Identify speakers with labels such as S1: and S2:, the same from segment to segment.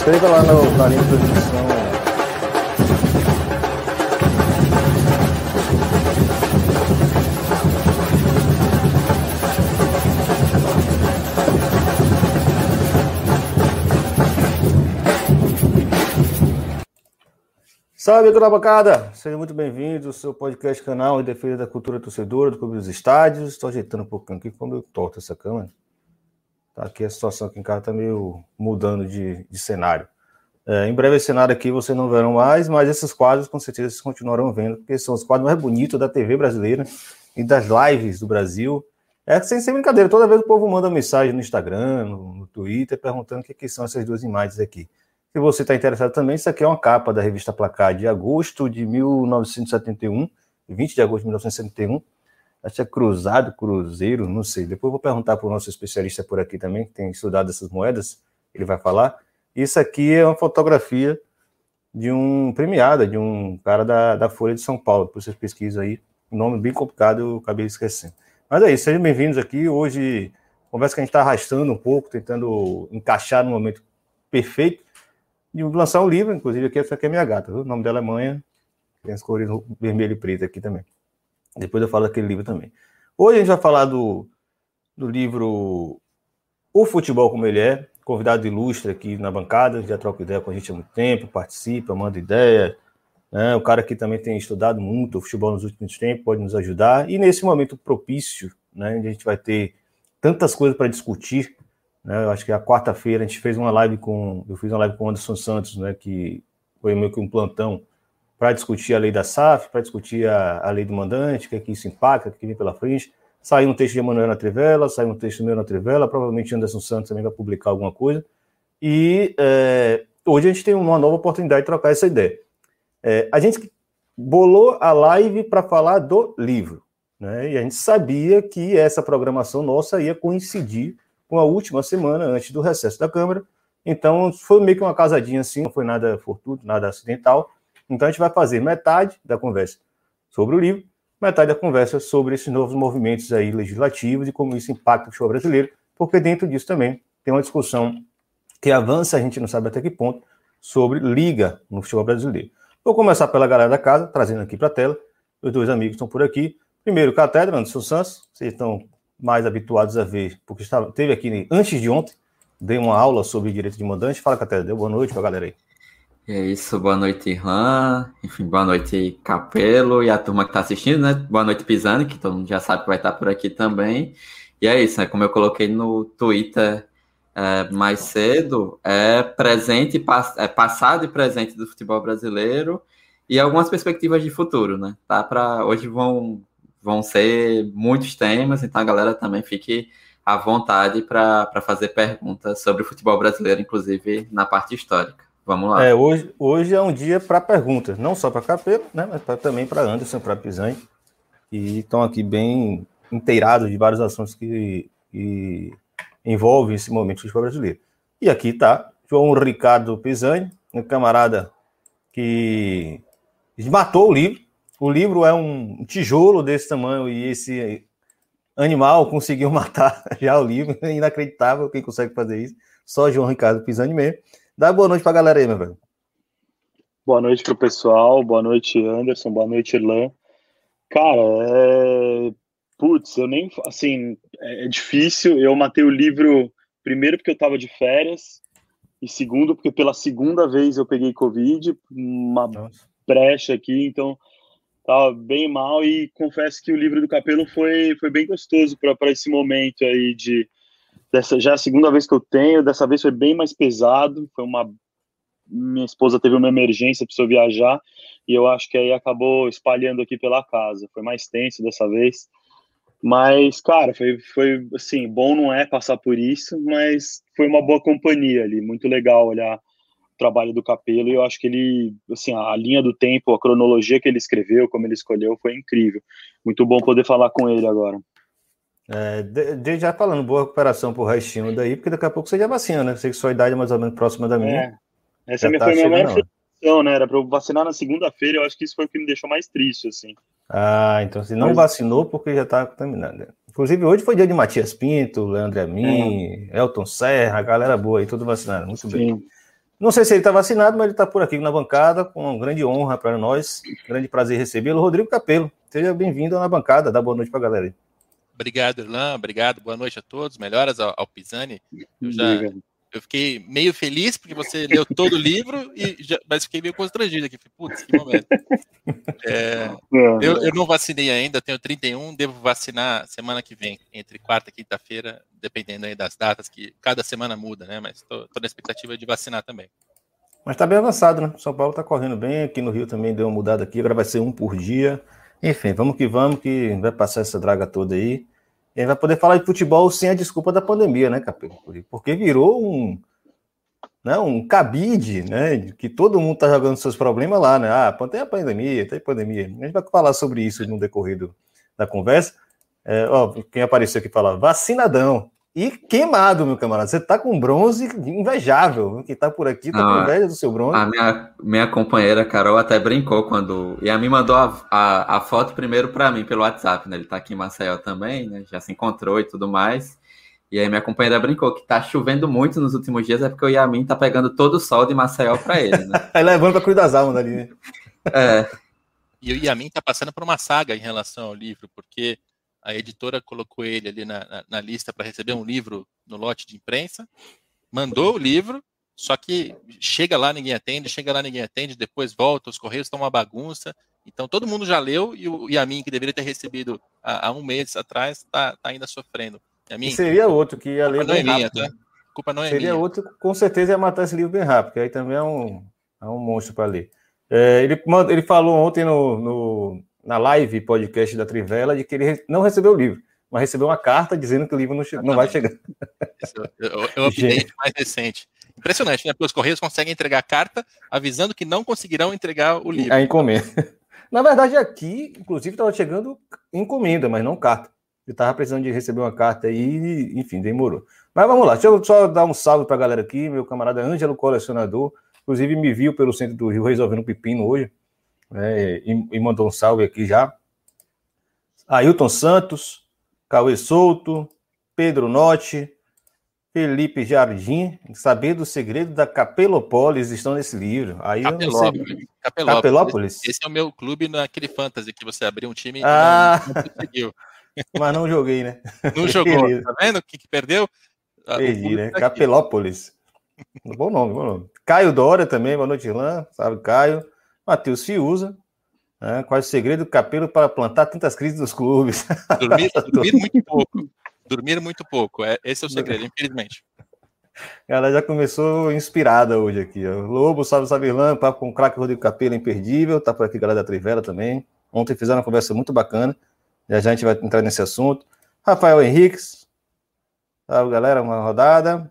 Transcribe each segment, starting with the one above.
S1: inscreva lá na linha de transmissão. Salve, toda a bancada! Seja muito bem-vindo ao seu podcast canal em defesa da cultura torcedora, do clube dos estádios. Estou ajeitando um pouquinho aqui, como eu torto essa câmera. Tá, aqui a situação aqui em casa está meio mudando de cenário. Em breve esse cenário aqui vocês não verão mais, mas esses quadros com certeza vocês continuarão vendo, porque são os quadros mais bonitos da TV brasileira e das lives do Brasil. Sem ser brincadeira, toda vez o povo manda mensagem no Instagram, no Twitter, perguntando o que são essas duas imagens aqui. Se você está interessado também, isso aqui é uma capa da revista Placar de agosto de 1971, 20 de agosto de 1971. Acho que é Cruzado, Cruzeiro, não sei. Depois eu vou perguntar para o nosso especialista por aqui também, que tem estudado essas moedas, ele vai falar. Isso aqui é uma fotografia de um premiada, de um cara da Folha de São Paulo. Por vocês pesquisam aí, um nome bem complicado, eu acabei esquecendo. Mas é isso, sejam bem-vindos aqui. Hoje, conversa que a gente está arrastando um pouco, tentando encaixar no momento perfeito. E lançar um livro, inclusive aqui, essa aqui é minha gata, viu? O nome dela é Manha, tem as cores vermelho e preto aqui também. Depois eu falo daquele livro também. Hoje a gente vai falar do livro O Futebol Como Ele É, convidado ilustre aqui na bancada, já troca ideia com a gente há muito tempo, participa, manda ideia, né? O cara que também tem estudado muito o futebol nos últimos tempos, pode nos ajudar, e nesse momento propício, né, onde a gente vai ter tantas coisas para discutir, né? Eu acho que a quarta-feira a gente fez uma live eu fiz uma live com o Anderson Santos, né, que foi meio que um plantão para discutir a lei da SAF, para discutir a lei do mandante, o que é que isso impacta, o que vem pela frente. Saiu um texto de Emanuel na Trivela, saiu um texto meu na Trivela, provavelmente Anderson Santos também vai publicar alguma coisa. E hoje a gente tem uma nova oportunidade de trocar essa ideia. A gente bolou a live para falar do livro, né? E a gente sabia que essa programação nossa ia coincidir com a última semana antes do recesso da Câmara. Então, foi meio que uma casadinha assim, não foi nada fortuito, nada acidental. Então, a gente vai fazer metade da conversa sobre o livro, metade da conversa sobre esses novos movimentos aí legislativos e como isso impacta o futebol brasileiro, porque dentro disso também tem uma discussão que avança, a gente não sabe até que ponto, sobre liga no futebol brasileiro. Vou começar pela galera da casa, trazendo aqui para a tela. Os dois amigos estão por aqui. Primeiro, Catedra, Anderson Santos, vocês estão mais habituados a ver, porque teve aqui antes de ontem, dei uma aula sobre direito de mandante. Fala, Catedra, deu boa noite para a galera aí.
S2: É isso, boa noite, Irlan, enfim, boa noite, Capelo e a turma que está assistindo, né? Boa noite, Pisani, que todo mundo já sabe que vai estar por aqui também. E é isso, né? Como eu coloquei no Twitter mais cedo, presente, passado e presente do futebol brasileiro e algumas perspectivas de futuro, né? Tá? Hoje vão ser muitos temas, então a galera também fique à vontade para fazer perguntas sobre o futebol brasileiro, inclusive na parte histórica. Vamos lá.
S1: Hoje é um dia para perguntas, não só para Capelo, né, mas também para Anderson, para Pisani, que estão aqui bem inteirados de vários assuntos que envolvem esse momento do futebol brasileiro. E aqui está João Ricardo Pisani, um camarada que matou o livro. O livro é um tijolo desse tamanho e esse animal conseguiu matar já o livro. É inacreditável quem consegue fazer isso. Só João Ricardo Pisani mesmo. Dá boa noite pra galera aí, meu velho.
S3: Boa noite pro pessoal, boa noite, Anderson, boa noite, Irlan. Cara, eu nem... Assim, é difícil. Eu matei o livro, primeiro porque eu tava de férias, e segundo porque pela segunda vez eu peguei Covid, uma brecha aqui, então tava bem mal, e confesso que o livro do Capelo foi bem gostoso para esse momento aí já é a segunda vez que eu tenho, dessa vez foi bem mais pesado, minha esposa teve uma emergência, precisou viajar, e eu acho que aí acabou espalhando aqui pela casa, foi mais tenso dessa vez, mas, cara, foi assim, bom não é passar por isso, mas foi uma boa companhia ali, muito legal olhar o trabalho do Capelo, e eu acho que ele, assim, a linha do tempo, a cronologia que ele escreveu, como ele escolheu, foi incrível, muito bom poder falar com ele agora.
S1: Já falando, boa recuperação pro restinho daí, porque daqui a pouco você já vacina, né? Sei que sua idade é mais ou menos próxima da minha.
S3: Essa foi a minha maior frustração, né? Era pra eu vacinar na segunda-feira, eu acho que isso foi o que me deixou mais triste, assim.
S1: Então você não vacinou porque já tá contaminado. Inclusive, hoje foi dia de Matias Pinto, Leandro Amin, Elton Serra, a galera boa aí, tudo vacinado, muito bem. Não sei se ele está vacinado, mas ele está por aqui na bancada, com uma grande honra para nós, grande prazer recebê-lo. Rodrigo Capello, seja bem-vindo na bancada, dá boa noite para a galera aí.
S4: Obrigado, Irlan, obrigado, boa noite a todos, melhoras ao Pisani. Eu fiquei meio feliz porque você leu todo o livro, mas fiquei meio constrangido aqui. Putz, que momento. Eu não vacinei ainda, tenho 31, devo vacinar semana que vem, entre quarta e quinta-feira, dependendo aí das datas, que cada semana muda, né? Mas estou na expectativa de vacinar também.
S1: Mas está bem avançado, né? São Paulo está correndo bem, aqui no Rio também deu uma mudada aqui, agora vai ser 1 por dia. Enfim, vamos, que vai passar essa draga toda aí. E vai poder falar de futebol sem a desculpa da pandemia, né, Capello? Porque virou um cabide, né? Que todo mundo tá jogando seus problemas lá, né? Tem a pandemia, tem pandemia. A gente vai falar sobre isso no decorrer da conversa. Quem apareceu aqui fala, vacinadão. E queimado, meu camarada. Você tá com bronze invejável. Quem tá por aqui tá com inveja do seu bronze.
S2: A minha companheira Carol até brincou e a mim mandou a foto primeiro para mim pelo WhatsApp, né? Ele tá aqui em Maceió também, né? Já se encontrou e tudo mais. E aí minha companheira brincou que tá chovendo muito nos últimos dias, é porque o Yamin tá pegando todo o sol de Maceió para ele, né?
S1: Aí levando pra cuidar das almas ali, né?
S4: E o Yamin tá passando por uma saga em relação ao livro, porque a editora colocou ele ali na lista para receber um livro no lote de imprensa, mandou o livro, só que chega lá, ninguém atende, depois volta, os correios estão uma bagunça. Então todo mundo já leu e o Yamin, que deveria ter recebido há 1 mês atrás, tá ainda sofrendo. Yamin,
S1: seria outro que ia ler bem rápido.
S4: Tá? Culpa não é
S1: seria
S4: minha.
S1: Outro, com certeza ia matar esse livro bem rápido, porque aí também é um monstro para ler. Ele falou ontem na live podcast da Trivela de que ele não recebeu o livro, mas recebeu uma carta dizendo que o livro não vai chegar.
S4: É o update mais recente. Impressionante, né? Porque os Correios conseguem entregar a carta avisando que não conseguirão entregar o livro.
S1: A encomenda. Na verdade, aqui, inclusive, estava chegando encomenda, mas não carta. Ele estava precisando de receber uma carta aí, enfim, demorou. Mas vamos lá, deixa eu só dar um salve para a galera aqui. Meu camarada Ângelo, colecionador, inclusive me viu pelo centro do Rio resolvendo um pepino hoje, né, e mandou um salve aqui já. Ailton Santos, Cauê Souto, Pedro Notti, Felipe Jardim, sabendo o segredo da Capelopólis, estão nesse livro. Aí
S4: Capelópolis. Esse é o meu clube naquele fantasy que você abriu um time e não conseguiu.
S1: Mas não joguei, né?
S4: Não jogou, tá vendo o que perdeu?
S1: Perdi, né? Tá Capelópolis. Bom nome. Caio Dória também, boa noite, Irlan. Sabe, Caio. Matheus Fiuza. Qual é o segredo do Capello para plantar tantas crises dos clubes?
S4: Dormir muito pouco. Dormir muito pouco. Esse é o segredo, infelizmente.
S1: Ela já começou inspirada hoje aqui. Ó. Lobo, salve, Irlan. Papo com o craque Rodrigo Capello, imperdível. Tá por aqui, galera da Trivela também. Ontem fizeram uma conversa muito bacana. Já a gente vai entrar nesse assunto. Rafael Henriques. Salve, galera. Uma rodada.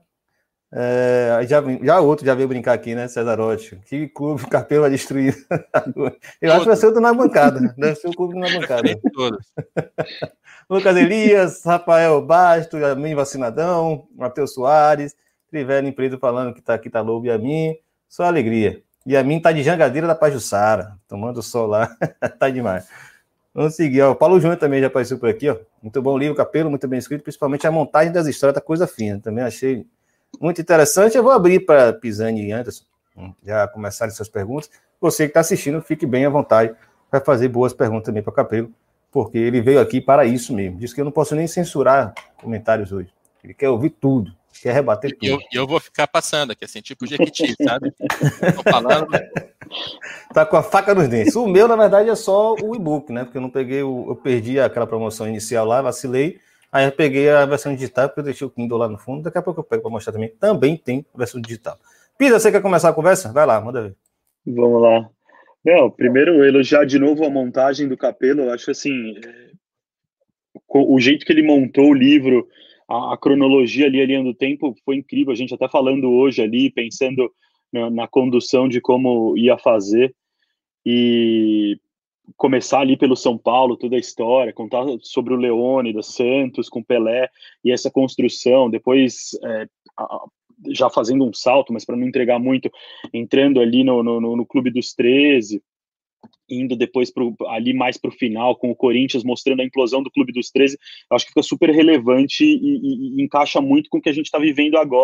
S1: Já veio brincar aqui, né, Cesarotti? Que clube o Capello vai destruir? Eu acho que vai ser outro na bancada. Deve ser o clube na bancada. Lucas Elias, Rafael Basto, Yamin Vacinadão, Matheus Soares, Trivela Empresa falando que tá aqui, tá Lobo, Yamin. Só alegria. Yamin tá de Jangadeira da Pajuçara, tomando sol lá. Tá demais. Vamos seguir, ó. O Paulo Júnior também já apareceu por aqui, ó. Muito bom o livro, Capello, muito bem escrito, principalmente a montagem das histórias, tá coisa fina. Também achei muito interessante. Eu vou abrir para Pisani e Anderson já começarem suas perguntas. Você que está assistindo, fique bem à vontade para fazer boas perguntas também para o Capello, porque ele veio aqui para isso mesmo. Diz que eu não posso nem censurar comentários hoje. Ele quer ouvir tudo, quer rebater tudo.
S4: E eu vou ficar passando aqui, assim, tipo Jequiti, sabe? Tô falando.
S1: Tá com a faca nos dentes. O meu, na verdade, é só o e-book, né? Porque eu não peguei eu perdi aquela promoção inicial lá, vacilei. Aí eu peguei a versão digital, porque eu deixei o Kindle lá no fundo. Daqui a pouco eu pego para mostrar também. Também tem a versão digital. Pisa, você quer começar a conversa? Vai lá, manda ver.
S3: Vamos lá. Primeiro, elogiar de novo a montagem do Capello. Eu acho assim, o jeito que ele montou o livro, a cronologia ali, a linha do tempo, foi incrível. A gente até falando hoje ali, pensando na condução de como ia fazer. E começar ali pelo São Paulo, toda a história, contar sobre o Leônidas, Santos com Pelé e essa construção, depois já fazendo um salto, mas para não entregar muito, entrando ali no Clube dos 13, indo depois ali mais para o final, com o Corinthians mostrando a implosão do Clube dos 13, eu acho que fica super relevante e encaixa muito com o que a gente está vivendo agora,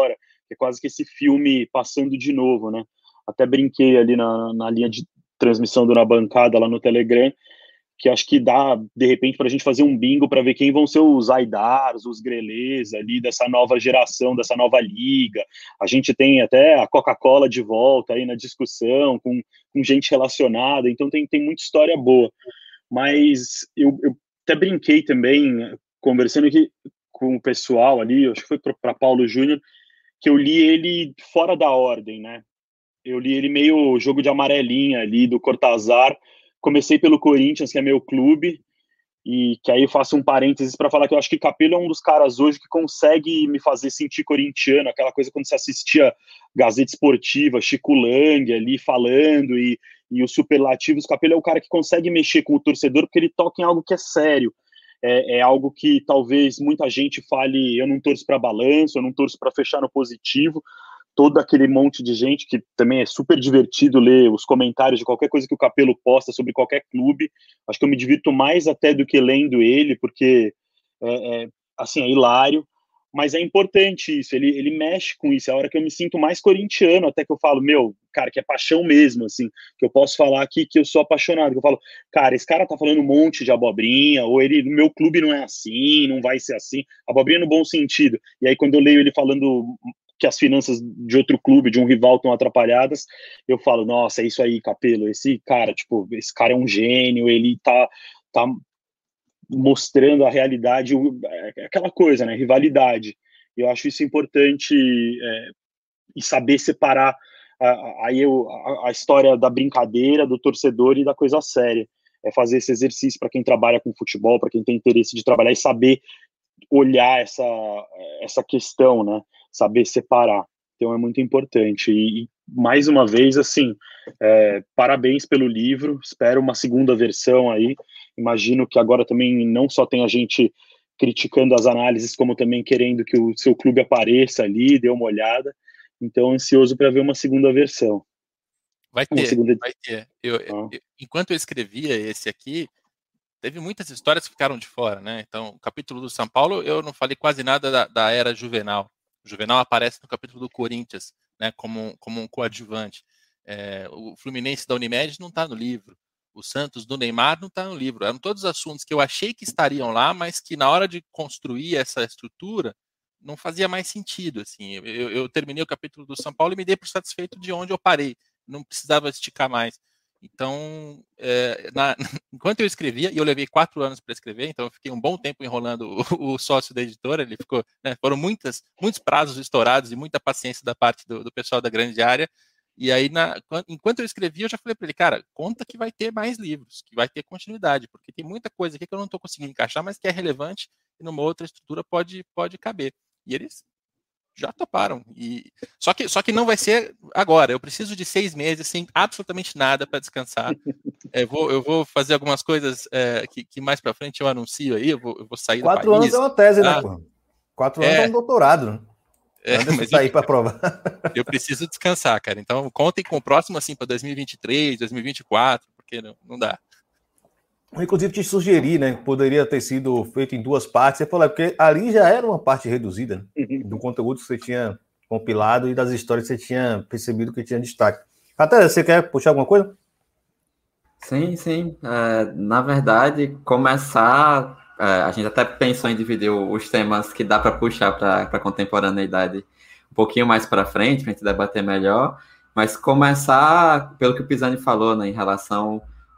S3: que é quase que esse filme passando de novo, né? Até brinquei ali na linha de transmissão do Na Bancada lá no Telegram, que acho que dá, de repente, para a gente fazer um bingo para ver quem vão ser os Aidars, os Grelês ali dessa nova geração, dessa nova liga. A gente tem até a Coca-Cola de volta aí na discussão, com gente relacionada, então tem muita história boa. Mas eu até brinquei também, conversando aqui com o pessoal ali, acho que foi para Paulo Júnior, que eu li ele fora da ordem, né? Eu li ele meio jogo de amarelinha ali, do Cortázar. Comecei pelo Corinthians, que é meu clube, e que aí eu faço um parênteses para falar que eu acho que Capello é um dos caras hoje que consegue me fazer sentir corintiano, aquela coisa quando você assistia Gazeta Esportiva, Chico Lang ali falando, e os superlativos. Capello é o cara que consegue mexer com o torcedor, porque ele toca em algo que é sério. É algo que talvez muita gente fale, eu não torço para balanço, eu não torço para fechar no positivo. Todo aquele monte de gente que também é super divertido ler os comentários de qualquer coisa que o Capello posta sobre qualquer clube. Acho que eu me divirto mais até do que lendo ele, porque assim, é hilário, mas é importante isso, ele mexe com isso, é a hora que eu me sinto mais corintiano, até que eu falo, meu, cara, que é paixão mesmo, assim, que eu posso falar aqui que eu sou apaixonado, que eu falo, cara, esse cara tá falando um monte de abobrinha, ou ele, no meu clube não é assim, não vai ser assim, abobrinha no bom sentido, e aí quando eu leio ele falando que as finanças de outro clube, de um rival, estão atrapalhadas, eu falo, nossa, é isso aí, Capello, esse cara é um gênio, ele tá mostrando a realidade, aquela coisa, né, rivalidade. Eu acho isso importante, e saber separar a história da brincadeira, do torcedor e da coisa séria. É fazer esse exercício para quem trabalha com futebol, para quem tem interesse de trabalhar e saber olhar essa questão, né? Saber separar. Então é muito importante. E mais uma vez, assim, parabéns pelo livro. Espero uma segunda versão aí. Imagino que agora também não só tem a gente criticando as análises, como também querendo que o seu clube apareça ali, dê uma olhada. Então, ansioso para ver uma segunda versão.
S4: Vai ter. Enquanto eu escrevia esse aqui, teve muitas histórias que ficaram de fora, né? Então, o capítulo do São Paulo, eu não falei quase nada da era Juvenal. O Juvenal aparece no capítulo do Corinthians, né? Como um coadjuvante. O Fluminense da Unimed não está no livro. O Santos do Neymar não está no livro. Eram todos assuntos que eu achei que estariam lá, mas que na hora de construir essa estrutura não fazia mais sentido. Assim, eu terminei o capítulo do São Paulo e me dei por satisfeito de onde eu parei. Não precisava esticar mais. Então, enquanto eu escrevia, e eu levei 4 anos para escrever, então eu fiquei um bom tempo enrolando o sócio da editora, ele ficou, né, foram muitos prazos estourados e muita paciência da parte do pessoal da grande área, e aí, enquanto eu escrevia, eu já falei para ele, cara, conta que vai ter mais livros, que vai ter continuidade, porque tem muita coisa aqui que eu não estou conseguindo encaixar, mas que é relevante e numa outra estrutura pode caber. E eles já toparam. Só que não vai ser agora. Eu preciso de 6 meses sem absolutamente nada para descansar. Eu vou fazer algumas coisas que mais para frente eu anuncio aí. Eu vou sair do país.
S1: 4 anos é uma tese, né, pô? 4 anos é um doutorado, né? Mas sair para provar.
S4: Eu preciso descansar, cara. Então contem com o próximo assim para 2023, 2024, porque não dá.
S1: Inclusive te sugeri, né? Poderia ter sido feito em 2 partes. Você falou, porque ali já era uma parte reduzida, né, do conteúdo que você tinha compilado e das histórias que você tinha percebido que tinha destaque. Até você quer puxar alguma coisa?
S2: Sim. Na verdade, começar. A gente até pensou em dividir os temas que dá para puxar para a contemporaneidade um pouquinho mais para frente, para a gente debater melhor. Mas começar pelo que o Pisani falou, né, em relação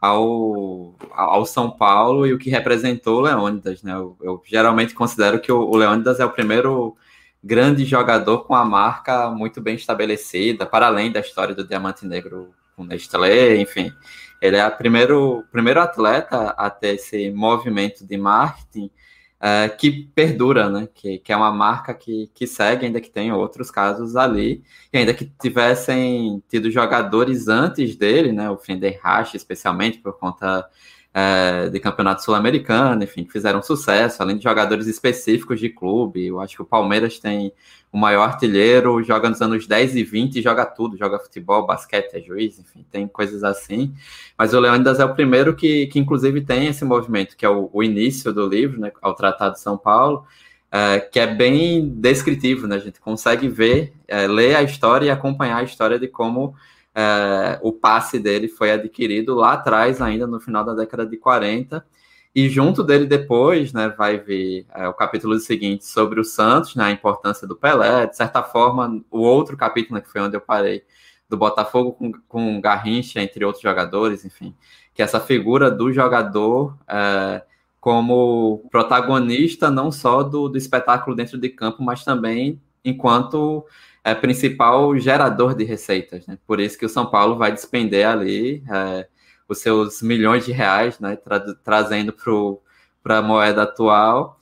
S2: ao São Paulo e o que representou o Leônidas, né? Eu geralmente considero que o Leônidas é o primeiro grande jogador com a marca muito bem estabelecida, para além da história do Diamante Negro com Nestlé, enfim. Ele é o primeiro atleta a ter esse movimento de marketing que perdura, né? Que é uma marca que segue, ainda que tenha outros casos ali, e ainda que tivessem tido jogadores antes dele, né? O Fenderrache, especialmente por conta de campeonato sul-americano, enfim, que fizeram sucesso, além de jogadores específicos de clube. Eu acho que o Palmeiras tem o maior artilheiro, joga nos anos 10 e 20, joga tudo, joga futebol, basquete, é juiz, enfim, tem coisas assim. Mas o Leônidas é o primeiro que inclusive tem esse movimento, que é o início do livro, né, ao Tratado de São Paulo, que é bem descritivo, né? A gente consegue ver, ler a história e acompanhar a história de como o passe dele foi adquirido lá atrás, ainda no final da década de 40, e junto dele depois, né, vai vir o capítulo seguinte sobre o Santos, né, a importância do Pelé, de certa forma, o outro capítulo, né, que foi onde eu parei, do Botafogo com Garrincha, entre outros jogadores, enfim, que essa figura do jogador como protagonista não só do espetáculo dentro de campo, mas também enquanto principal gerador de receitas, né? Por isso que o São Paulo vai despender ali os seus milhões de reais, né? Trazendo para a moeda atual,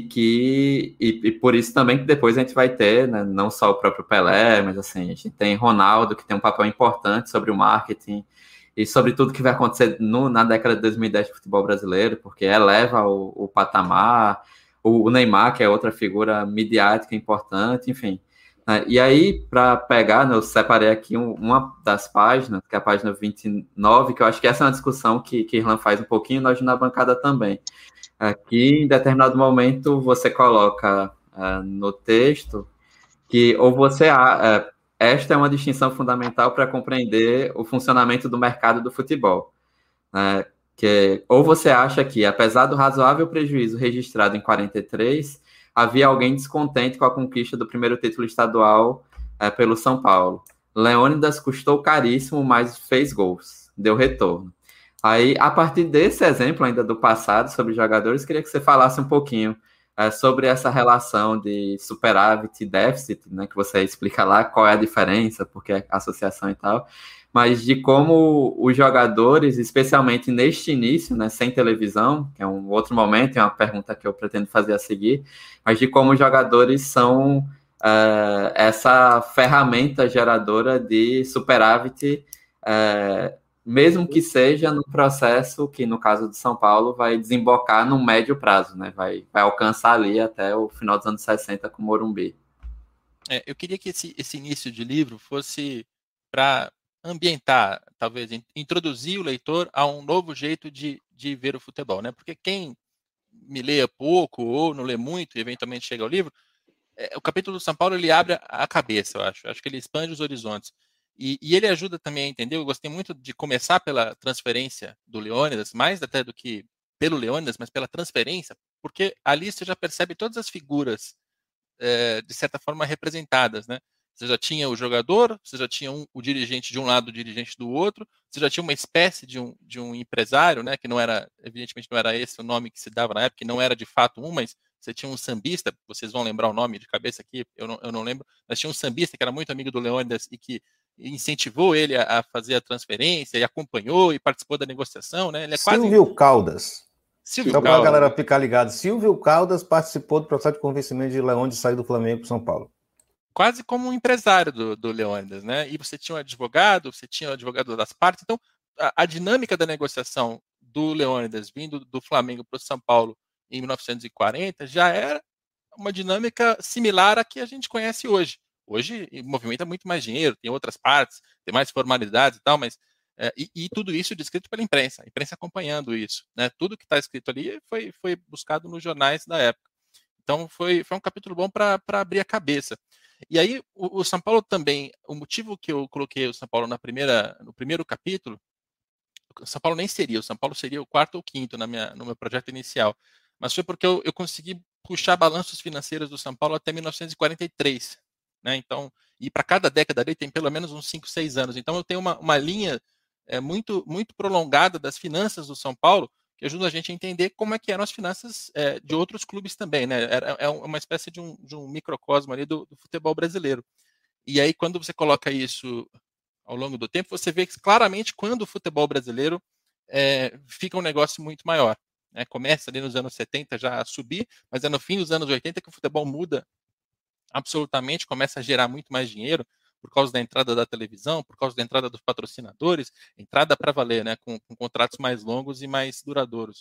S2: e por isso também que depois a gente vai ter, né, não só o próprio Pelé, mas assim, a gente tem Ronaldo, que tem um papel importante sobre o marketing e sobre tudo que vai acontecer na década de 2010 do futebol brasileiro, porque eleva o patamar, o Neymar, que é outra figura midiática importante, enfim. E aí, para pegar, né, eu separei aqui uma das páginas, que é a página 29, que eu acho que essa é uma discussão que Irlan faz um pouquinho, nós na bancada também. Aqui, em determinado momento, você coloca no texto que ou você esta é uma distinção fundamental para compreender o funcionamento do mercado do futebol, né? Que ou você acha que, apesar do razoável prejuízo registrado em 43, havia alguém descontente com a conquista do primeiro título estadual pelo São Paulo. Leônidas custou caríssimo, mas fez gols, deu retorno. Aí, a partir desse exemplo ainda do passado sobre jogadores, queria que você falasse um pouquinho sobre essa relação de superávit e déficit, né, que você explica lá qual é a diferença, porque é associação e tal, mas de como os jogadores, especialmente neste início, né, sem televisão, que é um outro momento, é uma pergunta que eu pretendo fazer a seguir, mas de como os jogadores são essa ferramenta geradora de superávit, mesmo que seja no processo que, no caso de São Paulo, vai desembocar no médio prazo, né? Vai alcançar ali até o final dos anos 60 com o Morumbi.
S4: Eu queria que esse início de livro fosse para ambientar, talvez, introduzir o leitor a um novo jeito de ver o futebol, né? Porque quem me lê pouco ou não lê muito e eventualmente chega ao livro, o capítulo do São Paulo ele abre a cabeça, eu acho. Acho que ele expande os horizontes. E ele ajuda também a entender, eu gostei muito de começar pela transferência do Leônidas, mais até do que pelo Leônidas, mas pela transferência, porque ali você já percebe todas as figuras, de certa forma, representadas, né? Você já tinha o jogador, você já tinha o dirigente de um lado, o dirigente do outro, você já tinha uma espécie de um empresário, né? Que não era, evidentemente, não era esse o nome que se dava na época, que não era de fato mas você tinha um sambista, vocês vão lembrar o nome de cabeça aqui, eu não lembro, mas tinha um sambista que era muito amigo do Leônidas e que incentivou ele a fazer a transferência e acompanhou e participou da negociação, né? Ele é
S1: Silvio Caldas.
S4: Silvio
S1: Só
S4: Caldas.
S1: para a galera ficar ligada, Silvio Caldas participou do processo de convencimento de Leão de sair do Flamengo para São Paulo.
S4: Quase como um empresário do Leônidas, né? E você tinha um advogado, você tinha o advogado das partes. Então, a dinâmica da negociação do Leônidas vindo do Flamengo para o São Paulo em 1940 já era uma dinâmica similar à que a gente conhece hoje. Hoje movimenta muito mais dinheiro, tem outras partes, tem mais formalidades e tal, mas e tudo isso descrito pela imprensa, a imprensa acompanhando isso, né? Tudo que está escrito ali foi buscado nos jornais da época. Então foi um capítulo bom para abrir a cabeça. E aí o São Paulo também, o motivo que eu coloquei o São Paulo no primeiro capítulo, o São Paulo nem seria, o São Paulo seria o quarto ou quinto no meu projeto inicial, mas foi porque eu consegui puxar balanços financeiros do São Paulo até 1943, né? Então, e para cada década ali tem pelo menos uns 5, 6 anos. Então eu tenho uma linha muito, muito prolongada das finanças do São Paulo, que ajuda a gente a entender como é que eram as finanças de outros clubes também, né? É uma espécie de um microcosmo ali do futebol brasileiro. E aí, quando você coloca isso ao longo do tempo, você vê que claramente quando o futebol brasileiro fica um negócio muito maior. Né? Começa ali nos anos 70 já a subir, mas é no fim dos anos 80 que o futebol muda absolutamente, começa a gerar muito mais dinheiro por causa da entrada da televisão, por causa da entrada dos patrocinadores, entrada para valer, né? Com contratos mais longos e mais duradouros.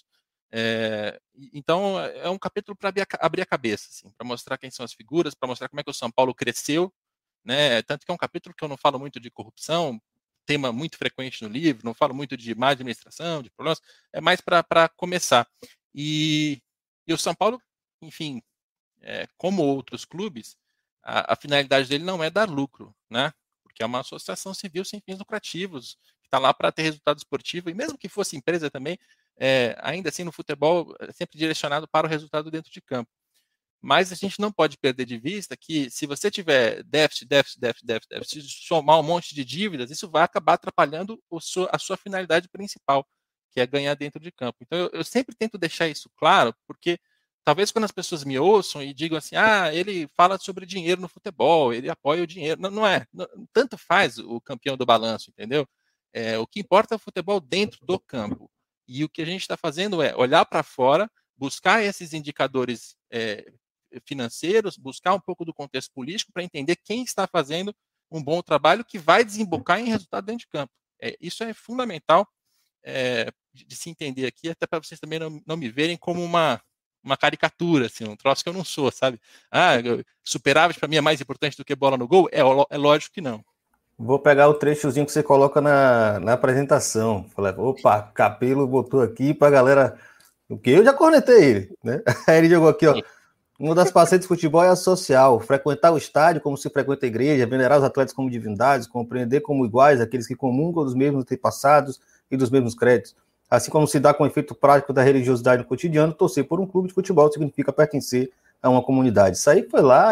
S4: Então, é um capítulo para abrir a cabeça, assim, para mostrar quem são as figuras, para mostrar como é que o São Paulo cresceu, né? Tanto que é um capítulo que eu não falo muito de corrupção, tema muito frequente no livro, não falo muito de má administração, de problemas, é mais para começar. E o São Paulo, enfim, como outros clubes, a finalidade dele não é dar lucro, né? Porque é uma associação civil sem fins lucrativos, que está lá para ter resultado esportivo, e mesmo que fosse empresa também, ainda assim no futebol é sempre direcionado para o resultado dentro de campo. Mas a gente não pode perder de vista que se você tiver déficit, se somar um monte de dívidas, isso vai acabar atrapalhando a sua finalidade principal, que é ganhar dentro de campo. Então eu sempre tento deixar isso claro, porque talvez quando as pessoas me ouçam e digam assim, ele fala sobre dinheiro no futebol, ele apoia o dinheiro. Não é. Tanto faz o campeão do balanço, entendeu? O que importa é o futebol dentro do campo. E o que a gente está fazendo é olhar para fora, buscar esses indicadores financeiros, buscar um pouco do contexto político para entender quem está fazendo um bom trabalho que vai desembocar em resultado dentro de campo. Isso é fundamental de se entender aqui, até para vocês também não me verem como uma caricatura, assim, um troço que eu não sou, sabe? Superávit para mim é mais importante do que bola no gol? É lógico que não.
S1: Vou pegar o trechozinho que você coloca na apresentação. Falei, opa, Capello botou aqui pra galera. O que? Eu já cornetei ele, né? Aí ele jogou aqui, ó. Uma das faceitas do futebol é a social. Frequentar o estádio como se frequenta a igreja, venerar os atletas como divindades, compreender como iguais aqueles que comungam dos mesmos antepassados e dos mesmos créditos. Assim como se dá com o efeito prático da religiosidade no cotidiano, torcer por um clube de futebol significa pertencer a uma comunidade. Isso aí foi lá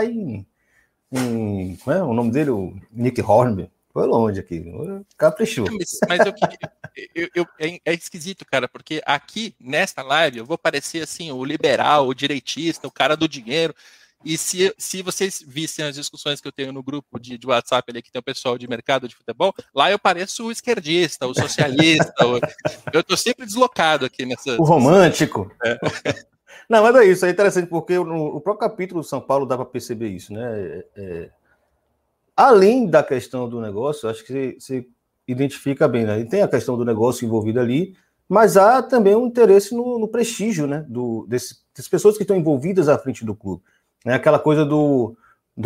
S1: como é o nome dele? O Nick Hornby. Foi longe aqui, caprichou.
S4: Mas é esquisito, cara, porque aqui, nesta live, eu vou parecer assim, o liberal, o direitista, o cara do dinheiro, e se vocês vissem as discussões que eu tenho no grupo de WhatsApp ali, que tem o pessoal de mercado de futebol, lá eu pareço o esquerdista, o socialista, eu tô sempre deslocado aqui nessa...
S1: O romântico. Não, mas é isso, é interessante, porque no próprio capítulo do São Paulo dá para perceber isso, né? Além da questão do negócio, acho que você identifica bem, né? E tem a questão do negócio envolvido ali, mas há também um interesse no prestígio, né? Das pessoas que estão envolvidas à frente do clube. Né? Aquela coisa do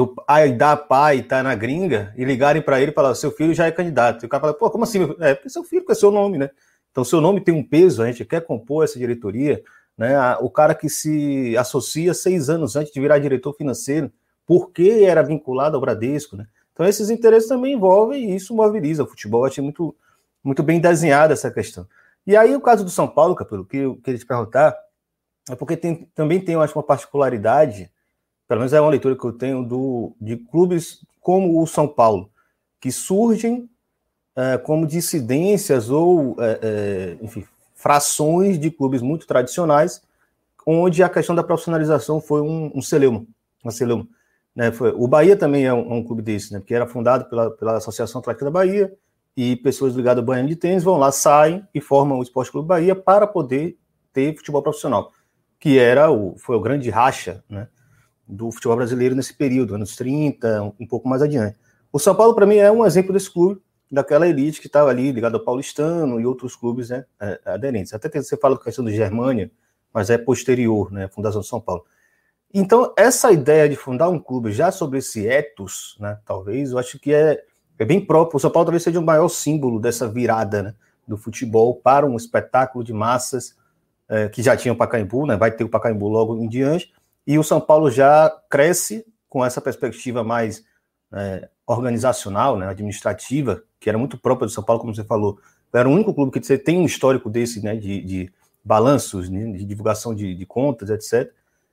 S1: da pai tá na gringa e ligarem para ele e falar, seu filho já é candidato. E o cara fala, pô, como assim? Porque seu filho, que é seu nome, né? Então, seu nome tem um peso, a gente quer compor essa diretoria, né? O cara que se associa 6 anos antes de virar diretor financeiro, porque era vinculado ao Bradesco, né? Então, esses interesses também envolvem e isso mobiliza o futebol. Eu achei muito, muito bem desenhada essa questão. E aí, o caso do São Paulo, Capello, que eu queria te perguntar, é porque também tem, eu acho, uma particularidade, pelo menos é uma leitura que eu tenho, de clubes como o São Paulo, que surgem como dissidências ou, enfim, frações de clubes muito tradicionais, onde a questão da profissionalização foi uma celeuma. Né, o Bahia também é um clube desse, né, porque era fundado pela Associação Atlética da Bahia, e pessoas ligadas ao Baiano de Tênis vão lá, saem e formam o Esporte Clube Bahia para poder ter futebol profissional, que foi o grande racha, né, do futebol brasileiro nesse período, anos 30, um pouco mais adiante. O São Paulo, para mim, é um exemplo desse clube, daquela elite que estava ali ligada ao paulistano e outros clubes, né, aderentes. Até que você fala da questão do Germânia, mas é posterior, né, a fundação de São Paulo. Então, essa ideia de fundar um clube já sobre esse ethos, né, talvez, eu acho que é bem próprio. O São Paulo talvez seja o maior símbolo dessa virada, né, do futebol para um espetáculo de massas, que já tinha o Pacaembu, né, vai ter o Pacaembu logo em diante, e o São Paulo já cresce com essa perspectiva mais organizacional, né, administrativa, que era muito própria do São Paulo, como você falou. Era o único clube que você tem um histórico desse, né, de balanços, né, de divulgação de contas, etc.,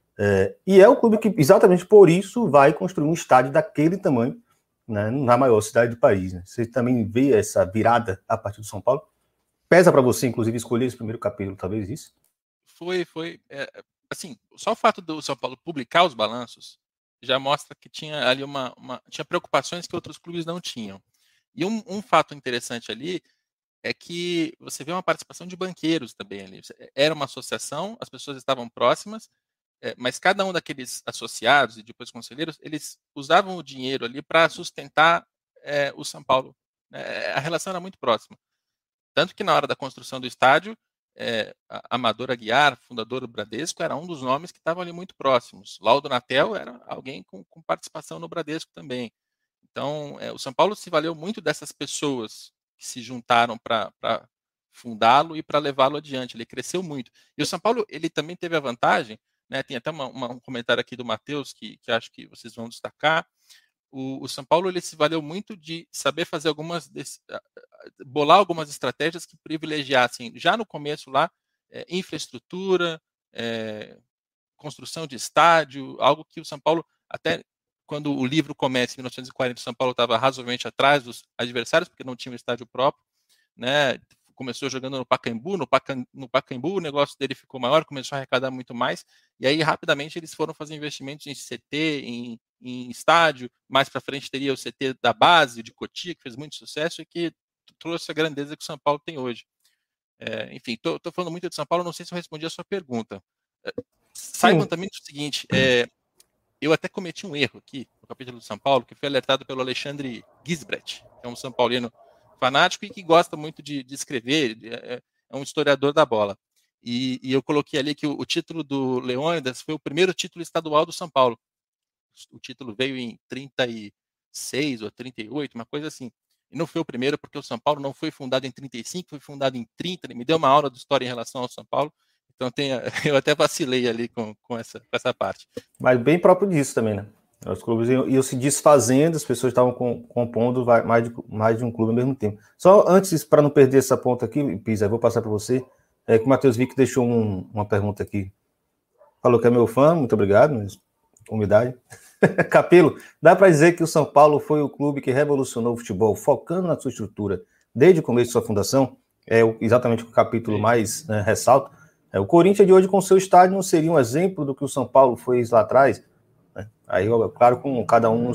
S1: e é o clube que, exatamente por isso, vai construir um estádio daquele tamanho, né, na maior cidade do país. Né? Você também vê essa virada a partir do São Paulo? Pesa para você, inclusive, escolher esse primeiro capítulo, talvez isso?
S4: Foi. Assim, só o fato do São Paulo publicar os balanços já mostra que tinha ali tinha preocupações que outros clubes não tinham. E um fato interessante ali é que você vê uma participação de banqueiros também ali. Era uma associação, as pessoas estavam próximas, mas cada um daqueles associados e depois conselheiros, eles usavam o dinheiro ali para sustentar o São Paulo. A relação era muito próxima. Tanto que na hora da construção do estádio, Amador Aguiar, fundador do Bradesco, era um dos nomes que estavam ali muito próximos. Laudo Natel era alguém com participação no Bradesco também. Então, o São Paulo se valeu muito dessas pessoas que se juntaram para fundá-lo e para levá-lo adiante. Ele cresceu muito. E o São Paulo ele também teve a vantagem né? Tem até um comentário aqui do Matheus que acho que vocês vão destacar. O São Paulo ele se valeu muito de saber fazer bolar algumas estratégias que privilegiassem, já no começo lá, infraestrutura, construção de estádio, algo que o São Paulo, até quando o livro começa em 1940, o São Paulo estava razoavelmente atrás dos adversários, porque não tinha um estádio próprio, né? Começou jogando no Pacaembu, o negócio dele ficou maior, começou a arrecadar muito mais, e aí rapidamente eles foram fazer investimentos em CT, em estádio, mais para frente teria o CT da base, de Cotia, que fez muito sucesso e que trouxe a grandeza que o São Paulo tem hoje. Enfim, estou falando muito de São Paulo, não sei se eu respondi a sua pergunta. Saibam também o seguinte, eu até cometi um erro aqui no capítulo do São Paulo, que foi alertado pelo Alexandre Gisbrecht, que é um São Paulino fanático e que gosta muito de escrever, é um historiador da bola. E eu coloquei ali que o título do Leônidas foi o primeiro título estadual do São Paulo. O título veio em 36 ou 38, uma coisa assim. E não foi o primeiro porque o São Paulo não foi fundado em 35, foi fundado em 30. Ele me deu uma aula de história em relação ao São Paulo. Então eu até vacilei ali com essa parte.
S1: Mas bem próprio disso também, né? Os clubes iam se desfazendo, as pessoas estavam compondo mais de um clube ao mesmo tempo. Só antes, para não perder essa ponta aqui, Pisa, eu vou passar para você, que o Matheus Vick deixou uma pergunta aqui. Falou que é meu fã, muito obrigado, mas umidade. Capelo, dá para dizer que o São Paulo foi o clube que revolucionou o futebol, focando na sua estrutura desde o começo de sua fundação? Exatamente o capítulo mais ressalta. O Corinthians de hoje, com seu estádio, não seria um exemplo do que o São Paulo fez lá atrás? Aí, claro, com cada um no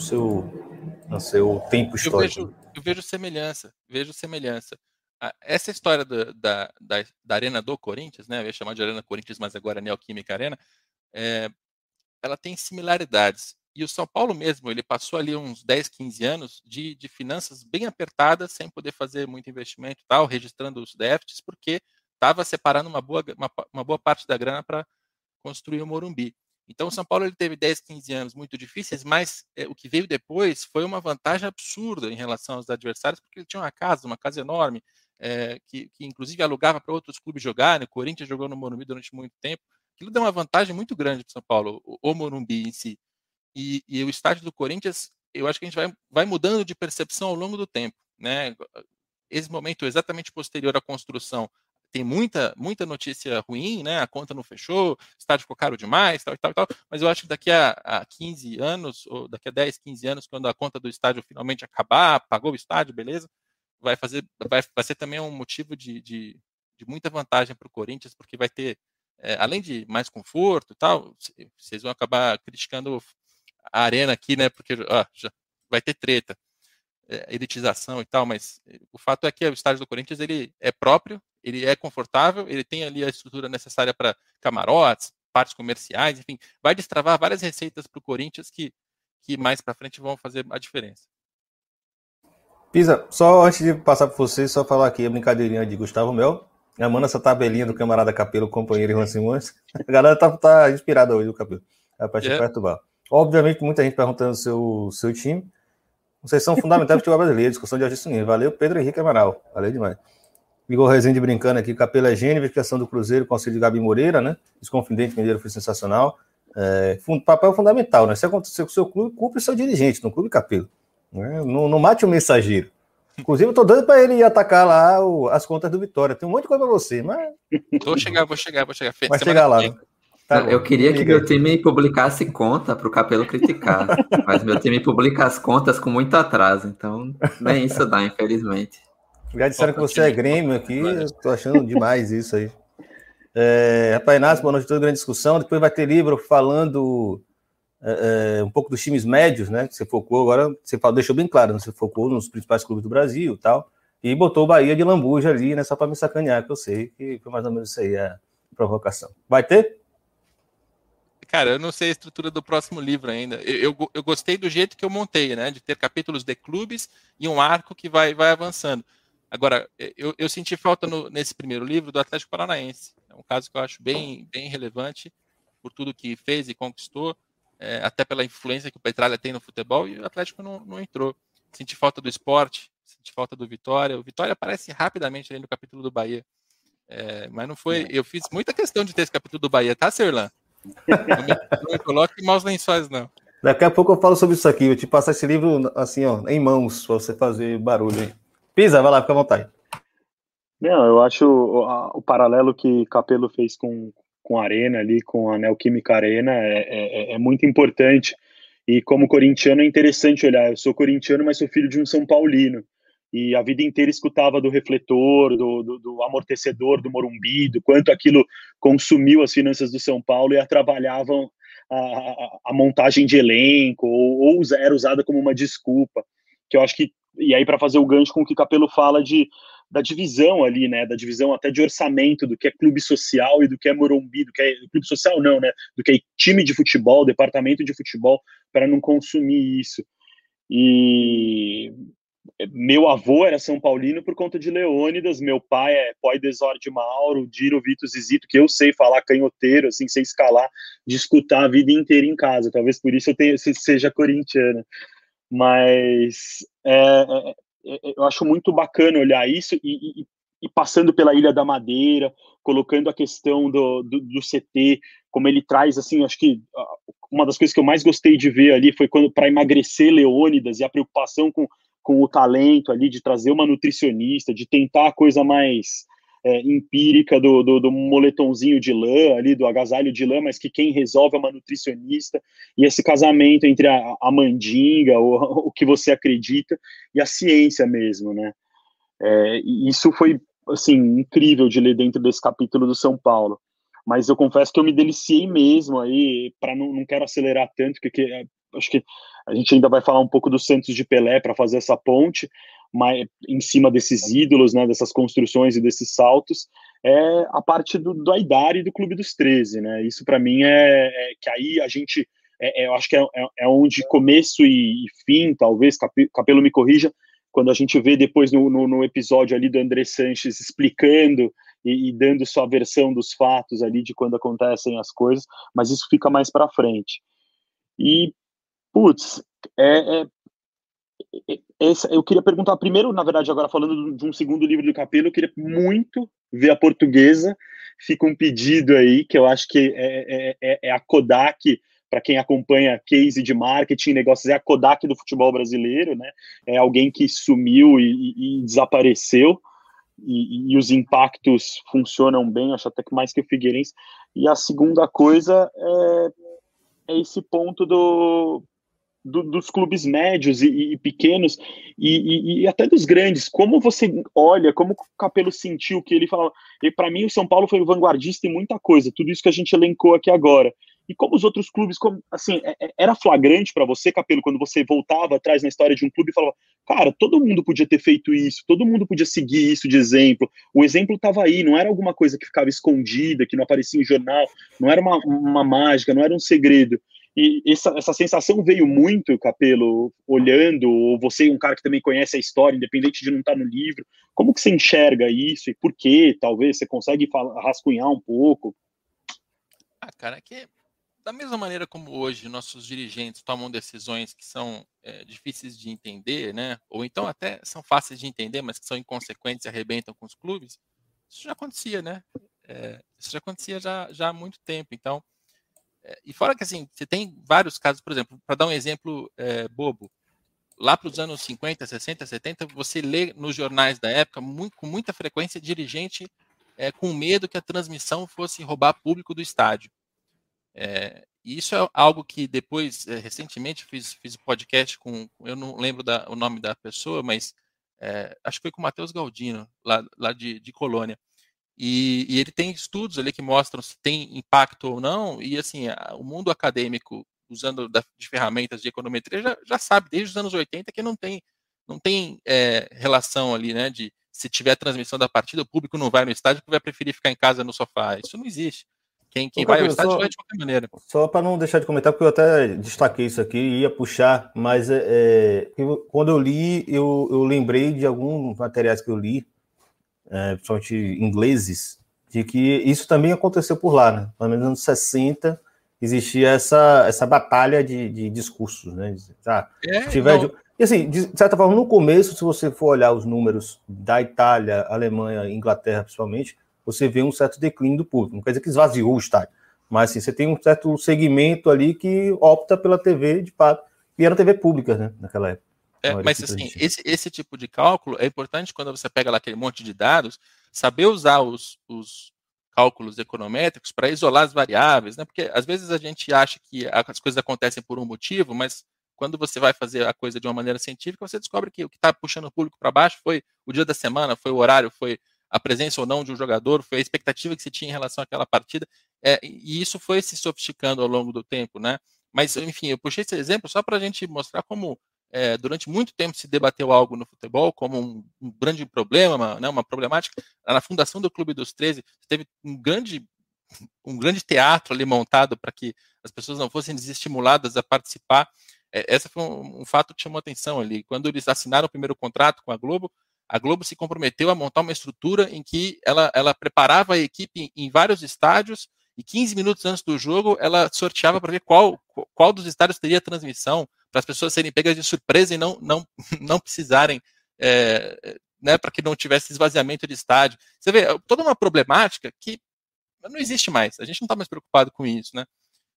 S1: seu tempo histórico.
S4: Eu vejo semelhança. Essa história da Arena do Corinthians, né? Eu ia chamar de Arena Corinthians, mas agora é Neoquímica Arena, ela tem similaridades. E o São Paulo mesmo, ele passou ali uns 10, 15 anos de finanças bem apertadas, sem poder fazer muito investimento e tal, registrando os déficits, porque estava separando uma boa parte da grana para construir o Morumbi. Então, o São Paulo ele teve 10, 15 anos muito difíceis, mas o que veio depois foi uma vantagem absurda em relação aos adversários, porque ele tinha uma casa enorme, que inclusive alugava para outros clubes jogarem. O Corinthians jogou no Morumbi durante muito tempo. Aquilo deu uma vantagem muito grande para o São Paulo, o Morumbi em si. E o estádio do Corinthians, eu acho que a gente vai mudando de percepção ao longo do tempo, né? Esse momento exatamente posterior à construção, tem muita notícia ruim, né? A conta não fechou, o estádio ficou caro demais, tal, mas eu acho que daqui a 15 anos, ou daqui a 10, 15 anos, quando a conta do estádio finalmente acabar, pagou o estádio, vai ser também um motivo de muita vantagem para o Corinthians, porque vai ter, além de mais conforto e tal, vocês vão acabar criticando a arena aqui, né? Porque já vai ter treta, elitização e tal, mas o fato é que o estádio do Corinthians ele é próprio, ele é confortável, ele tem ali a estrutura necessária para camarotes, partes comerciais, enfim, vai destravar várias receitas para o Corinthians que mais para frente vão fazer a diferença.
S1: Pisa, só antes de passar para você, só falar aqui a brincadeirinha de Gustavo Mel, amando essa tabelinha do camarada Capelo, companheiro Ivan Simões. A galera tá inspirada hoje, o Capelo. É para te perturbar. Obviamente, muita gente perguntando o seu time. Vocês são fundamentais do futebol brasileiro, discussão de Agir Nunes. Valeu, Pedro Henrique Amaral. Valeu demais. Igor Rezende brincando aqui, Capelo é gênio, verificação do Cruzeiro com auxílio de Gabi Moreira, né? Desconfidente Mineiro foi sensacional. Papel fundamental, né? Se acontecer com o seu clube, culpe o seu dirigente, no clube Capelo. Né? Não mate o mensageiro. Inclusive, eu tô doido para ele ir atacar lá as contas do Vitória. Tem um monte de coisa para você, mas.
S4: Vou chegar.
S1: Vai chegar lá, né?
S2: Tá, eu queria que meu time publicasse conta para o Capelo criticar, mas meu time publica as contas com muito atraso, então nem isso dá, infelizmente.
S1: Já disseram que você é Grêmio aqui, eu tô achando demais isso aí. Rapaz Inácio, boa noite, toda grande discussão. Depois vai ter livro falando um pouco dos times médios, né? Que você focou agora, deixou bem claro, né? Você focou nos principais clubes do Brasil e tal, e botou o Bahia de lambuja ali, né? Só para me sacanear, que eu sei que foi mais ou menos isso aí a provocação. Vai ter?
S4: Cara, eu não sei a estrutura do próximo livro ainda. Eu gostei do jeito que eu montei, né? De ter capítulos de clubes e um arco que vai avançando. Agora, eu senti falta nesse primeiro livro do Atlético Paranaense. É um caso que eu acho bem relevante por tudo que fez e conquistou, até pela influência que o Petralha tem no futebol, e o Atlético não entrou. Senti falta do Sport, senti falta do Vitória. O Vitória aparece rapidamente ali no capítulo do Bahia. Mas não foi... Eu fiz muita questão de ter esse capítulo do Bahia, tá, Serlan? Não me coloque em maus lençóis, não.
S1: Daqui a pouco eu falo sobre isso aqui. Eu te passar esse livro assim, ó, em mãos, para você fazer barulho aí. Pisa, vai lá, fica à vontade.
S3: Não, eu acho o paralelo que Capello fez com a Arena ali, com a Neoquímica Arena, é muito importante. E como corintiano é interessante olhar. Eu sou corintiano, mas sou filho de um São Paulino. E a vida inteira escutava do refletor, do amortecedor, do Morumbi, do quanto aquilo consumiu as finanças do São Paulo e atrapalhavam a montagem de elenco, ou era usada como uma desculpa. Que eu acho que, e aí para fazer o gancho com o que Capello fala da divisão ali, né, da divisão até de orçamento do que é clube social e do que é Morumbi, do que é clube social não, né, do que é time de futebol, departamento de futebol, para não consumir isso. E meu avô era São Paulino por conta de Leônidas, meu pai é Poi Desor de Mauro, Diro Vito Zizito, que eu sei falar canhoteiro, assim, sei escalar, de escutar a vida inteira em casa, talvez por isso eu seja corintiano, mas eu acho muito bacana olhar isso e passando pela Ilha da Madeira, colocando a questão do CT, como ele traz, assim, acho que uma das coisas que eu mais gostei de ver ali foi quando, para emagrecer Leônidas, e a preocupação com o talento ali, de trazer uma nutricionista, de tentar a coisa mais empírica do moletomzinho de lã ali, do agasalho de lã, mas que quem resolve é uma nutricionista, e esse casamento entre a mandinga, o que você acredita, e a ciência mesmo, né? E isso foi, assim, incrível de ler dentro desse capítulo do São Paulo. Mas eu confesso que eu me deliciei mesmo aí, para não quero acelerar tanto, porque acho que a gente ainda vai falar um pouco do Santos de Pelé para fazer essa ponte, mas em cima desses ídolos, né, dessas construções e desses saltos, é a parte do Aidar e do Clube dos 13, né? Isso para mim que aí a gente, eu acho que é onde começo e fim, talvez, Capello me corrija, quando a gente vê depois no episódio ali do André Sanches explicando e dando sua versão dos fatos ali de quando acontecem as coisas, mas isso fica mais para frente. E, putz, eu queria perguntar primeiro, na verdade, agora falando de um segundo livro do Capello, eu queria muito ver a Portuguesa. Fica um pedido aí, que eu acho que é a Kodak, para quem acompanha case de marketing, negócios, é a Kodak do futebol brasileiro, né? É alguém que sumiu e desapareceu, e os impactos funcionam bem, acho até que mais que o Figueirense. E a segunda coisa é esse ponto dos clubes médios e pequenos e até dos grandes, como você olha, como o Capello sentiu que ele falava, e para mim o São Paulo foi vanguardista em muita coisa, tudo isso que a gente elencou aqui agora, e como os outros clubes, assim, era flagrante para você, Capello, quando você voltava atrás na história de um clube e falava, cara, todo mundo podia ter feito isso, todo mundo podia seguir isso de exemplo, o exemplo estava aí, não era alguma coisa que ficava escondida, que não aparecia em jornal, não era uma mágica, não era um segredo. E essa sensação veio muito, Capello, olhando, ou você, um cara que também conhece a história, independente de não estar no livro, como que você enxerga isso e por quê, talvez? Você consegue rascunhar um pouco?
S4: Cara, que da mesma maneira como hoje nossos dirigentes tomam decisões que são difíceis de entender, né? Ou então até são fáceis de entender, mas que são inconsequentes e arrebentam com os clubes, isso já acontecia, né? Isso já acontecia já há muito tempo, então e fora que, assim, você tem vários casos, por exemplo, para dar um exemplo bobo, lá para os anos 50, 60, 70, você lê nos jornais da época, com muita frequência, dirigente com medo que a transmissão fosse roubar público do estádio. E isso é algo que depois, recentemente, fiz um podcast eu não lembro o nome da pessoa, mas acho que foi com o Matheus Galdino, lá de Colônia. E ele tem estudos ali que mostram se tem impacto ou não, e assim, o mundo acadêmico, usando de ferramentas de econometria, já sabe desde os anos 80 que não tem relação ali, né, de se tiver transmissão da partida, o público não vai no estádio porque vai preferir ficar em casa no sofá. Isso não existe. Quem vai ao estádio vai de qualquer maneira.
S1: Só para não deixar de comentar, porque eu até destaquei isso aqui, ia puxar, mas quando eu li, eu lembrei de alguns materiais que eu li, principalmente ingleses, de que isso também aconteceu por lá, né? Pelo menos nos anos 60 existia essa batalha de discursos, né? E assim, de certa forma, no começo, se você for olhar os números da Itália, Alemanha, Inglaterra, principalmente, você vê um certo declínio do público. Não quer dizer que esvaziou o estádio, Mas assim, você tem um certo segmento ali que opta pela TV de fato, e era TV pública, né, naquela época.
S4: Mas assim, esse tipo de cálculo é importante quando você pega lá aquele monte de dados, saber usar os cálculos econométricos para isolar as variáveis, né? Porque às vezes a gente acha que as coisas acontecem por um motivo, mas quando você vai fazer a coisa de uma maneira científica, você descobre que o que está puxando o público para baixo foi o dia da semana, foi o horário, foi a presença ou não de um jogador, foi a expectativa que se tinha em relação àquela partida, e isso foi se sofisticando ao longo do tempo, né? Mas, enfim, eu puxei esse exemplo só para a gente mostrar como durante muito tempo se debateu algo no futebol como um grande problema, uma problemática. Na fundação do Clube dos 13, teve um grande teatro ali montado para que as pessoas não fossem desestimuladas a participar. Esse foi um fato que chamou atenção ali. Quando eles assinaram o primeiro contrato com a Globo se comprometeu a montar uma estrutura em que ela preparava a equipe em vários estádios e 15 minutos antes do jogo ela sorteava para ver qual dos estádios teria transmissão, para as pessoas serem pegas de surpresa e não precisarem, né, para que não tivesse esvaziamento de estádio. Você vê toda uma problemática que não existe mais, a gente não está mais preocupado com isso, né?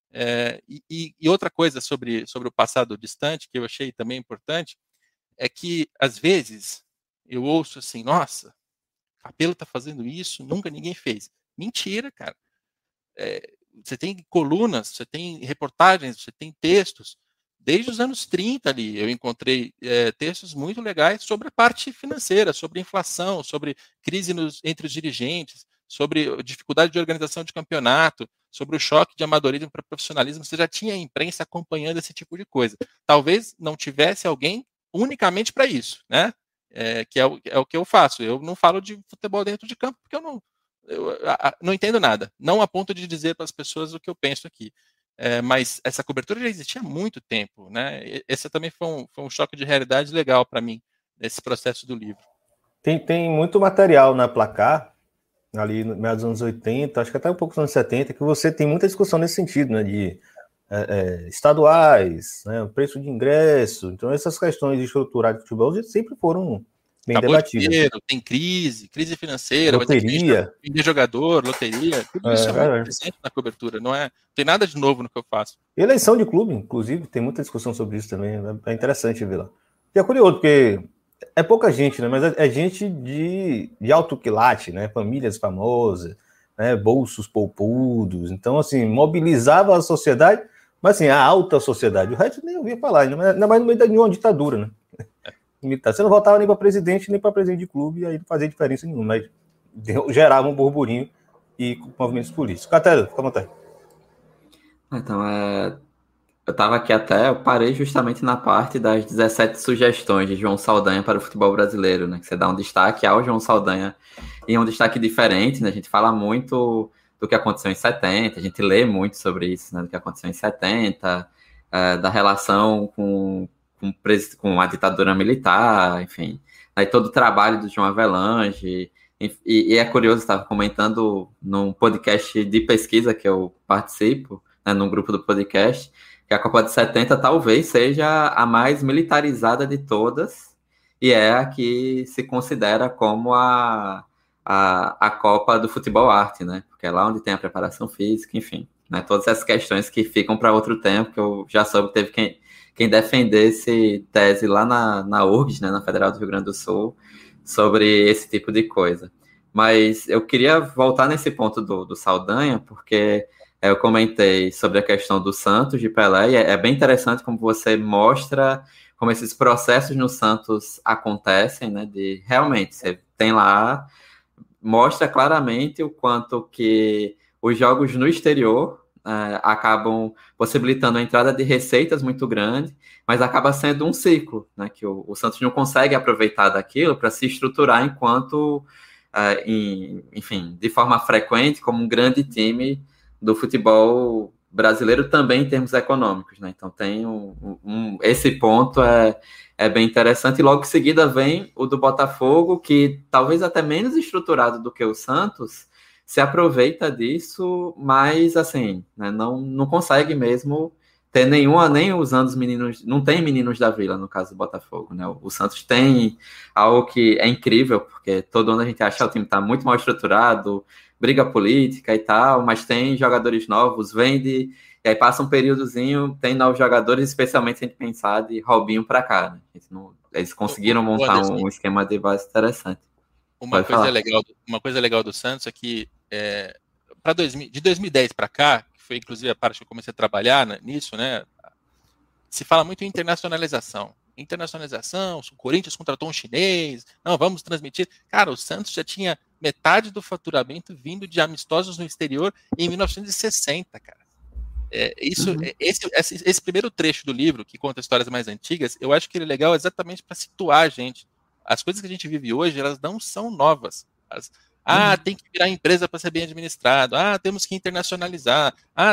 S4: E outra coisa sobre o passado distante, que eu achei também importante, é que, às vezes, eu ouço assim, nossa, Capello está fazendo isso, nunca ninguém fez. Mentira, cara. Você tem colunas, você tem reportagens, você tem textos. Desde os anos 30 ali, eu encontrei textos muito legais sobre a parte financeira, sobre inflação, sobre crise entre os dirigentes, sobre dificuldade de organização de campeonato, sobre o choque de amadorismo para profissionalismo. Você já tinha imprensa acompanhando esse tipo de coisa. Talvez não tivesse alguém unicamente para isso, né? Que é o que eu faço. Eu não falo de futebol dentro de campo porque eu não entendo nada. Não a ponto de dizer para as pessoas o que eu penso aqui. Mas essa cobertura já existia há muito tempo, né? Esse também foi um choque de realidade legal para mim, nesse processo do livro.
S1: Tem muito material na Placar, ali no meio dos anos 80, acho que até um pouco dos anos 70, que você tem muita discussão nesse sentido, né? De estaduais, né? O preço de ingresso. Então, essas questões estruturais de futebol sempre foram bem debatidas.
S4: Dinheiro, tem crise financeira,
S1: loteria,
S4: vender jogador, loteria, tudo isso é muito presente na cobertura, não tem nada de novo no que eu faço.
S1: Eleição de clube, inclusive, tem muita discussão sobre isso também, é interessante ver lá. E é curioso, porque é pouca gente, né? Mas é gente de alto quilate, né? Famílias famosas, né? Bolsos poupudos, então, assim, mobilizava a sociedade, mas assim, a alta sociedade, o resto nem ouvia falar, ainda mais no meio de uma ditadura, né? Você não votava nem para presidente, nem para presidente de clube, e aí não fazia diferença nenhuma, mas gerava um burburinho e movimentos políticos. Catela, fica à vontade.
S2: Então, eu estava aqui eu parei justamente na parte das 17 sugestões de João Saldanha para o futebol brasileiro, né? Que você dá um destaque ao João Saldanha, e um destaque diferente, né? A gente fala muito do que aconteceu em 70, a gente lê muito sobre isso, né? Do que aconteceu em 70, da relação com a ditadura militar, enfim, aí todo o trabalho do João Avelange, e é curioso, estava comentando num podcast de pesquisa que eu participo, né, num grupo do podcast, que a Copa de 70 talvez seja a mais militarizada de todas, e é a que se considera como a Copa do futebol arte, né, porque é lá onde tem a preparação física, enfim, né, todas essas questões que ficam para outro tempo, que eu já soube que teve quem defendesse tese lá na URGS, né, na Federal do Rio Grande do Sul, sobre esse tipo de coisa. Mas eu queria voltar nesse ponto do Saldanha, porque eu comentei sobre a questão do Santos, de Pelé, e é bem interessante como você mostra como esses processos no Santos acontecem, né, de realmente, você tem lá, mostra claramente o quanto que os jogos no exterior acabam possibilitando a entrada de receitas muito grande, mas acaba sendo um ciclo, né, que o Santos não consegue aproveitar daquilo para se estruturar enquanto, enfim, de forma frequente, como um grande time do futebol brasileiro também em termos econômicos, né? Então tem esse ponto é bem interessante, e logo em seguida vem o do Botafogo, que talvez até menos estruturado do que o Santos, se aproveita disso, mas assim, né, não consegue mesmo ter nem usando os meninos, não tem meninos da Vila no caso do Botafogo, né? O Santos tem algo que é incrível, porque todo ano a gente acha que o time está muito mal estruturado, briga política e tal, mas tem jogadores novos, vende, e aí passa um períodozinho, tem novos jogadores, especialmente se a gente pensar de Robinho para cá, né? Eles conseguiram montar um esquema de base interessante.
S4: Uma coisa legal do Santos é que de 2010 para cá, que foi inclusive a parte que eu comecei a trabalhar nisso, né? Se fala muito em internacionalização. O Corinthians contratou um chinês, não, vamos transmitir. Cara, o Santos já tinha metade do faturamento vindo de amistosos no exterior em 1960, cara. Esse primeiro trecho do livro, que conta histórias mais antigas, eu acho que ele é legal exatamente para situar a gente. As coisas que a gente vive hoje, elas não são novas. Tem que virar empresa para ser bem administrado. Temos que internacionalizar.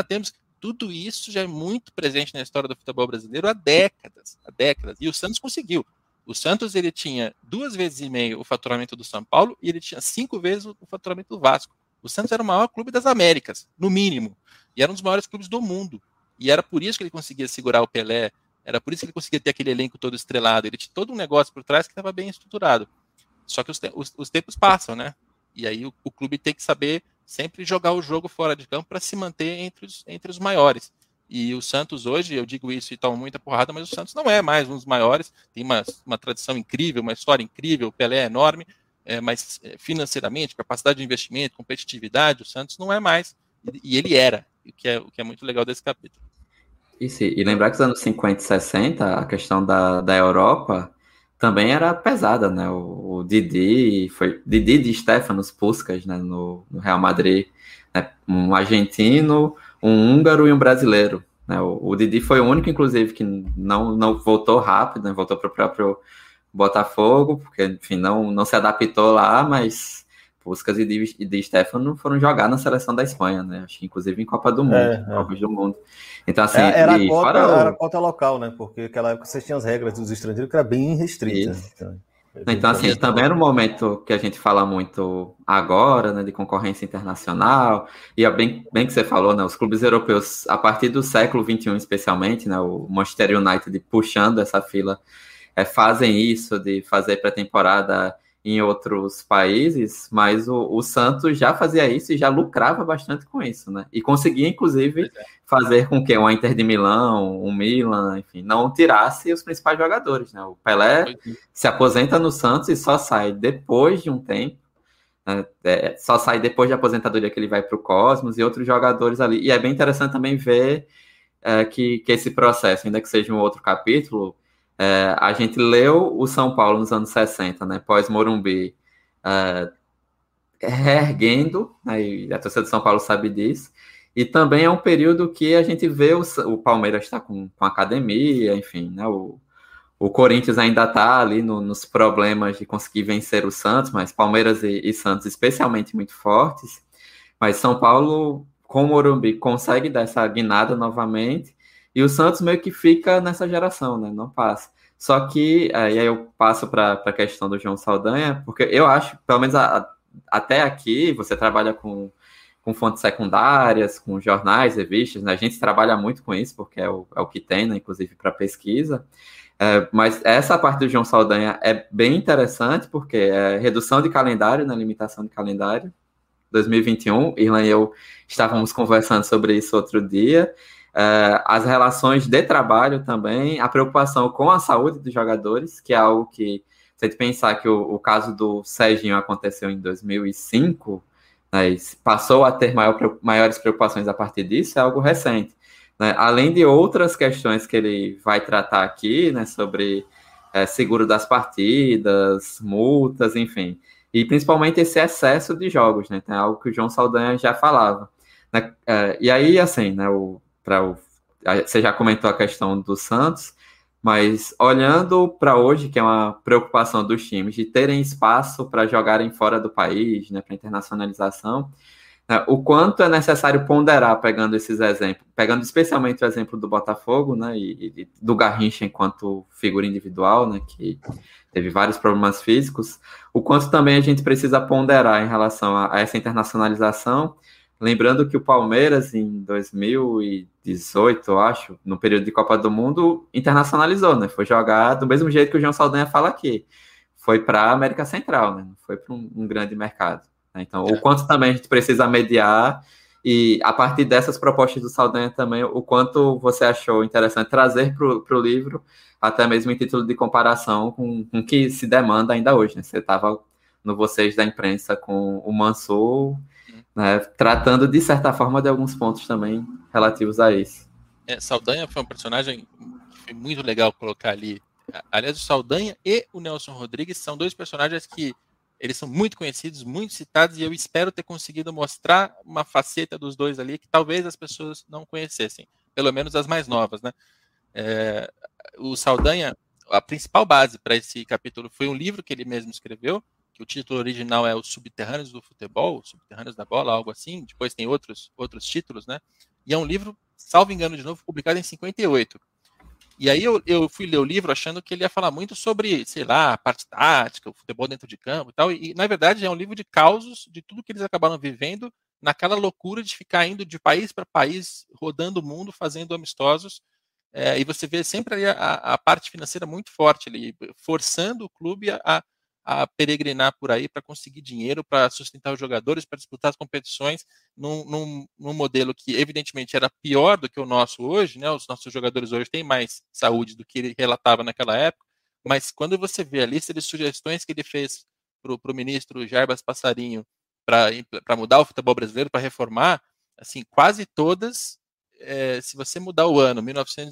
S4: Tudo isso já é muito presente na história do futebol brasileiro há décadas. E o Santos conseguiu. O Santos ele tinha 2,5 vezes o faturamento do São Paulo e ele tinha 5 vezes o faturamento do Vasco. O Santos era o maior clube das Américas, no mínimo. E era um dos maiores clubes do mundo. E era por isso que ele conseguia segurar o Pelé, era por isso que ele conseguia ter aquele elenco todo estrelado. Ele tinha todo um negócio por trás que estava bem estruturado. Só que os tempos passam, né? E aí o clube tem que saber sempre jogar o jogo fora de campo para se manter entre os maiores. E o Santos hoje, eu digo isso e tomo muita porrada, mas o Santos não é mais um dos maiores. Tem uma tradição incrível, uma história incrível, o Pelé é enorme, mas financeiramente, capacidade de investimento, competitividade, o Santos não é mais. E ele era, o que é muito legal desse capítulo.
S2: Isso, e lembrar que os anos 50 e 60, a questão da Europa também era pesada, né? O Didi de Stefanos Puskás, né? No Real Madrid, né? Um argentino, um húngaro e um brasileiro, né? O Didi foi o único, inclusive, que não voltou rápido, né? Voltou para o próprio Botafogo, porque, enfim, não se adaptou lá, mas Puskás e de Stefano foram jogar na seleção da Espanha, né? Acho que inclusive em Copa do Mundo, Copas do Mundo. Então, assim,
S1: era a cota local, né? Porque naquela época vocês tinham as regras dos estrangeiros que era bem restrita.
S2: Então, assim, também era um momento que a gente fala muito agora, né, de concorrência internacional, e é bem que você falou, né, os clubes europeus, a partir do século XXI especialmente, né, o Manchester United puxando essa fila, fazem isso, de fazer pré-temporada em outros países, mas o Santos já fazia isso e já lucrava bastante com isso, né? E conseguia, inclusive, fazer com que o Inter de Milão, o Milan, enfim, não tirasse os principais jogadores, né? O Pelé se aposenta no Santos e só sai depois de um tempo, né? Só sai depois da aposentadoria que ele vai para o Cosmos e outros jogadores ali. E é bem interessante também ver que esse processo, ainda que seja um outro capítulo, a gente leu o São Paulo nos anos 60, né, pós-Morumbi, reerguendo, né, e a torcida de São Paulo sabe disso, e também é um período que a gente vê o Palmeiras está com academia, enfim, né, o Corinthians ainda está ali nos problemas de conseguir vencer o Santos, mas Palmeiras e Santos especialmente muito fortes, mas São Paulo, com o Morumbi, consegue dar essa guinada novamente, e o Santos meio que fica nessa geração, né? Não passa. Só que, e aí eu passo para a questão do João Saldanha, porque eu acho, pelo menos até aqui, você trabalha com fontes secundárias, com jornais, revistas, né? A gente trabalha muito com isso, porque é o que tem, né? Inclusive para pesquisa. Mas essa parte do João Saldanha é bem interessante, porque é redução de calendário, né? Limitação de calendário, 2021. Irlan e eu estávamos conversando sobre isso outro dia. As relações de trabalho também, a preocupação com a saúde dos jogadores, que é algo que, se a gente pensar que o caso do Serginho aconteceu em 2005, né, passou a ter maiores preocupações a partir disso, é algo recente. Né? Além de outras questões que ele vai tratar aqui, né, sobre seguro das partidas, multas, enfim, e principalmente esse excesso de jogos, né, é algo que o João Saldanha já falava. Né? E aí, assim, né, você já comentou a questão do Santos, mas olhando para hoje, que é uma preocupação dos times de terem espaço para jogarem fora do país, né, para internacionalização, né, o quanto é necessário ponderar, pegando esses exemplos, pegando especialmente o exemplo do Botafogo, né, e do Garrincha enquanto figura individual, né, que teve vários problemas físicos, o quanto também a gente precisa ponderar em relação a essa internacionalização. Lembrando que o Palmeiras, em 2018, eu acho, no período de Copa do Mundo, internacionalizou, né? Foi jogar do mesmo jeito que o João Saldanha fala aqui. Foi para a América Central, né? Não foi para um grande mercado. Então, o quanto também a gente precisa mediar, e a partir dessas propostas do Saldanha também, o quanto você achou interessante trazer para o livro, até mesmo em título de comparação com o que se demanda ainda hoje, né? Você estava no Vocês da Imprensa com o Mansur, né, tratando de certa forma de alguns pontos também relativos a isso.
S4: Saldanha foi um personagem que foi muito legal colocar ali. Aliás, o Saldanha e o Nelson Rodrigues são dois personagens que eles são muito conhecidos, muito citados, e eu espero ter conseguido mostrar uma faceta dos dois ali que talvez as pessoas não conhecessem, pelo menos as mais novas, né? O Saldanha, a principal base para esse capítulo foi um livro que ele mesmo escreveu, que o título original é Os Subterrâneos do Futebol, Subterrâneos da Bola, algo assim, depois tem outros títulos, né? E é um livro, salvo engano de novo, publicado em 58. E aí eu fui ler o livro achando que ele ia falar muito sobre, sei lá, a parte tática, o futebol dentro de campo e tal, e na verdade é um livro de causos de tudo que eles acabaram vivendo naquela loucura de ficar indo de país para país, rodando o mundo, fazendo amistosos, e você vê sempre ali a parte financeira muito forte ali, forçando o clube a peregrinar por aí para conseguir dinheiro, para sustentar os jogadores, para disputar as competições, num modelo que evidentemente era pior do que o nosso hoje, né? Os nossos jogadores hoje têm mais saúde do que ele relatava naquela época, mas quando você vê a lista de sugestões que ele fez para o ministro Jarbas Passarinho para mudar o futebol brasileiro, para reformar, assim, quase todas, se você mudar o ano,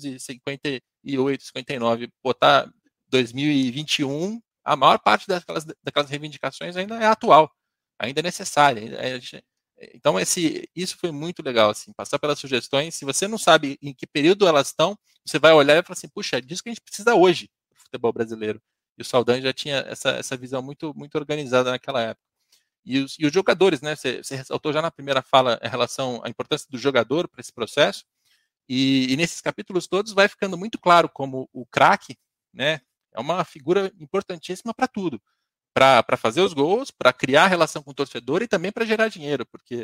S4: 1958, 59, botar 2021, a maior parte daquelas reivindicações ainda é atual, ainda é necessária. Então, isso foi muito legal, assim, passar pelas sugestões. Se você não sabe em que período elas estão, você vai olhar e falar assim, puxa, é disso que a gente precisa hoje no futebol brasileiro. E o Saldanha já tinha essa visão muito, muito organizada naquela época. E os jogadores, né? Você ressaltou já na primeira fala em relação à importância do jogador para esse processo. E nesses capítulos todos vai ficando muito claro como o craque, né, é uma figura importantíssima para tudo, para fazer os gols, para criar relação com o torcedor e também para gerar dinheiro, porque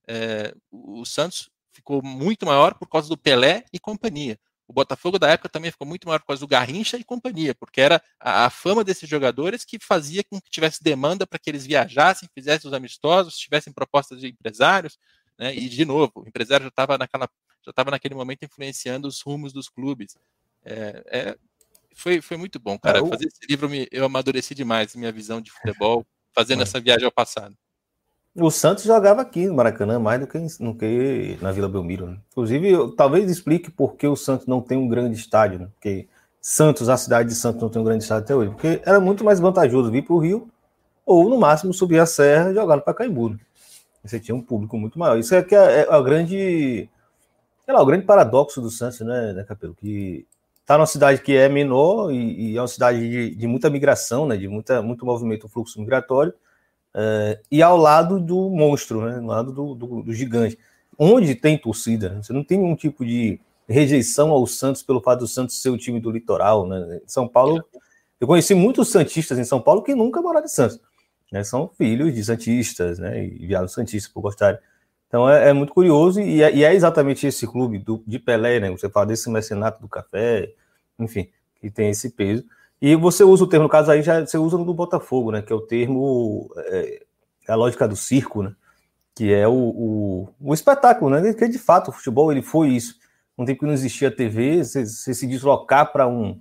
S4: o Santos ficou muito maior por causa do Pelé e companhia. O Botafogo da época também ficou muito maior por causa do Garrincha e companhia, porque era a fama desses jogadores que fazia com que tivesse demanda para que eles viajassem, fizessem os amistosos, tivessem propostas de empresários, né? E, de novo, o empresário já estava naquele momento influenciando os rumos dos clubes. Foi muito bom, cara. Fazer esse livro, eu amadureci demais minha visão de futebol, fazendo essa viagem ao passado.
S1: O Santos jogava aqui no Maracanã mais do que na Vila Belmiro, né? Inclusive, talvez explique por que o Santos não tem um grande estádio, né? Porque a cidade de Santos não tem um grande estádio até hoje, porque era muito mais vantajoso vir para o Rio ou, no máximo, subir a serra e jogar no Pacaembu, né? Você tinha um público muito maior. Isso que é o grande paradoxo do Santos, né, Capelo? Que está numa cidade que é menor e é uma cidade de muita migração, né, de muito movimento, fluxo migratório, e ao lado do monstro, né, ao lado do gigante, onde tem torcida, né? Você não tem nenhum tipo de rejeição ao Santos pelo fato do Santos ser o time do litoral, né? São Paulo, eu conheci muitos santistas em São Paulo que nunca moraram em Santos, né? São filhos de santistas, né, e vieram santistas por gostarem. Então é muito curioso, e é exatamente esse clube de Pelé, né? Você fala desse mecenato do café, enfim, que tem esse peso. E você usa o termo, no caso aí, você usa no do Botafogo, né? Que é o termo, a lógica do circo, né? Que é o espetáculo, né? Que de fato o futebol ele foi isso. Um tempo que não existia TV, você se deslocar para um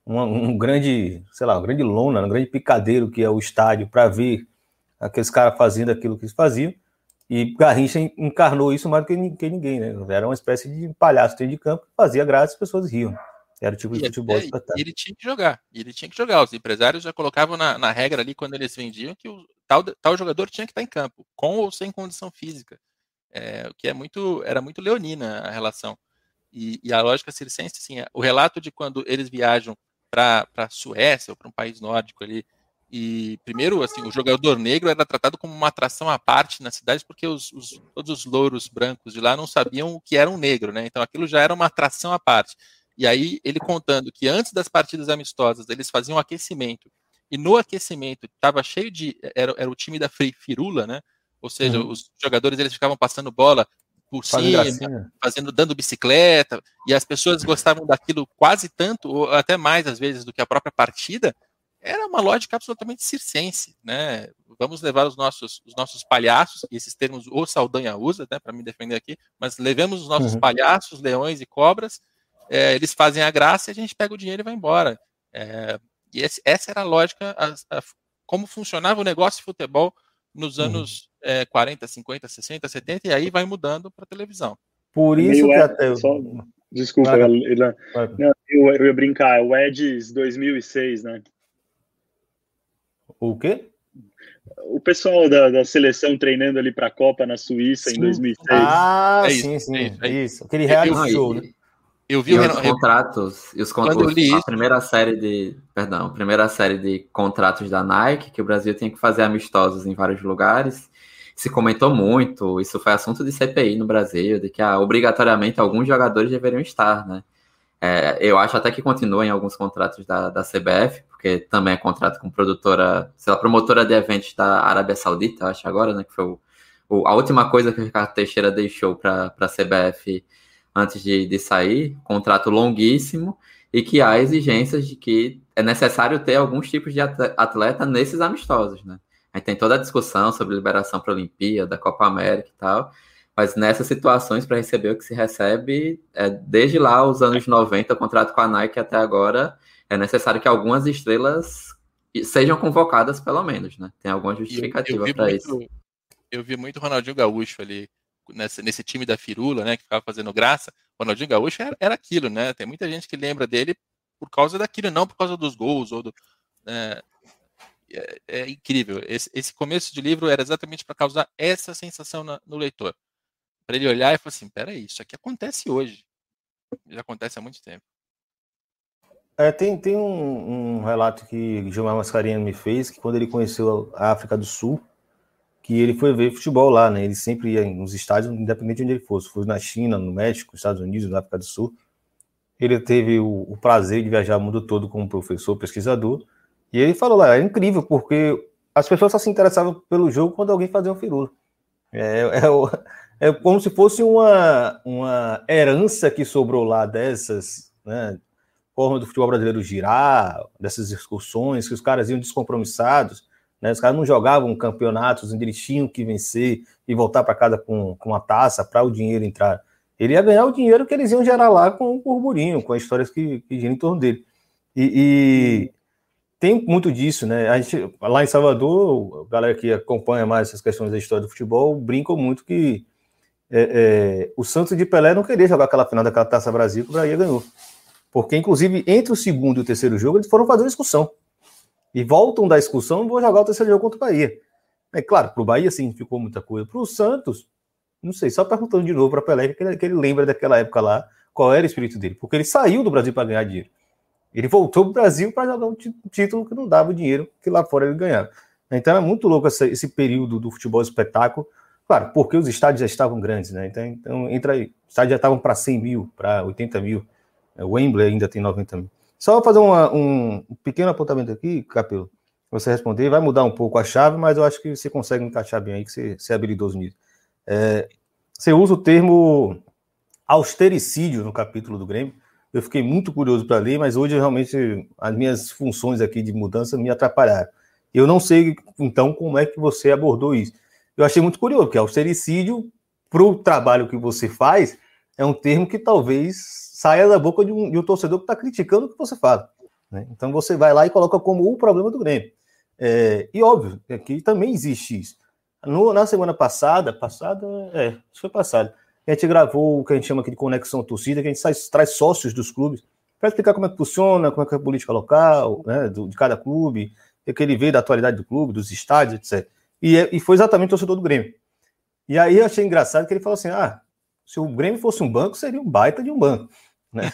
S1: grande, sei lá, um grande lona, um grande picadeiro que é o estádio, para ver aqueles caras fazendo aquilo que eles faziam. E Garrincha encarnou isso mais do que ninguém, né? Era uma espécie de palhaço dentro de campo, fazia graça e as pessoas riam. Era o tipo de futebol espetáculo.
S4: E ele tinha que jogar. Os empresários já colocavam na regra ali, quando eles vendiam, que o tal jogador tinha que estar em campo, com ou sem condição física. O que era muito leonina a relação. E a lógica circense, assim, o relato de quando eles viajam para a Suécia ou para um país nórdico ali, e primeiro, assim, o jogador negro era tratado como uma atração à parte na cidade, porque todos os louros brancos de lá não sabiam o que era um negro, né? Então aquilo já era uma atração à parte. E aí ele contando que antes das partidas amistosas eles faziam aquecimento, e no aquecimento estava cheio era o time da Firula, né? Ou seja, os jogadores eles ficavam passando bola por cima, dando bicicleta, e as pessoas gostavam daquilo quase tanto, ou até mais às vezes, do que a própria partida, era uma lógica absolutamente circense, né? Vamos levar os nossos palhaços, e esses termos o Saldanha usa, né, para me defender aqui, mas levemos os nossos palhaços, leões e cobras, eles fazem a graça e a gente pega o dinheiro e vai embora. E essa era a lógica, como funcionava o negócio de futebol nos anos 40, 50, 60, 70, e aí vai mudando para a televisão.
S1: Por isso que até...
S3: Desculpa, eu ia brincar, é o Eds 2006, né?
S1: O quê?
S3: O pessoal da seleção treinando ali para a Copa na Suíça em 2006.
S1: Ah, sim. Isso. Aquele reality show, né?
S2: Eu vi os contratos, a primeira série de contratos da Nike, que o Brasil tinha que fazer amistosos em vários lugares. Se comentou muito, isso foi assunto de CPI no Brasil, de que obrigatoriamente alguns jogadores deveriam estar, né? Eu acho até que continua em alguns contratos da CBF, porque também é contrato com promotora de eventos da Arábia Saudita, acho agora, né? Que foi a última coisa que o Ricardo Teixeira deixou para a CBF antes de sair, contrato longuíssimo, e que há exigências de que é necessário ter alguns tipos de atleta nesses amistosos, né? Aí tem toda a discussão sobre liberação para a Olimpíada, Copa América e tal, mas nessas situações, para receber o que se recebe, desde lá, os anos 90, o contrato com a Nike até agora, é necessário que algumas estrelas sejam convocadas, pelo menos, né? Tem alguma justificativa para isso.
S4: Eu vi muito Ronaldinho Gaúcho ali, nesse time da Firula, né, que ficava fazendo graça. O Ronaldinho Gaúcho era aquilo, né? Tem muita gente que lembra dele por causa daquilo, não por causa dos gols ou do... É incrível. Esse começo de livro era exatamente para causar essa sensação no leitor. Para ele olhar e falar assim, peraí, isso aqui acontece hoje. Já acontece há muito tempo.
S1: Tem um relato que Gilmar Mascarenhas me fez, que quando ele conheceu a África do Sul, que ele foi ver futebol lá, né? Ele sempre ia nos estádios, independente de onde ele fosse. Foi na China, no México, nos Estados Unidos, na África do Sul. Ele teve o prazer de viajar o mundo todo como professor, pesquisador. E ele falou lá, é incrível, porque as pessoas só se interessavam pelo jogo quando alguém fazia uma firula. É como se fosse uma herança que sobrou lá dessas, né, forma do futebol brasileiro girar, dessas excursões, que os caras iam descompromissados, né, os caras não jogavam campeonatos onde eles tinham que vencer e voltar para casa com uma taça para o dinheiro entrar. Ele ia ganhar o dinheiro que eles iam gerar lá com o burburinho, com as histórias que giram em torno dele. E tem muito disso, né? A gente, lá em Salvador, a galera que acompanha mais essas questões da história do futebol brincam muito que o Santos de Pelé não queria jogar aquela final daquela Taça Brasil que o Bahia ganhou. Porque, inclusive, entre o segundo e o terceiro jogo, eles foram fazer uma excursão. E voltam da excursão e vão jogar o terceiro jogo contra o Bahia. É claro, para o Bahia significou muita coisa. Para o Santos, não sei, só perguntando de novo para Pelé, que ele lembra daquela época lá, qual era o espírito dele. Porque ele saiu do Brasil para ganhar dinheiro. Ele voltou para o Brasil para jogar um título que não dava o dinheiro que lá fora ele ganhava. Então é muito louco esse período do futebol espetáculo. Claro, porque os estádios já estavam grandes, né? Então entra aí. Os estádios já estavam para 100 mil, para 80 mil. O Wembley ainda tem 90 mil. Só vou fazer um pequeno apontamento aqui, Capelo. Você responder, vai mudar um pouco a chave, mas eu acho que você consegue encaixar bem aí, que você é habilidoso nisso. Você usa o termo austericídio no capítulo do Grêmio. Eu fiquei muito curioso para ler, mas hoje realmente as minhas funções aqui de mudança me atrapalharam. Eu não sei, então, como é que você abordou isso. Eu achei muito curioso, porque austericídio, para o trabalho que você faz, é um termo que talvez saia da boca de um torcedor que está criticando o que você fala, né? Então você vai lá e coloca como o problema do Grêmio. E óbvio, que também existe isso. Na semana passada, acho que foi passada, a gente gravou o que a gente chama aqui de Conexão Torcida, que a gente traz sócios dos clubes para explicar como é que funciona, como é que é a política local, né, de cada clube, o que ele vê da atualidade do clube, dos estádios, etc. E foi exatamente o torcedor do Grêmio. E aí eu achei engraçado que ele falou assim, se o Grêmio fosse um banco, seria um baita de um banco, né?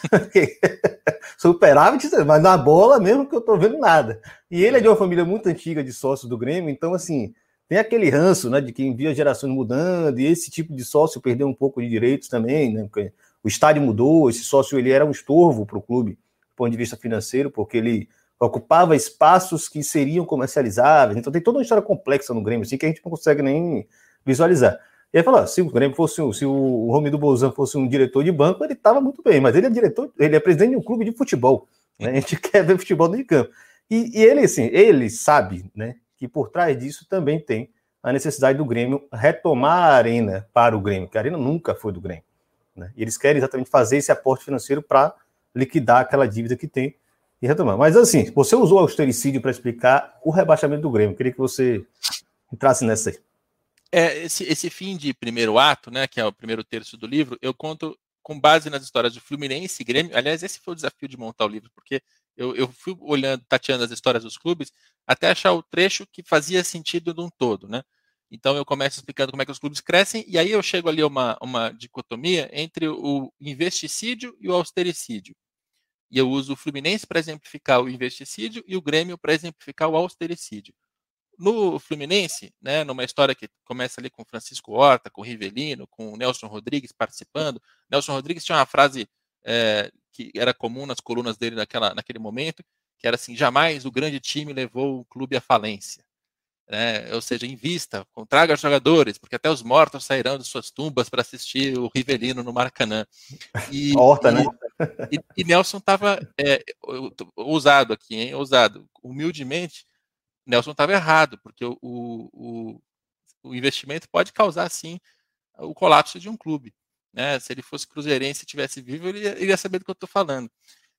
S1: Superávit, mas na bola mesmo que eu tô vendo nada. E ele é de uma família muito antiga de sócios do Grêmio, então assim, tem aquele ranço, né, de quem via gerações mudando, e esse tipo de sócio perdeu um pouco de direitos também, né, porque o estádio mudou, esse sócio ele era um estorvo para o clube, do ponto de vista financeiro, porque ele ocupava espaços que seriam comercializáveis, então tem toda uma história complexa no Grêmio, assim, que a gente não consegue nem visualizar. E aí falou, se o Grêmio fosse, se o Romildo Bolzan fosse um diretor de banco, ele estava muito bem, mas ele é presidente de um clube de futebol, né, a gente quer ver futebol dentro de campo. E ele, assim, ele sabe, né, que por trás disso também tem a necessidade do Grêmio retomar a Arena para o Grêmio, que a Arena nunca foi do Grêmio, né? E eles querem exatamente fazer esse aporte financeiro para liquidar aquela dívida que tem e retomar. Mas, assim, você usou o austericídio para explicar o rebaixamento do Grêmio. Eu queria que você entrasse nessa aí.
S4: Esse fim de primeiro ato, né, que é o primeiro terço do livro, eu conto com base nas histórias de Fluminense e Grêmio. Aliás, esse foi o desafio de montar o livro, porque eu fui olhando, tateando as histórias dos clubes, até achar o trecho que fazia sentido num todo, né? Então eu começo explicando como é que os clubes crescem, e aí eu chego ali a uma dicotomia entre o investicídio e o austericídio. E eu uso o Fluminense para exemplificar o investicídio e o Grêmio para exemplificar o austericídio. No Fluminense, né, numa história que começa ali com Francisco Horta, com Rivelino, com Nelson Rodrigues participando. Nelson Rodrigues tinha uma frase que era comum nas colunas dele naquele momento, que era assim: jamais o grande time levou o clube à falência. Né? Ou seja, invista, traga jogadores, porque até os mortos sairão de suas tumbas para assistir o Rivelino no Maracanã.
S1: Horta, né?
S4: E Nelson estava ousado aqui, hein? Ousado. Humildemente, Nelson estava errado, porque o investimento pode causar, sim, o colapso de um clube. Né? Se ele fosse cruzeirense e estivesse vivo, ele iria saber do que eu estou falando.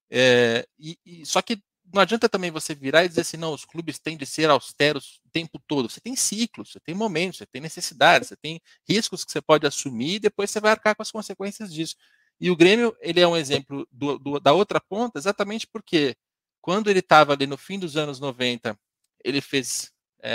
S4: Só que não adianta também você virar e dizer assim, não, os clubes têm de ser austeros o tempo todo. Você tem ciclos, você tem momentos, você tem necessidades, você tem riscos que você pode assumir e depois você vai arcar com as consequências disso. E o Grêmio, ele é um exemplo da outra ponta, exatamente porque quando ele estava ali no fim dos anos 90, ele fez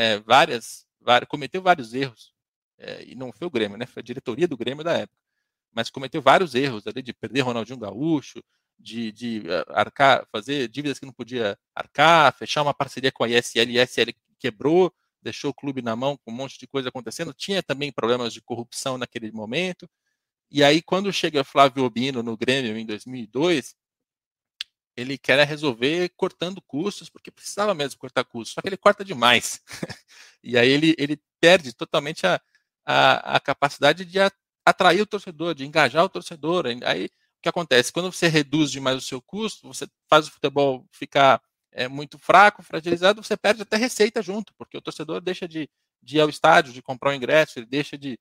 S4: cometeu vários erros, e não foi o Grêmio, né? Foi a diretoria do Grêmio da época, mas cometeu vários erros ali de perder Ronaldinho Gaúcho, de arcar, fazer dívidas que não podia arcar, fechar uma parceria com a ISL, e a ISL quebrou, deixou o clube na mão com um monte de coisa acontecendo, tinha também problemas de corrupção naquele momento, e aí quando chega Flávio Obino no Grêmio em 2002, ele quer resolver cortando custos, porque precisava mesmo cortar custos, só que ele corta demais. E aí ele perde totalmente a capacidade de atrair o torcedor, de engajar o torcedor. Aí o que acontece? Quando você reduz demais o seu custo, você faz o futebol ficar muito fraco, fragilizado, você perde até receita junto, porque o torcedor deixa de ir ao estádio, de comprar o ingresso, ele deixa de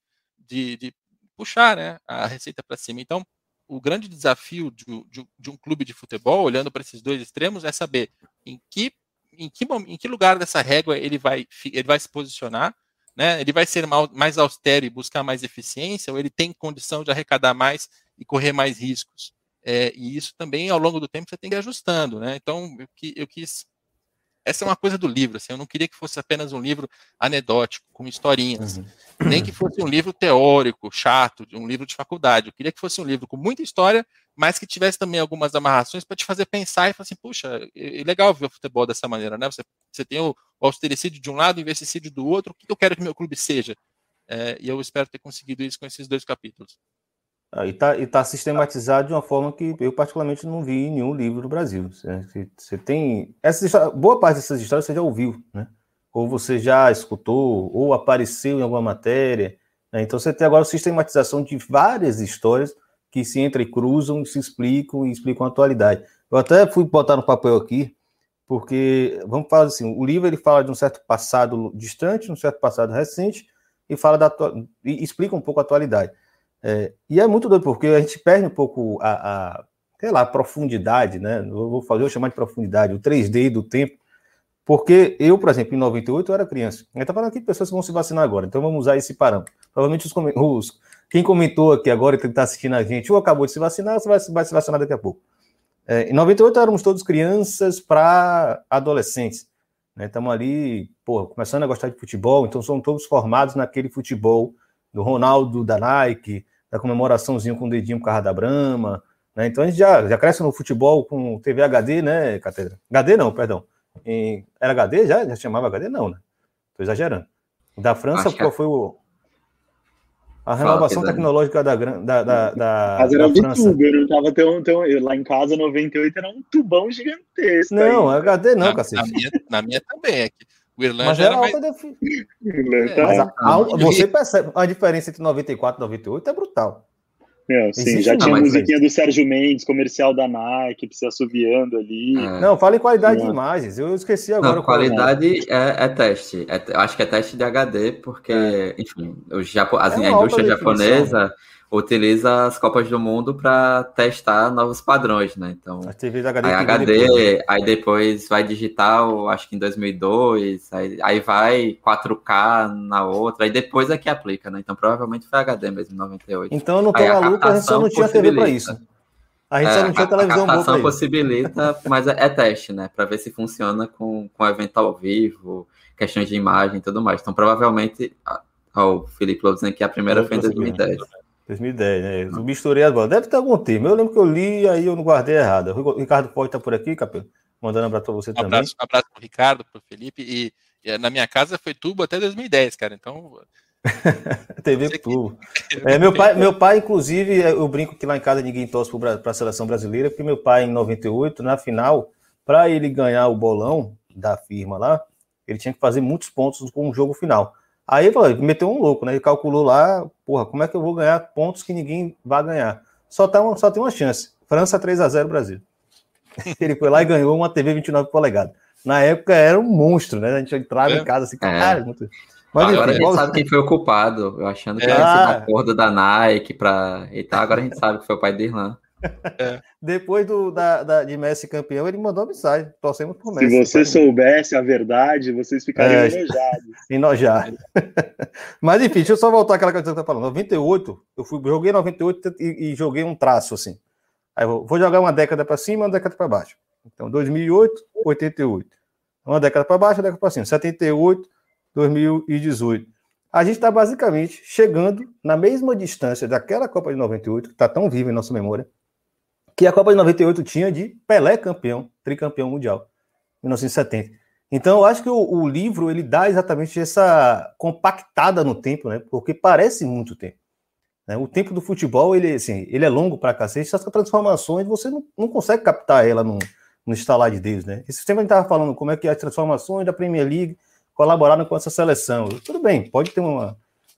S4: puxar, né, a receita para cima. Então, o grande desafio de um clube de futebol, olhando para esses dois extremos, é saber em que lugar dessa régua ele vai se posicionar, né? Ele vai ser mais austero e buscar mais eficiência, ou ele tem condição de arrecadar mais e correr mais riscos. E isso também, ao longo do tempo, você tem que ir ajustando. Né? Então, eu quis... Essa é uma coisa do livro. Assim, eu não queria que fosse apenas um livro anedótico, com historinhas. Nem que fosse um livro teórico, chato, um livro de faculdade. Eu queria que fosse um livro com muita história, mas que tivesse também algumas amarrações para te fazer pensar e falar assim, puxa, é legal ver o futebol dessa maneira, né? Você tem o austericídio de um lado, o investicídio do outro, o que eu quero que meu clube seja? E eu espero ter conseguido isso com esses 2 capítulos.
S1: E tá sistematizado de uma forma que eu particularmente não vi em nenhum livro do Brasil. Você tem... boa parte dessas histórias você já ouviu, né? Ou você já escutou, ou apareceu em alguma matéria. Né? Então você tem agora a sistematização de várias histórias que se entrecruzam, se explicam e explicam a atualidade. Eu até fui botar no papel aqui, porque, vamos falar assim, o livro ele fala de um certo passado distante, um certo passado recente, e e explica um pouco a atualidade. E é muito doido, porque a gente perde um pouco a profundidade, né? Eu vou chamar de profundidade, o 3D do tempo, porque eu, por exemplo, em 98 eu era criança. A gente está falando aqui de pessoas que vão se vacinar agora, então vamos usar esse parâmetro. Provavelmente quem comentou aqui agora e que está assistindo a gente, ou acabou de se vacinar, ou vai se vacinar daqui a pouco. Em 98 éramos todos crianças para adolescentes. Estamos ali, começando a gostar de futebol, então somos todos formados naquele futebol do Ronaldo, da Nike, da comemoraçãozinha com o dedinho por causa da Brahma, né? Então a gente já cresce no futebol com TV HD, né, Catedra? HD não, perdão. Era HD? Já chamava HD? Não, né? Estou exagerando. Da França, qual foi a renovação tecnológica da
S3: Mas era de tubo, eu não tava tão... Lá em casa, 98, era um tubão gigantesco.
S1: Não, aí. HD não, cacete.
S4: Na minha também, aqui. O Irlanda
S1: mas era alta definição. Você percebe a diferença entre 94 e 98 é brutal.
S3: Sim, já tinha a musiquinha do Sérgio Mendes, comercial da Nike, se assoviando ali.
S1: Não, fala em qualidade de imagens. Eu esqueci agora.
S2: Não, qualidade é teste. Acho que é teste de HD, porque, enfim, a indústria japonesa utiliza as Copas do Mundo para testar novos padrões, né? Então,
S1: as TVs HD,
S2: aí depois vai digital, acho que em 2002, aí vai 4K na outra, aí depois é que aplica, né? Então, provavelmente foi HD mesmo, em 98.
S1: Então, eu não tô maluco, a gente só não tinha TV para isso. A gente só não tinha televisão boa para isso.
S2: Possibilita, mas é teste, né? Para ver se funciona com evento ao vivo, questões de imagem e tudo mais. Então, provavelmente, o Felipe Lobo dizendo que a primeira foi em 2010.
S1: 2010, né? Eu misturei as bolas. Deve ter algum termo. Eu lembro que eu li, aí eu não guardei errado. O Ricardo pode estar por aqui, Capelo? Mandando um abraço para você também.
S4: Um abraço pro Ricardo, pro Felipe. E na minha casa foi tubo até 2010, cara. Então...
S1: TV tubo. Meu pai, inclusive, eu brinco que lá em casa ninguém torce para a seleção brasileira, porque meu pai, em 98, na final, para ele ganhar o bolão da firma lá, ele tinha que fazer muitos pontos com o jogo final. Aí ele meteu um louco, né? Ele calculou lá, como é que eu vou ganhar pontos que ninguém vai ganhar? Só tem uma chance. França 3-0 Brasil. Ele foi lá e ganhou uma TV 29 polegadas. Na época era um monstro, né? A gente entrava em casa assim, cara, muito... Mas,
S2: agora enfim, a gente sabe quem foi o culpado. Eu achando que era esse acordo da Nike e tal. Agora a gente sabe que foi o pai de Irlan.
S1: Depois de Messi campeão, ele mandou mensagem. Torcemos por Messi.
S3: Se você soubesse a verdade, vocês ficariam
S1: enojados. Mas enfim, deixa eu só voltar àquela coisa que você está falando. 98, joguei 98 e joguei um traço assim. Aí vou jogar uma década para cima e uma década para baixo. Então, 2008, 88. Uma década para baixo, uma década para cima. 78, 2018. A gente está basicamente chegando na mesma distância daquela Copa de 98, que está tão viva em nossa memória, que a Copa de 98 tinha de Pelé campeão, tricampeão mundial, 1970. Então, eu acho que o livro ele dá exatamente essa compactada no tempo, né? Porque parece muito tempo. Né? O tempo do futebol ele é longo para cacete, essas transformações você não consegue captar ela no estalar de Deus. Né? Esse tempo a gente estava falando como é que as transformações da Premier League colaboraram com essa seleção. Tudo bem, pode ter um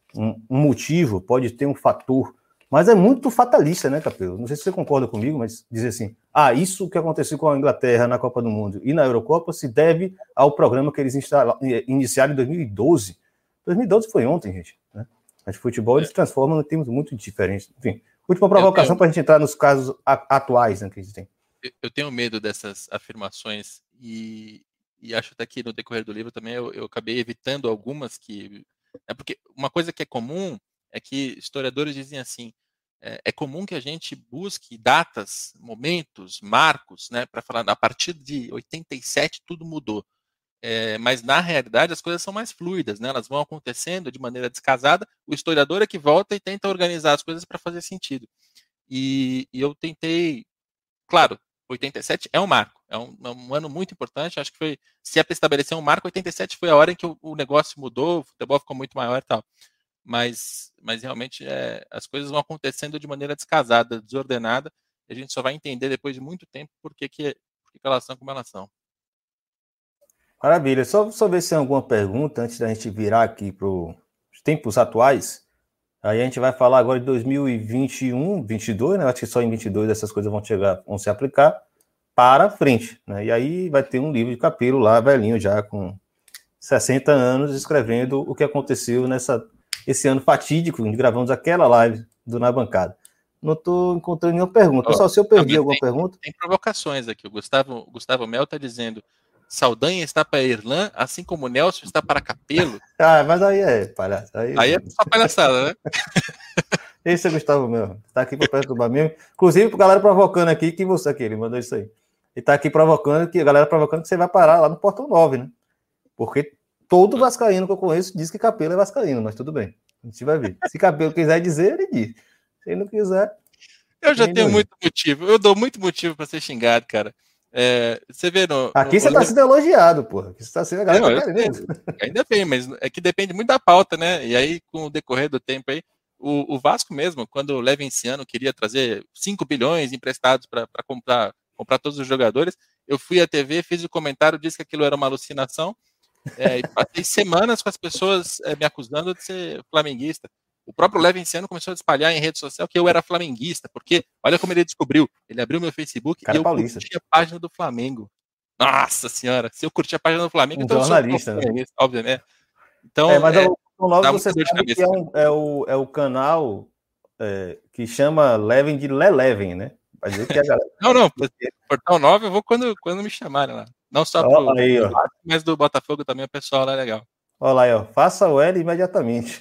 S1: motivo, pode ter um fator, mas é muito fatalista, né, Capelo? Não sei se você concorda comigo, mas dizer assim, isso que aconteceu com a Inglaterra na Copa do Mundo e na Eurocopa se deve ao programa que eles iniciaram em 2012. 2012 foi ontem, gente. Né? Mas futebol eles transformam em termos muito diferentes. Enfim, última provocação para a gente entrar nos casos atuais, né, que a gente tem.
S4: Eu tenho medo dessas afirmações e acho até que no decorrer do livro também eu acabei evitando algumas que... porque uma coisa que é comum é que historiadores dizem assim, é comum que a gente busque datas, momentos, marcos, né, para falar, a partir de 87 tudo mudou. Mas na realidade as coisas são mais fluidas, né, elas vão acontecendo de maneira descasada, o historiador é que volta e tenta organizar as coisas para fazer sentido. E eu tentei, claro, 87 é um marco, é um ano muito importante, acho que foi, se é para estabelecer um marco, 87 foi a hora em que o negócio mudou, o futebol ficou muito maior e tal, mas realmente as coisas vão acontecendo de maneira descasada, desordenada, e a gente só vai entender depois de muito tempo por que elas são como elas são.
S1: Maravilha, só ver se tem alguma pergunta antes da gente virar aqui para os tempos atuais. Aí a gente vai falar agora de 2021, 22, né? Acho que só em 22 essas coisas vão se aplicar para frente, né? E aí vai ter um livro de Capelo lá, velhinho já, com 60 anos, escrevendo o que aconteceu esse ano fatídico, onde gravamos aquela live do Na Bancada. Não estou encontrando nenhuma pergunta. Pessoal, se eu perdi alguma pergunta...
S4: Tem provocações aqui. O Gustavo Mel está dizendo... Saldanha está para Irlan, assim como o Nelson está para Capelo.
S1: Mas aí é palhaço.
S4: Aí é só palhaçada, né?
S1: Esse é o Gustavo mesmo. Está aqui para perturbar mesmo. Inclusive, a galera provocando aqui que você aqui, ele mandou isso aí. Ele está aqui provocando, a galera provocando que você vai parar lá no Portão 9, né? Porque todo vascaíno que eu conheço diz que Capelo é vascaíno, mas tudo bem. A gente vai ver. Se Capelo quiser dizer, ele diz. Se ele não quiser...
S4: Eu já tenho muito motivo. Eu dou muito motivo para ser xingado, cara. Você vê
S1: aqui você está sendo elogiado, porra. Aqui você está sendo a galera
S4: ainda bem, mas é que depende muito da pauta, né? E aí, com o decorrer do tempo aí, o Vasco mesmo, quando o Levenciano queria trazer 5 bilhões emprestados para comprar todos os jogadores, eu fui à TV, fiz o comentário, disse que aquilo era uma alucinação, e passei semanas com as pessoas me acusando de ser flamenguista. O próprio Levinciano começou a espalhar em rede social que eu era flamenguista, porque olha como ele descobriu. Ele abriu meu Facebook e eu curti a página do Flamengo. Nossa senhora, se eu curti a página do Flamengo, então
S1: jornalista,
S4: eu sou flamenguista, obviamente. Então,
S1: mas o nome você sabe que é o canal que chama Leven de Leleven, né? Vai dizer que a galera...
S4: Não, Portal 9 eu vou quando me chamarem lá. Não só pro mas do Botafogo também, o pessoal lá é legal.
S1: Olha lá aí, ó. Faça o L imediatamente.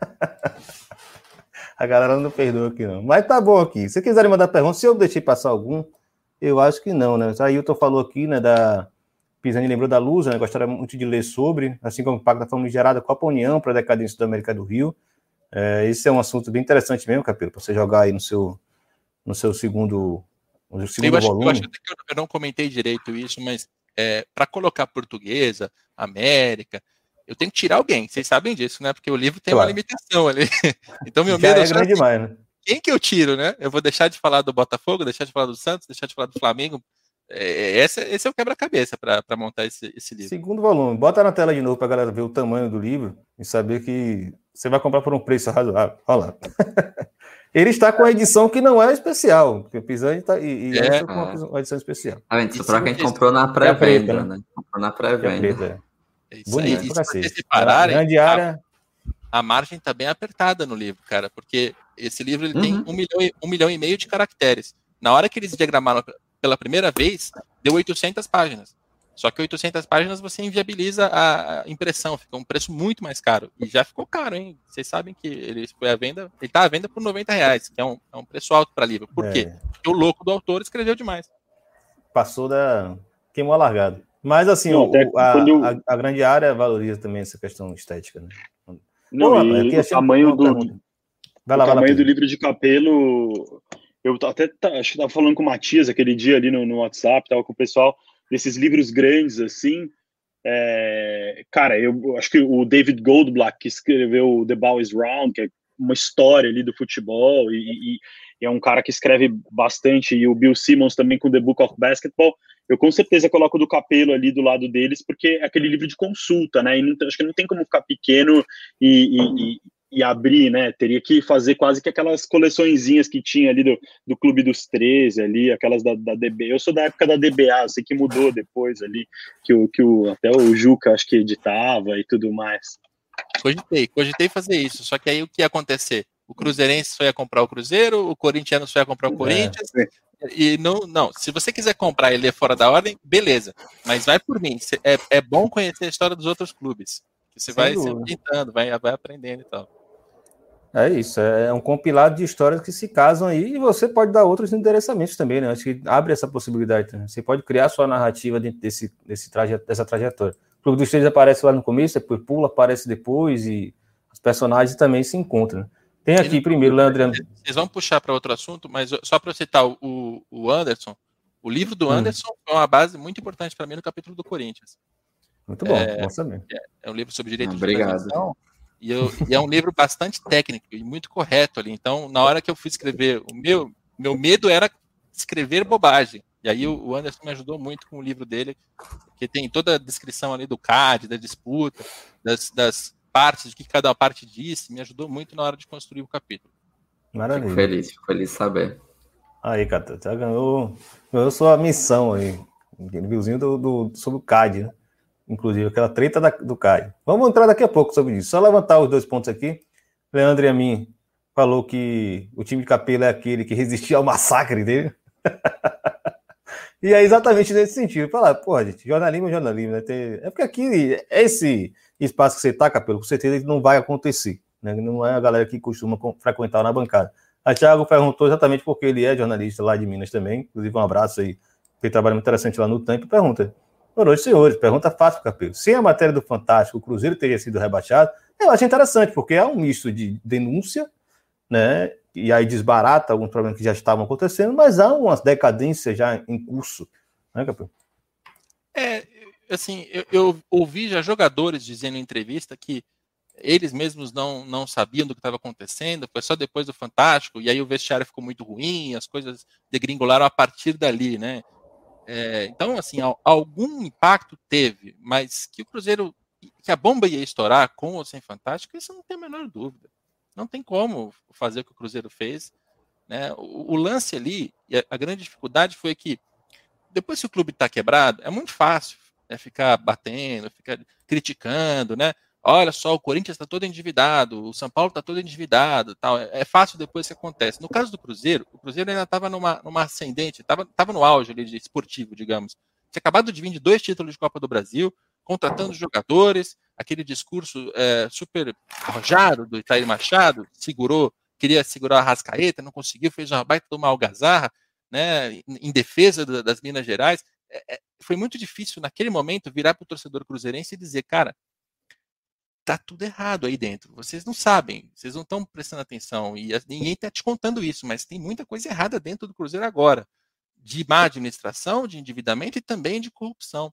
S1: A galera não perdoa aqui, não. Mas tá bom aqui. Se quiserem mandar perguntas, se eu deixei passar algum, eu acho que não, né? A Ailton falou aqui, né, da... Pisani lembrou da Lusa, né? Gostaria muito de ler sobre, assim como o Pacto da Famigerada, Copa União para a decadência da América do Rio. Esse é um assunto bem interessante mesmo, Capelo, para você jogar aí no seu segundo volume.
S4: Eu acho que eu não comentei direito isso, mas para colocar Portuguesa, América, eu tenho que tirar alguém. Vocês sabem disso, né? Porque o livro tem uma limitação ali. Então, meu medo
S1: é grande demais, né?
S4: Quem que eu tiro, né? Eu vou deixar de falar do Botafogo, deixar de falar do Santos, deixar de falar do Flamengo. Esse é o quebra-cabeça para montar esse livro.
S1: Segundo volume. Bota na tela de novo para a galera ver o tamanho do livro e saber que você vai comprar por um preço razoável. Olha lá. Ele está com a edição que não é especial, porque o Pisani está com uma edição especial.
S2: Isso para quem comprou na pré-venda, né? Comprou na pré-venda.
S1: Bonito,
S4: se vocês separarem,
S1: grande área.
S4: A margem está bem apertada no livro, cara, porque esse livro ele tem 1,5 milhão de caracteres. Na hora que eles diagramaram pela primeira vez, deu 800 páginas. Só que 800 páginas você inviabiliza a impressão, fica um preço muito mais caro. E já ficou caro, hein? Vocês sabem que ele está à venda por R$90, que é um preço alto para livro. Por quê? Porque o louco do autor escreveu demais.
S1: Queimou a largada. Mas assim, a grande área valoriza também essa questão estética, né?
S3: O tamanho do livro de Capelo, eu até acho que estava falando com o Matias aquele dia ali no WhatsApp, estava com o pessoal desses livros grandes assim. Cara, eu acho que o David Goldblatt, que escreveu The Ball is Round, que é uma história ali do futebol, e é um cara que escreve bastante, e o Bill Simmons também com The Book of Basketball, eu com certeza coloco o do Capelo ali do lado deles, porque é aquele livro de consulta, né? E acho que não tem como ficar pequeno e abrir, né? Teria que fazer quase que aquelas coleçõezinhas que tinha ali do Clube dos 13, ali, aquelas da DB. Eu sou da época da DBA, eu sei que mudou depois ali, que até o Juca acho que editava e tudo mais.
S4: Cogitei fazer isso, só que aí o que ia acontecer? O cruzeirense só ia comprar o Cruzeiro, o corintiano só ia comprar o Corinthians, e não, se você quiser comprar e ler fora da ordem, beleza, mas vai por mim, é bom conhecer a história dos outros clubes, que você vai se ambientando, vai aprendendo e tal.
S1: É isso, é um compilado de histórias que se casam aí, e você pode dar outros endereçamentos também, né? Acho que abre essa possibilidade, né? Você pode criar sua narrativa dentro dessa trajetória. O Clube dos 13 aparece lá no começo, depois pula, aparece depois, e os personagens também se encontram. Tem aqui primeiro, Leandro.
S4: Vocês vão puxar para outro assunto, mas só para eu citar o Anderson, o livro do Anderson é uma base muito importante para mim no capítulo do Corinthians.
S1: Muito bom, bom saber.
S4: É um livro sobre direito de transmissão. E é um livro bastante técnico e muito correto ali. Então, na hora que eu fui escrever, o meu medo era escrever bobagem. E aí o Anderson me ajudou muito com o livro dele, porque tem toda a descrição ali do CAD, da disputa, das partes, do que cada parte disse, me ajudou muito na hora de construir o capítulo.
S1: Maravilha.
S2: Fico feliz de saber.
S1: Aí, Cata, já ganhou sua missão aí. Viuzinho sobre o CAD, né? Inclusive, aquela treta do CAD. Vamos entrar daqui a pouco sobre isso. Só levantar os 2 pontos aqui. Leandro e a mim falou que o time de Capelo é aquele que resistiu ao massacre dele. E é exatamente nesse sentido. Falar, pô, gente, jornalismo é jornalismo, né? É porque aqui, esse espaço que você tá, Capelo, com certeza não vai acontecer, né? Não é a galera que costuma frequentar na bancada. A Thiago perguntou exatamente porque ele é jornalista lá de Minas também. Inclusive, um abraço aí. Ele trabalha muito interessante lá no Tempo. Pergunta: boa noite, senhores. Pergunta fácil, Capelo. Se a matéria do Fantástico, o Cruzeiro teria sido rebaixado, eu acho interessante, porque é um misto de denúncia, né? E aí desbarata alguns problemas que já estavam acontecendo, mas há umas decadências já em curso, né, Capelo?
S4: Assim, eu ouvi já jogadores dizendo em entrevista que eles mesmos não sabiam do que estava acontecendo, foi só depois do Fantástico, e aí o vestiário ficou muito ruim, as coisas degringolaram a partir dali, né? Então, assim, algum impacto teve, mas que o Cruzeiro, que a bomba ia estourar com ou sem Fantástico, isso não tem a menor dúvida. Não tem como fazer o que o Cruzeiro fez, né? O lance ali, e a grande dificuldade foi que depois que o clube está quebrado, é muito fácil, né, ficar batendo, ficar criticando, né? Olha só, o Corinthians está todo endividado, o São Paulo está todo endividado, tal. É fácil depois que acontece. No caso do Cruzeiro, o Cruzeiro ainda estava numa ascendente, estava no auge ali de esportivo, digamos. Tinha acabado de vir de 2 títulos de Copa do Brasil, contratando jogadores, aquele discurso super arrojado do Itair Machado, queria segurar a Arrascaeta, não conseguiu, fez uma baita de uma algazarra, né, em defesa das Minas Gerais. Foi muito difícil naquele momento virar para o torcedor cruzeirense e dizer, cara, tá tudo errado aí dentro, vocês não sabem, vocês não estão prestando atenção, e ninguém está te contando isso, mas tem muita coisa errada dentro do Cruzeiro agora, de má administração, de endividamento e também de corrupção.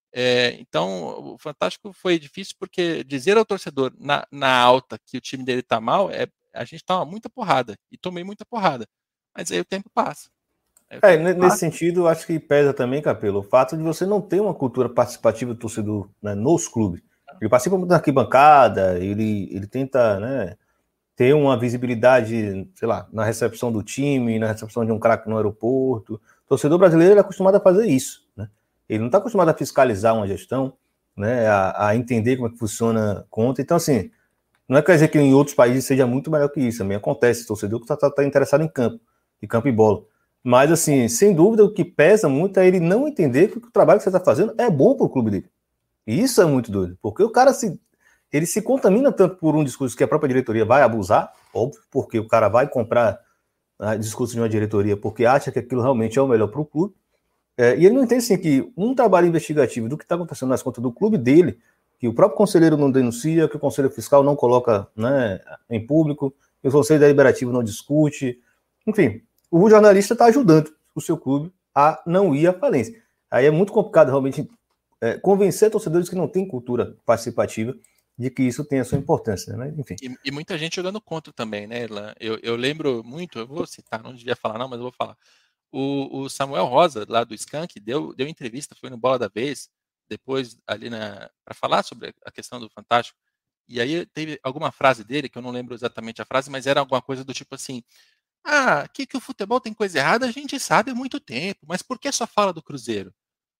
S4: Então, o Fantástico foi difícil porque dizer ao torcedor na alta que o time dele está mal, a gente toma muita porrada, e tomei muita porrada, mas aí o tempo passa.
S1: Nesse sentido, acho que pesa também, Capelo, o fato de você não ter uma cultura participativa do torcedor, né, nos clubes. Ele participa muito da arquibancada, ele tenta, né, ter uma visibilidade, sei lá, na recepção do time, na recepção de um craque no aeroporto. O torcedor brasileiro é acostumado a fazer isso, né? Ele não está acostumado a fiscalizar uma gestão, né, a entender como é que funciona a conta. Então, assim, não quer dizer que em outros países seja muito melhor que isso. Também acontece, o torcedor que está interessado em campo e campo e bola. Mas, assim, sem dúvida, o que pesa muito é ele não entender que o trabalho que você está fazendo é bom para o clube dele. E isso é muito doido, porque o cara ele se contamina tanto por um discurso que a própria diretoria vai abusar, óbvio, porque o cara vai comprar discurso de uma diretoria porque acha que aquilo realmente é o melhor para o clube. E ele não entende, assim, que um trabalho investigativo do que está acontecendo nas contas do clube dele, que o próprio conselheiro não denuncia, que o conselho fiscal não coloca, né, em público, que o conselho deliberativo não discute, enfim, o jornalista está ajudando o seu clube a não ir à falência. Aí é muito complicado realmente convencer torcedores que não têm cultura participativa de que isso tem a sua importância, né? Enfim.
S4: E muita gente jogando contra também, né, Erlan? Eu lembro muito, eu vou citar, não devia falar não, mas eu vou falar. O Samuel Rosa, lá do Skank, deu entrevista, foi no Bola da Vez, depois ali para falar sobre a questão do Fantástico, e aí teve alguma frase dele, que eu não lembro exatamente a frase, mas era alguma coisa do tipo assim, que o futebol tem coisa errada, a gente sabe há muito tempo, mas por que só fala do Cruzeiro?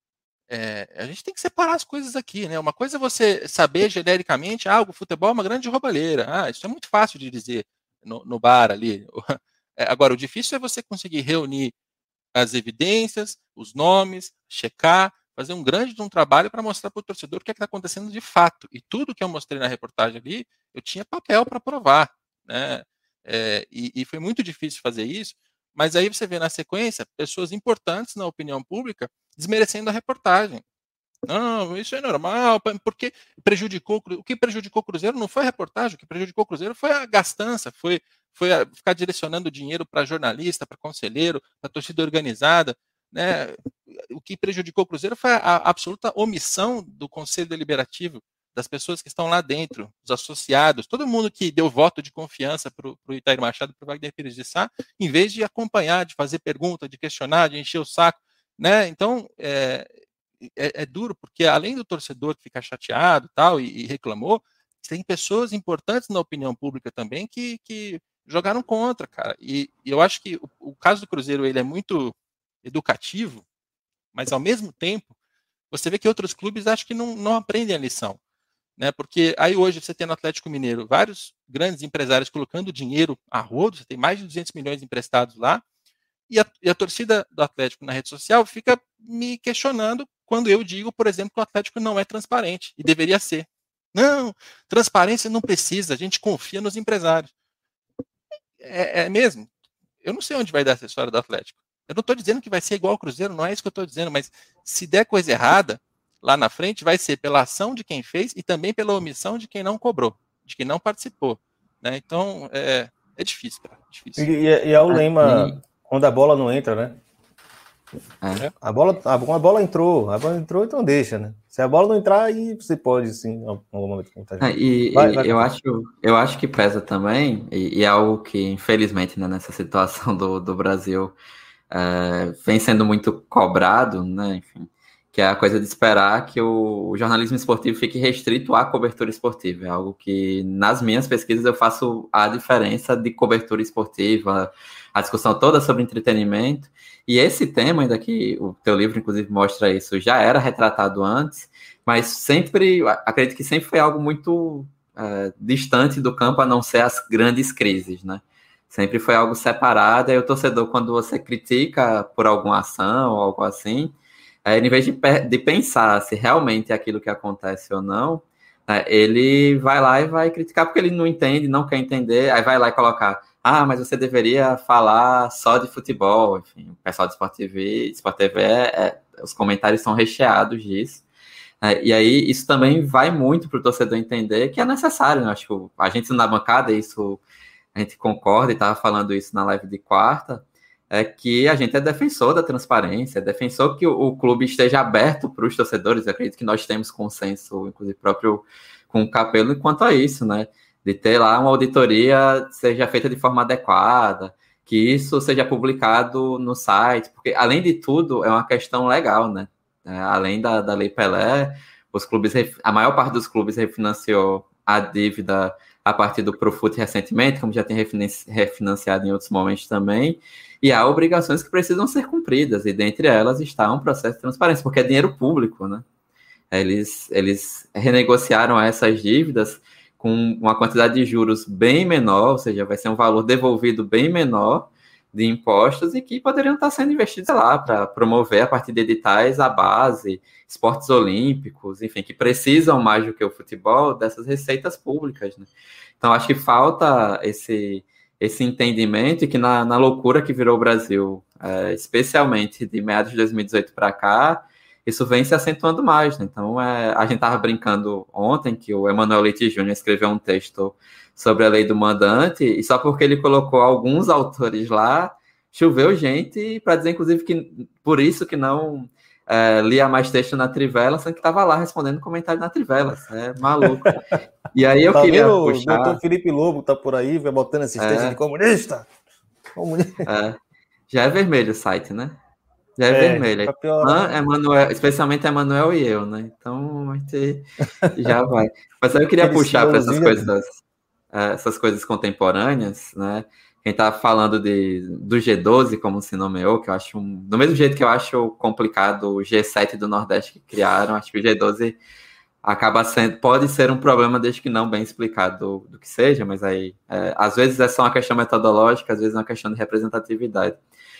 S4: A gente tem que separar as coisas aqui, né? Uma coisa é você saber genericamente, o futebol é uma grande roubalheira. Isso é muito fácil de dizer no bar ali. Agora, o difícil é você conseguir reunir as evidências, os nomes, checar, fazer um grande trabalho para mostrar para o torcedor o que está acontecendo de fato. E tudo que eu mostrei na reportagem ali, eu tinha papel para provar, né? E foi muito difícil fazer isso, mas aí você vê na sequência pessoas importantes na opinião pública desmerecendo a reportagem. Não, isso é normal, porque o que prejudicou o Cruzeiro não foi a reportagem, o que prejudicou o Cruzeiro foi a gastança, foi ficar direcionando dinheiro para jornalista, para conselheiro, para torcida organizada, né? O que prejudicou o Cruzeiro foi a absoluta omissão do Conselho Deliberativo, das pessoas que estão lá dentro, os associados, todo mundo que deu voto de confiança para o Itair Machado, para o Wagner Pires de Sá, em vez de acompanhar, de fazer pergunta, de questionar, de encher o saco, né? Então, é duro, porque além do torcedor que fica chateado e reclamou, tem pessoas importantes na opinião pública também que jogaram contra, cara. E eu acho que o caso do Cruzeiro ele é muito educativo, mas ao mesmo tempo, você vê que outros clubes acho que não aprendem a lição. Né? Porque aí hoje você tem no Atlético Mineiro vários grandes empresários colocando dinheiro a rodo, você tem mais de 200 milhões emprestados lá, e a torcida do Atlético na rede social fica me questionando quando eu digo, por exemplo, que o Atlético não é transparente, e deveria ser. Não, transparência não precisa, a gente confia nos empresários. É mesmo? Eu não sei onde vai dar essa história do Atlético. Eu não estou dizendo que vai ser igual ao Cruzeiro, não é isso que eu estou dizendo, mas se der coisa errada, lá na frente vai ser pela ação de quem fez e também pela omissão de quem não cobrou, de quem não participou. Né? Então, é difícil, cara. Difícil.
S1: E é o lema, quando a bola não entra, né? A bola entrou, então deixa, né? Se a bola não entrar, aí você pode, sim, em algum momento.
S2: Eu acho que pesa também, e é algo que, infelizmente, né, nessa situação do Brasil, vem sendo muito cobrado, né? Enfim, que é a coisa de esperar que o jornalismo esportivo fique restrito à cobertura esportiva. É algo que, nas minhas pesquisas, eu faço a diferença de cobertura esportiva, a discussão toda sobre entretenimento. E esse tema, ainda que o teu livro, inclusive, mostra isso, já era retratado antes, mas sempre, acredito que sempre foi algo muito distante do campo, a não ser as grandes crises, né? Sempre foi algo separado, e o torcedor, quando você critica por alguma ação ou algo assim, em vez de pensar se realmente é aquilo que acontece ou não, ele vai lá e vai criticar porque ele não entende, não quer entender, aí vai lá e colocar, mas você deveria falar só de futebol, enfim, o pessoal de Sport TV, os comentários são recheados disso, e aí isso também vai muito para o torcedor entender que é necessário, né? Acho que a gente na bancada, isso a gente concorda, e estava falando isso na live de quarta, é que a gente é defensor da transparência, é defensor que o clube esteja aberto para os torcedores. Eu acredito que nós temos consenso, inclusive próprio com o Capello, quanto a isso, né? De ter lá uma auditoria seja feita de forma adequada, que isso seja publicado no site, porque, além de tudo, é uma questão legal, né? Além da Lei Pelé, a maior parte dos clubes refinanciou a dívida a partir do Profut recentemente, como já tem refinanciado em outros momentos também, e há obrigações que precisam ser cumpridas, e dentre elas está um processo de transparência, porque é dinheiro público, né? Eles renegociaram essas dívidas com uma quantidade de juros bem menor, ou seja, vai ser um valor devolvido bem menor de impostos e que poderiam estar sendo investidos lá para promover, a partir de editais, a base, esportes olímpicos, enfim, que precisam mais do que o futebol dessas receitas públicas, né? Então, acho que falta esse entendimento, e que na loucura que virou o Brasil, especialmente de meados de 2018 para cá, isso vem se acentuando mais, né? Então, a gente estava brincando ontem que o Emanuel Leite Júnior escreveu um texto sobre a lei do mandante, e só porque ele colocou alguns autores lá, choveu gente, para dizer, inclusive, que por isso que não lia mais texto na Trivela, sendo que estava lá respondendo comentário na Trivela. É maluco. E aí eu queria puxar...
S1: O doutor Felipe Lobo tá por aí, vai botando esses textos de comunista.
S2: Já é vermelho o site, né? Já é vermelho. Especialmente Emanuel e eu, né? Então a gente já vai. Mas aí eu queria puxar para essas coisas contemporâneas, né? Quem tá falando do G12, como se nomeou, que eu acho do mesmo jeito que eu acho complicado o G7 do Nordeste que criaram, acho que o G12 pode ser um problema, desde que não bem explicado do que seja, mas aí às vezes é só uma questão metodológica, às vezes é uma questão de representatividade.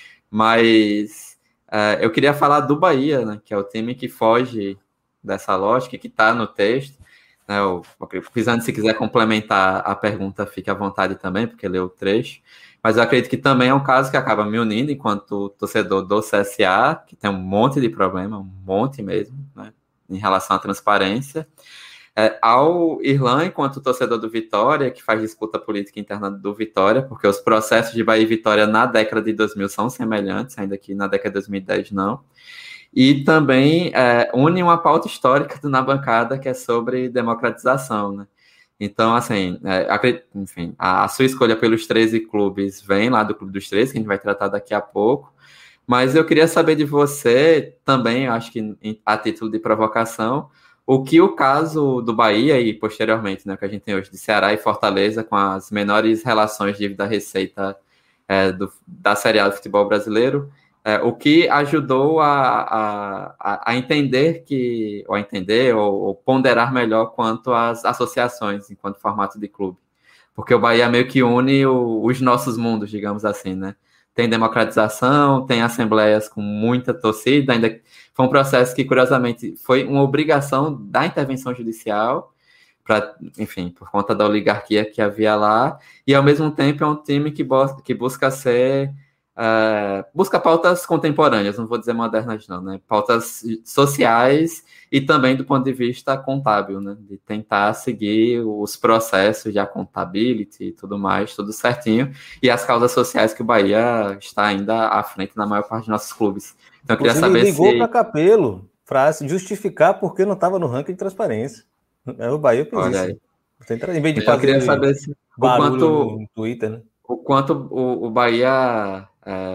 S2: Mas eu queria falar do Bahia, né, que é o time que foge dessa lógica, que está no texto. Né, o Pisani, se quiser complementar a pergunta, fique à vontade também, porque leu o trecho. Mas eu acredito que também é um caso que acaba me unindo enquanto torcedor do CSA, que tem um monte de problema, um monte mesmo, né, em relação à transparência, ao Irlan, enquanto torcedor do Vitória, que faz disputa política interna do Vitória, porque os processos de Bahia e Vitória na década de 2000 são semelhantes, ainda que na década de 2010 não. E também une uma pauta histórica do Na Bancada, que é sobre democratização, né? Então, assim, enfim, a sua escolha pelos 13 clubes vem lá do Clube dos 13, que a gente vai tratar daqui a pouco, mas eu queria saber de você também, acho que a título de provocação, o que o caso do Bahia e, posteriormente, né, que a gente tem hoje de Ceará e Fortaleza, com as menores relações de dívida-receita da Série A do futebol brasileiro, o que ajudou a entender ou ponderar melhor quanto às associações enquanto formato de clube. Porque o Bahia meio que une os nossos mundos, digamos assim, né? Tem democratização, tem assembleias com muita torcida, ainda foi um processo que, curiosamente, foi uma obrigação da intervenção judicial, enfim, por conta da oligarquia que havia lá, e ao mesmo tempo é um time que busca ser... busca pautas contemporâneas, não vou dizer modernas não, né? Pautas sociais e também do ponto de vista contábil, né? De tentar seguir os processos de accountability e tudo mais, tudo certinho, e as causas sociais que o Bahia está ainda à frente na maior parte dos nossos clubes. Então eu queria saber se...
S1: Você ligou para Capello para justificar por que não estava no ranking de transparência. O Bahia fez isso.
S2: Aí.
S1: Em vez de
S2: eu queria saber se
S1: barulho no Twitter, né?
S2: O quanto o Bahia...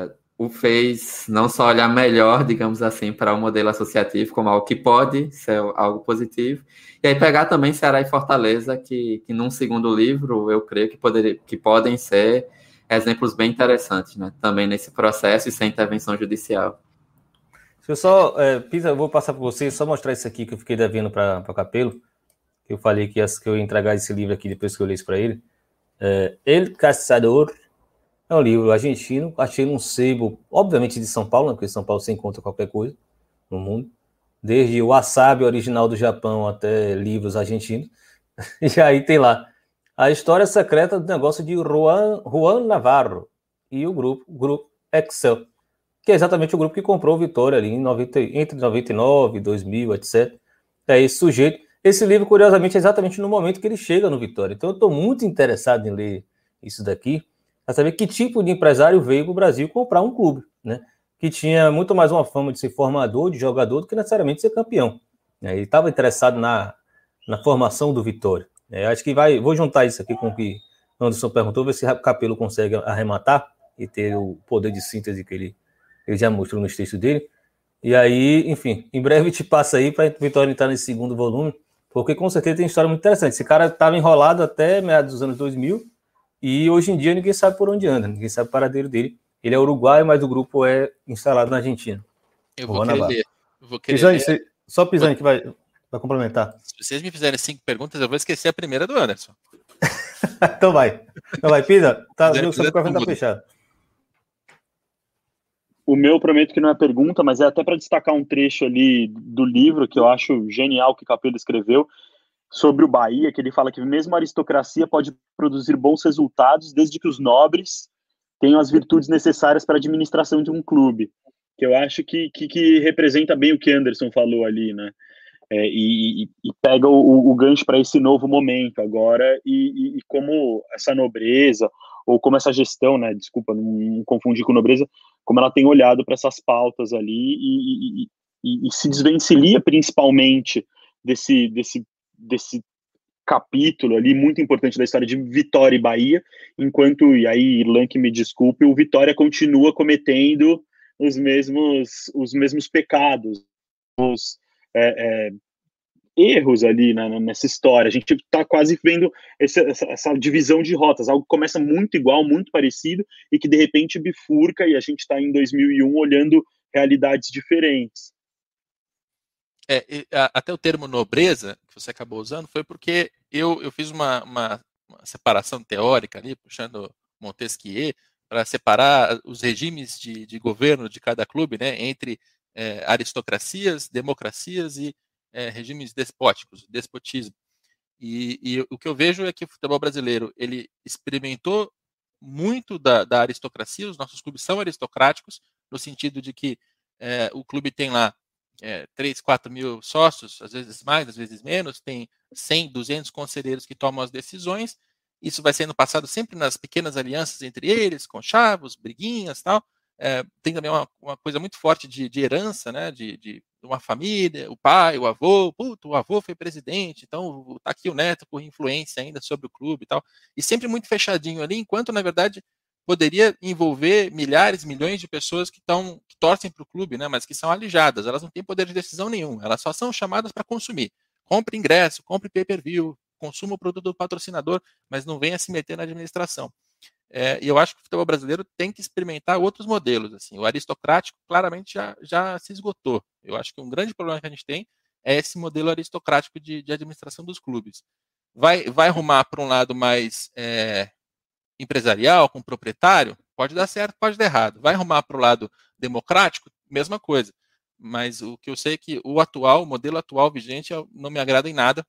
S2: o fez não só olhar melhor, digamos assim, para o modelo associativo como algo que pode ser algo positivo, e aí pegar também Ceará e Fortaleza, que num segundo livro eu creio que podem ser exemplos bem interessantes, né? Também nesse processo e sem intervenção judicial.
S1: Se eu só, Pisa, eu vou passar para você, só mostrar isso aqui que eu fiquei devendo para Capelo, que eu falei que eu ia entregar esse livro aqui depois que eu li isso para ele. El Caçador é um livro argentino, achei num sebo, obviamente de São Paulo, né, porque em São Paulo você encontra qualquer coisa no mundo, desde o wasabi original do Japão até livros argentinos, e aí tem lá a história secreta do negócio de Juan Navarro e o grupo Excel, que é exatamente o grupo que comprou o Vitória ali entre 99 e 2000, etc. É esse sujeito. Esse livro, curiosamente, é exatamente no momento que ele chega no Vitória. Então eu estou muito interessado em ler isso daqui, para saber que tipo de empresário veio para o Brasil comprar um clube, né? Que tinha muito mais uma fama de ser formador, de jogador, do que necessariamente ser campeão. Ele estava interessado na formação do Vitória. Acho que vou juntar isso aqui com o que o Anderson perguntou, ver se o Capelo consegue arrematar e ter o poder de síntese que ele já mostrou nos textos dele. E aí, enfim, em breve te passa aí para o Vitória entrar nesse segundo volume, porque com certeza tem história muito interessante. Esse cara estava enrolado até meados dos anos 2000 e hoje em dia ninguém sabe por onde anda, ninguém sabe o paradeiro dele. Ele é uruguaio, mas o grupo é instalado na Argentina.
S4: Eu vou querer ler.
S1: Pisani, só Pisani que vai complementar.
S4: Se vocês me fizerem 5 perguntas, eu vou esquecer a primeira do Anderson.
S1: Então vai, Pisa, o seu microfone está fechado.
S3: O meu, prometo que não é pergunta, mas é até para destacar um trecho ali do livro que eu acho genial que Capelo escreveu sobre o Bahia, que ele fala que mesmo a aristocracia pode produzir bons resultados desde que os nobres tenham as virtudes necessárias para a administração de um clube, que eu acho que representa bem o que Anderson falou ali, né? E pega o gancho para esse novo momento agora e como essa nobreza, ou como essa gestão, né? Desculpa, não confundir com nobreza, como ela tem olhado para essas pautas ali e se desvencilha principalmente desse capítulo ali muito importante da história de Vitória e Bahia, enquanto, e aí Irlan que me desculpe, o Vitória continua cometendo os mesmos pecados, os erros ali nessa história. A gente está quase vendo essa divisão de rotas, algo que começa muito igual, muito parecido, e que de repente bifurca, e a gente está em 2001 olhando realidades diferentes.
S4: Até o termo nobreza, que você acabou usando, foi porque eu fiz uma separação teórica ali, puxando Montesquieu, para separar os regimes de governo de cada clube, né, entre aristocracias, democracias e regimes despóticos, despotismo. E o que eu vejo é que o futebol brasileiro ele experimentou muito da aristocracia, os nossos clubes são aristocráticos, no sentido de que o clube tem lá 3, 4 mil sócios, às vezes mais, às vezes menos, tem 100, 200 conselheiros que tomam as decisões, isso vai sendo passado sempre nas pequenas alianças entre eles, conchavos, briguinhas, tal. Tem também uma coisa muito forte de herança, né, de uma família, o pai, o avô, o avô foi presidente, então tá aqui o neto com influência ainda sobre o clube e tal, e sempre muito fechadinho ali, enquanto na verdade poderia envolver milhares, milhões de pessoas que torcem para o clube, né, mas que são alijadas, elas não têm poder de decisão nenhum, elas só são chamadas para consumir. Compre ingresso, compre pay-per-view, consuma o produto do patrocinador, mas não venha se meter na administração. E eu acho que o futebol brasileiro tem que experimentar outros modelos. Assim. O aristocrático claramente já se esgotou. Eu acho que um grande problema que a gente tem é esse modelo aristocrático de administração dos clubes. Vai rumar para um lado mais empresarial, com proprietário? Pode dar certo, pode dar errado. Vai rumar para o lado democrático? Mesma coisa. Mas o que eu sei é que o modelo atual vigente não me agrada em nada.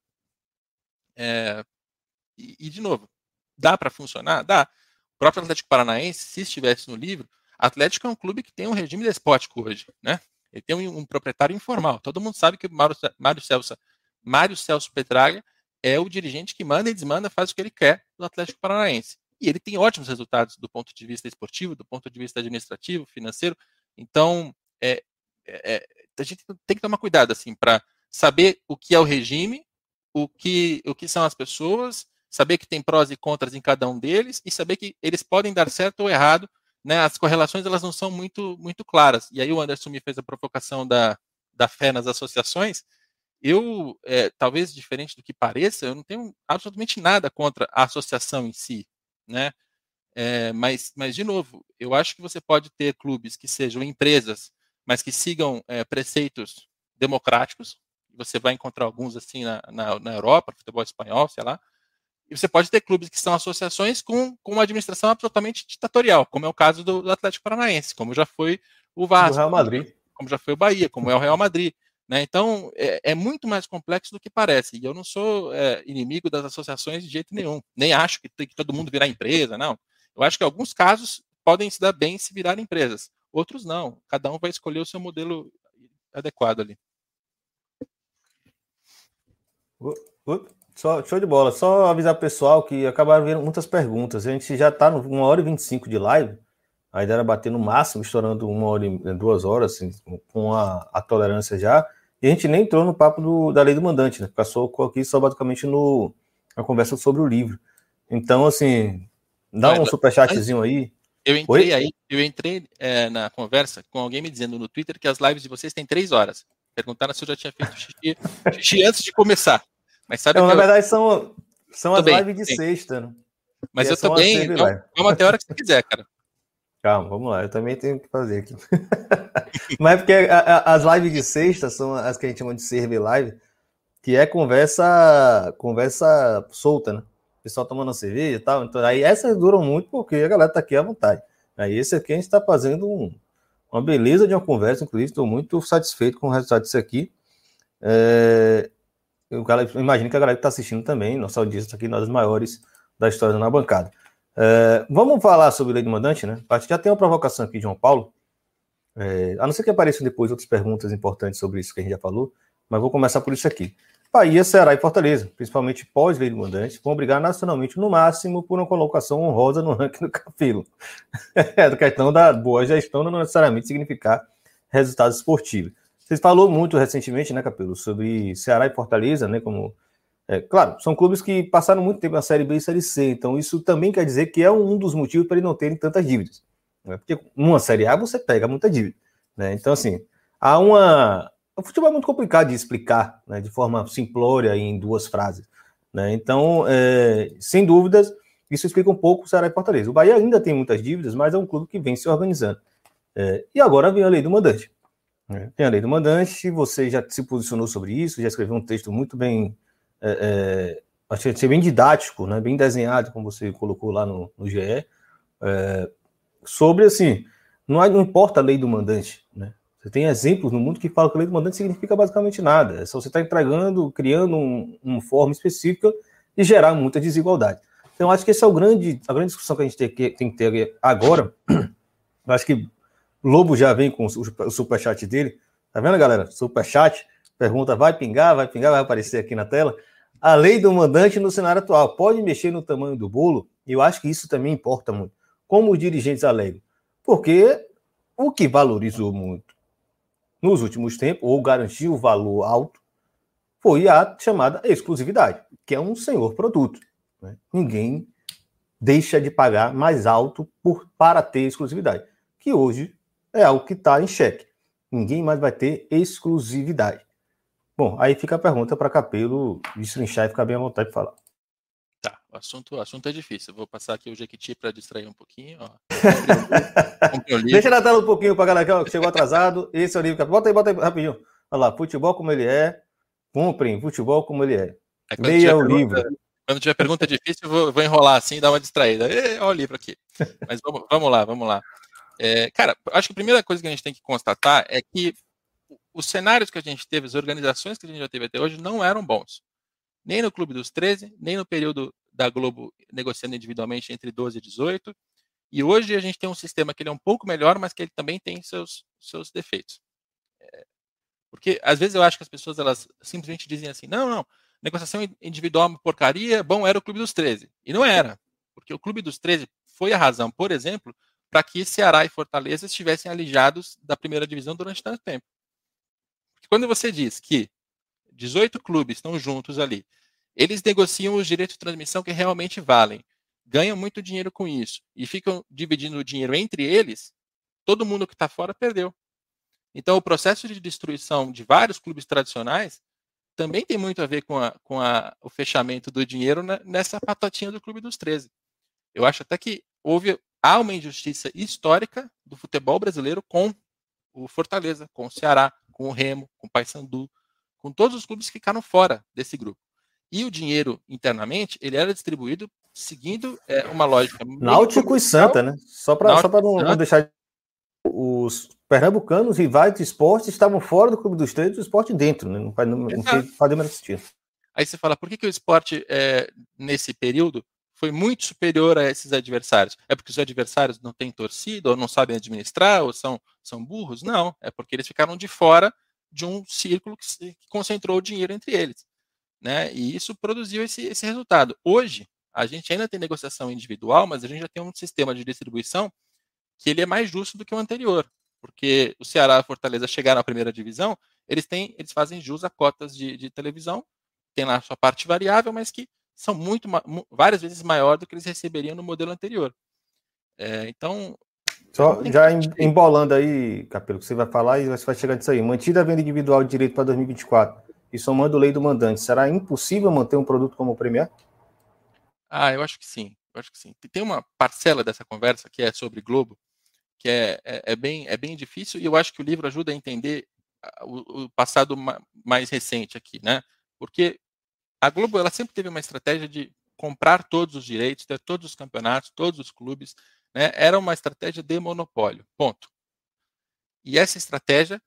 S4: De novo, dá para funcionar? Dá. O próprio Atlético Paranaense, se estivesse no livro, Atlético é um clube que tem um regime despótico hoje, né? Ele tem um proprietário informal. Todo mundo sabe que o Mário Celso Petraglia é o dirigente que manda e desmanda, faz o que ele quer no Atlético Paranaense. E ele tem ótimos resultados do ponto de vista esportivo, do ponto de vista administrativo, financeiro. Então, a gente tem que tomar cuidado assim, para saber o que é o regime, o que são as pessoas, saber que tem prós e contras em cada um deles e saber que eles podem dar certo ou errado né, as correlações elas não são muito, muito claras. E aí o Anderson me fez a provocação da fé nas associações. Eu, talvez diferente do que pareça, eu não tenho absolutamente nada contra a associação em si, né? Mas, de novo, eu acho que você pode ter clubes que sejam empresas, mas que sigam preceitos democráticos. Você vai encontrar alguns assim na Europa, futebol espanhol, sei lá. E você pode ter clubes que são associações com uma administração absolutamente ditatorial, como é o caso do Atlético Paranaense, como já foi o Vasco,
S1: do Real Madrid,
S4: como já foi o Bahia, como é o Real Madrid. Né? Então, é muito mais complexo do que parece. E eu não sou inimigo das associações de jeito nenhum. Nem acho que tem que todo mundo virar empresa, não. Eu acho que alguns casos podem se dar bem se virar empresas. Outros não. Cada um vai escolher o seu modelo adequado ali.
S1: Show de bola. Só avisar o pessoal que acabaram vendo muitas perguntas. A gente já está no 1h25 de live. A ideia era bater no máximo, estourando 2 horas, assim, com a tolerância já. E a gente nem entrou no papo da lei do mandante, né? Passou aqui só basicamente na conversa sobre o livro. Então, assim, dá um superchatzinho aí.
S4: Eu entrei na conversa com alguém me dizendo no Twitter que as lives de vocês têm 3 horas. Perguntaram se eu já tinha feito xixi antes de começar. Mas sabe
S1: na verdade, são as lives de sexta, né?
S4: Mas eu também. Vamos até a hora que você quiser, cara.
S1: Calma, vamos lá. Eu também tenho que fazer aqui. Mas porque as lives de sexta são as que a gente chama de server live, que é conversa solta, né? O pessoal tomando cerveja e tal. Então, aí essas duram muito porque a galera tá aqui à vontade. Aí esse aqui a gente tá fazendo uma beleza de uma conversa, inclusive estou muito satisfeito com o resultado disso aqui. Eu imagino que a galera que está assistindo também, nossa audiência está aqui, uma das maiores da história na bancada. Vamos falar sobre lei do mandante, né? A gente já tem uma provocação aqui de João Paulo, a não ser que apareçam depois outras perguntas importantes sobre isso que a gente já falou, mas vou começar por isso aqui. Bahia, Ceará e Fortaleza, principalmente pós-lei do mandante, vão brigar nacionalmente no máximo por uma colocação honrosa no ranking do Capelo. A questão da boa gestão não necessariamente significar resultados esportivos. Vocês falou muito recentemente, né, Capelo, sobre Ceará e Fortaleza, né, como... claro, são clubes que passaram muito tempo na Série B e Série C, então isso também quer dizer que é um dos motivos para eles não terem tantas dívidas. Né? Porque numa Série A você pega muita dívida. Né? Então, assim, o futebol é muito complicado de explicar, né, de forma simplória em 2 frases. Né? Então, sem dúvidas, isso explica um pouco o Ceará e Fortaleza. O Bahia ainda tem muitas dívidas, mas é um clube que vem se organizando. E agora vem a lei do mandante. Tem a lei do mandante, você já se posicionou sobre isso, já escreveu um texto muito bem, acho que bem didático, né, bem desenhado, como você colocou lá no GE, sobre, assim, não importa a lei do mandante, né? Você tem exemplos no mundo que falam que a lei do mandante significa basicamente nada, é só você estar criando uma forma específica e gerar muita desigualdade. Então, acho que essa é a grande discussão que a gente tem que ter agora. Eu acho que Lobo já vem com o superchat dele. Tá vendo, galera? Superchat. Pergunta, vai pingar, vai aparecer aqui na tela. A lei do mandante no cenário atual pode mexer no tamanho do bolo? E eu acho que isso também importa muito. Como os dirigentes alegam. Porque o que valorizou muito nos últimos tempos, ou garantiu valor alto, foi a chamada exclusividade, que é um senhor produto. Né? Ninguém deixa de pagar mais alto para ter exclusividade. Que hoje é algo que está em xeque. Ninguém mais vai ter exclusividade. Bom, aí fica a pergunta para Capelo destrinchar e ficar bem à vontade de falar.
S4: Tá, o assunto é difícil. Eu vou passar aqui o Jequiti para distrair um pouquinho. Ó.
S1: Deixa na tela um pouquinho para a galera que chegou atrasado. Esse é o livro. Bota aí rapidinho. Olha lá, futebol como ele é. Comprem, futebol como ele é. Leia o livro.
S4: Quando tiver pergunta difícil, eu vou enrolar assim e dar uma distraída. Olha o livro aqui. Mas vamos lá. Cara, acho que a primeira coisa que a gente tem que constatar é que os cenários que a gente teve, as organizações que a gente já teve até hoje, não eram bons. Nem no Clube dos 13, nem no período da Globo negociando individualmente entre 12 e 18. E hoje a gente tem um sistema que ele é um pouco melhor, mas que ele também tem seus defeitos. Porque às vezes eu acho que as pessoas elas simplesmente dizem assim, não, negociação individual é uma porcaria, bom, era o Clube dos 13. E não era. Porque o Clube dos 13 foi a razão, por exemplo, para que Ceará e Fortaleza estivessem alijados da primeira divisão durante tanto tempo. Porque quando você diz que 18 clubes estão juntos ali, eles negociam os direitos de transmissão que realmente valem. ganham muito dinheiro com isso e ficam dividindo o dinheiro entre eles, todo mundo que está fora perdeu. Então, o processo de destruição de vários clubes tradicionais também tem muito a ver com o fechamento do dinheiro nessa patotinha do Clube dos 13. Eu acho até que há uma injustiça histórica do futebol brasileiro com o Fortaleza, com o Ceará, com o Remo, com o Paysandu, com todos os clubes que ficaram fora desse grupo. E o dinheiro, internamente, ele era distribuído seguindo uma lógica...
S1: Náutico e Santa, né? Só para não deixar... Os pernambucanos, rivais do Sport, estavam fora do Clube dos 13, o Sport dentro, né? Não faz o menor sentido.
S4: Aí você fala, por que o Sport, nesse período, foi muito superior a esses adversários? É porque os adversários não têm torcida, ou não sabem administrar, ou são burros? Não, é porque eles ficaram de fora de um círculo que concentrou o dinheiro entre eles, né? E isso produziu esse resultado. Hoje, a gente ainda tem negociação individual, mas a gente já tem um sistema de distribuição que ele é mais justo do que o anterior, porque o Ceará e a Fortaleza chegaram à primeira divisão, eles fazem jus a cotas de televisão, tem lá a sua parte variável, mas que são várias vezes maior do que eles receberiam no modelo anterior. Então...
S1: Só já embolando aí, Capelo, que você vai falar e você vai chegar nisso aí. Mantida a venda individual de direito para 2024 e somando lei do mandante, será impossível manter um produto como o Premier?
S4: Eu acho que sim. Tem uma parcela dessa conversa que é sobre Globo, que é bem difícil, e eu acho que o livro ajuda a entender o passado mais recente aqui, né? Porque a Globo, ela sempre teve uma estratégia de comprar todos os direitos, ter todos os campeonatos, todos os clubes, né? Era uma estratégia de monopólio, ponto. E essa estratégia,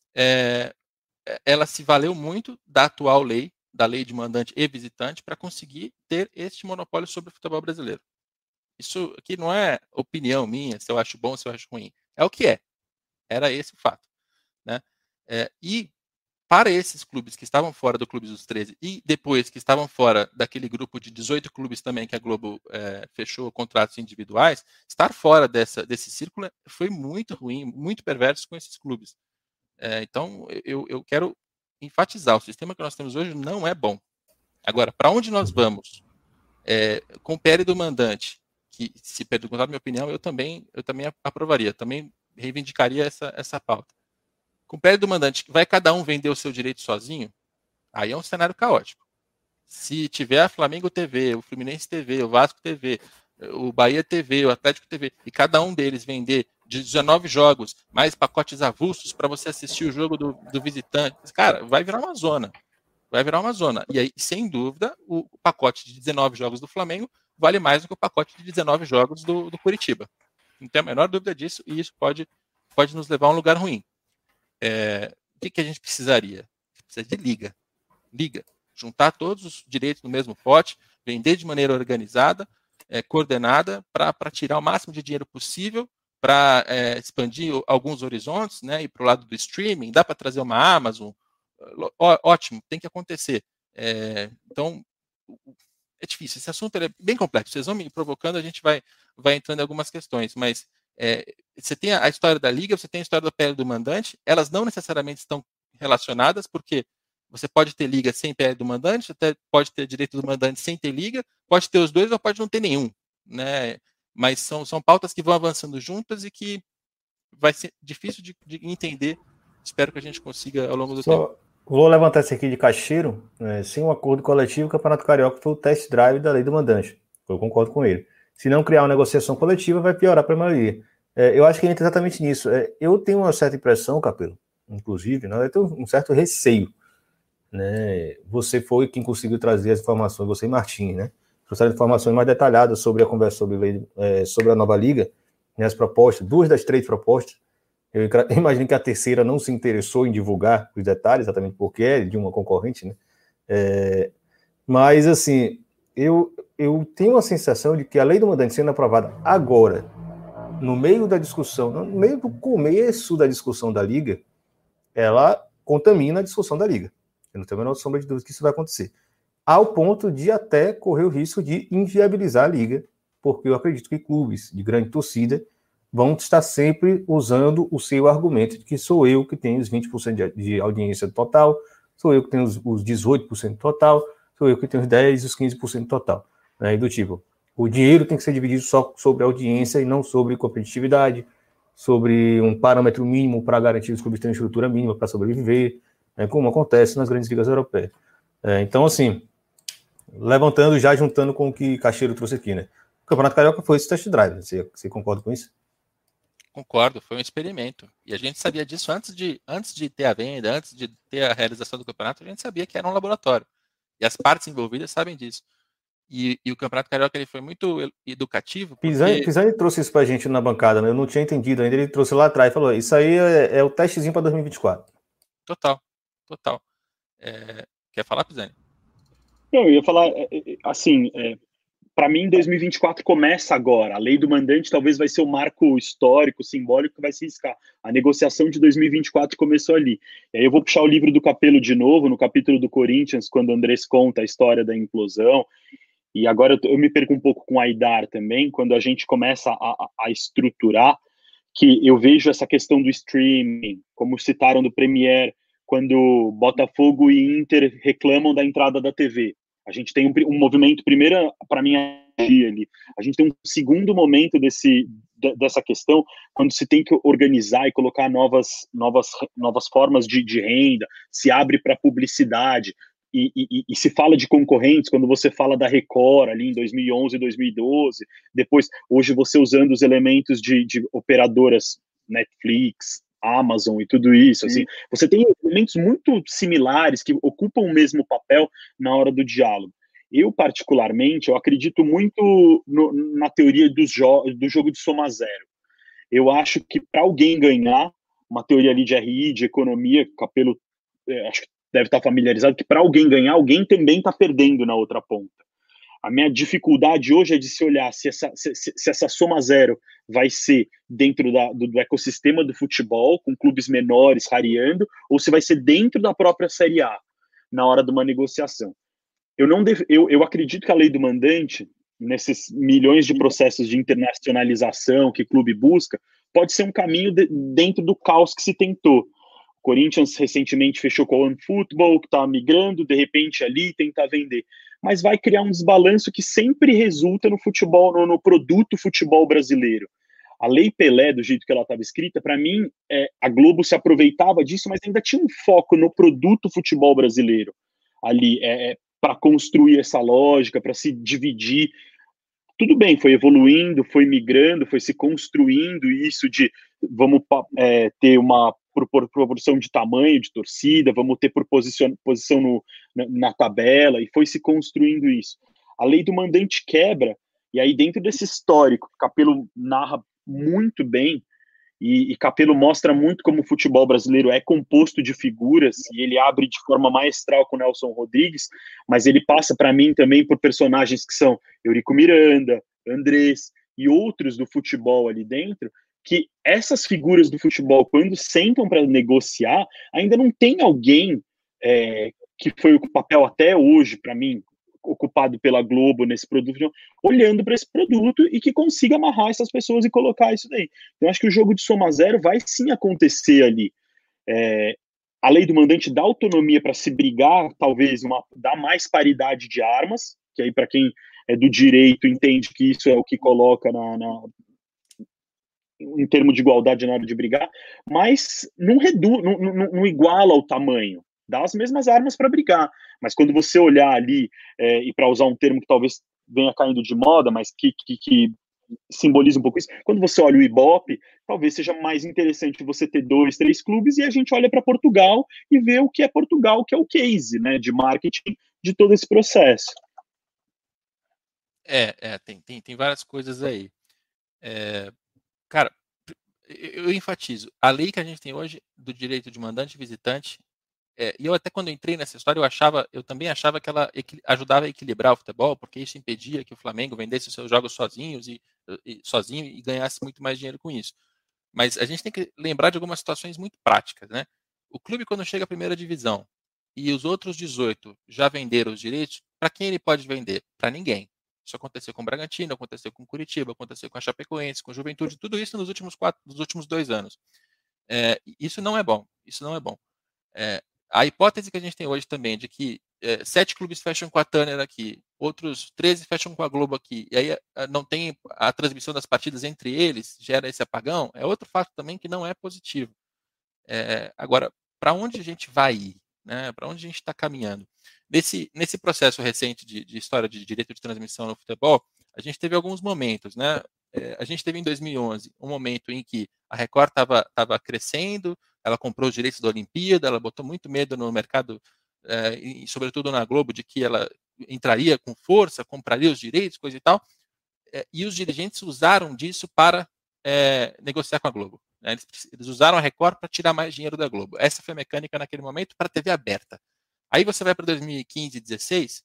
S4: ela se valeu muito da atual lei, da lei de mandante e visitante, para conseguir ter este monopólio sobre o futebol brasileiro. Isso aqui não é opinião minha, se eu acho bom, se eu acho ruim. É o que é. Era esse o fato, né? E para esses clubes que estavam fora do Clube dos 13 e depois que estavam fora daquele grupo de 18 clubes também que a Globo fechou contratos individuais, estar fora desse círculo foi muito ruim, muito perverso com esses clubes. Então, eu quero enfatizar, o sistema que nós temos hoje não é bom. Agora, para onde nós vamos? Com o PL do mandante, que, se perguntar a minha opinião, eu também aprovaria, também reivindicaria essa pauta. Com o PL do mandante, vai cada um vender o seu direito sozinho? Aí é um cenário caótico. Se tiver a Flamengo TV, o Fluminense TV, o Vasco TV, o Bahia TV, o Atlético TV, e cada um deles vender de 19 jogos, mais pacotes avulsos para você assistir o jogo do visitante, cara, vai virar uma zona. Vai virar uma zona. E aí, sem dúvida, o pacote de 19 jogos do Flamengo vale mais do que o pacote de 19 jogos do Curitiba. Não tem a menor dúvida disso, e isso pode nos levar a um lugar ruim. O que a gente precisaria? Precisa de liga. Juntar todos os direitos no mesmo pote, vender de maneira organizada, coordenada, para tirar o máximo de dinheiro possível, para expandir alguns horizontes, né, ir para o lado do streaming. Dá para trazer uma Amazon? Ótimo, tem que acontecer. Então, é difícil. Esse assunto é bem complexo. Vocês vão me provocando, a gente vai entrando em algumas questões, mas você tem a história da liga, você tem a história do PL do mandante, elas não necessariamente estão relacionadas, porque você pode ter liga sem PL do mandante, até pode ter direito do mandante sem ter liga, pode ter os dois ou pode não ter nenhum, né? Mas são pautas que vão avançando juntas e que vai ser difícil de entender. Espero que a gente consiga ao longo do tempo.
S1: Vou levantar esse aqui de caixeiro, sem um acordo coletivo, o Campeonato Carioca foi o test drive da lei do mandante. Eu concordo com ele. Se não criar uma negociação coletiva, vai piorar para a maioria. Eu acho que entra exatamente nisso. Eu tenho uma certa impressão, Capelo, inclusive, eu tenho um certo receio. Né? Você foi quem conseguiu trazer as informações, você e Martim, né? Trouxeram informações mais detalhadas sobre a conversa sobre a nova liga, né? As propostas, 2 das 3 propostas. Eu imagino que a terceira não se interessou em divulgar os detalhes, exatamente porque é de uma concorrente, né? Mas, assim, eu tenho a sensação de que a lei do mandante sendo aprovada agora, no meio da discussão, no meio do começo da discussão da liga, ela contamina a discussão da liga. Eu não tenho a menor sombra de dúvida que isso vai acontecer. Ao ponto de até correr o risco de inviabilizar a liga, porque eu acredito que clubes de grande torcida vão estar sempre usando o seu argumento de que sou eu que tenho os 20% de audiência total, sou eu que tenho os 18% total, sou eu que tenho os 10%, os 15% total. Né? E do tipo, O dinheiro tem que ser dividido só sobre audiência e não sobre competitividade, sobre um parâmetro mínimo para garantir os clubes terem estrutura mínima para sobreviver, né, como acontece nas grandes ligas europeias. Então, assim, levantando já, juntando com o que Cacheiro trouxe aqui, né? O Campeonato Carioca foi esse test drive. Você concorda com isso?
S4: Concordo, foi um experimento. E a gente sabia disso antes de ter a venda, antes de ter a realização do campeonato, a gente sabia que era um laboratório. E as partes envolvidas sabem disso. E o Campeonato Carioca ele foi muito educativo. Porque...
S1: Pisani trouxe isso pra gente na bancada, né? Eu não tinha entendido ainda. Ele trouxe lá atrás e falou: isso aí é o testezinho para 2024.
S4: Total. Quer falar, Pisani?
S3: Eu ia falar, assim, para mim 2024 começa agora. A lei do mandante talvez vai ser o marco histórico, simbólico que vai se riscar. A negociação de 2024 começou ali. E aí eu vou puxar o livro do Capello de novo, no capítulo do Corinthians, quando o Andrés conta a história da implosão. E agora eu me perco um pouco com a Aidar também, quando a gente começa a estruturar, que eu vejo essa questão do streaming, como citaram do Premier, quando Botafogo e Inter reclamam da entrada da TV. A gente tem um movimento, primeiro, para mim, ali. A gente tem um segundo momento dessa questão, quando se tem que organizar e colocar novas formas de renda, se abre para publicidade, e se fala de concorrentes, quando você fala da Record, ali em 2011, 2012, depois, hoje você usando os elementos de operadoras, Netflix, Amazon e tudo isso, assim, você tem elementos muito similares que ocupam o mesmo papel na hora do diálogo. Eu, particularmente, eu acredito muito na teoria do jogo de soma zero. Eu acho que para alguém ganhar, uma teoria ali de RI, de economia, Capello, acho que deve estar familiarizado, que para alguém ganhar, alguém também está perdendo na outra ponta. A minha dificuldade hoje é de se olhar se essa soma zero vai ser dentro do ecossistema do futebol, com clubes menores rareando, ou se vai ser dentro da própria Série A, na hora de uma negociação. Eu acredito que a lei do mandante, nesses milhões de processos de internacionalização que o clube busca, pode ser um caminho dentro do caos que se tentou. O Corinthians recentemente fechou com o OneFootball, que está migrando, de repente ali tentar vender. Mas vai criar um desbalanço que sempre resulta no futebol, no produto futebol brasileiro. A Lei Pelé, do jeito que ela estava escrita, para mim, a Globo se aproveitava disso, mas ainda tinha um foco no produto futebol brasileiro ali, para construir essa lógica, para se dividir. Tudo bem, foi evoluindo, foi migrando, foi se construindo isso de vamos ter uma proporção de tamanho de torcida, vamos ter por posição na tabela, e foi se construindo isso. A lei do mandante quebra, e aí dentro desse histórico, Capello narra muito bem, e Capello mostra muito como o futebol brasileiro é composto de figuras, e ele abre de forma maestral com o Nelson Rodrigues, mas ele passa para mim também por personagens que são Eurico Miranda, Andrés e outros do futebol ali dentro, que essas figuras do futebol, quando sentam para negociar, ainda não tem alguém que foi o papel até hoje, para mim, ocupado pela Globo nesse produto, olhando para esse produto e que consiga amarrar essas pessoas e colocar isso daí. Então, acho que o jogo de soma zero vai sim acontecer ali. A lei do mandante dá autonomia para se brigar, talvez dá mais paridade de armas, que aí para quem é do direito entende que isso é o que coloca em termos de igualdade na hora de brigar, mas não iguala o tamanho. Dá as mesmas armas para brigar, mas quando você olhar ali, e para usar um termo que talvez venha caindo de moda, mas que simboliza um pouco isso, quando você olha o Ibope, talvez seja mais interessante você ter 2, 3 clubes, e a gente olha para Portugal e vê o que é Portugal, que é o case, né, de marketing de todo esse processo.
S4: Tem várias coisas aí. Cara, eu enfatizo, a lei que a gente tem hoje do direito de mandante e visitante, e eu até quando entrei nessa história, eu também achava que ela ajudava a equilibrar o futebol, porque isso impedia que o Flamengo vendesse os seus jogos sozinho e ganhasse muito mais dinheiro com isso. Mas a gente tem que lembrar de algumas situações muito práticas, né? O clube, quando chega à primeira divisão e os outros 18 já venderam os direitos, para quem ele pode vender? Para ninguém. Isso aconteceu com o Bragantino, aconteceu com o Curitiba, aconteceu com a Chapecoense, com a Juventude, tudo isso nos últimos 2 anos. Isso não é bom. A hipótese que a gente tem hoje também de que 7 clubes fecham com a Turner aqui outros 13 fecham com a Globo aqui, e aí não tem a transmissão das partidas entre eles, gera esse apagão, é outro fato também que não é positivo. Agora, para onde a gente vai ir? Né? Para onde a gente está caminhando? Nesse processo recente de história de direito de transmissão no futebol, a gente teve alguns momentos, né? A gente teve em 2011 um momento em que a Record estava crescendo, ela comprou os direitos da Olimpíada, ela botou muito medo no mercado, e sobretudo na Globo, de que ela entraria com força, compraria os direitos, coisa e tal, e os dirigentes usaram disso para negociar com a Globo. Né? Eles usaram a Record para tirar mais dinheiro da Globo. Essa foi a mecânica naquele momento para a TV aberta. Aí você vai para 2015 e 2016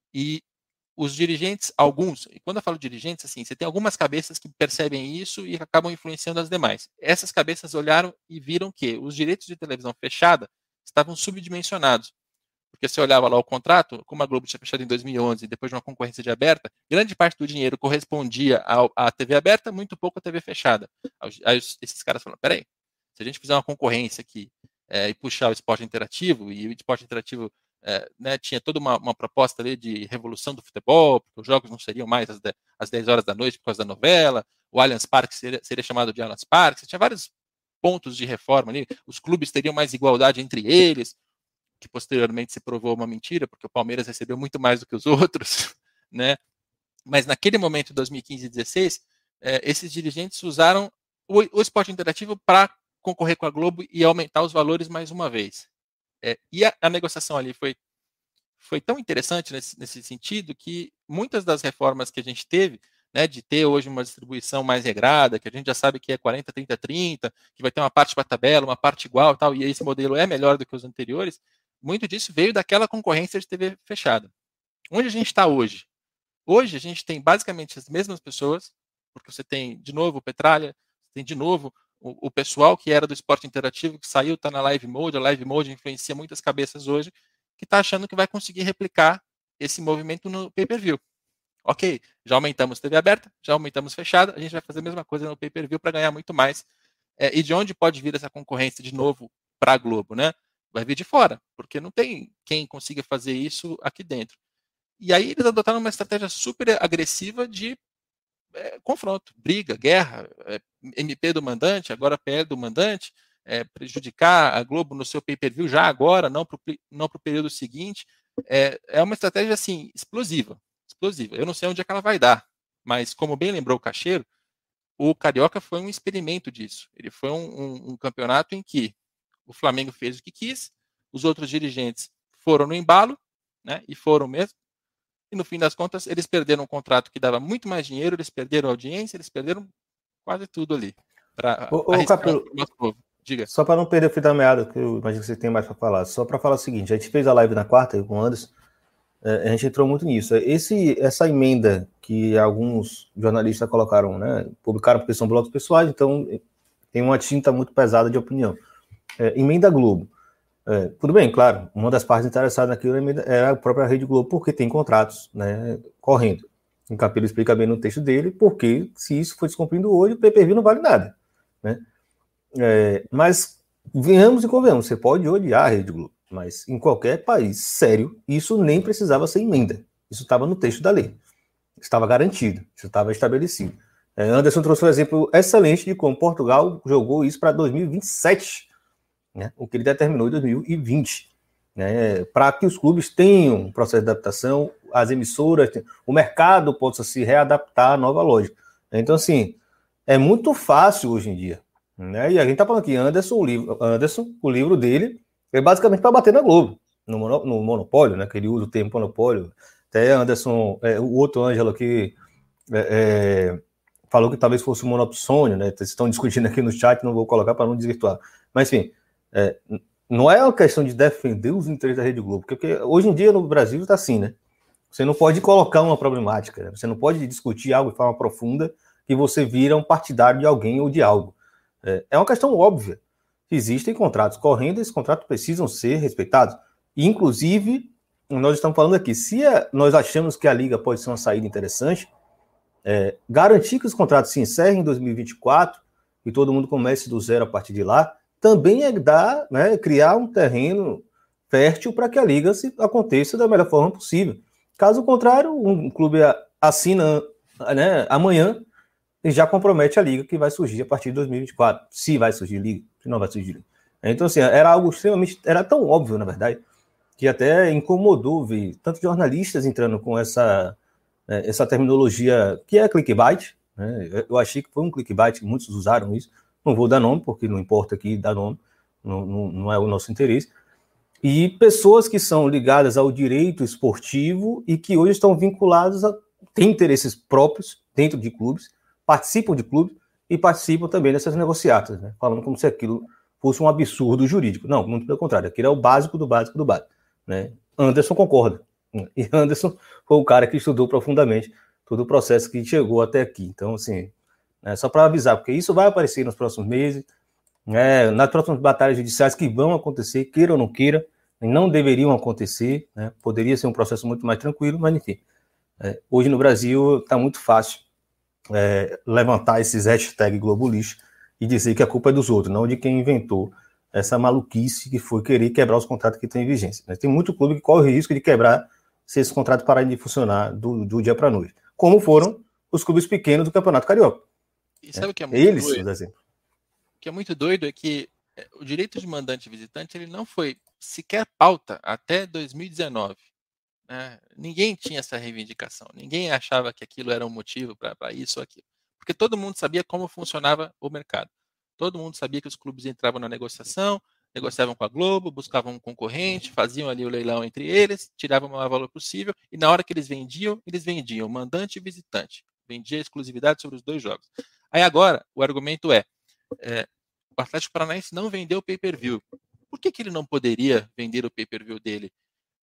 S4: e os dirigentes, alguns, e quando eu falo dirigentes, assim, você tem algumas cabeças que percebem isso e acabam influenciando as demais. Essas cabeças olharam e viram que os direitos de televisão fechada estavam subdimensionados. Porque você olhava lá o contrato, como a Globo tinha fechado em 2011, depois de uma concorrência de aberta, grande parte do dinheiro correspondia à TV aberta, muito pouco à TV fechada. Aí esses caras falaram, peraí, se a gente fizer uma concorrência aqui e puxar o esporte interativo, e o esporte interativo né, tinha toda uma proposta ali de revolução do futebol, porque os jogos não seriam mais às 10 horas da noite por causa da novela, o Allianz Parque seria chamado de Allianz Parque, você tinha vários pontos de reforma ali, os clubes teriam mais igualdade entre eles, que posteriormente se provou uma mentira, porque o Palmeiras recebeu muito mais do que os outros, né? Mas naquele momento, em 2015 e 2016, esses dirigentes usaram o esporte interativo para concorrer com a Globo e aumentar os valores mais uma vez. E a negociação ali foi tão interessante nesse sentido que muitas das reformas que a gente teve, né, de ter hoje uma distribuição mais regrada, que a gente já sabe que é 40, 30, 30, que vai ter uma parte para a tabela, uma parte igual e tal, e esse modelo é melhor do que os anteriores, muito disso veio daquela concorrência de TV fechada. Onde a gente está hoje? Hoje a gente tem basicamente as mesmas pessoas, porque você tem de novo o Petralha, tem de novo o pessoal que era do esporte interativo, que saiu, está na Live Mode, a Live Mode influencia muitas cabeças hoje, que está achando que vai conseguir replicar esse movimento no pay-per-view. Ok, já aumentamos TV aberta, já aumentamos fechada, a gente vai fazer a mesma coisa no pay-per-view para ganhar muito mais. E de onde pode vir essa concorrência de novo para a Globo, né? Vai vir de fora, porque não tem quem consiga fazer isso aqui dentro. E aí eles adotaram uma estratégia super agressiva de confronto, briga, guerra, MP do mandante, agora PL do mandante, prejudicar a Globo no seu pay-per-view já agora, não para o período seguinte. É uma estratégia assim explosiva. Eu não sei onde é que ela vai dar, mas como bem lembrou o Cacheiro, o Carioca foi um experimento disso. Ele foi um campeonato em que o Flamengo fez o que quis, os outros dirigentes foram no embalo, né, e foram mesmo, e no fim das contas eles perderam um contrato que dava muito mais dinheiro, eles perderam audiência, eles perderam quase tudo ali.
S1: Capelo,
S4: diga.
S1: Só para não perder o fio da meada, que eu imagino que você tem mais para falar, só para falar o seguinte, a gente fez a live na quarta com o Anderson, a gente entrou muito nisso. Essa emenda que alguns jornalistas colocaram, né, publicaram porque são blocos pessoais, então tem uma tinta muito pesada de opinião. Emenda Globo. Tudo bem, claro, uma das partes interessadas naquilo é a própria Rede Globo, porque tem contratos, né, correndo. O Capelo explica bem no texto dele, porque se isso for descumprindo hoje, o pay-per-view não vale nada. Né? Mas venhamos e convenhamos, você pode odiar a Rede Globo, mas em qualquer país sério, isso nem precisava ser emenda. Isso estava no texto da lei. Estava garantido, isso estava estabelecido. Anderson trouxe um exemplo excelente de como Portugal jogou isso para 2027. Né, o que ele determinou em 2020, né, para que os clubes tenham um processo de adaptação, as emissoras, o mercado possa se readaptar à nova lógica. Então, assim, é muito fácil hoje em dia. Né, e a gente está falando aqui, Anderson, o livro dele é basicamente para bater na Globo, no monopólio, né, que ele usa o termo monopólio. Até Anderson, o outro Ângelo aqui, falou que talvez fosse um monopsônio, né, vocês estão discutindo aqui no chat, não vou colocar para não desvirtuar. Mas, enfim, não é uma questão de defender os interesses da Rede Globo, porque hoje em dia no Brasil está assim, né? Você não pode colocar uma problemática, né? Você não pode discutir algo de forma profunda que você vira um partidário de alguém ou de algo. É uma questão óbvia. Existem contratos correndo, esses contratos precisam ser respeitados. E, inclusive, nós estamos falando aqui, se nós achamos que a Liga pode ser uma saída interessante, garantir que os contratos se encerrem em 2024 e todo mundo comece do zero a partir de lá, também criar um terreno fértil para que a Liga aconteça da melhor forma possível. Caso contrário, um clube assina, né, amanhã e já compromete a liga que vai surgir a partir de 2024. Se vai surgir liga, se não vai surgir liga. Então, assim, era algo extremamente... Era tão óbvio, na verdade, que até incomodou ver tanto jornalistas entrando com essa terminologia que é clickbait, né? Eu achei que foi um clickbait, muitos usaram isso. Não vou dar nome, porque não importa aqui dar nome, não é o nosso interesse. E pessoas que são ligadas ao direito esportivo e que hoje estão vinculadas têm interesses próprios dentro de clubes, participam de clubes e participam também dessas negociatas, né? Falando como se aquilo fosse um absurdo jurídico. Não, muito pelo contrário, aquilo é o básico do básico do básico, né? Anderson concorda. E Anderson foi o cara que estudou profundamente todo o processo que chegou até aqui. Então, assim, só para avisar, porque isso vai aparecer nos próximos meses, nas próximas batalhas judiciais que vão acontecer, queira ou não queira, não deveriam acontecer, né? Poderia ser um processo muito mais tranquilo, mas enfim. Hoje no Brasil está muito fácil levantar esses hashtags Globolixo e dizer que a culpa é dos outros, não de quem inventou essa maluquice que foi querer quebrar os contratos que estão em vigência. Tem muito clube que corre o risco de quebrar se esses contratos pararem de funcionar do dia para a noite, como foram os clubes pequenos do Campeonato Carioca.
S4: E sabe o que é muito
S1: Eles,
S4: doido?
S1: por exemplo.
S4: O que é muito doido é que o direito de mandante e visitante ele não foi sequer pauta até 2019. Né? Ninguém tinha essa reivindicação, ninguém achava que aquilo era um motivo para isso ou aquilo, porque todo mundo sabia como funcionava o mercado. Todo mundo sabia que os clubes entravam na negociação, negociavam com a Globo, buscavam um concorrente, faziam ali o leilão entre eles, tiravam o maior valor possível, e na hora que eles vendiam mandante e visitante. Vendia exclusividade sobre os 2 jogos. Aí agora, o argumento o Atlético Paranaense não vendeu o pay-per-view. Por que ele não poderia vender o pay-per-view dele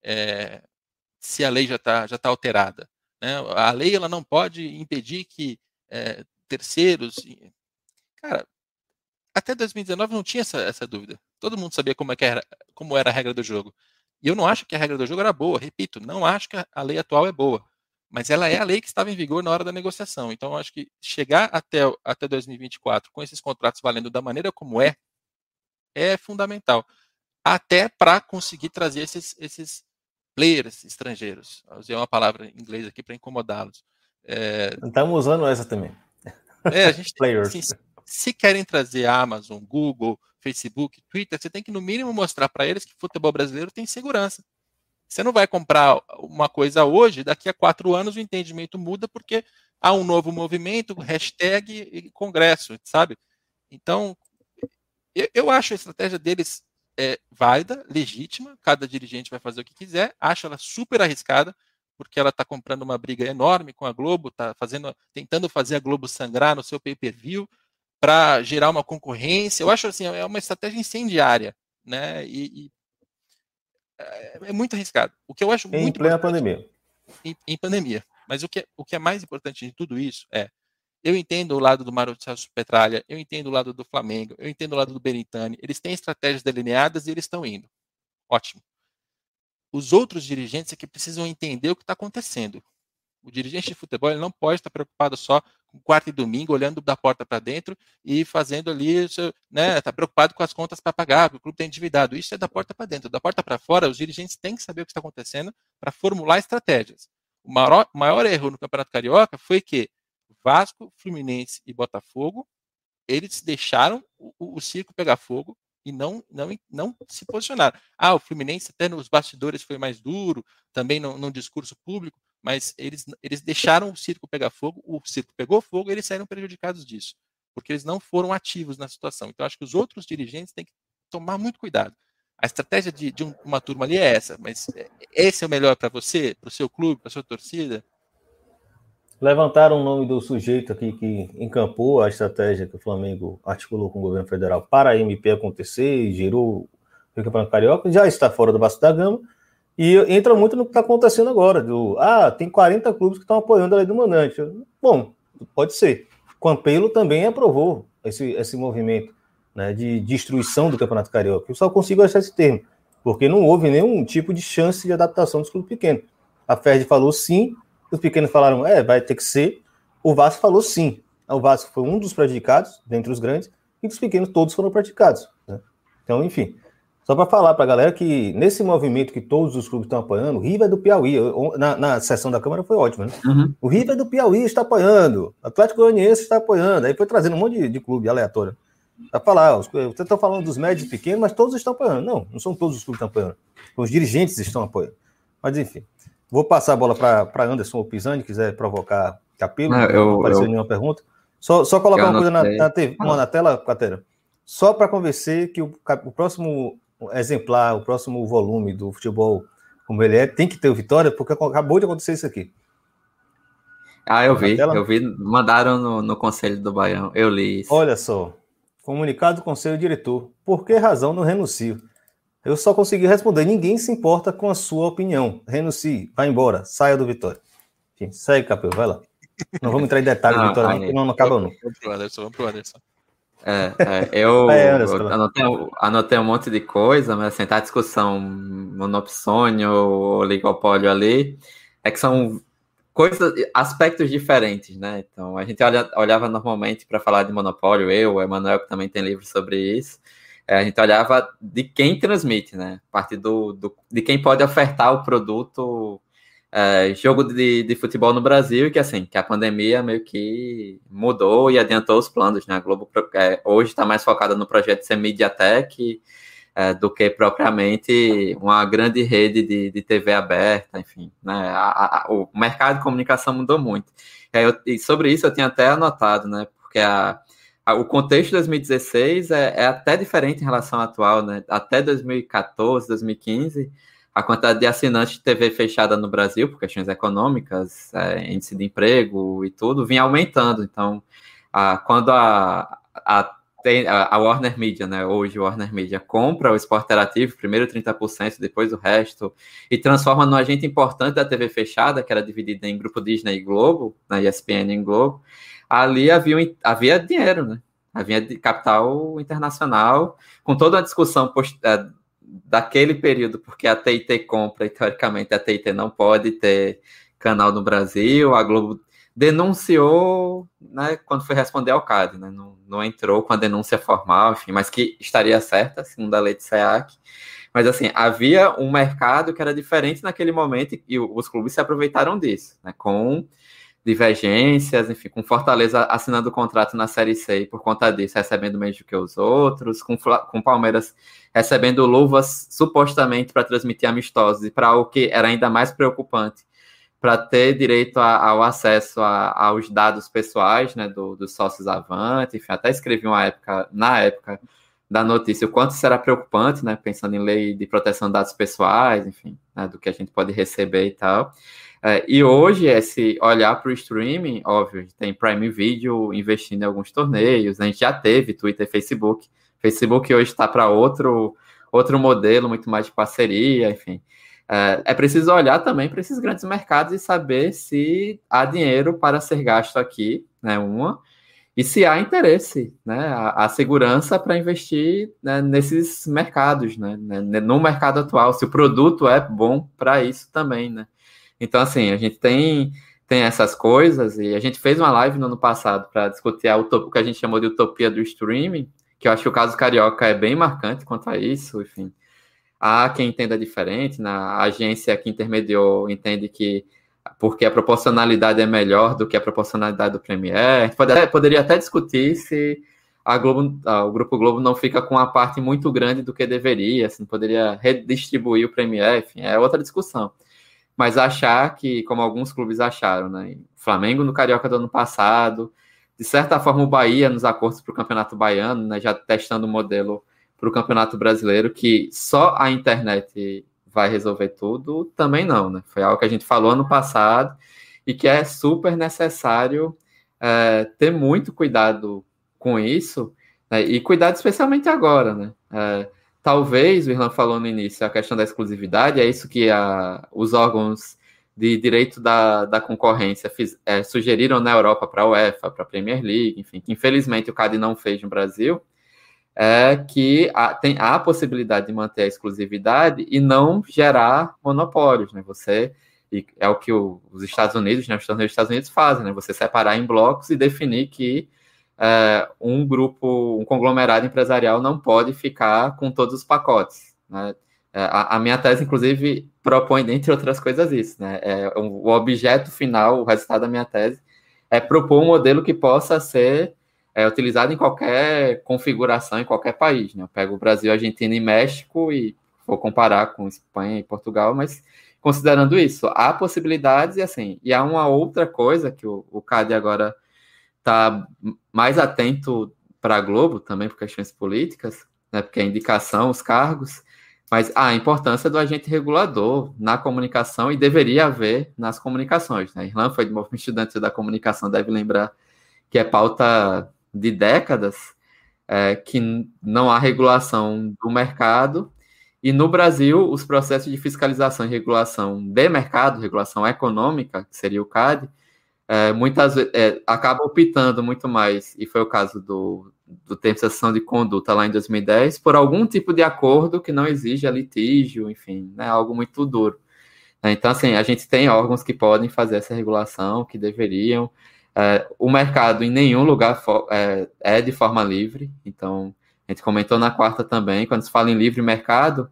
S4: se a lei já tá alterada? Né? A lei ela não pode impedir que terceiros... Cara, até 2019 não tinha essa dúvida. Todo mundo sabia como era a regra do jogo. E eu não acho que a regra do jogo era boa. Repito, não acho que a lei atual é boa. Mas ela é a lei que estava em vigor na hora da negociação. Então, eu acho que chegar até 2024 com esses contratos valendo da maneira como é fundamental. Até para conseguir trazer esses players estrangeiros. Eu usei uma palavra em inglês aqui para incomodá-los.
S1: Estamos usando essa também.
S4: A gente
S1: players.
S4: Assim, se querem trazer Amazon, Google, Facebook, Twitter, você tem que, no mínimo, mostrar para eles que o futebol brasileiro tem segurança. Você não vai comprar uma coisa hoje, daqui a 4 anos o entendimento muda porque há um novo movimento, hashtag e congresso, sabe? Então, eu acho a estratégia deles válida, legítima, cada dirigente vai fazer o que quiser, acho ela super arriscada, porque ela está comprando uma briga enorme com a Globo, está tentando fazer a Globo sangrar no seu pay-per-view para gerar uma concorrência. Eu acho assim, é uma estratégia incendiária, né? E é muito arriscado. O que eu acho muito
S1: em plena
S4: importante,
S1: pandemia.
S4: Em pandemia. Mas o que é mais importante de tudo isso eu entendo o lado do Mário Celso Petralha, eu entendo o lado do Flamengo, eu entendo o lado do Berintani. Eles têm estratégias delineadas e eles estão indo. Ótimo. Os outros dirigentes é que precisam entender o que está acontecendo. O dirigente de futebol ele não pode estar preocupado só com quarta e domingo, olhando da porta para dentro e fazendo ali, está preocupado com as contas para pagar, porque o clube está endividado. Isso é da porta para dentro. Da porta para fora, os dirigentes têm que saber o que está acontecendo para formular estratégias. O maior erro no Campeonato Carioca foi que Vasco, Fluminense e Botafogo, eles deixaram o circo pegar fogo e não se posicionaram. O Fluminense até nos bastidores foi mais duro, também no discurso público, mas eles deixaram o circo pegar fogo, o circo pegou fogo e eles saíram prejudicados disso, porque eles não foram ativos na situação. Então, acho que os outros dirigentes têm que tomar muito cuidado. A estratégia de uma turma ali é essa, mas esse é o melhor para você, para o seu clube, para a sua torcida?
S1: Levantaram o nome do sujeito aqui que encampou a estratégia que o Flamengo articulou com o governo federal para a MP acontecer e gerou o Campeonato Carioca, já está fora do Vasco da Gama e entra muito no que está acontecendo agora. Tem 40 clubes que estão apoiando a lei do mandante. Bom, pode ser. O Campelo também aprovou esse movimento, né, de destruição do Campeonato Carioca. Eu só consigo achar esse termo, porque não houve nenhum tipo de chance de adaptação dos clubes pequenos. A FERJ falou sim, os pequenos falaram, vai ter que ser. O Vasco falou sim. O Vasco foi um dos prejudicados, dentre os grandes, e os pequenos todos foram praticados. Né? Então, enfim, Só para falar para a galera que nesse movimento que todos os clubes estão apoiando, o River do Piauí, na sessão da Câmara foi ótimo, né?
S2: Uhum.
S1: O River do Piauí está apoiando, o Atlético Goianiense está apoiando, aí foi trazendo um monte de clube aleatório. Para falar, vocês estão falando dos médios e pequenos, mas todos estão apoiando. Não são todos os clubes que estão apoiando. Os dirigentes estão apoiando. Mas enfim, vou passar a bola para Anderson ou Pisani, quiser provocar Capelo, não apareceu nenhuma pergunta. Só colocar uma coisa na tela, Catera. Só para convencer que o próximo exemplar, o próximo volume do futebol como ele é, tem que ter o Vitória, porque acabou de acontecer isso aqui.
S2: Eu vi, mandaram no Conselho do Baião, eu li isso.
S1: Olha só, comunicado do Conselho Diretor, por que razão não renuncio? Eu só consegui responder, ninguém se importa com a sua opinião, renuncie, vai embora, saia do Vitória. Enfim, segue, Capel, vai lá. Não vamos entrar em detalhes do Vitória, porque não acaba não.
S4: Vamos pro Anderson.
S2: Eu anotei um monte de coisa, mas assim, tá a discussão monopsônio ou oligopólio ali, que são aspectos diferentes, né? Então, a gente olhava normalmente para falar de monopólio, o Emanuel, que também tem livro sobre isso, a gente olhava de quem transmite, né? A partir de quem pode ofertar o produto, jogo de futebol no Brasil, que assim, que a pandemia meio que mudou e adiantou os planos, né? A Globo hoje está mais focada no projeto de ser Mediatek do que propriamente uma grande rede de TV aberta, enfim, né? O mercado de comunicação mudou muito. E sobre isso eu tinha até anotado, né? Porque o contexto de 2016 é até diferente em relação ao atual, né? Até 2014, 2015, a quantidade de assinantes de TV fechada no Brasil, por questões econômicas, índice de emprego e tudo, vinha aumentando. Então, quando a Warner Media, né, hoje a Warner Media, compra o Sport Interativo, primeiro 30%, depois o resto, e transforma num agente importante da TV fechada, que era dividida em Grupo Disney e Globo, na ESPN e Globo, ali havia dinheiro, né? Havia capital internacional, com toda a discussão daquele período, porque a TIT compra e, teoricamente, a TIT não pode ter canal no Brasil. A Globo denunciou, né, quando foi responder ao CAD, né, não entrou com a denúncia formal, enfim, mas que estaria certa, segundo a lei de SEAC. Mas, assim, havia um mercado que era diferente naquele momento e os clubes se aproveitaram disso, né, com divergências, enfim, com Fortaleza assinando o contrato na Série C e por conta disso recebendo menos do que os outros, com Palmeiras recebendo luvas supostamente para transmitir amistosos e para o que era ainda mais preocupante, para ter direito ao acesso aos dados pessoais, né, dos sócios avante, enfim, até escrevi na época da notícia o quanto isso era preocupante, né, pensando em lei de proteção de dados pessoais, enfim, né, do que a gente pode receber e tal. E hoje, esse olhar para o streaming, óbvio, a gente tem Prime Video investindo em alguns torneios, a gente já teve Twitter e Facebook. Facebook hoje está para outro modelo, muito mais de parceria, enfim. É preciso olhar também para esses grandes mercados e saber se há dinheiro para ser gasto aqui, né, e se há interesse, né, a segurança para investir, né, nesses mercados, né, no mercado atual, se o produto é bom para isso também, né. Então, assim, a gente tem essas coisas, e a gente fez uma live no ano passado para discutir o que a gente chamou de utopia do streaming, que eu acho que o caso Carioca é bem marcante quanto a isso, enfim. Há quem entenda diferente, a agência que intermediou entende que porque a proporcionalidade é melhor do que a proporcionalidade do Premier. A gente poderia até discutir se o Grupo Globo não fica com uma parte muito grande do que deveria, assim, poderia redistribuir o Premier, enfim, é outra discussão. Mas achar que, como alguns clubes acharam, né? O Flamengo no Carioca do ano passado, de certa forma o Bahia nos acordos para o Campeonato Baiano, né? Já testando o modelo para o Campeonato Brasileiro, que só a internet vai resolver tudo, também não, né? Foi algo que a gente falou ano passado e que é super necessário ter muito cuidado com isso, né? E cuidado especialmente agora, né? Talvez, o Irlan falou no início, a questão da exclusividade, é isso que os órgãos de direito da concorrência sugeriram na Europa para a UEFA, para a Premier League, enfim, que infelizmente o CAD não fez no Brasil, que tem a possibilidade de manter a exclusividade e não gerar monopólios, né? E é o que os Estados Unidos, né, os torneios dos Estados Unidos fazem, né? Você separar em blocos e definir que um conglomerado empresarial não pode ficar com todos os pacotes, né? A minha tese, inclusive, propõe, dentre outras coisas, isso, né? O objeto final, o resultado da minha tese, é propor um modelo que possa ser utilizado em qualquer configuração, em qualquer país, né? Eu pego o Brasil, Argentina e México e vou comparar com Espanha e Portugal, mas considerando isso, há possibilidades e assim, e há uma outra coisa que o CAD agora está mais atento para a Globo, também por questões políticas, né? Porque a indicação, os cargos, mas a importância do agente regulador na comunicação e deveria haver nas comunicações, né? Irlan foi do movimento estudantil da comunicação, deve lembrar que é pauta de décadas, que não há regulação do mercado, e no Brasil, os processos de fiscalização e regulação de mercado, regulação econômica, que seria o CAD, muitas vezes acaba optando muito mais, e foi o caso do termo de sanção de conduta lá em 2010, por algum tipo de acordo que não exija litígio, enfim, né, algo muito duro. Então, assim, a gente tem órgãos que podem fazer essa regulação, que deveriam. O mercado em nenhum lugar é de forma livre, então, a gente comentou na quarta também, quando se fala em livre mercado,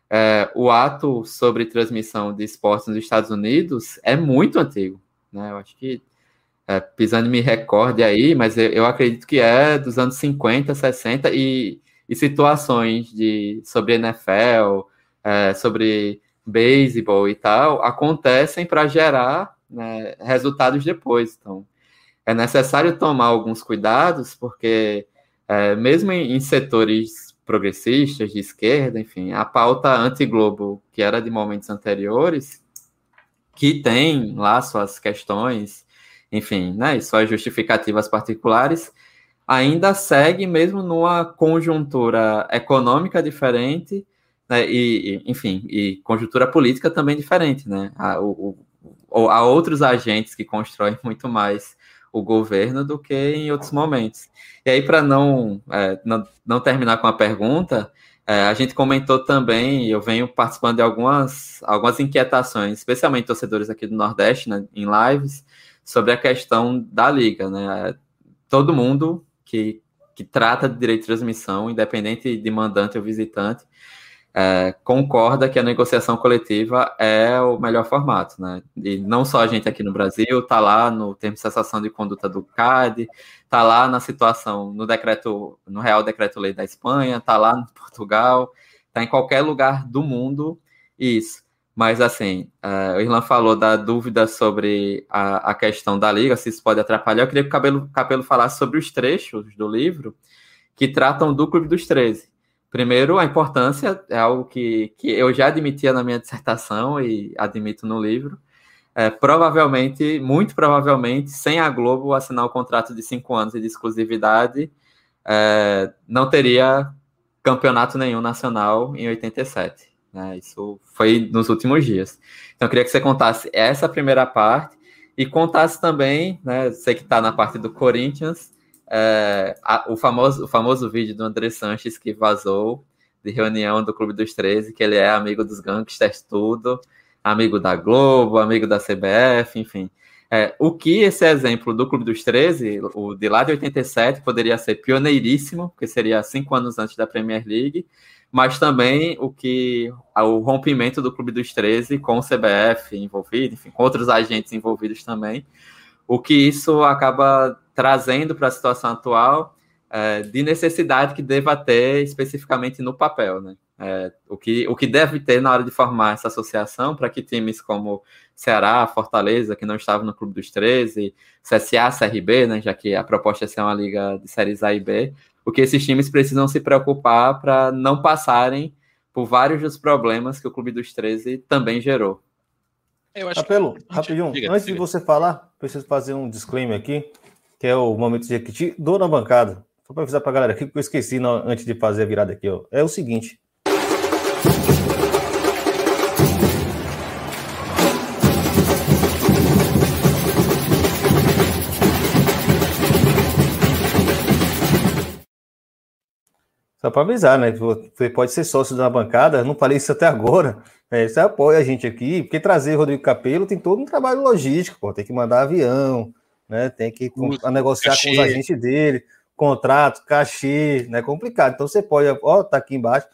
S2: o ato sobre transmissão de esportes nos Estados Unidos é muito antigo, né? Eu acho que Pisani me recorde aí, mas eu acredito que é dos anos 50, 60, e situações sobre NFL, sobre beisebol e tal, acontecem para gerar, né, resultados depois. Então, é necessário tomar alguns cuidados, porque mesmo em setores progressistas, de esquerda, enfim, a pauta anti-Globo, que era de momentos anteriores, que tem lá suas questões, enfim, né, e suas justificativas particulares, ainda segue mesmo numa conjuntura econômica diferente, né, enfim, e conjuntura política também diferente, né? Há outros agentes que constroem muito mais o governo do que em outros momentos. E aí, para não terminar com a pergunta, a gente comentou também, eu venho participando de algumas inquietações, especialmente torcedores aqui do Nordeste, né, em lives, sobre a questão da Liga, né? Todo mundo que trata de direito de transmissão, independente de mandante ou visitante, concorda que a negociação coletiva é o melhor formato, né? E não só a gente aqui no Brasil, está lá no termo de cessação de conduta do CAD, está lá na situação, no Real Decreto-Lei da Espanha, está lá no Portugal, está em qualquer lugar do mundo isso. Mas, assim, o Irlan falou da dúvida sobre a questão da Liga, se isso pode atrapalhar. Eu queria que o Capello falasse sobre os trechos do livro que tratam do Clube dos 13. Primeiro, a importância é algo que eu já admitia na minha dissertação e admito no livro. Provavelmente, muito provavelmente, sem a Globo assinar o contrato de 5 anos de exclusividade, não teria campeonato nenhum nacional em 87. Né? Isso foi nos últimos dias. Então, eu queria que você contasse essa primeira parte e contasse também, né, sei que está na parte do Corinthians, o famoso vídeo do André Sanches que vazou de reunião do Clube dos 13, que ele é amigo dos gangsters, tudo, amigo da Globo, amigo da CBF, enfim. O que esse exemplo do Clube dos 13, o de lá de 87, poderia ser pioneiríssimo, porque seria 5 anos antes da Premier League, mas também o rompimento do Clube dos 13 com o CBF envolvido, enfim, com outros agentes envolvidos também, o que isso acaba trazendo para a situação atual de necessidade que deva ter especificamente no papel, né? O que deve ter na hora de formar essa associação para que times como Ceará, Fortaleza, que não estavam no Clube dos 13, CSA, CRB, né, já que a proposta é ser uma liga de séries A e B, o que esses times precisam se preocupar para não passarem por vários dos problemas que o Clube dos 13 também gerou.
S1: Capello, rapidinho, antes de você falar, preciso fazer um disclaimer aqui, que é o momento de repetir, dou na bancada. Só para avisar para a galera aqui, porque eu esqueci antes de fazer a virada aqui. Ó. É o seguinte. Só para avisar, né? Você pode ser sócio da bancada, não falei isso até agora. Você apoia a gente aqui, porque trazer Rodrigo Capello tem todo um trabalho logístico, pô, tem que mandar avião, né? Tem que negociar cachê com os agentes dele, contrato, cachê, né? Complicado. Então você pode, tá aqui embaixo,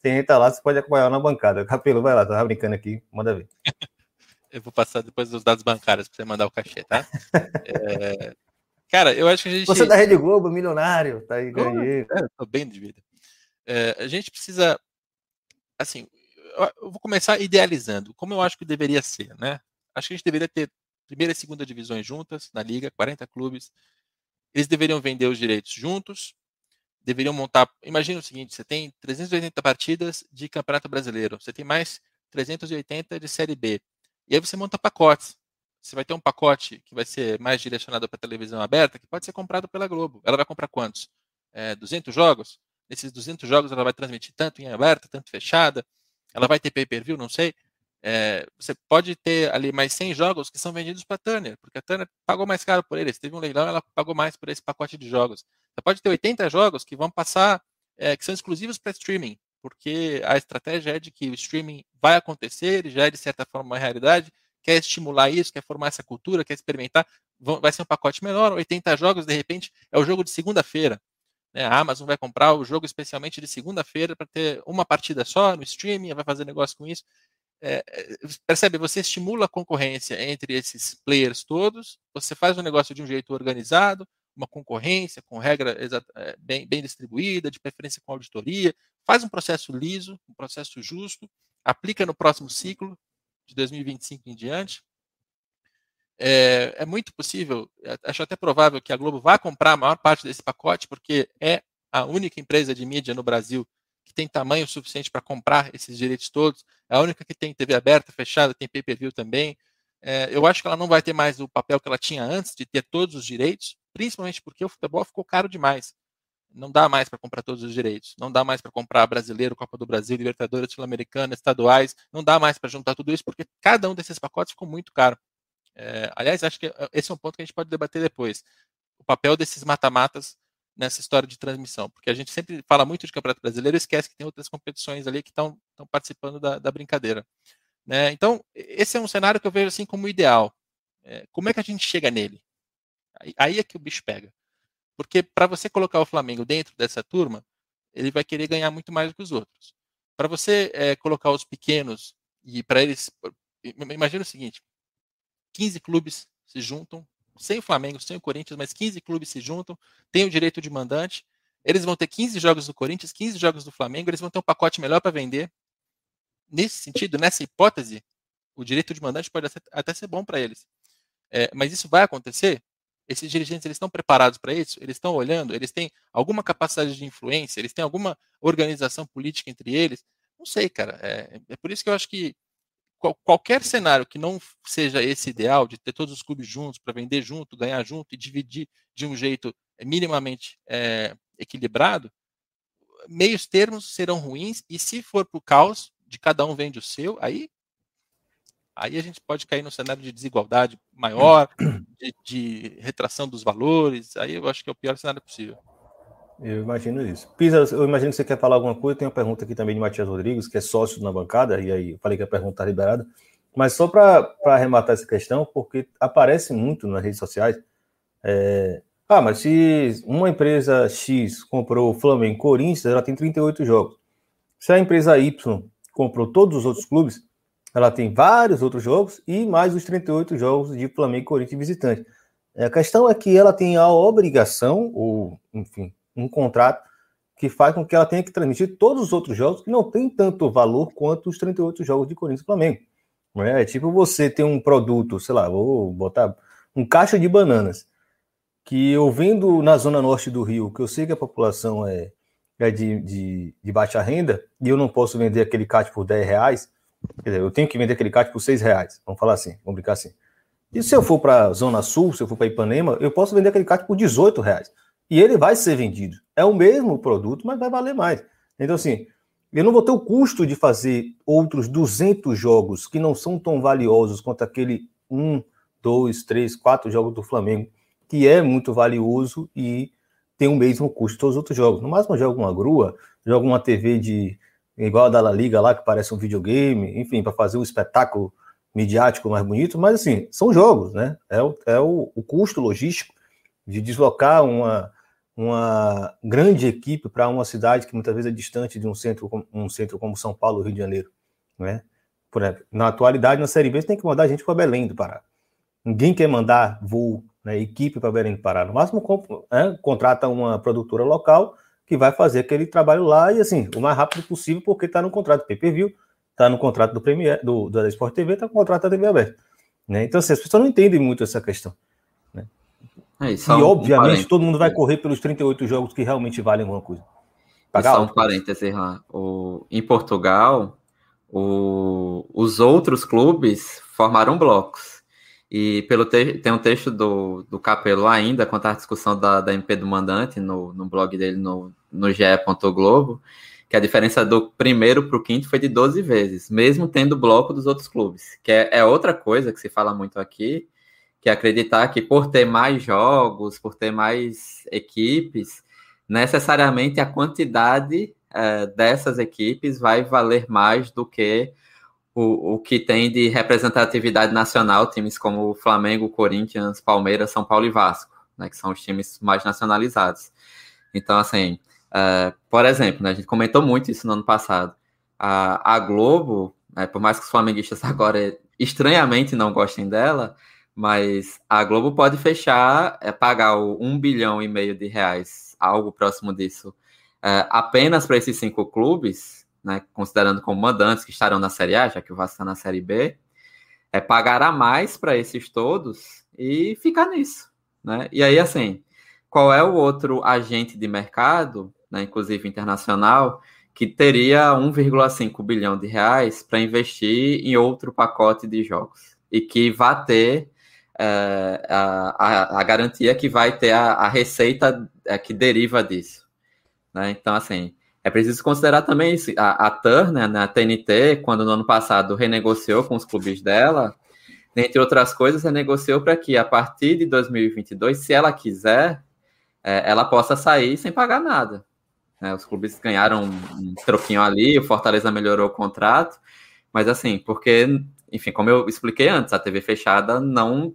S1: entra lá, você pode acompanhar na bancada. Capelo, vai lá, tava brincando aqui, manda ver.
S4: Eu vou passar depois os dados bancários para você mandar o cachê, tá? Cara, eu acho que a gente...
S1: Você é da Rede Globo, milionário, tá aí, ganhei.
S4: Tô bem de vida. A gente precisa, assim, eu vou começar idealizando, como eu acho que deveria ser, né? Acho que a gente deveria ter primeira e segunda divisões juntas na liga, 40 clubes. Eles deveriam vender os direitos juntos, deveriam montar... Imagina o seguinte, você tem 380 partidas de Campeonato Brasileiro, você tem mais 380 de Série B. E aí você monta pacotes. Você vai ter um pacote que vai ser mais direcionado para televisão aberta, que pode ser comprado pela Globo. Ela vai comprar quantos? 200 jogos? Nesses 200 jogos ela vai transmitir tanto em aberta, tanto fechada. Ela vai ter pay-per-view, não sei. Você pode ter ali mais 100 jogos que são vendidos para a Turner, porque a Turner pagou mais caro por eles. Teve um leilão, ela pagou mais por esse pacote de jogos. Você pode ter 80 jogos que vão passar, que são exclusivos para streaming, porque a estratégia é de que o streaming vai acontecer, ele já é de certa forma uma realidade, quer estimular isso, quer formar essa cultura, quer experimentar, vai ser um pacote menor, 80 jogos, de repente, é o jogo de segunda-feira. A Amazon vai comprar o jogo especialmente de segunda-feira para ter uma partida só no streaming, vai fazer negócio com isso. Percebe? Você estimula a concorrência entre esses players todos, você faz o negócio de um jeito organizado, uma concorrência com regra bem distribuída, de preferência com auditoria, faz um processo liso, um processo justo, aplica no próximo ciclo, de 2025 em diante. É muito possível, acho até provável que a Globo vá comprar a maior parte desse pacote, porque é a única empresa de mídia no Brasil que tem tamanho suficiente para comprar esses direitos todos, é a única que tem TV aberta, fechada, tem pay-per-view também. Eu acho que ela não vai ter mais o papel que ela tinha antes, de ter todos os direitos, principalmente porque o futebol ficou caro demais. Não dá mais para comprar todos os direitos, não dá mais para comprar Brasileiro, Copa do Brasil, Libertadores, Sul-Americana, estaduais, não dá mais para juntar tudo isso, porque cada um desses pacotes ficou muito caro. Aliás, acho que esse é um ponto que a gente pode debater depois. O papel desses mata-matas nessa história de transmissão, porque a gente sempre fala muito de Campeonato Brasileiro e esquece que tem outras competições ali que estão participando da brincadeira. Né? Então, esse é um cenário que eu vejo assim como ideal. Como é que a gente chega nele? Aí é que o bicho pega. Porque para você colocar o Flamengo dentro dessa turma, ele vai querer ganhar muito mais do que os outros. Para você colocar os pequenos e para eles... Imagina o seguinte, 15 clubes se juntam, sem o Flamengo, sem o Corinthians, mas 15 clubes se juntam, têm o direito de mandante, eles vão ter 15 jogos do Corinthians, 15 jogos do Flamengo, eles vão ter um pacote melhor para vender. Nesse sentido, nessa hipótese, o direito de mandante pode até ser bom para eles. Mas isso vai acontecer? Esses dirigentes, eles estão preparados para isso? Eles estão olhando? Eles têm alguma capacidade de influência? Eles têm alguma organização política entre eles? Não sei, cara. É por isso que eu acho que qualquer cenário que não seja esse ideal, de ter todos os clubes juntos, para vender junto, ganhar junto e dividir de um jeito minimamente equilibrado, meios termos serão ruins, e se for para o caos, de cada um vende o seu, aí a gente pode cair num cenário de desigualdade maior, de retração dos valores, aí eu acho que é o pior cenário possível.
S1: Eu imagino isso. Pisa, eu imagino que você quer falar alguma coisa. Tem uma pergunta aqui também de Matias Rodrigues, que é sócio na bancada, e aí eu falei que a pergunta está liberada. Mas só para arrematar essa questão, porque aparece muito nas redes sociais. Mas se uma empresa X comprou o Flamengo e Corinthians, ela tem 38 jogos. Se a empresa Y comprou todos os outros clubes, ela tem vários outros jogos e mais os 38 jogos de Flamengo e Corinthians visitante. A questão é que ela tem a obrigação, ou enfim, um contrato que faz com que ela tenha que transmitir todos os outros jogos que não tem tanto valor quanto os 38 jogos de Corinthians e Flamengo. É tipo você ter um produto, sei lá, vou botar um caixa de bananas, que eu vendo na zona norte do Rio, que eu sei que a população é de baixa renda, e eu não posso vender aquele caixa por R$10, quer dizer, eu tenho que vender aquele caixa por R$6, vamos falar assim, vamos brincar assim. E se eu for para a Zona Sul, se eu for para Ipanema, eu posso vender aquele caixa por R$18. E ele vai ser vendido. É o mesmo produto, mas vai valer mais. Então, assim, eu não vou ter o custo de fazer outros 200 jogos que não são tão valiosos quanto aquele 1, 2, 3, 4 jogos do Flamengo, que é muito valioso e tem o mesmo custo de todos os outros jogos. No máximo, eu jogo uma grua, jogo uma TV igual a da La Liga lá, que parece um videogame, enfim, para fazer um espetáculo midiático mais bonito, mas, assim, são jogos, né? É o custo logístico de deslocar uma grande equipe para uma cidade que muitas vezes é distante de um centro como São Paulo, Rio de Janeiro, né? Por exemplo, na atualidade, na Série B, você tem que mandar gente para Belém do Pará. Ninguém quer mandar voo, né, equipe para Belém do Pará. No máximo, contrata uma produtora local que vai fazer aquele trabalho lá e, assim, o mais rápido possível, porque está no contrato do pay-per-view, está no contrato do Premier, da Sport TV, está no contrato da TV aberta. Né? Então, assim, as pessoas não entendem muito essa questão. Né? E, obviamente, todo mundo vai correr pelos 38 jogos que realmente valem alguma coisa.
S2: Só um parêntese lá. Em Portugal, os outros clubes formaram blocos. E tem um texto do Capello ainda, quanto à discussão da MP do mandante, no blog dele, no ge.globo, que a diferença do primeiro para o quinto foi de 12 vezes, mesmo tendo bloco dos outros clubes. Que é outra coisa que se fala muito aqui, que é acreditar que por ter mais jogos, por ter mais equipes, necessariamente a quantidade dessas equipes vai valer mais do que o que tem de representatividade nacional, times como Flamengo, Corinthians, Palmeiras, São Paulo e Vasco, né, que são os times mais nacionalizados. Então, assim, por exemplo, né, a gente comentou muito isso no ano passado, a Globo, por mais que os flamenguistas agora estranhamente não gostem dela, mas a Globo pode fechar, pagar o 1,5 bilhão de reais, algo próximo disso, apenas para esses 5 clubes, né, considerando como mandantes que estarão na Série A, já que o Vasco está na Série B, pagará mais para esses todos e ficar nisso. Né? E aí, assim, qual é o outro agente de mercado, né, inclusive internacional, que teria 1,5 bilhão de reais para investir em outro pacote de jogos e que vai ter a garantia que vai ter a receita que deriva disso. Né? Então, assim, é preciso considerar também isso. A Turner, né, a TNT, quando no ano passado renegociou com os clubes dela, entre outras coisas, renegociou para que, a partir de 2022, se ela quiser, ela possa sair sem pagar nada. Né? Os clubes ganharam um troquinho ali, o Fortaleza melhorou o contrato, mas assim, porque, enfim, como eu expliquei antes, a TV fechada não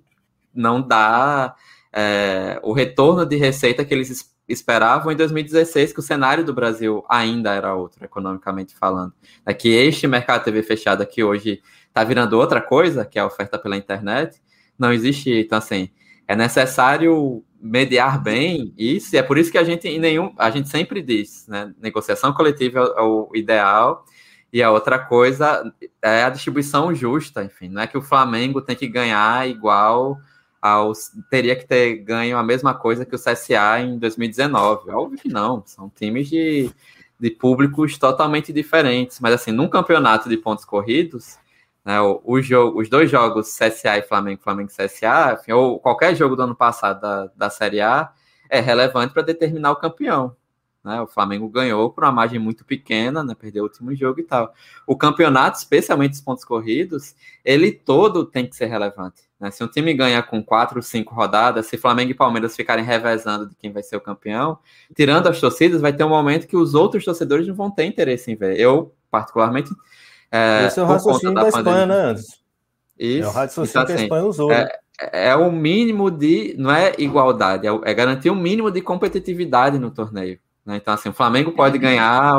S2: dá o retorno de receita que eles esperavam em 2016, que o cenário do Brasil ainda era outro, economicamente falando. É que este mercado TV fechada que hoje está virando outra coisa, que é a oferta pela internet, não existe. Então, assim, é necessário mediar bem isso, e é por isso que a gente sempre diz, né, negociação coletiva é o ideal, e a outra coisa é a distribuição justa, enfim, não é que o Flamengo tem que ganhar igual teria que ter ganho a mesma coisa que o CSA em 2019. Óbvio que não, são times de públicos totalmente diferentes, mas assim, num campeonato de pontos corridos, né, os 2 jogos CSA e Flamengo e CSA, enfim, ou qualquer jogo do ano passado da Série A, é relevante para determinar o campeão. Né? O Flamengo ganhou por uma margem muito pequena, né? Perdeu o último jogo e tal. O campeonato, especialmente os pontos corridos, ele todo tem que ser relevante. Né? Se um time ganha com 4 ou 5 rodadas, se Flamengo e Palmeiras ficarem revezando de quem vai ser o campeão, tirando as torcidas, vai ter um momento que os outros torcedores não vão ter interesse em ver. Eu, particularmente,
S1: esse é o raciocínio da Espanha, né, Anderson?
S2: Isso.
S1: É o raciocínio que a Espanha usou.
S2: É o mínimo de... Não é igualdade, é garantir o mínimo de competitividade no torneio. Né? Então, assim, o Flamengo pode ganhar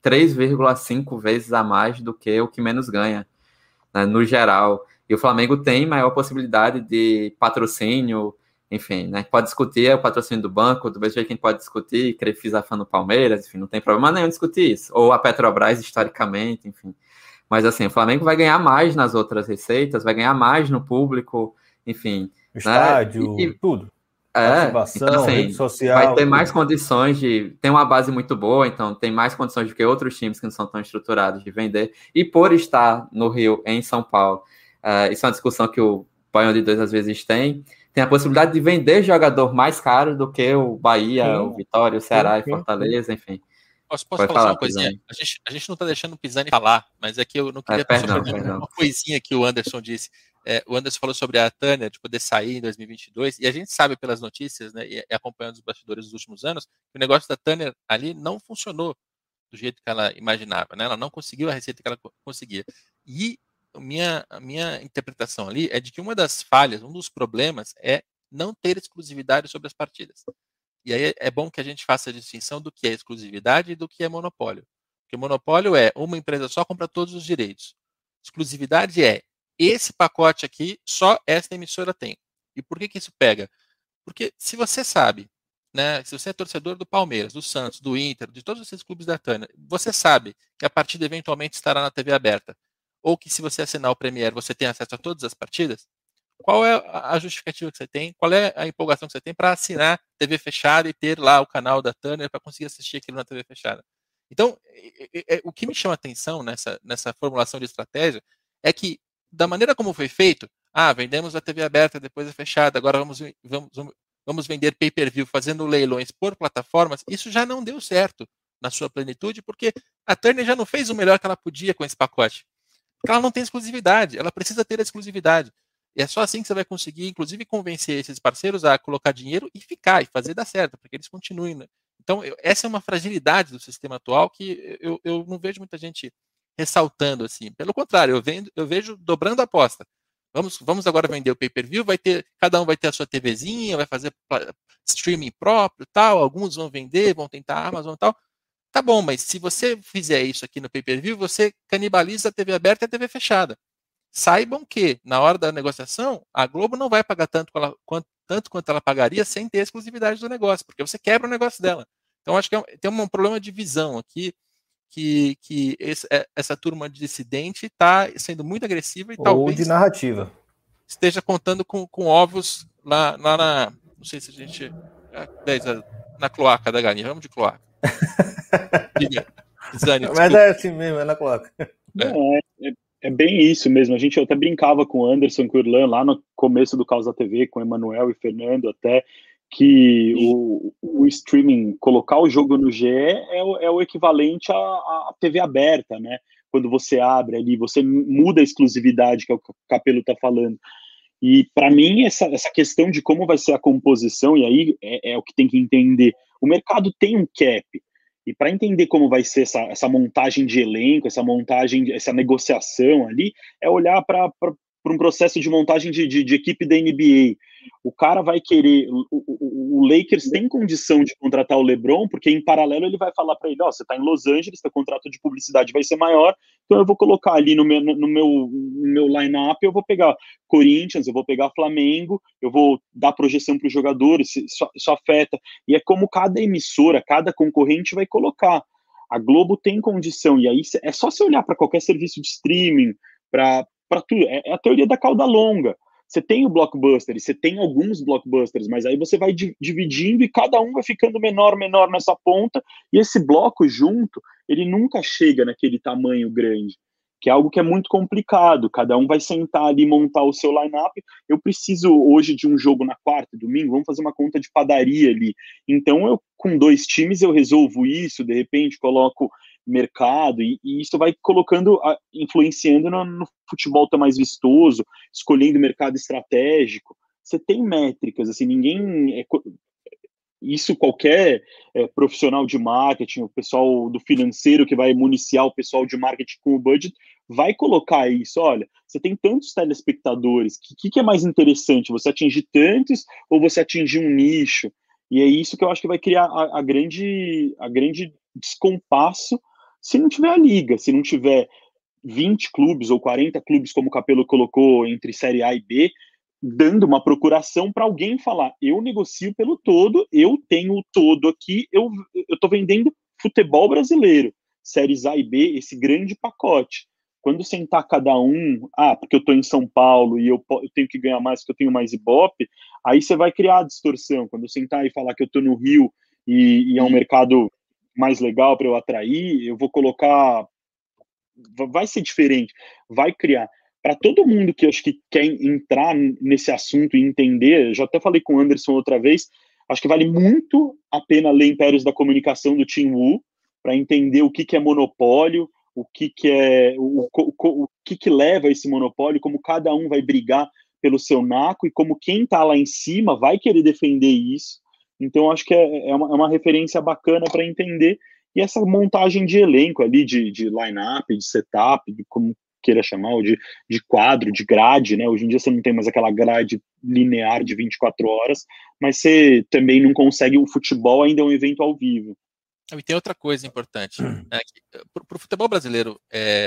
S2: 3,5 vezes a mais do que o que menos ganha, né, no geral. E o Flamengo tem maior possibilidade de patrocínio, enfim, né? Pode discutir o patrocínio do banco, do mesmo jeito que a gente pode discutir Crefisa no Palmeiras, enfim, não tem problema nenhum discutir isso. Ou a Petrobras, historicamente, enfim. Mas, assim, o Flamengo vai ganhar mais nas outras receitas, vai ganhar mais no público, enfim.
S1: Estádio, né? Tudo. Ativação,
S2: então, assim,
S1: rede social.
S2: Vai ter mais condições tem uma base muito boa, então tem mais condições do que outros times que não são tão estruturados de vender. E por estar no Rio, em São Paulo, isso é uma discussão que o Baião de 2 às vezes tem a possibilidade de vender jogador mais caro do que o Bahia, o Vitória, o Ceará e Fortaleza, enfim.
S4: Posso falar uma coisinha? A gente não está deixando o Pisani falar, mas é que eu não queria passar uma coisinha que o Anderson disse. O Anderson falou sobre a Tânia de poder sair em 2022, e a gente sabe pelas notícias, né, e acompanhando os bastidores dos últimos anos, que o negócio da Tânia ali não funcionou do jeito que ela imaginava, né? Ela não conseguiu a receita que ela conseguia. E a minha interpretação ali é de que uma das falhas, um dos problemas é não ter exclusividade sobre as partidas. E aí é bom que a gente faça a distinção do que é exclusividade e do que é monopólio. Porque monopólio é uma empresa só compra todos os direitos. Exclusividade é esse pacote aqui, só esta emissora tem. E por que isso pega? Porque se você sabe, né, se você é torcedor do Palmeiras, do Santos, do Inter, de todos esses clubes da Turner, você sabe que a partida eventualmente estará na TV aberta, ou que se você assinar o Premiere você tem acesso a todas as partidas, qual é a justificativa que você tem, qual é a empolgação que você tem para assinar TV fechada e ter lá o canal da Turner para conseguir assistir aquilo na TV fechada? Então, o que me chama a atenção nessa formulação de estratégia é que, da maneira como foi feito, vendemos a TV aberta, depois a fechada, agora vamos vender pay-per-view fazendo leilões por plataformas, isso já não deu certo na sua plenitude, porque a Turner já não fez o melhor que ela podia com esse pacote. Porque ela não tem exclusividade, ela precisa ter a exclusividade. E é só assim que você vai conseguir, inclusive, convencer esses parceiros a colocar dinheiro e ficar, e fazer dar certo, porque eles continuem. Né? Então, essa é uma fragilidade do sistema atual que eu não vejo muita gente ressaltando assim. Pelo contrário, eu vejo dobrando a aposta. Vamos agora vender o pay-per-view, cada um vai ter a sua TVzinha, vai fazer streaming próprio, tal. Alguns vão vender, vão tentar Amazon e tal. Tá bom, mas se você fizer isso aqui no pay-per-view, você canibaliza a TV aberta e a TV fechada. Saibam que, na hora da negociação, a Globo não vai pagar tanto quanto ela pagaria sem ter a exclusividade do negócio, porque você quebra o negócio dela. Então, acho que tem um problema de visão aqui, que essa turma dissidente está sendo muito agressiva e
S1: ou
S4: talvez
S1: de narrativa
S4: esteja contando com ovos lá na... Não sei se a gente... na cloaca da galinha. Vamos de cloaca. Diga, Zani,
S1: mas é assim mesmo, é na cloaca.
S3: É bem isso mesmo. A gente até brincava com o Anderson, com o Irlan, lá no começo do Caos da TV, com o Emanuel e Fernando, até que o streaming, colocar o jogo no GE é o equivalente à TV aberta, né? Quando você abre ali, você muda a exclusividade, que é o que o Capello está falando. E, para mim, essa questão de como vai ser a composição, e aí é o que tem que entender. O mercado tem um cap, e para entender como vai ser essa montagem de elenco, essa negociação ali, é olhar para um processo de montagem de equipe da NBA. O cara vai querer... O Lakers tem condição de contratar o LeBron, porque em paralelo ele vai falar para ele, você está em Los Angeles, teu contrato de publicidade vai ser maior, então eu vou colocar ali no meu line-up, eu vou pegar Corinthians, eu vou pegar Flamengo, eu vou dar projeção para os jogadores, isso afeta. E é como cada emissora, cada concorrente vai colocar. A Globo tem condição, e aí é só você olhar para qualquer serviço de streaming, para tudo. É a teoria da cauda longa. Você tem o blockbuster, e você tem alguns blockbusters, mas aí você vai dividindo e cada um vai ficando menor nessa ponta, e esse bloco junto, ele nunca chega naquele tamanho grande, que é algo que é muito complicado. Cada um vai sentar ali e montar o seu line-up. Eu preciso hoje de um jogo na quarta, domingo, vamos fazer uma conta de padaria ali. Então, eu com 2 times eu resolvo isso, de repente coloco mercado, e isso vai colocando, influenciando no futebol tá mais vistoso, escolhendo mercado estratégico. Você tem métricas, assim, isso qualquer profissional de marketing, o pessoal do financeiro que vai municiar o pessoal de marketing com o budget, vai colocar isso. Olha, você tem tantos telespectadores, o que é mais interessante? Você atingir tantos ou você atingir um nicho? E é isso que eu acho que vai criar a grande descompasso se não tiver a liga, se não tiver 20 clubes ou 40 clubes, como o Capello colocou, entre Série A e B, dando uma procuração para alguém falar, eu negocio pelo todo, eu tenho o todo aqui, eu estou vendendo futebol brasileiro, séries A e B, esse grande pacote. Quando sentar cada um, porque eu estou em São Paulo e eu tenho que ganhar mais porque eu tenho mais Ibope, aí você vai criar a distorção. Quando eu sentar e falar que eu estou no Rio e é um mercado mais legal para eu atrair, eu vou colocar... Vai ser diferente, vai criar. Para todo mundo que eu acho que quer entrar nesse assunto e entender, já até falei com o Anderson outra vez, acho que vale muito a pena ler Impérios da Comunicação do Tim Wu, para entender o que é monopólio, o que leva a esse monopólio, como cada um vai brigar pelo seu naco e como quem está lá em cima vai querer defender isso. Então, acho que é uma referência bacana para entender. E essa montagem de elenco ali, de line-up, de setup, de como queira chamar, ou de quadro, de grade, né? Hoje em dia você não tem mais aquela grade linear de 24 horas, mas você também não consegue, o futebol ainda é um evento ao vivo.
S4: E tem outra coisa importante, né, para o futebol brasileiro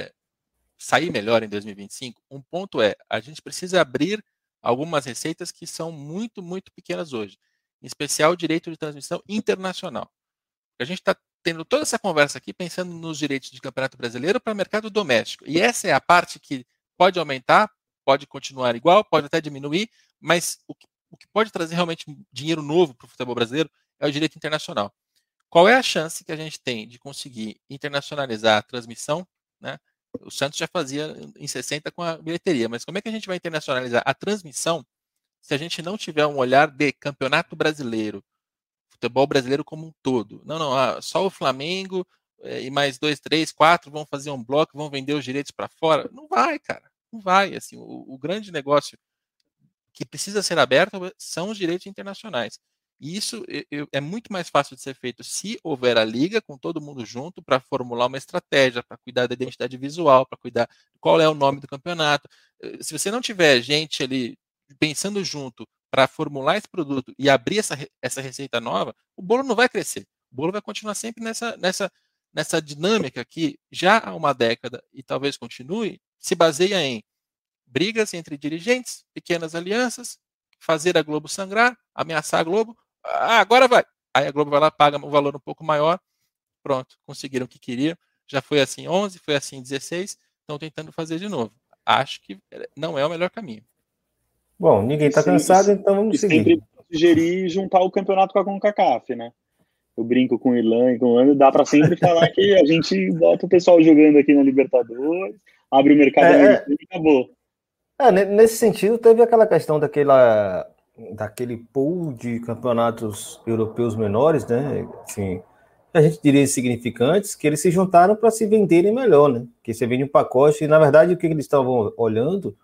S4: sair melhor em 2025, um ponto a gente precisa abrir algumas receitas que são muito, muito pequenas hoje, em especial o direito de transmissão internacional. A gente está tendo toda essa conversa aqui pensando nos direitos de campeonato brasileiro para o mercado doméstico, e essa é a parte que pode aumentar, pode continuar igual, pode até diminuir, mas o que pode trazer realmente dinheiro novo para o futebol brasileiro é o direito internacional. Qual é a chance que a gente tem de conseguir internacionalizar a transmissão, né? O Santos já fazia em 60 com a bilheteria, mas como é que a gente vai internacionalizar a transmissão se a gente não tiver um olhar de campeonato brasileiro, futebol brasileiro como um todo? Não, só o Flamengo e mais 2, 3, 4 vão fazer um bloco, vão vender os direitos para fora. Não vai, cara, não vai. Assim, o grande negócio que precisa ser aberto são os direitos internacionais. E isso é muito mais fácil de ser feito se houver a liga com todo mundo junto para formular uma estratégia, para cuidar da identidade visual, para cuidar qual é o nome do campeonato. Se você não tiver gente ali pensando junto para formular esse produto e abrir essa receita nova, o bolo não vai crescer. O bolo vai continuar sempre nessa dinâmica que já há uma década e talvez continue, se baseia em brigas entre dirigentes, pequenas alianças, fazer a Globo sangrar, ameaçar a Globo. Agora vai. Aí a Globo vai lá, paga um valor um pouco maior. Pronto, conseguiram o que queriam. Já foi assim 11, foi assim 16. Estão tentando fazer de novo. Acho que não é o melhor caminho.
S1: Bom, ninguém está cansado, então vamos seguir.
S3: Sempre sugerir juntar o campeonato com a CONCACAF, né? Eu brinco com o Irlan e com o André, dá para sempre falar que a gente bota o pessoal jogando aqui na Libertadores, abre o mercado americano e acabou.
S1: Nesse sentido, teve aquela questão daquele pool de campeonatos europeus menores, né? Assim, a gente diria insignificantes, que eles se juntaram para se venderem melhor, né? Que você vende um pacote, e na verdade o que eles estavam olhando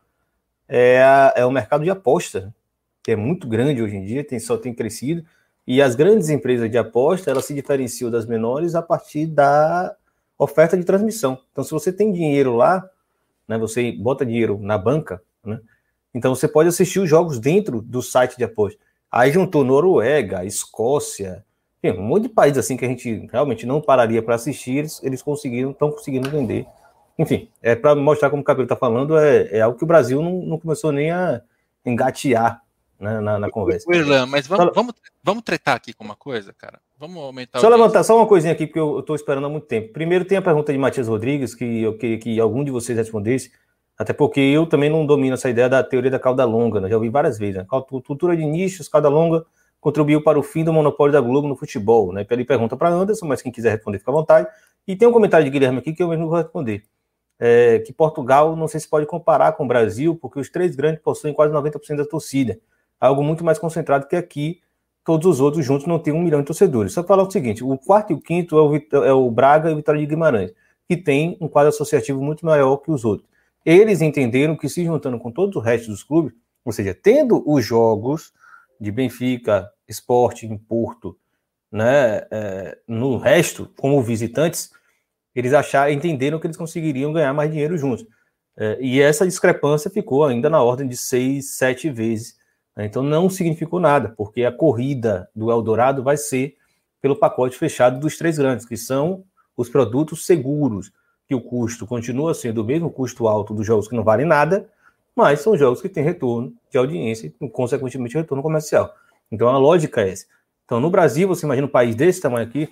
S1: é o mercado de aposta, que é muito grande hoje em dia, só tem crescido, e as grandes empresas de aposta, elas se diferenciam das menores a partir da oferta de transmissão. Então, se você tem dinheiro lá, né, você bota dinheiro na banca, né, então você pode assistir os jogos dentro do site de aposta. Aí juntou Noruega, Escócia, tem um monte de países assim que a gente realmente não pararia para assistir, eles estão conseguindo vender. Enfim, para mostrar como o Cabelo está falando, é algo que o Brasil não começou nem a engatear, né, na conversa.
S4: Irlan, mas vamos tretar aqui com uma coisa, cara? Vamos aumentar.
S1: Só levantar só uma coisinha aqui, porque eu estou esperando há muito tempo. Primeiro tem a pergunta de Matias Rodrigues, que eu queria que algum de vocês respondesse, até porque eu também não domino essa ideia da teoria da cauda longa, né? Já ouvi várias vezes. Né? Cultura de nichos, cauda longa, contribuiu para o fim do monopólio da Globo no futebol. Né? Ele pergunta para Anderson, mas quem quiser responder, fica à vontade. E tem um comentário de Guilherme aqui que eu mesmo vou responder. Que Portugal não sei se pode comparar com o Brasil, porque os 3 grandes possuem quase 90% da torcida. Algo muito mais concentrado que aqui, todos os outros juntos não têm 1 milhão de torcedores. Só falar o seguinte, o 4º e o 5º é o Braga e o Vitória de Guimarães, que tem um quadro associativo muito maior que os outros. Eles entenderam que se juntando com todos os restos dos clubes, ou seja, tendo os jogos de Benfica, Sporting, Porto, né, no resto, como visitantes, eles entenderam que eles conseguiriam ganhar mais dinheiro juntos. E essa discrepância ficou ainda na ordem de 6, 7 vezes. Então não significou nada, porque a corrida do Eldorado vai ser pelo pacote fechado dos 3 grandes, que são os produtos seguros, que o custo continua sendo o mesmo custo alto dos jogos que não valem nada, mas são jogos que têm retorno de audiência e, consequentemente, retorno comercial. Então a lógica é essa. Então no Brasil, você imagina um país desse tamanho aqui,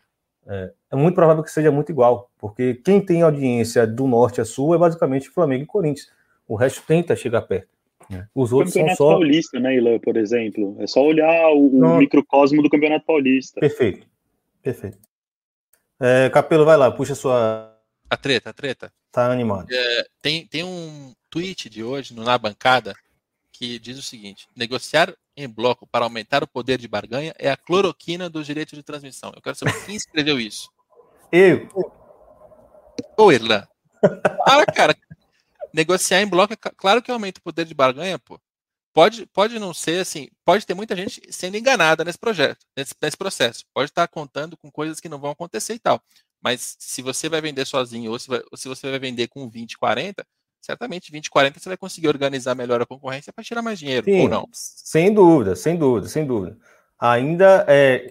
S1: é muito provável que seja muito igual, porque quem tem audiência do norte a sul é basicamente Flamengo e Corinthians. O resto tenta chegar perto. Os outros são só...
S3: Paulista, né, Ilan, por exemplo. É só olhar o microcosmo do Campeonato Paulista.
S1: Perfeito. Capelo, vai lá, puxa sua...
S4: A treta.
S1: Tá animado.
S4: Tem um tweet de hoje no Na Bancada que diz o seguinte: negociar em bloco para aumentar o poder de barganha é a cloroquina dos direitos de transmissão. Eu quero saber quem escreveu isso.
S1: Eu.
S4: Ô, Irlan. Cara. Negociar em bloco, claro que aumenta o poder de barganha, pô. Pode não ser assim, pode ter muita gente sendo enganada nesse processo. Pode estar contando com coisas que não vão acontecer e tal. Mas se você vai vender sozinho ou se você vai vender com 20-40, certamente 20-40 você vai conseguir organizar melhor a concorrência para tirar mais dinheiro,
S1: Sim,
S4: ou não?
S1: sem dúvida, sem dúvida, sem dúvida. Ainda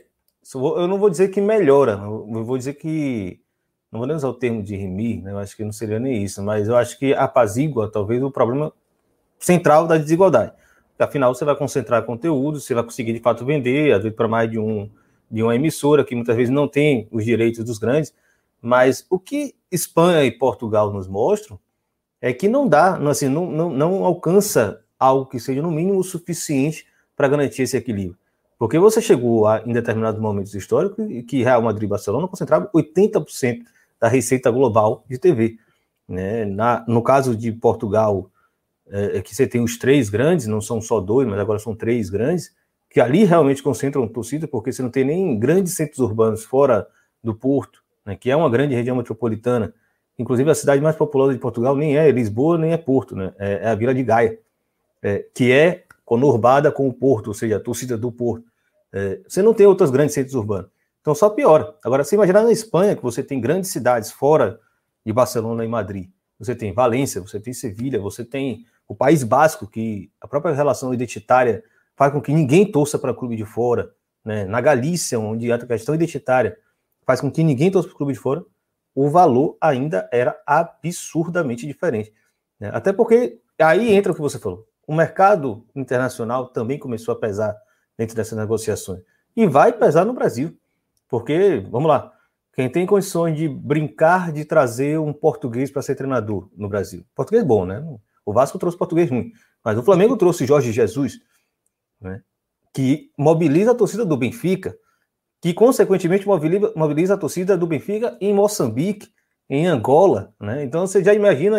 S1: eu não vou dizer que melhora, eu vou dizer que, não vou nem usar o termo de remir, né? Eu acho que não seria nem isso, mas eu acho que apazigua talvez o problema central da desigualdade. Porque, afinal, você vai concentrar conteúdo, você vai conseguir de fato vender, às vezes para mais de uma emissora, que muitas vezes não tem os direitos dos grandes, mas o que Espanha e Portugal nos mostram é que não dá, assim, não alcança algo que seja no mínimo suficiente para garantir esse equilíbrio. Porque você chegou em determinados momentos históricos que Real Madrid e Barcelona concentravam 80% da receita global de TV. Né? No caso de Portugal, que você tem os 3 grandes, não são só 2, mas agora são 3 grandes, que ali realmente concentram torcida, porque você não tem nem grandes centros urbanos fora do Porto, né, que é uma grande região metropolitana. Inclusive, a cidade mais populosa de Portugal nem é Lisboa, nem é Porto, né, é a Vila de Gaia, que é conurbada com o Porto, ou seja, a torcida do Porto. Você não tem outros grandes centros urbanos. Então, só piora. Agora, você imaginar na Espanha, que você tem grandes cidades fora de Barcelona e Madrid, você tem Valência, você tem Sevilha, você tem o País Basco, que a própria relação identitária faz com que ninguém torça para clube de fora, né? Na Galícia, onde a questão identitária faz com que ninguém torça para o clube de fora, o valor ainda era absurdamente diferente. Né? Até porque aí entra o que você falou. O mercado internacional também começou a pesar dentro dessas negociações. E vai pesar no Brasil. Porque, vamos lá, quem tem condições de brincar de trazer um português para ser treinador no Brasil? Português bom, né? O Vasco trouxe português ruim, mas o Flamengo trouxe Jorge Jesus, né? Que mobiliza a torcida do Benfica, que consequentemente mobiliza a torcida do Benfica em Moçambique, em Angola, né? Então você já imagina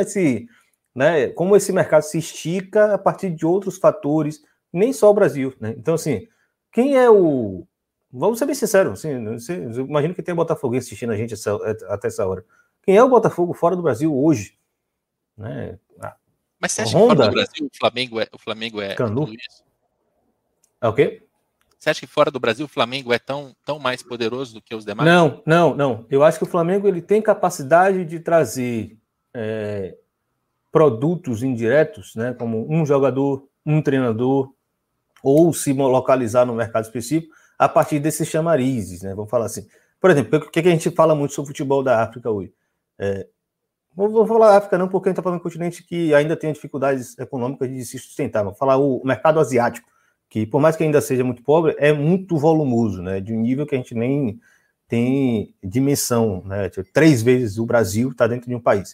S1: né, como esse mercado se estica a partir de outros fatores, nem só o Brasil, né? Então, assim, quem é o... Vamos ser bem sinceros, assim, eu imagino que tem Botafogo assistindo a gente até essa hora. Quem é o Botafogo fora do Brasil hoje? Né?
S4: Mas você acha que fora do Brasil o Flamengo é tudo isso?
S1: É o quê?
S4: Você acha que fora do Brasil o Flamengo é tão mais poderoso do que os demais?
S1: Não. Eu acho que o Flamengo ele tem capacidade de trazer produtos indiretos, né, como um jogador, um treinador, ou se localizar no mercado específico a partir desses chamarizes, né? Vamos falar assim. Por exemplo, o que a gente fala muito sobre o futebol da África hoje? Vou falar África não, porque a gente está falando de um continente que ainda tem dificuldades econômicas de se sustentar. Vamos falar o mercado asiático, que por mais que ainda seja muito pobre, é muito volumoso, né? De um nível que a gente nem tem dimensão, né? 3 vezes o Brasil está dentro de um país.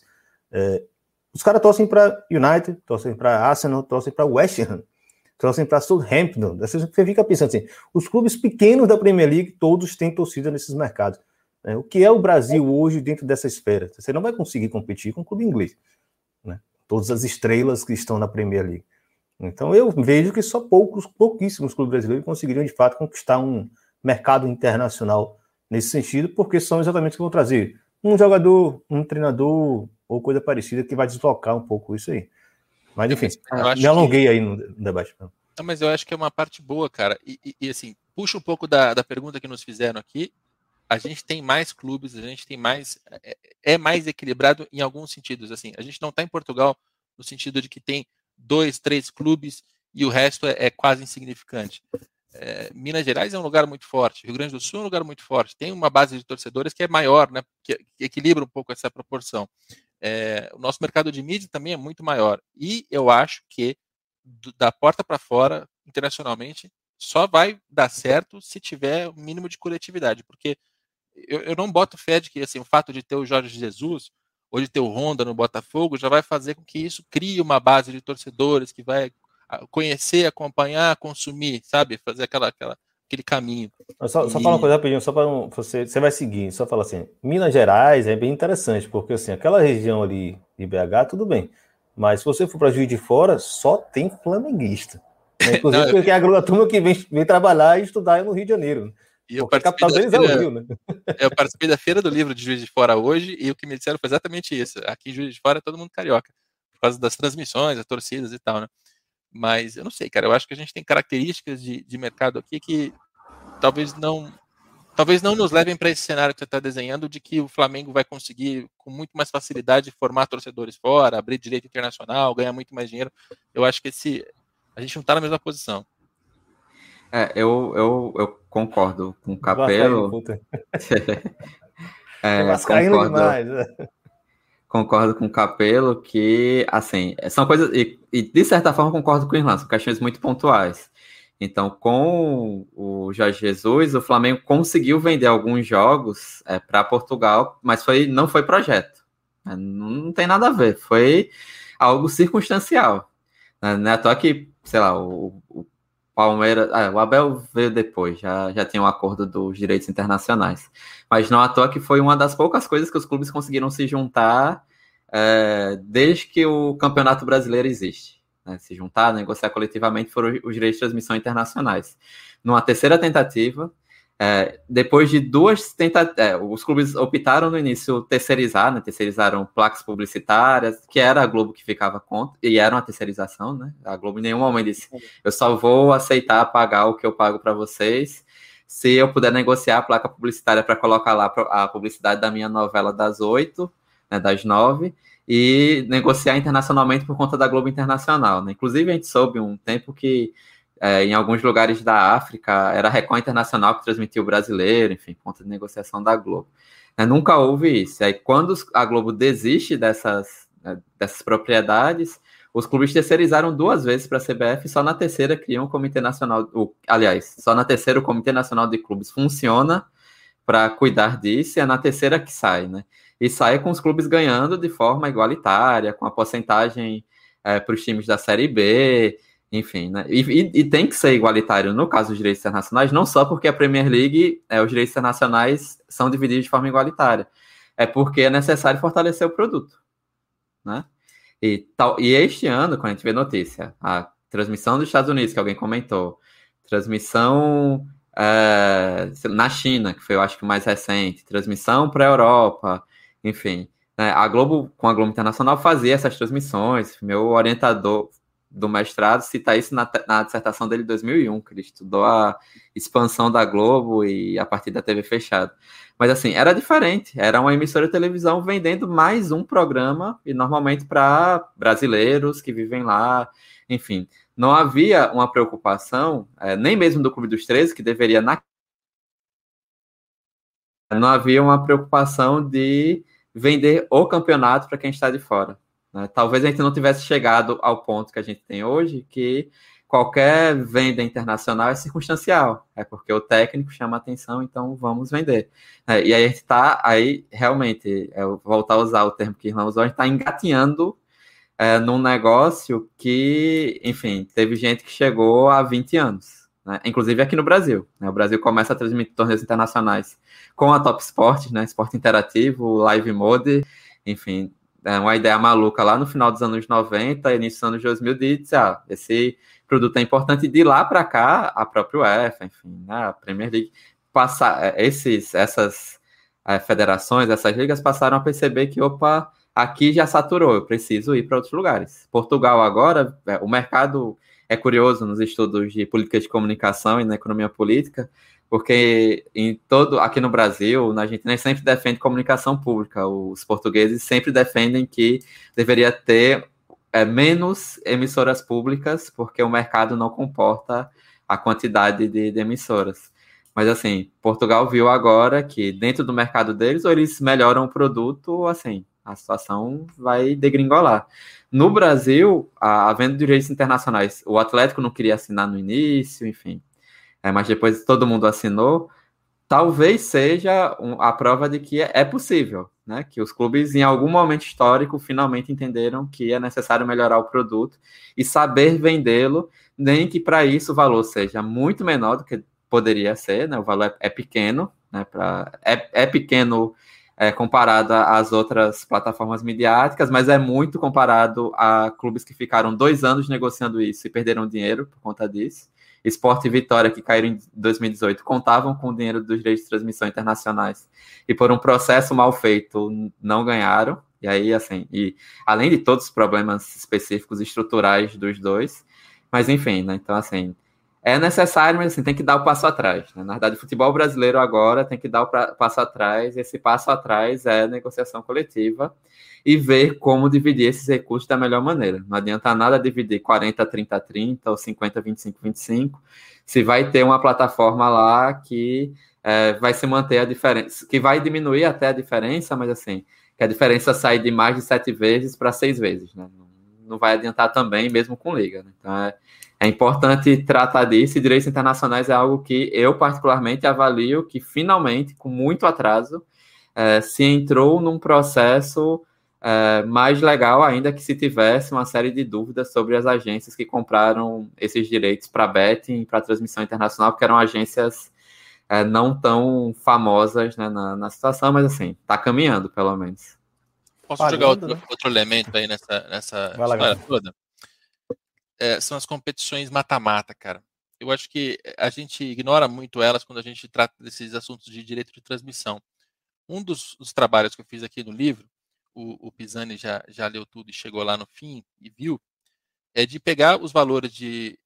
S1: Os caras torcem para United, torcem para Arsenal, torcem para West Ham, torcem para Southampton. Você fica pensando assim, os clubes pequenos da Premier League, todos têm torcida nesses mercados. O que é o Brasil hoje dentro dessa esfera? Você não vai conseguir competir com o clube inglês, né? Todas as estrelas que estão na Premier League. Então eu vejo que só pouquíssimos clubes brasileiros conseguiriam de fato conquistar um mercado internacional nesse sentido, porque são exatamente os que vão trazer um jogador, um treinador ou coisa parecida que vai deslocar um pouco isso aí. Mas enfim, me alonguei aí no debate.
S4: Não, mas eu acho que é uma parte boa, cara. E assim, puxa um pouco da pergunta que nos fizeram aqui. A gente tem mais clubes, a gente tem mais... É mais equilibrado em alguns sentidos. Assim, a gente não está em Portugal no sentido de que tem 2, 3 clubes e o resto é quase insignificante. Minas Gerais é um lugar muito forte, Rio Grande do Sul é um lugar muito forte, tem uma base de torcedores que é maior, né, que equilibra um pouco essa proporção. O nosso mercado de mídia também é muito maior, e eu acho que da porta para fora, internacionalmente, só vai dar certo se tiver o mínimo de coletividade, porque eu não boto fé de que assim, o fato de ter o Jorge Jesus ou de ter o Honda no Botafogo já vai fazer com que isso crie uma base de torcedores que vai conhecer, acompanhar, consumir, sabe? Fazer aquele caminho.
S1: Só falar uma coisa rapidinho, só para você vai seguir, só falar assim, Minas Gerais é bem interessante, porque assim, aquela região ali de BH, tudo bem, mas se você for para Juiz de Fora, só tem flamenguista. Né? Inclusive, porque a turma que vem trabalhar e estudar no Rio de Janeiro.
S4: E a capital deles é o Rio, né? Eu participei da Feira do Livro de Juiz de Fora hoje e o que me disseram foi exatamente isso. Aqui em Juiz de Fora é todo mundo carioca, por causa das transmissões, das torcidas e tal, né? Mas eu não sei, cara, eu acho que a gente tem características de mercado aqui que talvez não talvez não nos levem para esse cenário que você está desenhando, de que o Flamengo vai conseguir, com muito mais facilidade, formar torcedores fora, abrir direito internacional, ganhar muito mais dinheiro. Eu acho que a gente não está na mesma posição.
S2: Eu concordo com o Capello.
S1: Vascaíno demais.
S2: Concordo com o Capello que, assim, são coisas... E de certa forma, concordo com o Irlan, são questões muito pontuais. Então, com o Jorge Jesus, o Flamengo conseguiu vender alguns jogos para Portugal, mas não foi projeto. Não tem nada a ver. Foi algo circunstancial. Não é à toa que, sei lá, o Palmeiras... o Abel veio depois, já tinha um acordo dos direitos internacionais. Mas não à toa que foi uma das poucas coisas que os clubes conseguiram se juntar desde que o Campeonato Brasileiro existe. Né? Se juntar, negociar coletivamente, foram os direitos de transmissão internacionais. Numa terceira tentativa, depois de duas tentativas, os clubes optaram no início terceirizar, né? Terceirizaram placas publicitárias, que era a Globo que ficava contra, e era uma terceirização, né? A Globo em nenhum momento disse, eu só vou aceitar pagar o que eu pago para vocês, se eu puder negociar a placa publicitária para colocar lá a publicidade da minha novela das 8, né, das 9, e negociar internacionalmente por conta da Globo Internacional. Né? Inclusive, a gente soube um tempo que em alguns lugares da África era a Record Internacional que transmitia o brasileiro, enfim, por conta de negociação da Globo. Nunca houve isso. Aí, quando a Globo desiste dessas propriedades, os clubes terceirizaram 2 vezes para a CBF e só na terceira criam um Comitê Nacional... Aliás, só na terceira o Comitê Nacional de Clubes funciona para cuidar disso, e é na terceira que sai, né? E sai com os clubes ganhando de forma igualitária, com a porcentagem para os times da Série B, enfim, né? E tem que ser igualitário no caso dos direitos internacionais, não só porque a Premier League, os direitos internacionais são divididos de forma igualitária, é porque é necessário fortalecer o produto, né? E este ano, quando a gente vê notícia, a transmissão dos Estados Unidos, que alguém comentou, transmissão na China, que foi, eu acho que o mais recente, transmissão para a Europa, enfim, né, a Globo, com a Globo Internacional, fazia essas transmissões. Meu orientador do mestrado cita isso na dissertação dele de 2001, que ele estudou a expansão da Globo e a partir da TV fechada. Mas, assim, era diferente. Era uma emissora de televisão vendendo mais um programa, e normalmente para brasileiros que vivem lá, enfim. Não havia uma preocupação, nem mesmo do Clube dos 13, que deveria... Não havia uma preocupação de vender o campeonato para quem está de fora. Né? Talvez a gente não tivesse chegado ao ponto que a gente tem hoje, que qualquer venda internacional é circunstancial, porque o técnico chama a atenção, então vamos vender. E aí a gente está, realmente, eu voltar a usar o termo que Irlan usou, a gente está engatinhando num negócio que, enfim, teve gente que chegou há 20 anos, né? Inclusive aqui no Brasil. Né? O Brasil começa a transmitir torneios internacionais com a Top Sport, né? Esporte interativo, Live Mode, enfim, uma ideia maluca lá no final dos anos 90, início dos anos 2000, de dizer, esse produto é importante. De lá para cá, a própria UEFA, enfim, né? A Premier League, essas federações, essas ligas passaram a perceber que, opa, aqui já saturou, eu preciso ir para outros lugares. Portugal agora, o mercado é curioso nos estudos de política de comunicação e na economia política, porque aqui no Brasil, na Argentina, sempre defende comunicação pública. Os portugueses sempre defendem que deveria ter menos emissoras públicas, porque o mercado não comporta a quantidade de emissoras. Mas, assim, Portugal viu agora que dentro do mercado deles, ou eles melhoram o produto, ou, assim, a situação vai degringolar. No Brasil, a venda de direitos internacionais, o Atlético não queria assinar no início, enfim, mas depois todo mundo assinou. Talvez seja a prova de que é possível, né? Que os clubes, em algum momento histórico, finalmente entenderam que é necessário melhorar o produto e saber vendê-lo, nem que para isso o valor seja muito menor do que poderia ser, né? O valor é pequeno, né? É pequeno comparado às outras plataformas midiáticas, mas é muito comparado a clubes que ficaram 2 anos negociando isso e perderam dinheiro por conta disso. Sport e Vitória, que caíram em 2018, contavam com o dinheiro dos direitos de transmissão internacionais e por um processo mal feito não ganharam. E aí, assim, além de todos os problemas específicos estruturais dos dois, mas enfim, né? Então, assim, é necessário, mas assim, tem que dar o passo atrás, né? Na verdade, o futebol brasileiro agora tem que dar o passo atrás, e esse passo atrás é negociação coletiva e ver como dividir esses recursos da melhor maneira. Não adianta nada dividir 40-30-30 ou 50-25-25, se vai ter uma plataforma lá que vai se manter a diferença, que vai diminuir até a diferença, mas assim, que a diferença sai de mais de 7 vezes para 6 vezes, né? Não vai adiantar também, mesmo com liga, né? Então, é importante tratar disso, e direitos internacionais é algo que eu particularmente avalio que finalmente, com muito atraso, se entrou num processo mais legal ainda que se tivesse uma série de dúvidas sobre as agências que compraram esses direitos para betting e para transmissão internacional, porque eram agências não tão famosas, né, na situação, mas assim, está caminhando, pelo menos.
S4: Posso jogar outro elemento aí nessa história toda? São as competições mata-mata, cara. Eu acho que a gente ignora muito elas quando a gente trata desses assuntos de direito de transmissão. Um dos trabalhos que eu fiz aqui no livro, o Pisani já leu tudo e chegou lá no fim e viu, é de pegar os valores de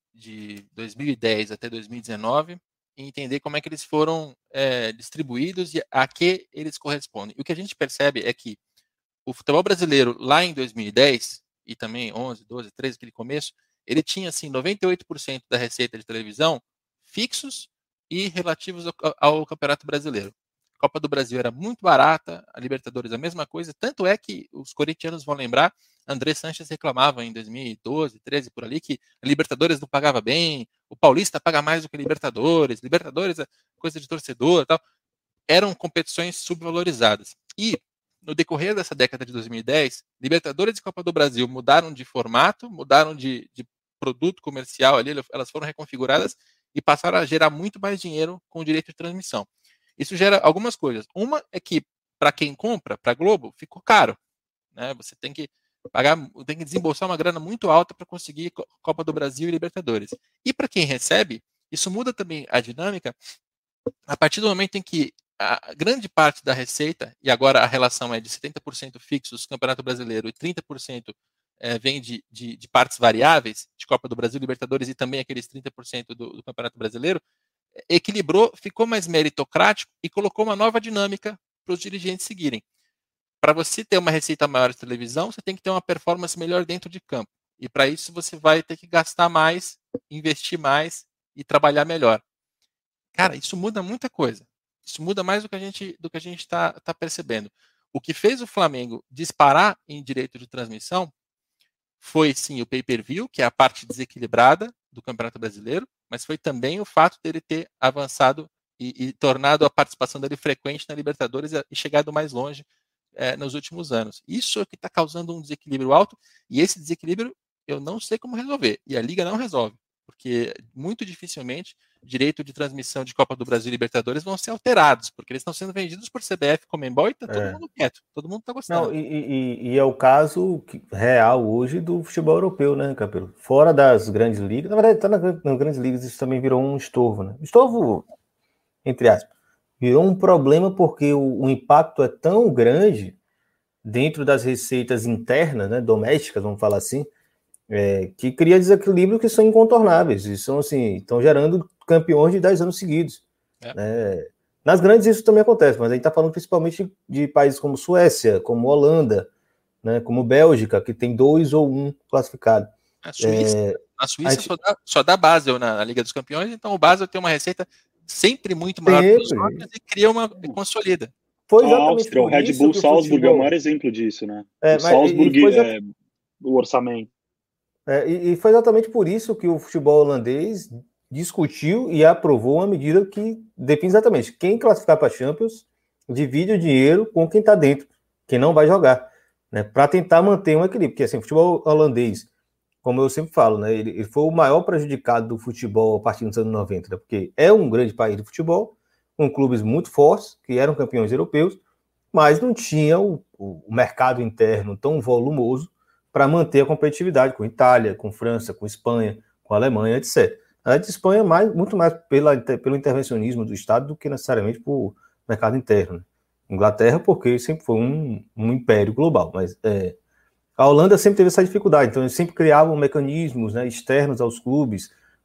S4: 2010 até 2019 e entender como é que eles foram distribuídos e a que eles correspondem. E o que a gente percebe é que o futebol brasileiro, lá em 2010, e também 11, 12, 13, aquele começo, ele tinha, assim, 98% da receita de televisão fixos e relativos ao Campeonato Brasileiro. A Copa do Brasil era muito barata, a Libertadores a mesma coisa, tanto é que os corintianos vão lembrar, André Sanches reclamava em 2012, 13, por ali, que a Libertadores não pagava bem, o Paulista paga mais do que a Libertadores é coisa de torcedor e tal. Eram competições subvalorizadas. E no decorrer dessa década de 2010, Libertadores e Copa do Brasil mudaram de formato, mudaram de produto comercial ali, elas foram reconfiguradas e passaram a gerar muito mais dinheiro com o direito de transmissão. Isso gera algumas coisas. Uma é que, para quem compra, para a Globo, ficou caro, né? Você tem que desembolsar uma grana muito alta para conseguir Copa do Brasil e Libertadores. E para quem recebe, isso muda também a dinâmica a partir do momento em que a grande parte da receita, e agora a relação é de 70% fixos Campeonato Brasileiro e 30% vem de partes variáveis, de Copa do Brasil, Libertadores e também aqueles 30% do Campeonato Brasileiro, equilibrou, ficou mais meritocrático e colocou uma nova dinâmica para os dirigentes seguirem. Para você ter uma receita maior de televisão, você tem que ter uma performance melhor dentro de campo. E para isso você vai ter que gastar mais, investir mais e trabalhar melhor. Cara, isso muda muita coisa. Isso muda mais do que a gente está percebendo. O que fez o Flamengo disparar em direito de transmissão foi, sim, o pay-per-view, que é a parte desequilibrada do Campeonato Brasileiro, mas foi também o fato dele ter avançado e tornado a participação dele frequente na Libertadores e chegado mais longe nos últimos anos. Isso é que está causando um desequilíbrio alto, e esse desequilíbrio eu não sei como resolver, e a Liga não resolve, porque muito dificilmente direito de transmissão de Copa do Brasil e Libertadores vão ser alterados, porque eles estão sendo vendidos por CBF, Conmebol, e tá todo mundo quieto, todo mundo tá gostando.
S1: Não, e é o caso real hoje do futebol europeu, né, Capelo? Fora das grandes ligas, na verdade, tá nas grandes ligas isso também virou um estorvo, né? Estorvo, entre aspas, virou um problema porque o impacto é tão grande dentro das receitas internas, né, domésticas, vamos falar assim, que cria desequilíbrios que são incontornáveis e são, assim, estão gerando campeões de 10 anos seguidos. Né? Nas grandes isso também acontece, mas a gente está falando principalmente de países como Suécia, como Holanda, né, como Bélgica, que tem 2 ou 1 classificado.
S4: A Suíça só dá Basel na Liga dos Campeões, então o Basel tem uma receita sempre muito maior que os outros e cria uma consolida.
S3: Foi exatamente Áustria, o Red Bull Salzburg é o maior exemplo disso, né? O Salzburg o orçamento.
S1: E foi exatamente por isso que o futebol holandês discutiu e aprovou uma medida que define exatamente quem classificar para a Champions divide o dinheiro com quem está dentro, quem não vai jogar, né, para tentar manter um equilíbrio. Porque assim, o futebol holandês, como eu sempre falo, né, ele foi o maior prejudicado do futebol a partir dos anos 90, né, porque é um grande país de futebol, com clubes muito fortes, que eram campeões europeus, mas não tinha o mercado interno tão volumoso para manter a competitividade com Itália, com França, com Espanha, com Alemanha, etc. A Espanha muito mais pelo intervencionismo do Estado do que necessariamente por mercado interno. Inglaterra, porque sempre foi um império global, mas a Holanda sempre teve essa dificuldade, então eles sempre criavam mecanismos, né, externos aos clubes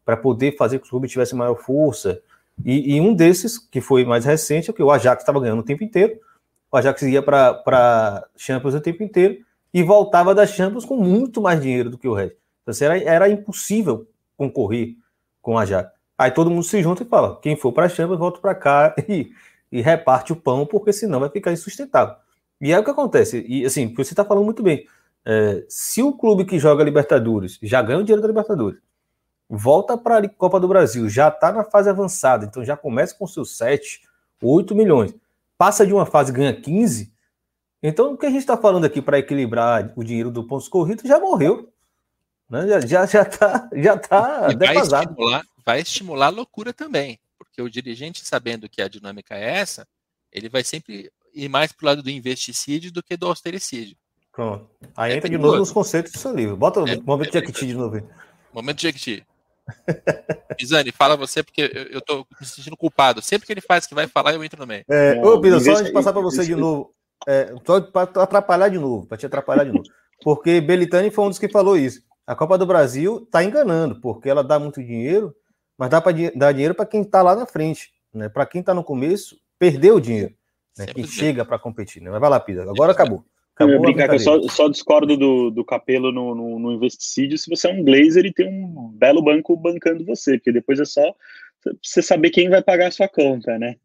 S1: para poder fazer com que o clube tivesse maior força. E um desses, que foi mais recente, é que o Ajax estava ganhando o tempo inteiro. O Ajax ia para Champions o tempo inteiro e voltava da Champions com muito mais dinheiro do que o resto. Então, era impossível concorrer com o Ajax. Aí todo mundo se junta e fala, quem for para a Champions, volta para cá e reparte o pão, porque senão vai ficar insustentável. E é o que acontece. E assim, você está falando muito bem. Se o clube que joga Libertadores já ganha o dinheiro da Libertadores, volta para a Copa do Brasil, já está na fase avançada, então já começa com seus 7, 8 milhões, passa de uma fase e ganha 15, então o que a gente está falando aqui para equilibrar o dinheiro do pontos corridos já morreu, né? já tá defasado.
S4: Vai estimular a loucura também, porque o dirigente, sabendo que a dinâmica é essa, ele vai sempre ir mais para o lado do investicídio do que do austericídio.
S1: Pronto. Aí entra de novo nos conceitos do seu livro. Bota o momento de Jequiti de novo.
S4: Momento de Jequiti. Pisani, fala você, porque eu tô me sentindo culpado. Sempre que ele faz que vai falar, eu entro no meio.
S1: Ô, Pisa, só antes de passar para você de novo. Só para te atrapalhar de novo. Porque Belitani foi um dos que falou isso. A Copa do Brasil tá enganando, porque ela dá muito dinheiro, mas dá para dar dinheiro para quem está lá na frente. Né? Para quem está no começo, perdeu o dinheiro. Né? Quem chega para competir. Né? Mas vai lá, Pisa. Agora acabou.
S3: Eu brincar que eu só discordo do Capello no investicídio. Se você é um Glazer, ele tem um belo banco bancando você, porque depois é só você saber quem vai pagar a sua conta, né?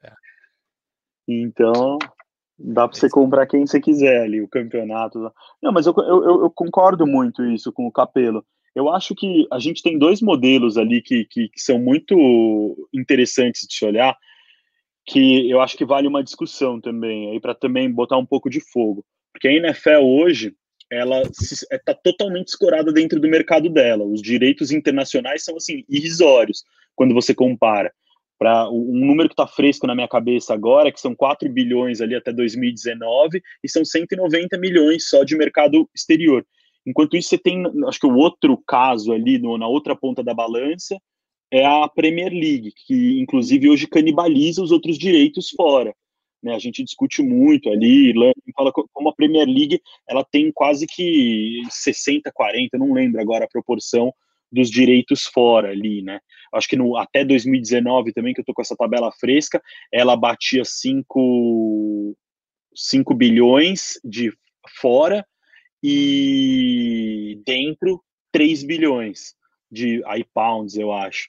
S3: Então, dá para você comprar quem você quiser ali, o campeonato. Não, mas eu concordo muito isso com o Capello. Eu acho que a gente tem dois modelos ali que são muito interessantes de se olhar, que eu acho que vale uma discussão também, aí para também botar um pouco de fogo. Porque a NFL hoje, ela está totalmente escorada dentro do mercado dela. Os direitos internacionais são, assim, irrisórios quando você compara. Um número que está fresco na minha cabeça agora, que são 4 bilhões ali até 2019, e são 190 milhões só de mercado exterior. Enquanto isso, você tem, acho que o outro caso ali, na outra ponta da balança, é a Premier League, que inclusive hoje canibaliza os outros direitos fora. Né, a gente discute muito ali, Irlanda fala como a Premier League ela tem quase que 60, 40, não lembro agora a proporção dos direitos fora ali, né? Acho que até 2019 também, que eu tô com essa tabela fresca, ela batia 5 bilhões de fora e dentro 3 bilhões de pounds, eu acho.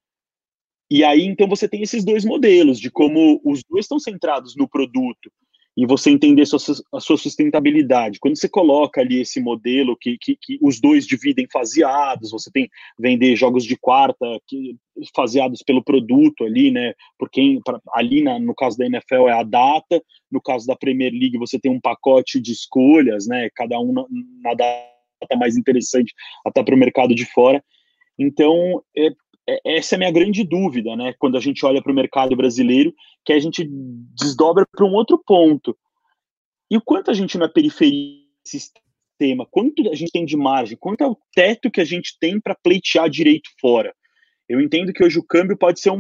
S3: E aí, então, você tem esses dois modelos, de como os dois estão centrados no produto, e você entender a sua sustentabilidade. Quando você coloca ali esse modelo, que os dois dividem faseados, você tem vender jogos de quarta faseados pelo produto ali, né? Porque ali, no caso da NFL, é a data, no caso da Premier League, você tem um pacote de escolhas, né? Cada um na data mais interessante, até para o mercado de fora. Então, essa é a minha grande dúvida, né? Quando a gente olha para o mercado brasileiro, que a gente desdobra para um outro ponto. E o quanto a gente na periferia do sistema, quanto a gente tem de margem, quanto é o teto que a gente tem para pleitear direito fora. Eu entendo que hoje o câmbio pode ser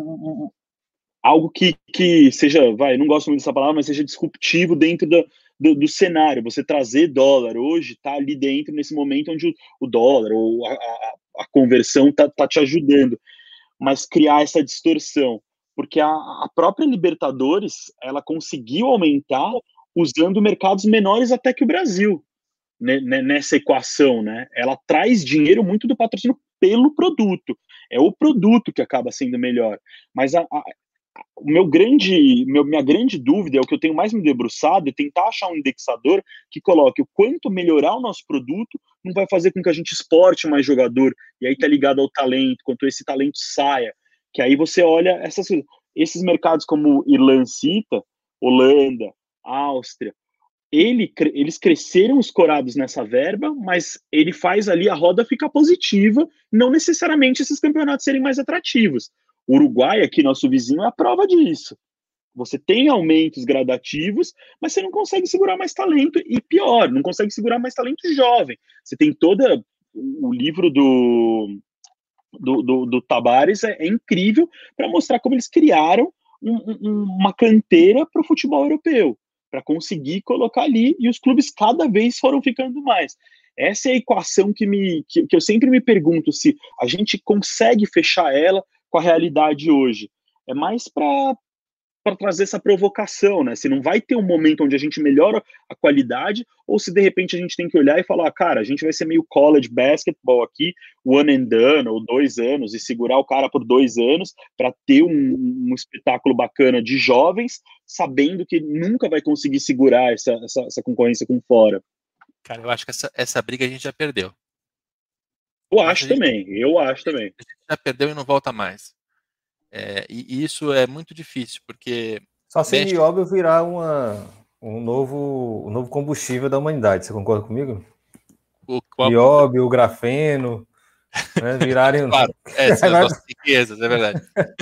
S3: algo que seja, não gosto muito dessa palavra, mas seja disruptivo dentro do cenário. Você trazer dólar hoje está ali dentro, nesse momento onde o dólar ou a conversão tá te ajudando, mas criar essa distorção, porque a própria Libertadores, ela conseguiu aumentar usando mercados menores até que o Brasil, né, nessa equação, né? Ela traz dinheiro muito do patrocínio pelo produto, é o produto que acaba sendo melhor, mas minha grande dúvida, é o que eu tenho mais me debruçado, é tentar achar um indexador que coloque o quanto melhorar o nosso produto não vai fazer com que a gente exporte mais jogador, e aí tá ligado ao talento, quanto esse talento saia, que aí você olha esses mercados como Irlanda, Holanda, Áustria, eles cresceram escorados nessa verba, mas ele faz ali a roda ficar positiva, não necessariamente esses campeonatos serem mais atrativos. O Uruguai, aqui, nosso vizinho, é a prova disso. Você tem aumentos gradativos, mas você não consegue segurar mais talento, e pior, não consegue segurar mais talento jovem. Você tem o livro do Tabares é incrível para mostrar como eles criaram uma canteira para o futebol europeu, para conseguir colocar ali, e os clubes cada vez foram ficando mais. Essa é a equação que eu sempre me pergunto se a gente consegue fechar ela com a realidade hoje. É mais para trazer essa provocação, né? Se não vai ter um momento onde a gente melhora a qualidade, ou se de repente a gente tem que olhar e falar, cara, a gente vai ser meio college basketball aqui, one and done, ou 2 anos, e segurar o cara por 2 anos para ter um espetáculo bacana de jovens, sabendo que nunca vai conseguir segurar essa concorrência com fora.
S4: Cara, eu acho que essa briga a gente já perdeu.
S3: Eu acho também. A gente
S4: já perdeu e não volta mais. E isso é muito difícil, porque...
S1: Só se nióbio virar um novo combustível da humanidade. Você concorda comigo?
S4: O
S1: nióbio, o grafeno, né, virarem...
S4: Claro, são as nossas riquezas, é verdade.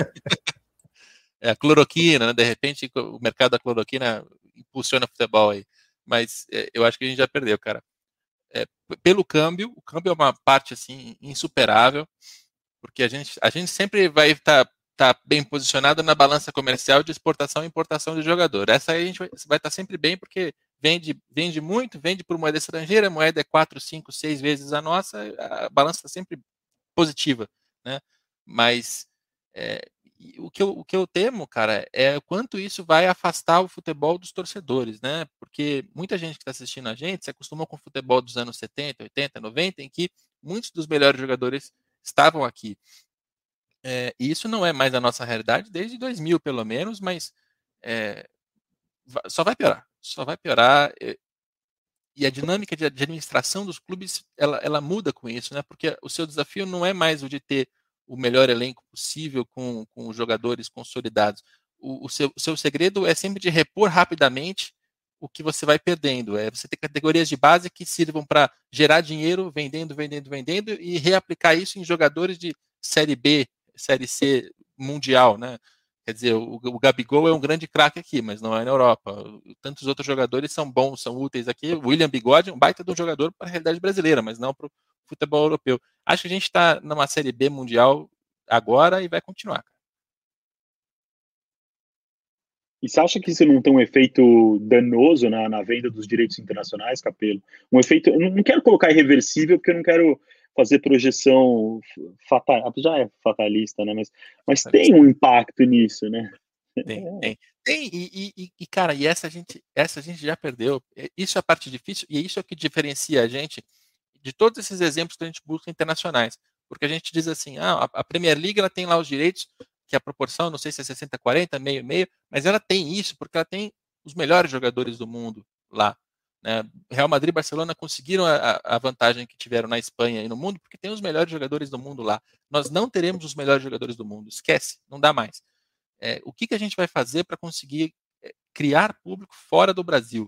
S4: A cloroquina, né, de repente o mercado da cloroquina impulsiona o futebol aí. Mas eu acho que a gente já perdeu, cara. Pelo câmbio, o câmbio é uma parte assim insuperável, porque a gente sempre vai estar bem posicionado na balança comercial de exportação e importação de jogador. Essa aí a gente vai estar sempre bem, porque vende muito, vende por moeda estrangeira, a moeda é 4, 5, 6 vezes a nossa, a balança está sempre positiva, né? Mas o que eu temo, cara, é quanto isso vai afastar o futebol dos torcedores, né? Porque muita gente que está assistindo a gente se acostumou com o futebol dos anos 70, 80, 90, em que muitos dos melhores jogadores estavam aqui. E isso não é mais a nossa realidade desde 2000, pelo menos, mas só vai piorar. Só vai piorar. E a dinâmica de administração dos clubes, ela muda com isso, né? Porque o seu desafio não é mais o de ter o melhor elenco possível com jogadores consolidados. O seu segredo é sempre de repor rapidamente o que você vai perdendo. Você ter categorias de base que sirvam para gerar dinheiro vendendo e reaplicar isso em jogadores de Série B, Série C mundial, né? Quer dizer, o Gabigol é um grande craque aqui, mas não é na Europa. Tantos outros jogadores são bons, são úteis aqui. O William Bigode é um baita de um jogador para a realidade brasileira, mas não para o futebol europeu. Acho que a gente está numa Série B mundial agora e vai continuar.
S3: E você acha que isso não tem um efeito danoso na venda dos direitos internacionais, Capello? Um efeito, eu não quero colocar irreversível, porque eu não quero fazer projeção já é fatalista, né? Mas tem um impacto nisso, né?
S4: Tem, e cara, e essa a gente já perdeu. Isso é a parte difícil, e isso é o que diferencia a gente de todos esses exemplos que a gente busca internacionais. Porque a gente diz assim, a Premier League ela tem lá os direitos, que a proporção, não sei se é 60-40, meio, mas ela tem isso, porque ela tem os melhores jogadores do mundo lá. Né? Real Madrid e Barcelona conseguiram a vantagem que tiveram na Espanha e no mundo, porque tem os melhores jogadores do mundo lá. Nós não teremos os melhores jogadores do mundo, esquece, não dá mais. O que a gente vai fazer para conseguir criar público fora do Brasil?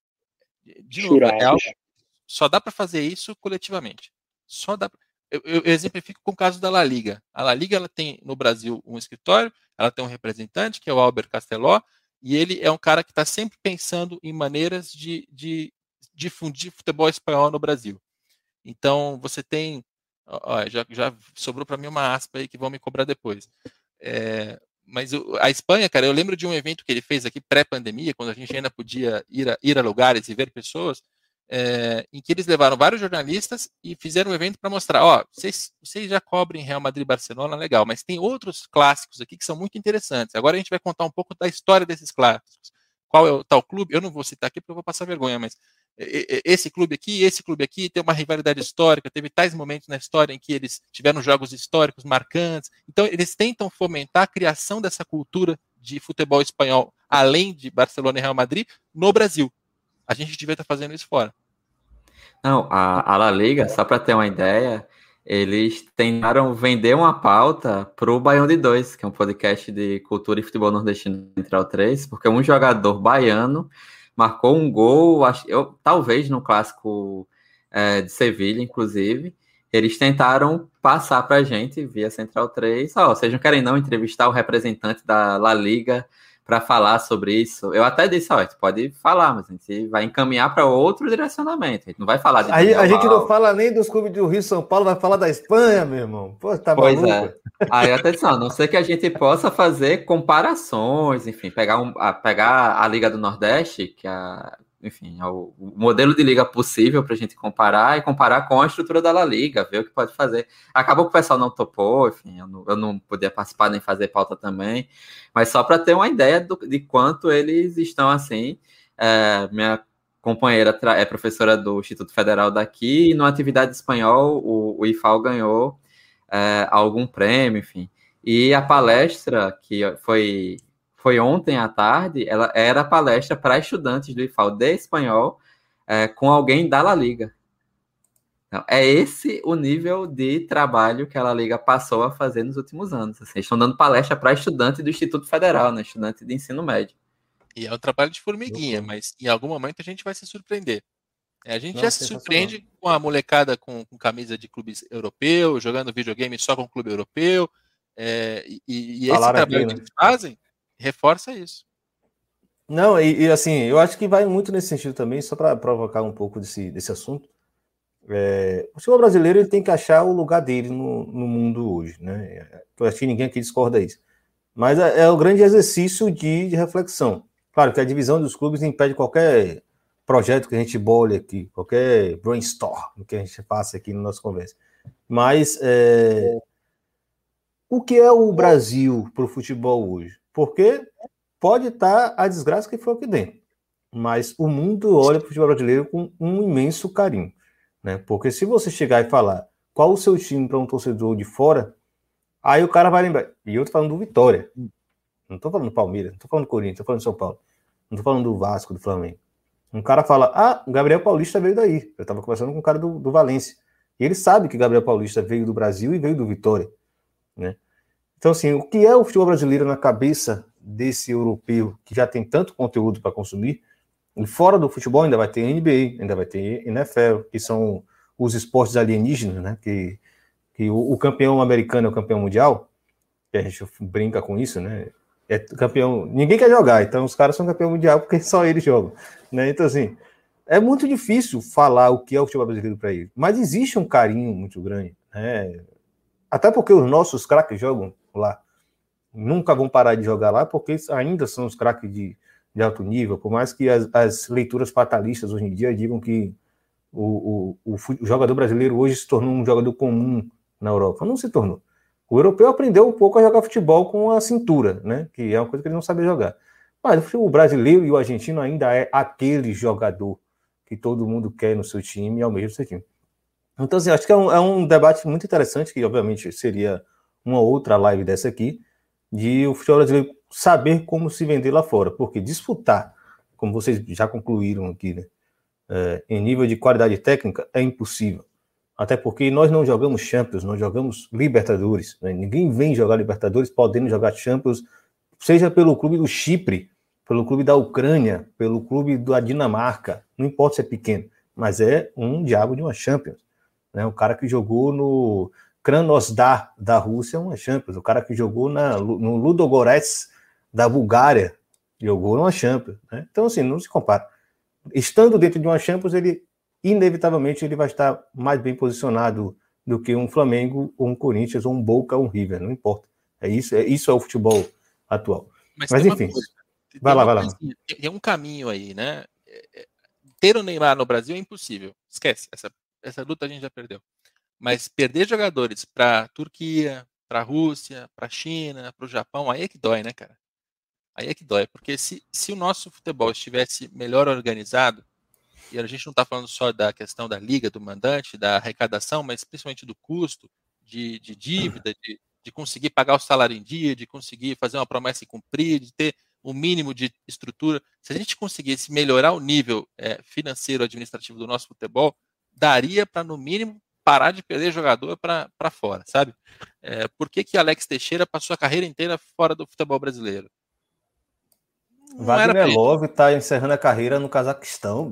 S4: De novo, só dá para fazer isso coletivamente. Só dá. Eu exemplifico com o caso da La Liga. A La Liga ela tem no Brasil um escritório, ela tem um representante, que é o Albert Casteló, e ele é um cara que está sempre pensando em maneiras de difundir futebol espanhol no Brasil. Então, você tem... já sobrou para mim uma aspa aí que vão me cobrar depois. Mas a Espanha, cara, eu lembro de um evento que ele fez aqui pré-pandemia, quando a gente ainda podia ir a lugares e ver pessoas, em que eles levaram vários jornalistas e fizeram um evento para mostrar, vocês já cobrem Real Madrid e Barcelona, legal, mas tem outros clássicos aqui que são muito interessantes. Agora a gente vai contar um pouco da história desses clássicos. Qual é o tal clube? Eu não vou citar aqui porque eu vou passar vergonha, mas esse clube aqui tem uma rivalidade histórica, teve tais momentos na história em que eles tiveram jogos históricos marcantes. Então eles tentam fomentar a criação dessa cultura de futebol espanhol, além de Barcelona e Real Madrid, no Brasil. A gente devia estar fazendo isso fora.
S2: Não, a La Liga, só para ter uma ideia, eles tentaram vender uma pauta para o Baião de Dois, que é um podcast de cultura e futebol nordestino Central 3, porque um jogador baiano marcou um gol, talvez no clássico de Sevilha, inclusive. Eles tentaram passar para a gente via Central 3, vocês não querem não entrevistar o representante da La Liga para falar sobre isso. Eu até disse, ó, pode falar, mas a gente vai encaminhar para outro direcionamento. A gente não vai falar de
S1: Aí a gente não fala nem dos clubes do Rio e São Paulo, vai falar da Espanha, meu irmão. Pô, tá
S2: pois
S1: maluco?
S2: É. Aí atenção, a não ser que a gente possa fazer comparações, enfim, pegar a Liga do Nordeste, que enfim, é o modelo de liga possível para a gente comparar e comparar com a estrutura da La Liga, ver o que pode fazer. Acabou que o pessoal não topou, enfim, eu não podia participar nem fazer pauta também, mas só para ter uma ideia de quanto eles estão assim. Minha companheira é professora do Instituto Federal daqui, e numa atividade espanhol, o IFAL ganhou algum prêmio, enfim. E a palestra que foi ontem à tarde, ela era palestra para estudantes do IFAL de espanhol com alguém da La Liga. Então, é esse o nível de trabalho que a La Liga passou a fazer nos últimos anos. Assim, estão dando palestra para estudante do Instituto Federal, né, estudante de ensino médio.
S4: E é um trabalho de formiguinha, mas em algum momento a gente vai se surpreender. A gente já se surpreende com a molecada com camisa de clubes europeus, jogando videogame só com clube europeu. E esse trabalho que eles fazem reforça isso.
S1: Não, assim, eu acho que vai muito nesse sentido também, só para provocar um pouco desse assunto. O futebol brasileiro ele tem que achar o lugar dele no mundo hoje, né? Eu acho que ninguém aqui discorda disso. Mas é o grande exercício de reflexão. Claro que a divisão dos clubes impede qualquer projeto que a gente bole aqui, qualquer brainstorm que a gente faça aqui na nossa conversa. Mas o que é o Brasil para o futebol hoje? Porque pode estar a desgraça que foi aqui dentro, mas o mundo olha para o futebol brasileiro com um imenso carinho, né? Porque se você chegar e falar qual o seu time para um torcedor de fora, aí o cara vai lembrar. E eu tô falando do Vitória, não tô falando do Palmeiras, não tô falando do Corinthians, tô falando do São Paulo, não tô falando do Vasco, do Flamengo. Um cara fala, o Gabriel Paulista veio daí. Eu tava conversando com um cara do Valência. E ele sabe que Gabriel Paulista veio do Brasil e veio do Vitória, né? Então, assim, o que é o futebol brasileiro na cabeça desse europeu que já tem tanto conteúdo para consumir? E fora do futebol ainda vai ter NBA, ainda vai ter NFL, que são os esportes alienígenas, né? Que o campeão americano é o campeão mundial, que a gente brinca com isso, né? É campeão, ninguém quer jogar, então os caras são campeão mundial porque só eles jogam, né? Então, assim, é muito difícil falar o que é o futebol brasileiro para eles, mas existe um carinho muito grande, né? Até porque os nossos craques jogam lá, nunca vão parar de jogar lá, porque ainda são os craques de alto nível, por mais que as leituras fatalistas hoje em dia digam que o jogador brasileiro hoje se tornou um jogador comum na Europa. Não se tornou. O europeu aprendeu um pouco a jogar futebol com a cintura, né? Que é uma coisa que ele não sabia jogar. Mas o brasileiro e o argentino ainda é aquele jogador que todo mundo quer no seu time e almeja no seu time. Então, assim, acho que é um debate muito interessante, que obviamente seria uma outra live dessa aqui, de o futebol brasileiro saber como se vender lá fora. Porque disputar, como vocês já concluíram aqui, né? Em nível de qualidade técnica, é impossível. Até porque nós não jogamos Champions, nós jogamos Libertadores, né? Ninguém vem jogar Libertadores podendo jogar Champions, seja pelo clube do Chipre, pelo clube da Ucrânia, pelo clube da Dinamarca, não importa se é pequeno, mas é um diabo de uma Champions, né? O cara que jogou no Krasnodar da Rússia é uma Champions, o cara que jogou no Ludogorets da Bulgária jogou numa Champions, né? Então, assim, não se compara. Estando dentro de uma Champions, ele inevitavelmente ele vai estar mais bem posicionado do que um Flamengo, ou um Corinthians, ou um Boca, ou um River, não importa. Isso é o futebol atual. Mas enfim, vai lá.
S4: Tem um caminho aí, né? Ter o Neymar no Brasil é impossível. Esquece, essa luta a gente já perdeu. Mas perder jogadores para Turquia, para Rússia, para China, para o Japão, aí é que dói, né, cara? Aí é que dói, porque se o nosso futebol estivesse melhor organizado, e a gente não está falando só da questão da liga, do mandante, da arrecadação, mas principalmente do custo, de dívida, de conseguir pagar o salário em dia, de conseguir fazer uma promessa e cumprir, de ter o mínimo de estrutura. Se a gente conseguisse melhorar o nível financeiro administrativo do nosso futebol, daria para, no mínimo, parar de perder jogador para fora, sabe? Por que Alex Teixeira passou a carreira inteira fora do futebol brasileiro?
S1: Wagner Love está encerrando a carreira no Cazaquistão, bicho.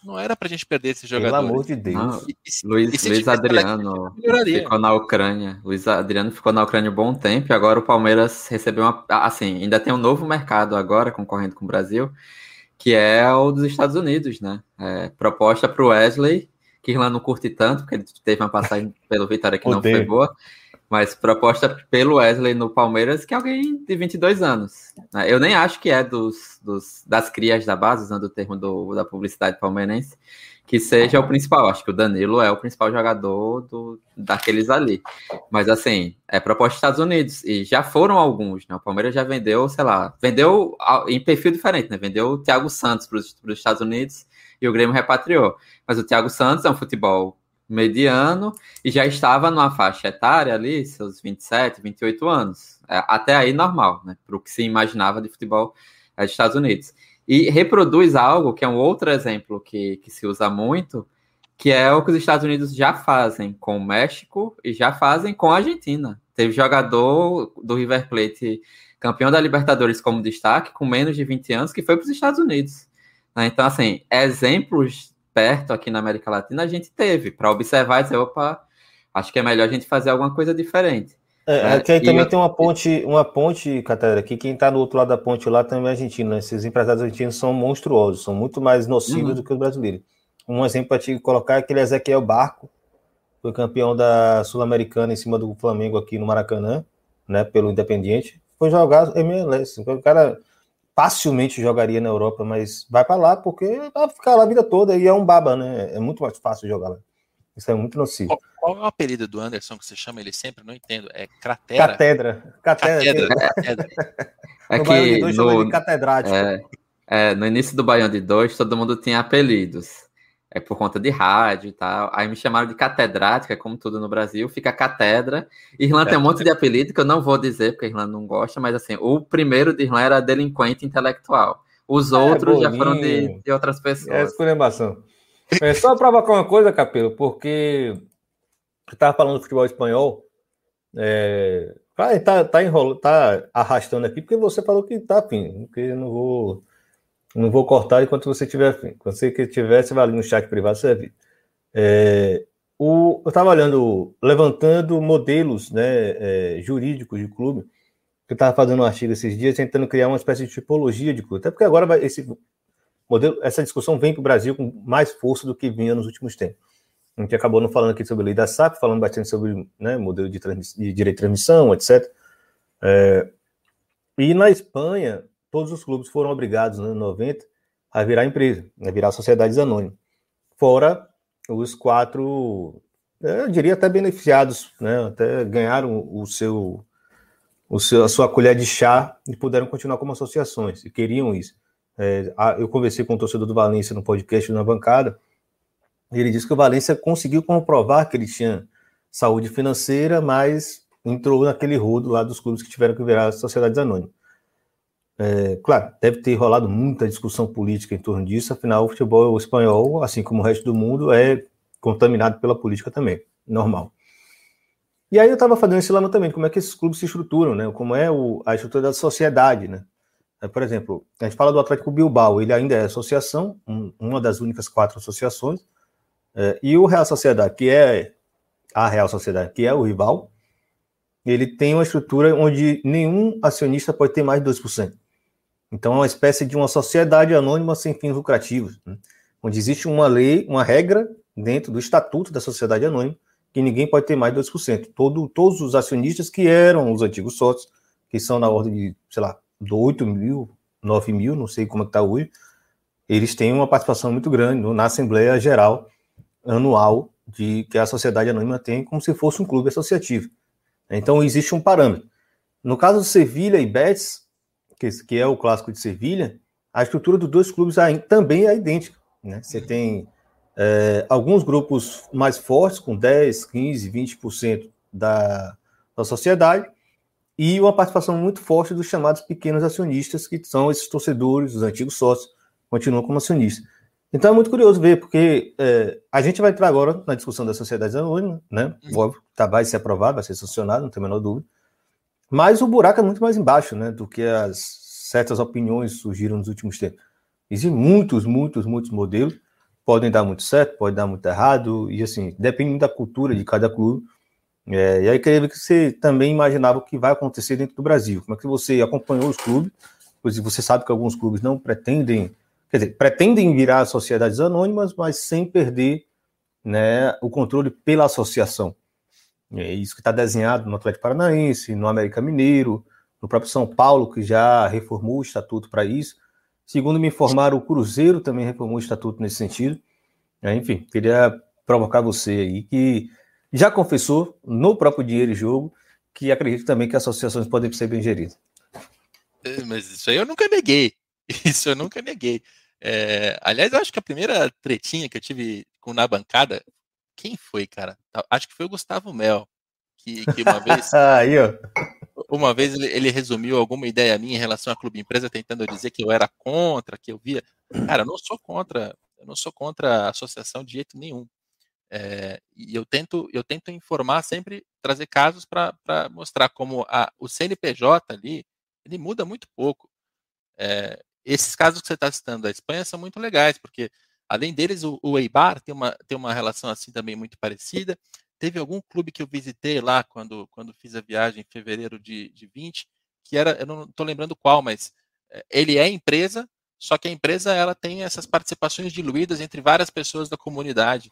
S4: Não era pra gente perder esse jogador.
S1: Pelo amor de Deus.
S2: Luiz Adriano ficou na Ucrânia. Luiz Adriano ficou na Ucrânia um bom tempo e agora o Palmeiras recebeu assim, ainda tem um novo mercado agora, concorrendo com o Brasil, que é o dos Estados Unidos, né? Proposta para o Wesley, que Irlan não curte tanto, porque ele teve uma passagem pelo Vitória que não foi boa, mas proposta pelo Wesley no Palmeiras, que é alguém de 22 anos. Né? Eu nem acho que é das crias da base, usando o termo da publicidade palmeirense, que seja o principal. Acho que o Danilo é o principal jogador daqueles ali. Mas, assim, é proposta dos Estados Unidos. E já foram alguns, né? O Palmeiras já vendeu, sei lá, vendeu em perfil diferente, né? Vendeu o Thiago Santos para os Estados Unidos e o Grêmio repatriou. Mas o Thiago Santos é um futebol mediano e já estava numa faixa etária ali, seus 27, 28 anos. Até aí normal, né? Para o que se imaginava de futebol dos Estados Unidos. E reproduz algo que é um outro exemplo que se usa muito, que é o que os Estados Unidos já fazem com o México e já fazem com a Argentina. Teve jogador do River Plate, campeão da Libertadores como destaque, com menos de 20 anos, que foi para os Estados Unidos. Então, assim, exemplos perto aqui na América Latina a gente teve, para observar e dizer, opa, acho que é melhor a gente fazer alguma coisa diferente.
S1: Que aí também tem uma ponte, Catedra, que quem está do outro lado da ponte lá também é argentino, né? Esses empresários argentinos são monstruosos, são muito mais nocivos do que os brasileiros. Um exemplo para te colocar é aquele Ezequiel Barco, foi campeão da Sul-Americana em cima do Flamengo aqui no Maracanã, né, pelo Independiente, foi jogar MLS. O cara facilmente jogaria na Europa, mas vai para lá porque vai ficar lá a vida toda e é um baba, né? É muito mais fácil jogar lá. Isso é muito nocivo.
S4: Qual é o apelido do Anderson que você chama ele sempre? Não entendo. É Cratera?
S1: Catedra.
S2: É
S1: no
S2: que
S1: Baião de 2 chama de catedrático.
S2: No início do Baião de 2, todo mundo tinha apelidos. Por conta de rádio e tal. Aí me chamaram de catedrática, como tudo no Brasil, fica catedra. Irlan tem um monte de apelido que eu não vou dizer, porque Irlan não gosta, mas assim, o primeiro de Irlan era delinquente intelectual. Os outros já foram de outras pessoas.
S1: É esculhambação. Só provocar uma coisa, Capelo, porque você estava falando do futebol espanhol, tá arrastando aqui, porque você falou que tá afim, porque eu não vou cortar enquanto você tiver afim. Quando você tiver, você vai ali no chat privado, você vai ver. Eu estava olhando, levantando modelos, né, jurídicos de clube, que eu estava fazendo um artigo esses dias, tentando criar uma espécie de tipologia de clube, até porque agora essa discussão vem para o Brasil com mais força do que vinha nos últimos tempos. A gente acabou não falando aqui sobre a lei da SAF, falando bastante sobre, né, modelo de direito de transmissão, etc. E na Espanha, todos os clubes foram obrigados, nos anos 90, a virar empresa, a virar sociedades anônimas. Fora os 4, eu diria até beneficiados, né, até ganharam a sua colher de chá e puderam continuar como associações, e queriam isso. Eu conversei com o torcedor do Valência no podcast na bancada, e ele disse que o Valência conseguiu comprovar que ele tinha saúde financeira, mas entrou naquele rodo lá dos clubes que tiveram que virar sociedades anônimas. Claro, deve ter rolado muita discussão política em torno disso, afinal o futebol espanhol, assim como o resto do mundo, é contaminado pela política também, normal. E aí eu estava fazendo esse levantamento, como é que esses clubes se estruturam, né? Como é a estrutura da sociedade, né? Por exemplo, a gente fala do Atlético Bilbao, ele ainda é associação, uma das únicas 4 associações, e o Real Sociedade, que é a Real Sociedade, que é o rival, ele tem uma estrutura onde nenhum acionista pode ter mais de 2%. Então é uma espécie de uma sociedade anônima sem fins lucrativos, né? Onde existe uma lei, uma regra dentro do estatuto da sociedade anônima, que ninguém pode ter mais de 2%. Todos os acionistas que eram os antigos sócios, que são na ordem de, sei lá, 8 mil, 9 mil, não sei como é que está hoje, eles têm uma participação muito grande na Assembleia Geral anual que a sociedade anônima tem, como se fosse um clube associativo. Então existe um parâmetro. No caso do Sevilha e Betis, que é o clássico de Sevilha, a estrutura dos 2 clubes também é idêntica, né? Você tem alguns grupos mais fortes, com 10, 15, 20% da sociedade, e uma participação muito forte dos chamados pequenos acionistas, que são esses torcedores, os antigos sócios, continuam como acionistas. Então é muito curioso ver, porque a gente vai entrar agora na discussão das sociedades anônimas, né? Óbvio, vai ser aprovado, vai ser sancionado, não tem a menor dúvida. Mas o buraco é muito mais embaixo, né, do que as certas opiniões surgiram nos últimos tempos. Existem muitos modelos, podem dar muito certo, pode dar muito errado, e assim, depende da cultura de cada clube. E aí queria ver que você também imaginava o que vai acontecer dentro do Brasil. Como é que você acompanhou os clubes? Pois você sabe que alguns clubes não pretendem, quer dizer, pretendem virar sociedades anônimas, mas sem perder, né, o controle pela associação. É isso que está desenhado no Atlético Paranaense, no América Mineiro, no próprio São Paulo, que já reformou o estatuto para isso. Segundo me informaram, o Cruzeiro também reformou o estatuto nesse sentido. Enfim, queria provocar você aí, que já confessou no próprio Dinheiro e Jogo, que acredita também que associações podem ser bem geridas.
S4: Mas isso aí eu nunca neguei. Isso eu nunca neguei. Aliás, eu acho que a primeira tretinha que eu tive na bancada, quem foi, cara? Acho que foi o Gustavo Mel, que uma vez...
S1: Aí, ó.
S4: Uma vez ele resumiu alguma ideia minha em relação à clube empresa, tentando dizer que eu era contra, que eu via. Cara, eu não sou contra a associação de jeito nenhum. E eu tento informar sempre, trazer casos para mostrar como o CNPJ ali, ele muda muito pouco. Esses casos que você está citando da Espanha são muito legais, porque além deles, o Eibar tem uma relação assim também muito parecida. Teve algum clube que eu visitei lá quando fiz a viagem em fevereiro de 20, que era, eu não estou lembrando qual, mas ele é empresa, só que a empresa ela tem essas participações diluídas entre várias pessoas da comunidade.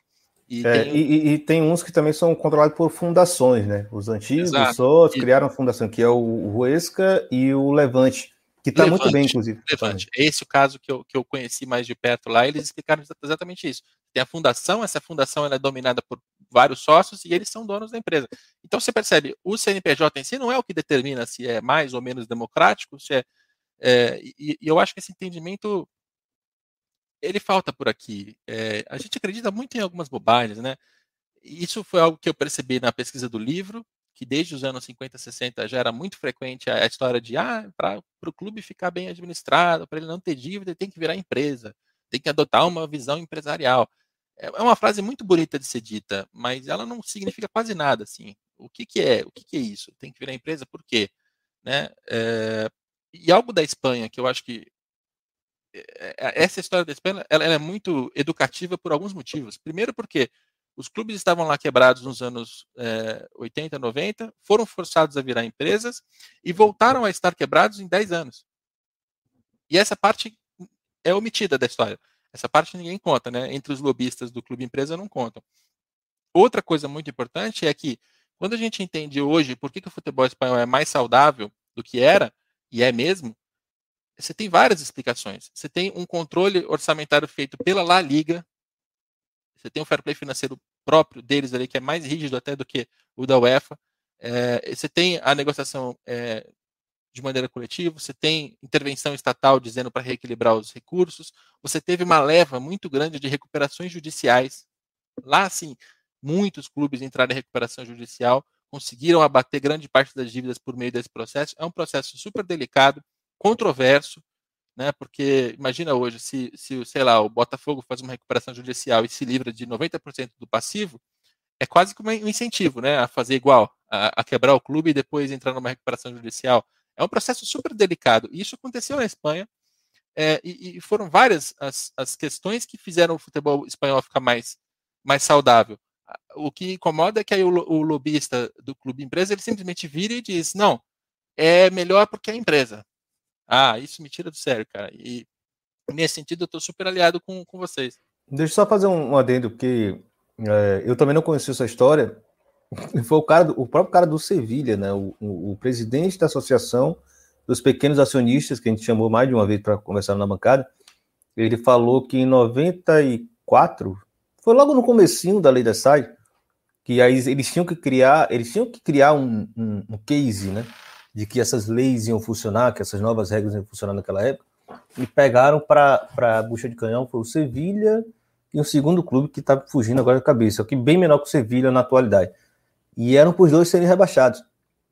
S1: E tem uns que também são controlados por fundações, né? Os antigos sócios criaram a fundação, que é o Huesca e o Levante, que está muito bem, inclusive.
S4: Levante. É esse o caso que eu conheci mais de perto lá, eles explicaram exatamente isso. Tem a fundação, essa fundação ela é dominada por vários sócios e eles são donos da empresa. Então você percebe, o CNPJ em si não é o que determina se é mais ou menos democrático, se e eu acho que esse entendimento ele falta por aqui. A gente acredita muito em algumas bobagens, né? Isso foi algo que eu percebi na pesquisa do livro, que desde os anos 50, 60 já era muito frequente a história de para o clube ficar bem administrado, para ele não ter dívida, ele tem que virar empresa, tem que adotar uma visão empresarial. É uma frase muito bonita de ser dita, mas ela não significa quase nada. Assim. O que é isso? Tem que virar empresa por quê? Né? E algo da Espanha que eu acho que essa história da Espanha ela é muito educativa por alguns motivos. Primeiro porque os clubes estavam lá quebrados nos anos 80, 90, foram forçados a virar empresas e voltaram a estar quebrados em 10 anos. E essa parte é omitida da história. Essa parte ninguém conta, né? Entre os lobistas do clube empresa não contam. Outra coisa muito importante é que quando a gente entende hoje por que o futebol espanhol é mais saudável do que era, e é mesmo, você tem várias explicações. Você tem um controle orçamentário feito pela La Liga, você tem um fair play financeiro próprio deles ali, que é mais rígido até do que o da UEFA. Você tem a negociação de maneira coletiva, você tem intervenção estatal dizendo para reequilibrar os recursos, você teve uma leva muito grande de recuperações judiciais. Lá, sim, muitos clubes entraram em recuperação judicial, conseguiram abater grande parte das dívidas por meio desse processo. É um processo super delicado, controverso, né? Porque imagina hoje, se sei lá, o Botafogo faz uma recuperação judicial e se livra de 90% do passivo, é quase como um incentivo, né? A fazer igual, a quebrar o clube e depois entrar numa recuperação judicial. É um processo super delicado. E isso aconteceu na Espanha. E foram várias as questões que fizeram o futebol espanhol ficar mais saudável. O que incomoda é que aí o lobista do clube empresa ele simplesmente vira e diz: não, é melhor porque é empresa. Isso me tira do sério, cara. E nesse sentido eu estou super aliado com vocês.
S1: Deixa eu só fazer um adendo, porque eu também não conheci essa história. Foi o próprio cara do Sevilha, né? O presidente da associação dos pequenos acionistas, que a gente chamou mais de uma vez para conversar na bancada, ele falou que em 94, foi logo no comecinho da lei da SAD, que aí eles tinham que criar um case, né? De que essas leis iam funcionar, que essas novas regras iam funcionar naquela época, e pegaram para a bucha de canhão, foi o Sevilha e um segundo clube que está fugindo agora da cabeça, que bem menor que o Sevilha na atualidade. E eram para os dois serem rebaixados.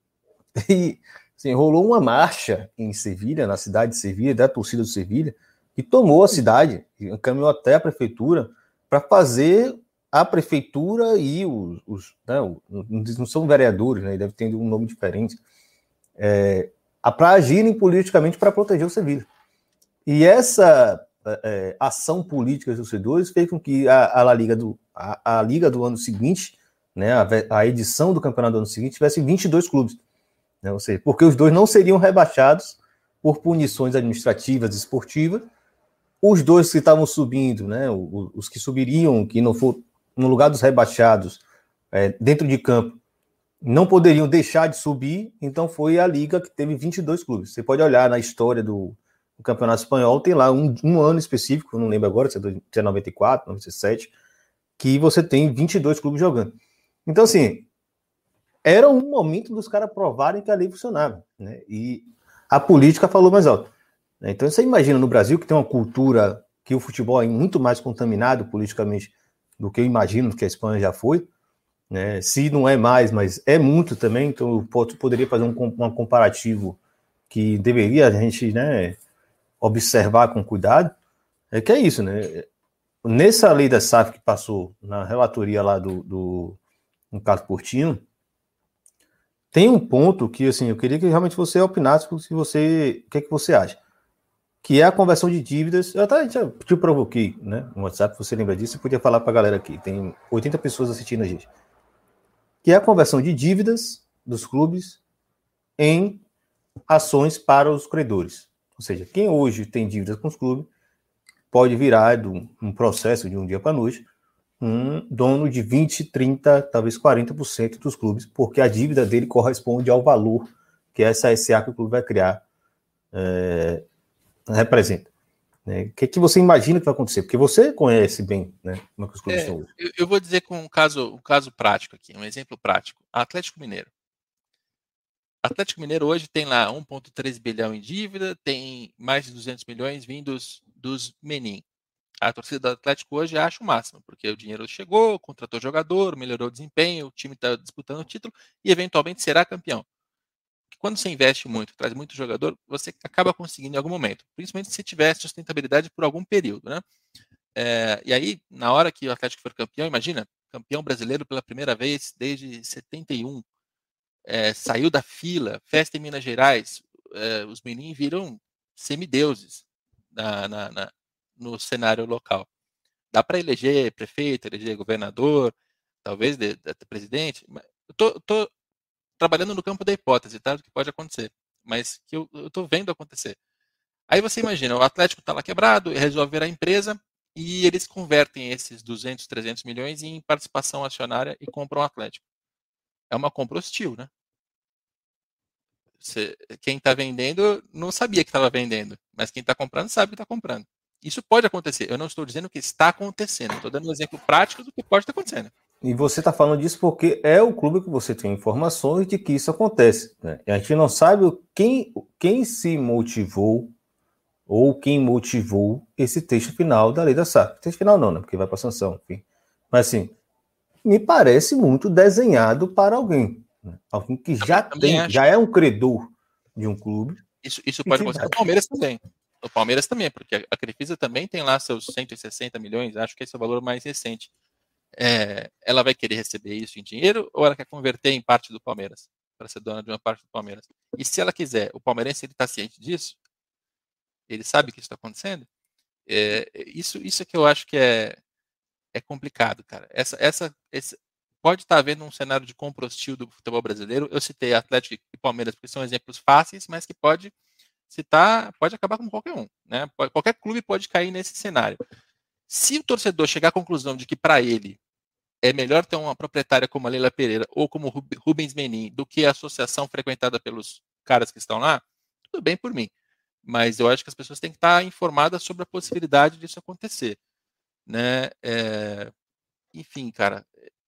S1: E assim, rolou uma marcha em Sevilha, na cidade de Sevilha, da torcida do Sevilha, que tomou a cidade, encaminhou até a prefeitura, para fazer a prefeitura e não são vereadores, né, deve ter um nome diferente, para agirem politicamente para proteger o Sevilha. E essa ação política dos torcedores fez com que a Liga do ano seguinte, né, a edição do campeonato do ano seguinte, tivesse 22 clubes. Né, ou seja, porque os dois não seriam rebaixados por punições administrativas e esportivas. Os dois que estavam subindo, né, os que subiriam, que não for no lugar dos rebaixados, dentro de campo, não poderiam deixar de subir, então foi a Liga que teve 22 clubes. Você pode olhar na história do Campeonato Espanhol, tem lá um ano específico, não lembro agora, se é 94, 97, que você tem 22 clubes jogando. Então, assim, era um momento dos caras provarem que a lei funcionava, né? E a política falou mais alto. Então, você imagina no Brasil, que tem uma cultura que o futebol é muito mais contaminado politicamente do que eu imagino que a Espanha já foi, né? Se não é mais, mas é muito também, então eu poderia fazer um comparativo que deveria a gente, né, observar com cuidado, que é isso, né? Nessa lei da SAF que passou na relatoria lá no caso Portinho, tem um ponto que, assim, eu queria que realmente você opinasse o que é que você acha, que é a conversão de dívidas. Eu até já te provoquei, né, no WhatsApp, você lembra disso, você podia falar para a galera aqui, tem 80 pessoas assistindo a gente, que é a conversão de dívidas dos clubes em ações para os credores. Ou seja, quem hoje tem dívidas com os clubes pode virar um processo de um dia para a noite um dono de 20, 30, talvez 40% dos clubes, porque a dívida dele corresponde ao valor que essa SA que o clube vai criar representa. O que você imagina que vai acontecer? Porque você conhece bem, né, como é que os clubes estão hoje.
S4: Eu vou dizer com um caso prático aqui, um exemplo prático. Atlético Mineiro. Atlético Mineiro hoje tem lá 1,3 bilhão em dívida, tem mais de 200 milhões vindos dos Menin. A torcida do Atlético hoje acha o máximo, porque o dinheiro chegou, contratou jogador, melhorou o desempenho, o time está disputando o título e eventualmente será campeão. Quando você investe muito, traz muito jogador, você acaba conseguindo em algum momento, principalmente se tiver sustentabilidade por algum período, né? E aí, na hora que o Atlético for campeão, imagina, campeão brasileiro pela primeira vez desde 71, saiu da fila, festa em Minas Gerais, os meninos viram semideuses no cenário local. Dá para eleger prefeito, eleger governador, talvez presidente. Eu tô trabalhando no campo da hipótese, tá? Do que pode acontecer, mas que eu tô vendo acontecer. Aí você imagina, o Atlético está lá quebrado, resolve virar empresa e eles convertem esses 200, 300 milhões em participação acionária e compram o Atlético. É uma compra hostil, né? Quem está vendendo não sabia que estava vendendo, mas quem está comprando sabe que está comprando. Isso pode acontecer. Eu não estou dizendo que está acontecendo. Estou dando um exemplo prático do que pode estar acontecendo.
S1: E você está falando disso porque é o clube que você tem informações de que isso acontece, né? E a gente não sabe quem se motivou ou quem motivou esse texto final da lei da SAF. Texto final não, né? Porque vai para sanção, enfim. Mas assim, me parece muito desenhado para alguém. Né? Alguém que já é um credor de um clube.
S4: Isso pode acontecer no Palmeiras também. No Palmeiras também, porque a Crefisa também tem lá seus 160 milhões, acho que esse é o valor mais recente. Ela vai querer receber isso em dinheiro ou ela quer converter em parte do Palmeiras, para ser dona de uma parte do Palmeiras? E se ela quiser, o palmeirense está ciente disso? Ele sabe que isso está acontecendo? Isso que eu acho que é complicado, cara. Esse pode estar havendo um cenário de compra hostil do futebol brasileiro. Eu citei Atlético e Palmeiras porque são exemplos fáceis, mas que pode acabar com qualquer um, né? Qualquer clube pode cair nesse cenário. Se o torcedor chegar à conclusão de que para ele é melhor ter uma proprietária como a Leila Pereira ou como Rubens Menin do que a associação frequentada pelos caras que estão lá, tudo bem por mim. Mas eu acho que as pessoas têm que estar informadas sobre a possibilidade disso acontecer, né? Enfim, cara,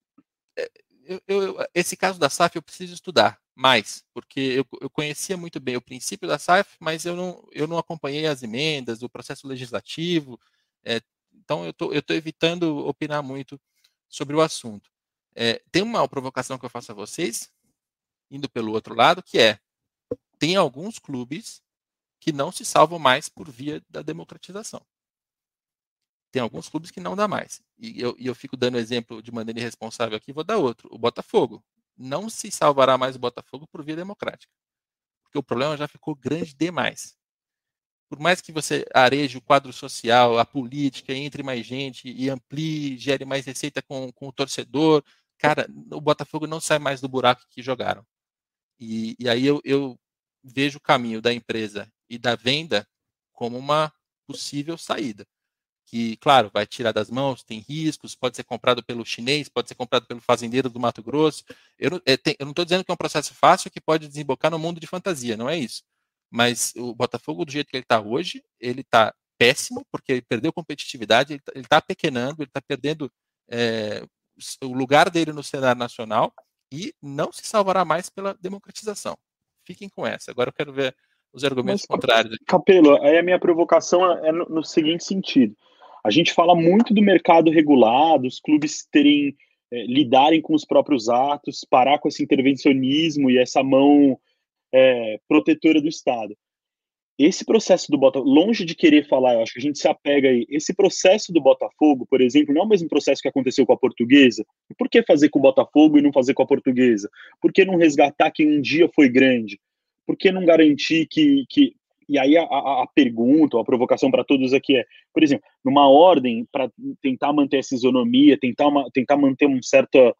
S4: esse caso da SAF eu preciso estudar mais, porque eu conhecia muito bem o princípio da SAF, mas eu não acompanhei as emendas, o processo legislativo, então eu estou evitando opinar muito sobre o assunto. Tem uma provocação que eu faço a vocês, indo pelo outro lado, que tem alguns clubes que não se salvam mais por via da democratização. Tem alguns clubes que não dá mais. E eu fico dando exemplo de maneira irresponsável aqui, vou dar outro. O Botafogo. Não se salvará mais o Botafogo por via democrática. Porque o problema já ficou grande demais. por mais que você areje o quadro social, a política, entre mais gente e amplie, gere mais receita com o torcedor, cara, o Botafogo não sai mais do buraco que jogaram. E aí eu vejo o caminho da empresa e da venda como uma possível saída. Que, claro, vai tirar das mãos, tem riscos, pode ser comprado pelo chinês, pode ser comprado pelo fazendeiro do Mato Grosso. Eu não estou dizendo que é um processo fácil que pode desembocar no mundo de fantasia, não é isso. Mas o Botafogo, do jeito que ele está hoje, ele está péssimo, porque ele perdeu competitividade, ele está pequenando, ele está perdendo o lugar dele no cenário nacional e não se salvará mais pela democratização. Fiquem com essa. Agora eu quero ver os argumentos contrários.
S3: Capelo, aí a minha provocação é no seguinte sentido. A gente fala muito do mercado regulado, os clubes lidarem com os próprios atos, parar com esse intervencionismo e essa mão protetora do Estado. Esse processo do Botafogo, longe de querer falar, eu acho que a gente se apega aí, esse processo do Botafogo, por exemplo, não é o mesmo processo que aconteceu com a Portuguesa. Por que fazer com o Botafogo e não fazer com a Portuguesa? Por que não resgatar quem um dia foi grande? Por que não garantir que e aí a pergunta, a provocação para todos aqui é, por exemplo, numa ordem para tentar manter essa isonomia, tentar manter um certo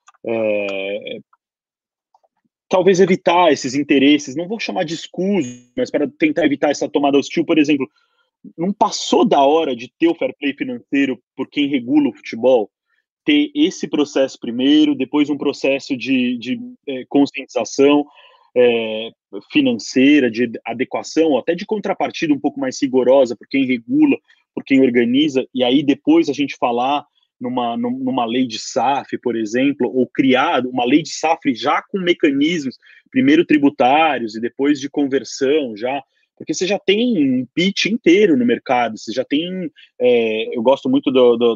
S3: talvez evitar esses interesses, não vou chamar de escuso, mas para tentar evitar essa tomada hostil, por exemplo, não passou da hora de ter o fair play financeiro por quem regula o futebol? Ter esse processo primeiro, depois um processo de conscientização financeira, de adequação, ou até de contrapartida um pouco mais rigorosa por quem regula, por quem organiza, e aí depois a gente falar numa lei de SAF, por exemplo, ou criar uma lei de SAF já com mecanismos, primeiro tributários e depois de conversão, já, porque você já tem um pitch inteiro no mercado, você já tem, eu gosto muito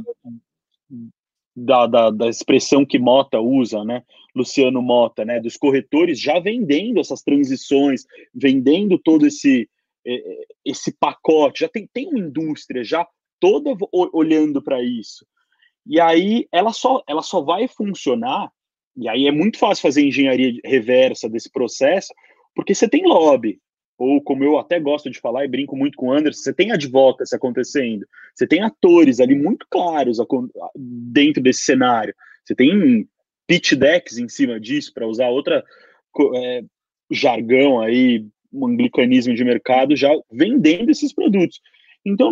S3: da expressão que Mota usa, né, Luciano Mota, né, dos corretores já vendendo essas transições, vendendo todo esse pacote, já tem uma indústria já toda olhando para isso. E aí ela só vai funcionar, e aí é muito fácil fazer engenharia reversa desse processo, porque você tem lobby, ou como eu até gosto de falar e brinco muito com o Anderson, você tem advocacy acontecendo, você tem atores ali muito claros dentro desse cenário, você tem pitch decks em cima disso, para usar outra jargão aí, um anglicanismo de mercado, já vendendo esses produtos. Então,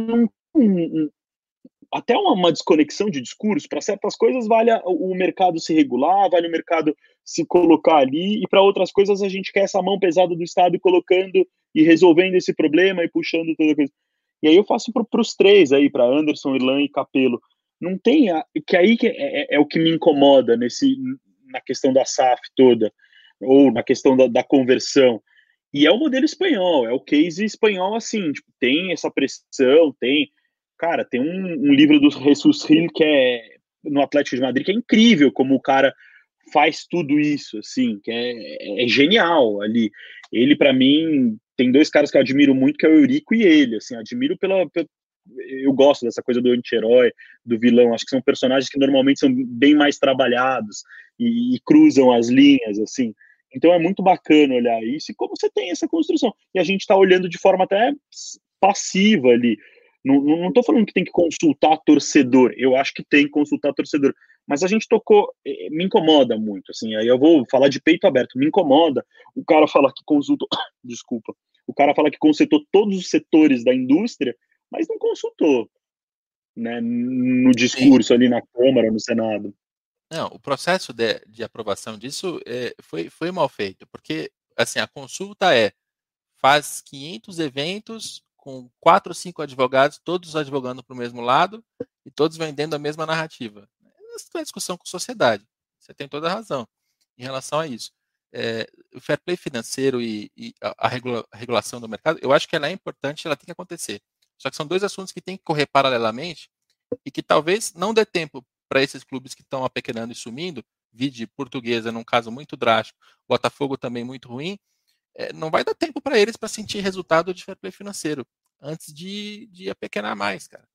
S3: até uma desconexão de discurso, para certas coisas vale o mercado se regular, vale o mercado se colocar ali, e para outras coisas a gente quer essa mão pesada do Estado colocando e resolvendo esse problema e puxando toda a coisa. E aí eu faço para os três aí, para Anderson, Irlan e Capelo. Não tem, que aí que é o que me incomoda na questão da SAF toda, ou na questão da conversão. E é o modelo espanhol, é o case espanhol assim, tipo, tem essa pressão, tem... Cara, tem um livro do Jesus Gil que é no Atlético de Madrid, que é incrível como o cara faz tudo isso, assim, que é genial ali. Ele, para mim, tem dois caras que eu admiro muito, que é o Eurico e ele, assim, admiro eu gosto dessa coisa do anti-herói, do vilão, acho que são personagens que normalmente são bem mais trabalhados e cruzam as linhas, assim. Então é muito bacana olhar isso e como você tem essa construção. E a gente está olhando de forma até passiva ali. Não estou falando que tem que consultar torcedor, eu acho que tem que consultar torcedor, mas a gente tocou, me incomoda muito, assim, aí eu vou falar de peito aberto, me incomoda o cara falar que consultou, desculpa, o cara fala que consultou todos os setores da indústria, mas não consultou, né, no discurso ali na Câmara, no Senado.
S4: Não, o processo de aprovação disso foi mal feito, porque, assim, a consulta faz 500 eventos com 4 ou 5 advogados, todos advogando para o mesmo lado e todos vendendo a mesma narrativa. Essa é uma discussão com a sociedade. Você tem toda a razão em relação a isso. O fair play financeiro e a regulação do mercado, eu acho que ela é importante, ela tem que acontecer. Só que são dois assuntos que têm que correr paralelamente e que talvez não dê tempo para esses clubes que estão apequenando e sumindo, vide Portuguesa num caso muito drástico, Botafogo também muito ruim, não vai dar tempo para eles para sentir resultado de fair play financeiro antes de apequenar mais, cara.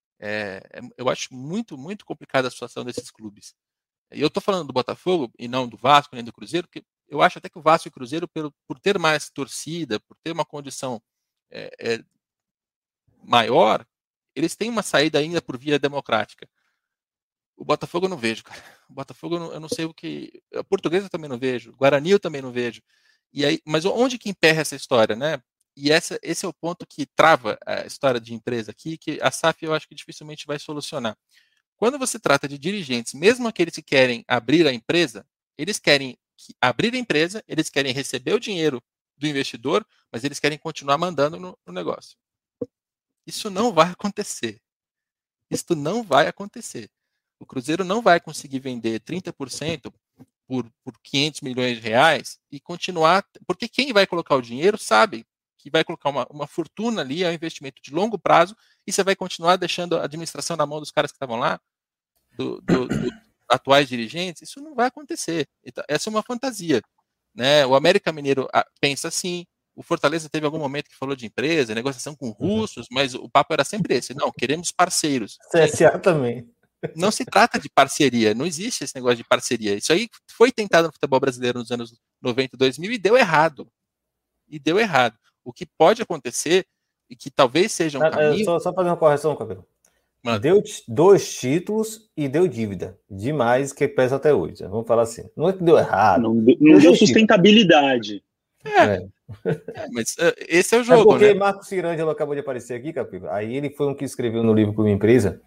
S4: Eu acho muito, muito complicada a situação desses clubes. E eu estou falando do Botafogo e não do Vasco nem do Cruzeiro, porque eu acho até que o Vasco e o Cruzeiro, por ter mais torcida, por ter uma condição maior, eles têm uma saída ainda por via democrática. O Botafogo eu não vejo, cara. O Botafogo eu não sei o que... A Portuguesa eu também não vejo. Guarani eu também não vejo. E aí, mas onde que emperra essa história, né? E esse é o ponto que trava a história de empresa aqui, que a SAF eu acho que dificilmente vai solucionar. Quando você trata de dirigentes, mesmo aqueles que querem abrir a empresa, eles querem abrir a empresa, eles querem receber o dinheiro do investidor, mas eles querem continuar mandando no negócio. Isso não vai acontecer. Isso não vai acontecer. O Cruzeiro não vai conseguir vender 30% por 500 milhões de reais e continuar... Porque quem vai colocar o dinheiro sabe que vai colocar uma fortuna ali, é um investimento de longo prazo, e você vai continuar deixando a administração na mão dos caras que estavam lá, dos atuais dirigentes. Isso não vai acontecer. Então, essa é uma fantasia, né? O América Mineiro pensa assim, o Fortaleza teve algum momento que falou de empresa, negociação com russos, mas o papo era sempre esse. Não, queremos parceiros.
S1: CSA também.
S4: Não se trata de parceria, não existe esse negócio de parceria. Isso aí foi tentado no futebol brasileiro nos anos 90 e 2000 e deu errado. O que pode acontecer, e que talvez seja um caminho...
S1: Só fazer uma correção, Cabelo. Deu 2 títulos e deu dívida. Demais, que pesa até hoje. Vamos falar assim. Não é que deu errado.
S3: Não deu sustentabilidade.
S4: Mas esse é o jogo,
S1: porque
S4: né?
S1: Marcos Cirângelo acabou de aparecer aqui, Capilo. Aí ele foi um que escreveu no livro para uma empresa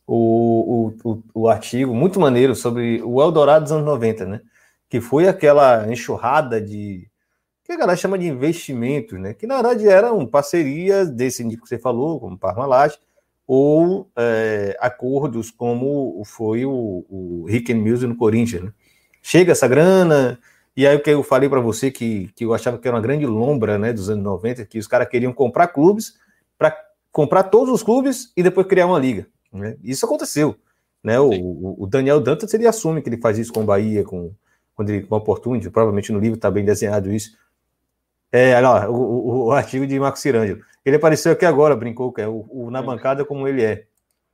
S1: o artigo muito maneiro sobre o Eldorado dos anos 90, né? Que foi aquela enxurrada que a galera chama de investimentos, né? Que na verdade eram parcerias desse nível que você falou, como Parmalat, ou acordos como foi o Rick and Mills no Corinthians, né? Chega essa grana, e aí o que eu falei para você que eu achava que era uma grande lombra, né, dos anos 90, que os caras queriam comprar clubes para comprar todos os clubes e depois criar uma liga, né? Isso aconteceu, né? O Daniel Dantas ele assume que ele faz isso com o Bahia, com a Opportunity, provavelmente no livro está bem desenhado isso. Olha, o artigo de Marcos Cirângelo. Ele apareceu aqui agora, brincou, que é o Na Bancada Como Ele É.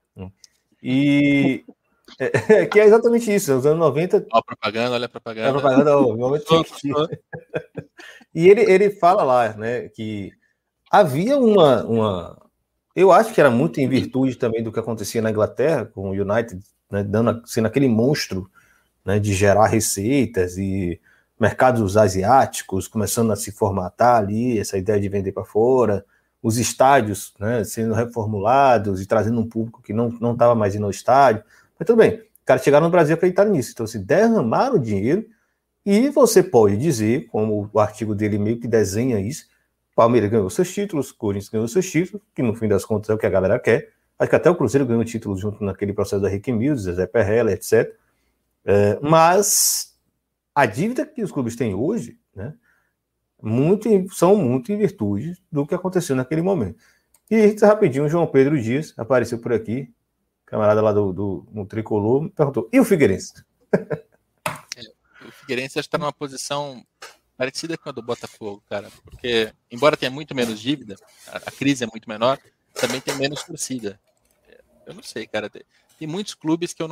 S1: E que é exatamente isso, nos anos 90...
S4: Olha a propaganda.
S1: A propaganda, E ele fala lá, né, que havia uma... Eu acho que era muito em virtude também do que acontecia na Inglaterra, com o United, né, sendo aquele monstro, né, de gerar receitas e mercados asiáticos começando a se formatar ali, essa ideia de vender para fora, os estádios, né, sendo reformulados e trazendo um público que não estava mais indo ao estádio. Mas tudo bem, os caras chegaram no Brasil e acreditaram nisso. Então, se derramaram o dinheiro, e você pode dizer, como o artigo dele meio que desenha isso, o Palmeiras ganhou seus títulos, o Corinthians ganhou seus títulos, que no fim das contas é o que a galera quer. Acho que até o Cruzeiro ganhou títulos junto naquele processo da Rick Mills, Zé Perrella, etc. Mas a dívida que os clubes têm hoje, né, são muito em virtude do que aconteceu naquele momento. E rapidinho, o João Pedro Dias apareceu por aqui, camarada lá no Tricolor, me perguntou, e o Figueirense?
S4: O Figueirense está numa posição parecida com a do Botafogo, cara, porque embora tenha muito menos dívida, a crise é muito menor, também tem menos torcida. Eu não sei, cara, tem muitos clubes que eu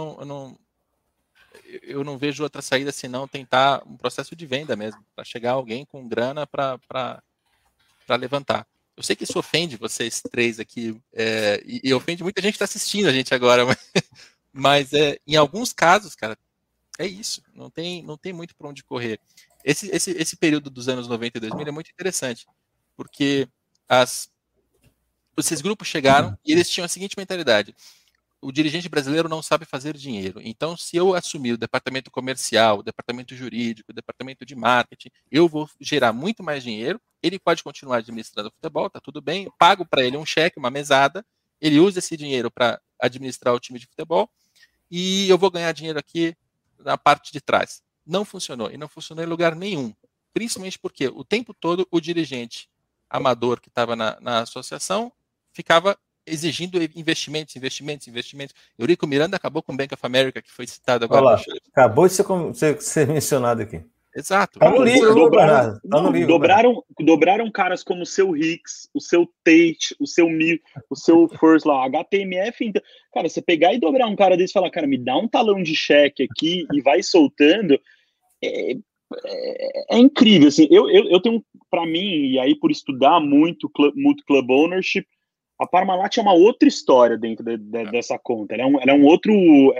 S4: não vejo outra saída senão tentar um processo de venda mesmo, para chegar alguém com grana para levantar. Eu sei que isso ofende vocês três aqui, e ofende muita gente que está assistindo a gente agora, mas em alguns casos, cara, é isso, não tem muito para onde correr. Esse período dos anos 90 e 2000 é muito interessante, porque esses grupos chegaram e eles tinham a seguinte mentalidade: o dirigente brasileiro não sabe fazer dinheiro. Então, se eu assumir o departamento comercial, o departamento jurídico, o departamento de marketing, eu vou gerar muito mais dinheiro. Ele pode continuar administrando o futebol, tá tudo bem. Eu pago para ele um cheque, uma mesada. Ele usa esse dinheiro para administrar o time de futebol e eu vou ganhar dinheiro aqui na parte de trás. Não funcionou. E não funcionou em lugar nenhum. Principalmente porque o tempo todo o dirigente amador que estava na associação ficava exigindo investimentos. Eurico Miranda acabou com o Bank of America, que foi citado agora.
S1: Olha lá, acabou de ser mencionado aqui.
S4: Exato.
S1: Tá no livro,
S3: dobraram caras como o seu Hicks, o seu Tate, o seu Mir, o seu First lá, HTMF. Então, cara, você pegar e dobrar um cara desse e falar, cara, me dá um talão de cheque aqui e vai soltando, é incrível, assim. Eu tenho para mim, e aí por estudar muito club ownership, a Parmalat é uma outra história dentro dessa conta. Ela é um outro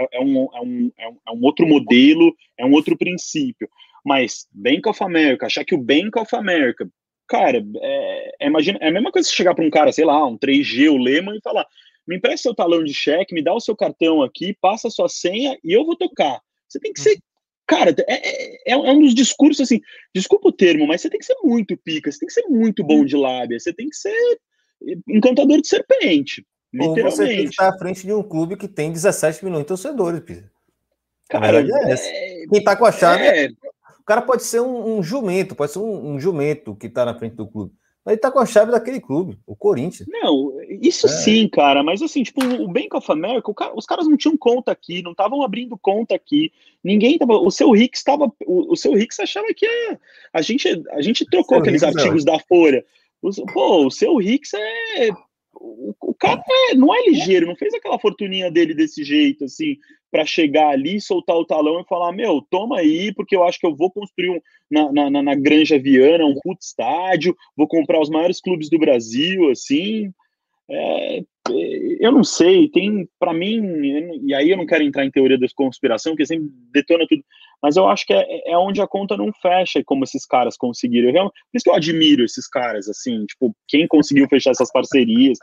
S3: modelo, é um outro princípio. Mas Bank of America, achar que o Bank of America, cara, imagina, é a mesma coisa se chegar para um cara, sei lá, um 3G, o Lehman, e falar: me empresta seu talão de cheque, me dá o seu cartão aqui, passa a sua senha e eu vou tocar. Você tem que ser. Cara, é um dos discursos assim, desculpa o termo, mas você tem que ser muito pica, você tem que ser muito bom de lábia, você tem que ser encantador de serpente, literalmente.
S1: Ou você tem que estar à frente de um clube que tem 17 milhões de torcedores, Pisa.
S3: Cara,
S1: quem tá com a chave, o cara pode ser um jumento, pode ser um jumento que tá na frente do clube. Mas ele tá com a chave daquele clube, o Corinthians.
S3: Não, isso sim, cara, mas assim, tipo, o Bank of America, os caras não tinham conta aqui, não estavam abrindo conta aqui, ninguém tava, o seu Hicks achava que a gente trocou aqueles artigos da Folha. O seu Hicks o cara não é ligeiro, não fez aquela fortuninha dele desse jeito, assim, para chegar ali, soltar o talão e falar: meu, toma aí, porque eu acho que eu vou construir na Granja Viana um puto estádio, vou comprar os maiores clubes do Brasil, assim. Eu não sei, tem, para mim, e aí eu não quero entrar em teoria da conspiração, porque sempre detona tudo, mas eu acho que é onde a conta não fecha, como esses caras conseguiram. Por isso que eu admiro esses caras, assim, tipo, quem conseguiu fechar essas parcerias,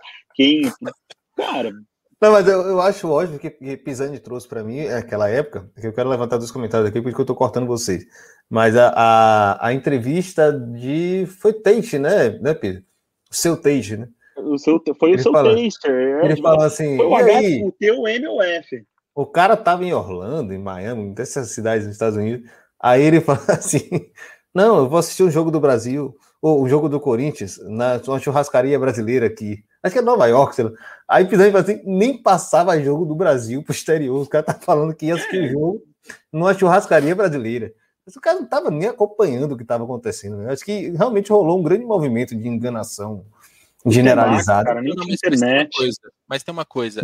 S3: cara...
S1: Não, mas eu acho óbvio que Pisani trouxe para mim aquela época, que eu quero levantar dos comentários aqui, porque eu tô cortando vocês, mas a entrevista foi Tate, né, Pedro? O seu Tate, né?
S3: Foi o seu taster.
S1: Ele falou assim:
S3: foi o HUT, o M ou F.
S1: O cara tava em Orlando, em Miami, dessas cidades dos Estados Unidos. Aí ele falou assim: não, eu vou assistir um jogo do Brasil, ou o jogo do Corinthians, na churrascaria brasileira aqui. Acho que é Nova York, sei lá. Aí Pisani falou assim: nem passava jogo do Brasil pro exterior. O cara tá falando que ia assistir o jogo numa churrascaria brasileira. Mas o cara não tava nem acompanhando o que estava acontecendo. Né? Acho que realmente rolou um grande movimento de enganação generalizado.
S3: Cara, nem internet.
S4: Mas tem uma coisa.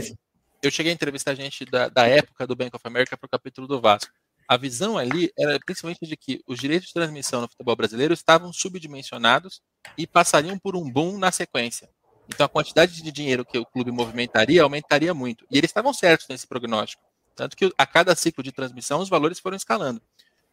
S4: Eu cheguei a entrevistar gente da época do Bank of America para o capítulo do Vasco. A visão ali era principalmente de que os direitos de transmissão no futebol brasileiro estavam subdimensionados e passariam por um boom na sequência. Então a quantidade de dinheiro que o clube movimentaria aumentaria muito. E eles estavam certos nesse prognóstico. Tanto que a cada ciclo de transmissão os valores foram escalando.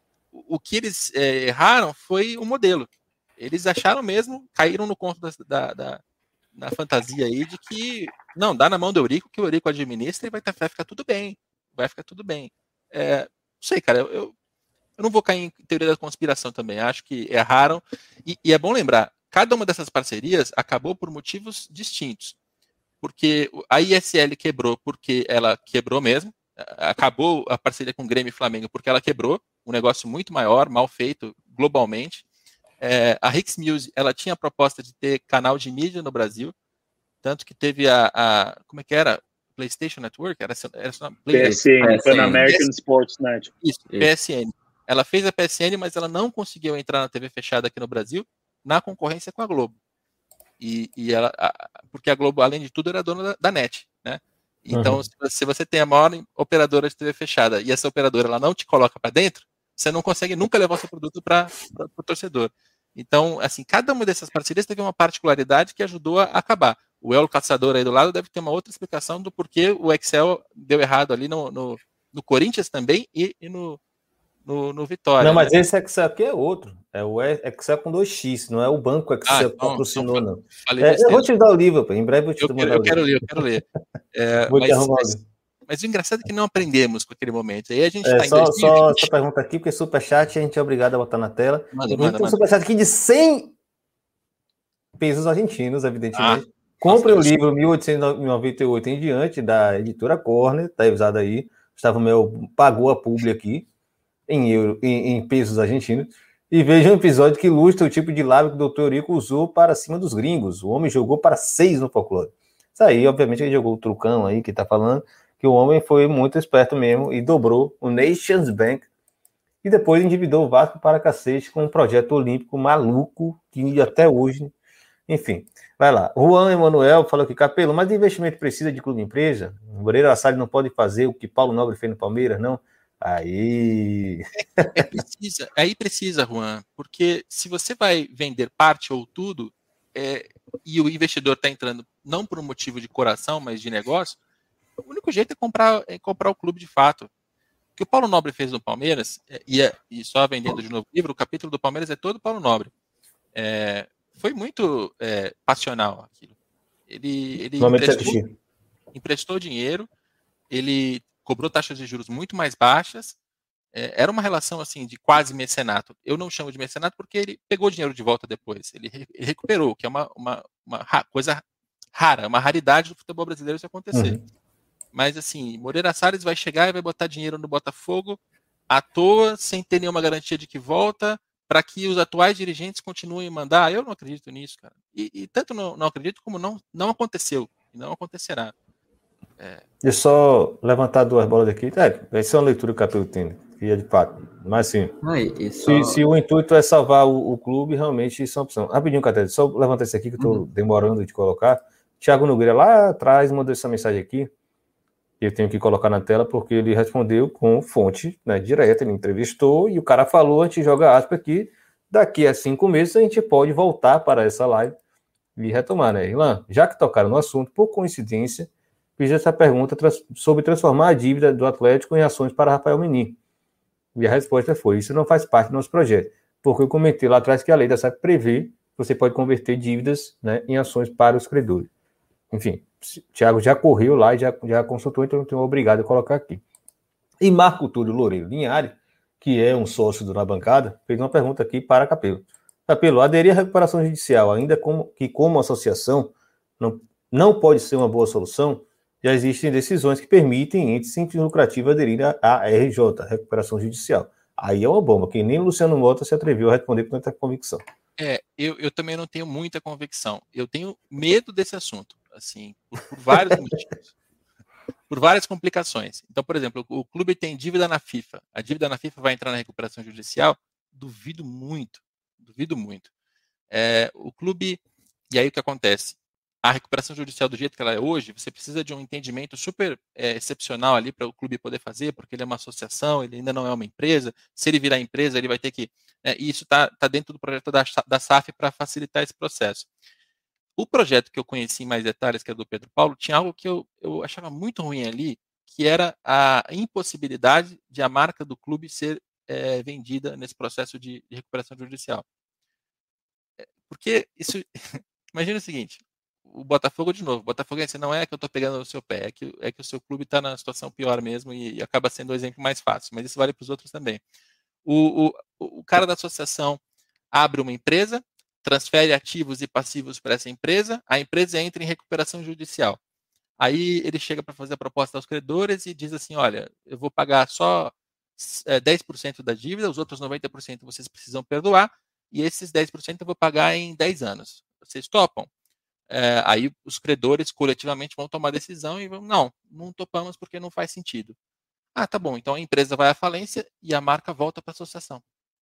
S4: O que eles erraram foi o modelo. Eles acharam mesmo, caíram no conto da fantasia aí de que não, dá na mão do Eurico, que o Eurico administra e vai ficar tudo bem. Vai ficar tudo bem. Não sei, cara, eu não vou cair em teoria da conspiração também. Acho que erraram. E é bom lembrar, cada uma dessas parcerias acabou por motivos distintos. Porque a ISL quebrou porque ela quebrou mesmo. Acabou a parceria com o Grêmio e Flamengo porque ela quebrou. Um negócio muito maior, mal feito globalmente. A Hicks Music, ela tinha a proposta de ter canal de mídia no Brasil, tanto que teve como é que era? PlayStation Network? Era
S3: PSN, Pan American Sports Net.
S4: Isso, PSN. Ela fez a PSN, mas ela não conseguiu entrar na TV fechada aqui no Brasil, na concorrência com a Globo. Porque a Globo, além de tudo, era dona da NET, né? Então, se você tem a maior operadora de TV fechada e essa operadora ela não te coloca para dentro, você não consegue nunca levar o seu produto para o torcedor. Então, assim, cada uma dessas parcerias teve uma particularidade que ajudou a acabar. O Elo Caçador aí do lado deve ter uma outra explicação do porquê o Excel deu errado ali no Corinthians também e no Vitória.
S1: Não, mas esse Excel aqui é outro. É o Excel com 2x, não é o banco Excel que patrocinou, não. Eu vou te dar o livro, em breve eu te mandar o livro.
S4: Eu quero ler.
S1: Vou te arrumar o livro.
S4: Mas o engraçado é que não aprendemos com aquele momento. Aí a gente
S1: só essa pergunta aqui, porque superchat a gente é obrigado a botar na tela. Tem um superchat aqui de 100 pesos argentinos, evidentemente. Compre o livro 1898 em diante, da editora Corner, tá avisado aí. Gustavo Mel pagou a publi aqui, em pesos argentinos. E veja um episódio que ilustra o tipo de lábio que o Dr. Eurico usou para cima dos gringos. O homem jogou para 6 no folclore. Isso aí, obviamente, ele jogou o trucão aí, que tá falando. Que o homem foi muito esperto mesmo e dobrou o Nations Bank e depois endividou o Vasco para cacete com um projeto olímpico maluco que até hoje, enfim, vai lá. Juan Emanuel falou que Capelo, mas investimento precisa de clube empresa? O Moreira Assad não pode fazer o que Paulo Nobre fez no Palmeiras, não? Aí.
S4: Aí precisa, Juan, porque se você vai vender parte ou tudo, e o investidor está entrando não por um motivo de coração, mas de negócio, o único jeito é comprar o clube de fato. O que o Paulo Nobre fez no Palmeiras, e só vendendo de novo o livro, o capítulo do Palmeiras é todo Paulo Nobre. Foi muito passional aquilo. Ele emprestou dinheiro, ele cobrou taxas de juros muito mais baixas. Era uma relação assim de quase mecenato. Eu não chamo de mecenato porque ele pegou o dinheiro de volta depois. Ele recuperou, que é uma coisa rara, uma raridade do futebol brasileiro isso acontecer.
S1: Uhum.
S4: Mas assim, Moreira Salles vai chegar e vai botar dinheiro no Botafogo à toa, sem ter nenhuma garantia de que volta, para que os atuais dirigentes continuem a mandar. Eu não acredito nisso, cara. E tanto não acredito como não aconteceu e não acontecerá.
S1: Deixa eu só levantar duas bolas aqui. Essa é uma leitura que a Capelo tem, que é de fato. Mas assim, se o intuito é salvar o clube, realmente isso é uma opção. Rapidinho, Catério, só levantar esse aqui que eu estou demorando de colocar. Thiago Nogueira lá atrás mandou essa mensagem aqui. Eu tenho que colocar na tela porque ele respondeu com fonte, né, direta, ele entrevistou e o cara falou, a gente joga aspas aqui, daqui a 5 meses a gente pode voltar para essa live e retomar, né? Ilan, já que tocaram no assunto, por coincidência, fiz essa pergunta sobre transformar a dívida do Atlético em ações para Rafael Menin. E a resposta foi, isso não faz parte do nosso projeto, porque eu comentei lá atrás que a lei da SAF prevê que você pode converter dívidas, né, em ações para os credores. Enfim, o Thiago já correu lá e já consultou, então eu tenho obrigado a colocar aqui. E Marco Túlio Loureiro Linhares, que é um sócio na bancada, fez uma pergunta aqui para Capelo. Capelo, aderir à recuperação judicial, ainda como associação, não pode ser uma boa solução? Já existem decisões que permitem entes sem fins lucrativos aderir à RJ, recuperação judicial. Aí é uma bomba, que nem Luciano Mota se atreveu a responder com tanta convicção.
S4: Eu também não tenho muita convicção. Eu tenho medo desse assunto, assim, por vários motivos. Por várias complicações. Então, por exemplo, o clube tem dívida na FIFA. A dívida na FIFA vai entrar na recuperação judicial? Duvido muito. Duvido muito. O clube... E aí o que acontece? A recuperação judicial do jeito que ela é hoje, você precisa de um entendimento super excepcional ali para o clube poder fazer, porque ele é uma associação, ele ainda não é uma empresa. Se ele virar empresa, ele vai ter que... e isso está dentro do projeto da SAF para facilitar esse processo. O projeto que eu conheci em mais detalhes, que é do Pedro Paulo, tinha algo que eu achava muito ruim ali, que era a impossibilidade de a marca do clube ser vendida nesse processo de recuperação judicial. Porque isso... Imagina o seguinte, o Botafogo, de novo, Botafoguense, não é que eu estou pegando no seu pé, é que o seu clube está na situação pior mesmo e acaba sendo o exemplo mais fácil, mas isso vale para os outros também. O cara da associação abre uma empresa, transfere ativos e passivos para essa empresa, a empresa entra em recuperação judicial. Aí ele chega para fazer a proposta aos credores e diz assim, olha, eu vou pagar só 10% da dívida, os outros 90% vocês precisam perdoar, e esses 10% eu vou pagar em 10 anos. Vocês topam? Aí os credores coletivamente vão tomar a decisão e vão, não topamos porque não faz sentido. Tá bom, então a empresa vai à falência e a marca volta para a associação.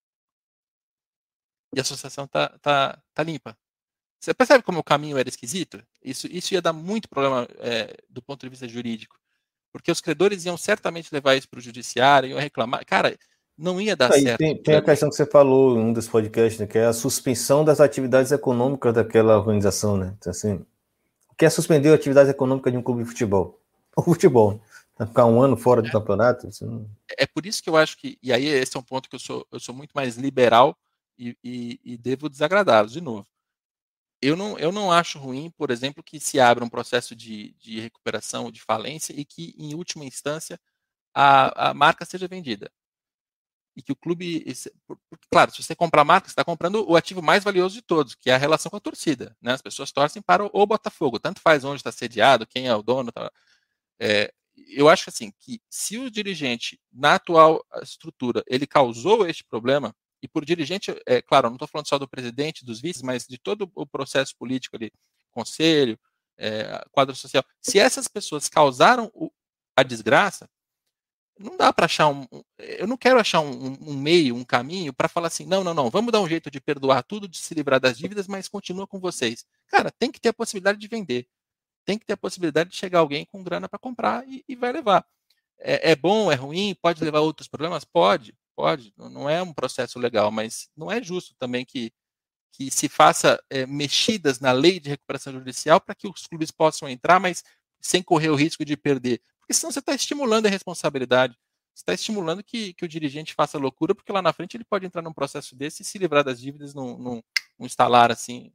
S4: E a associação tá limpa. Você percebe como o caminho era esquisito? Isso ia dar muito problema do ponto de vista jurídico. Porque os credores iam certamente levar isso para o judiciário, iam reclamar. Cara, não ia dar certo.
S1: Tem a questão que você falou em um dos podcasts, né, que é a suspensão das atividades econômicas daquela organização, né? Então, assim, o que é suspender a atividade econômica de um clube de futebol? O futebol. Vai ficar um ano fora do campeonato? Assim...
S4: É por isso que eu acho que... E aí esse é um ponto que eu sou muito mais liberal e devo desagradá-los de novo. Eu não acho ruim, por exemplo, que se abra um processo de recuperação, de falência, e que, em última instância, a marca seja vendida. E que o clube... Claro, se você comprar a marca, você está comprando o ativo mais valioso de todos, que é a relação com a torcida. Né? As pessoas torcem para o Botafogo. Tanto faz onde está sediado, quem é o dono. Eu acho assim, que se o dirigente, na atual estrutura, ele causou este problema, e por dirigente, claro, eu não estou falando só do presidente, dos vices, mas de todo o processo político ali, conselho, quadro social. Se essas pessoas causaram a desgraça, não dá para achar eu não quero achar um meio, um caminho para falar assim, não, vamos dar um jeito de perdoar tudo, de se livrar das dívidas, mas continua com vocês. Cara, tem que ter a possibilidade de vender. Tem que ter a possibilidade de chegar alguém com grana para comprar e vai levar. É bom, é ruim, pode levar a outros problemas? Pode. Não é um processo legal, mas não é justo também que se faça mexidas na lei de recuperação judicial para que os clubes possam entrar, mas sem correr o risco de perder. Porque senão você está estimulando a responsabilidade. Você está estimulando que o dirigente faça loucura, porque lá na frente ele pode entrar num processo desse e se livrar das dívidas num instalar assim.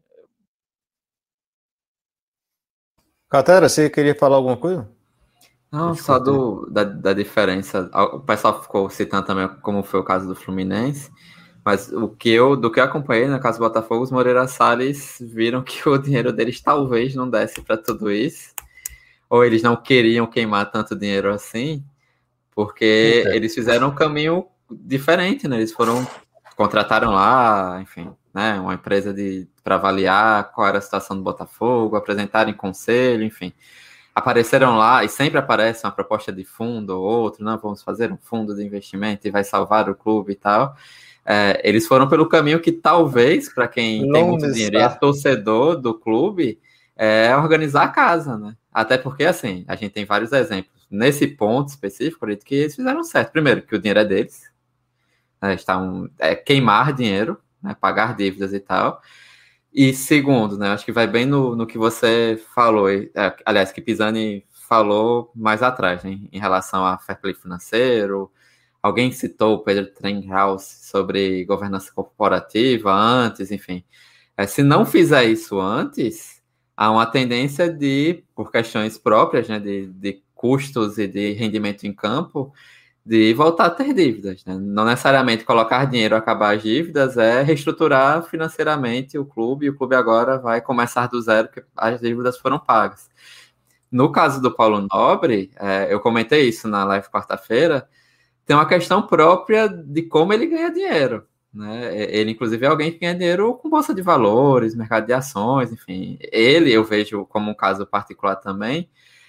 S1: Catera, você queria falar alguma coisa?
S2: Não, só da diferença. O pessoal ficou citando também como foi o caso do Fluminense, mas do que eu acompanhei no caso do Botafogo, os Moreira Salles viram que o dinheiro deles talvez não desse para tudo isso, ou eles não queriam queimar tanto dinheiro assim, porque eles fizeram um caminho diferente, né? Eles contrataram lá, enfim, né, uma empresa para avaliar qual era a situação do Botafogo, apresentaram em conselho, enfim. Apareceram lá, e sempre aparece uma proposta de fundo ou outro, não, vamos fazer um fundo de investimento e vai salvar o clube e tal. Eles foram pelo caminho que talvez, para quem tem muito dinheiro e é torcedor do clube, é organizar a casa, né? Até porque, assim, a gente tem vários exemplos. Nesse ponto específico, que eles fizeram certo. Primeiro, que o dinheiro é deles, né? Queimar dinheiro, né? Pagar dívidas e tal. E segundo, né, acho que vai bem no que você falou, aliás, que Pisani falou mais atrás, né, em relação a fair play financeiro. Alguém citou o Pedro Trenghaus sobre governança corporativa antes, enfim. Se não fizer isso antes, há uma tendência por questões próprias, né, de custos e de rendimento em campo, de voltar a ter dívidas, né? Não necessariamente colocar dinheiro, acabar as dívidas, é reestruturar financeiramente o clube, e o clube agora vai começar do zero, porque as dívidas foram pagas. No caso do Paulo Nobre, eu comentei isso na live quarta-feira, tem uma questão própria de como ele ganha dinheiro, né? Ele, inclusive, é alguém que ganha dinheiro com bolsa de valores, mercado de ações, enfim. Ele, eu vejo como um caso particular também,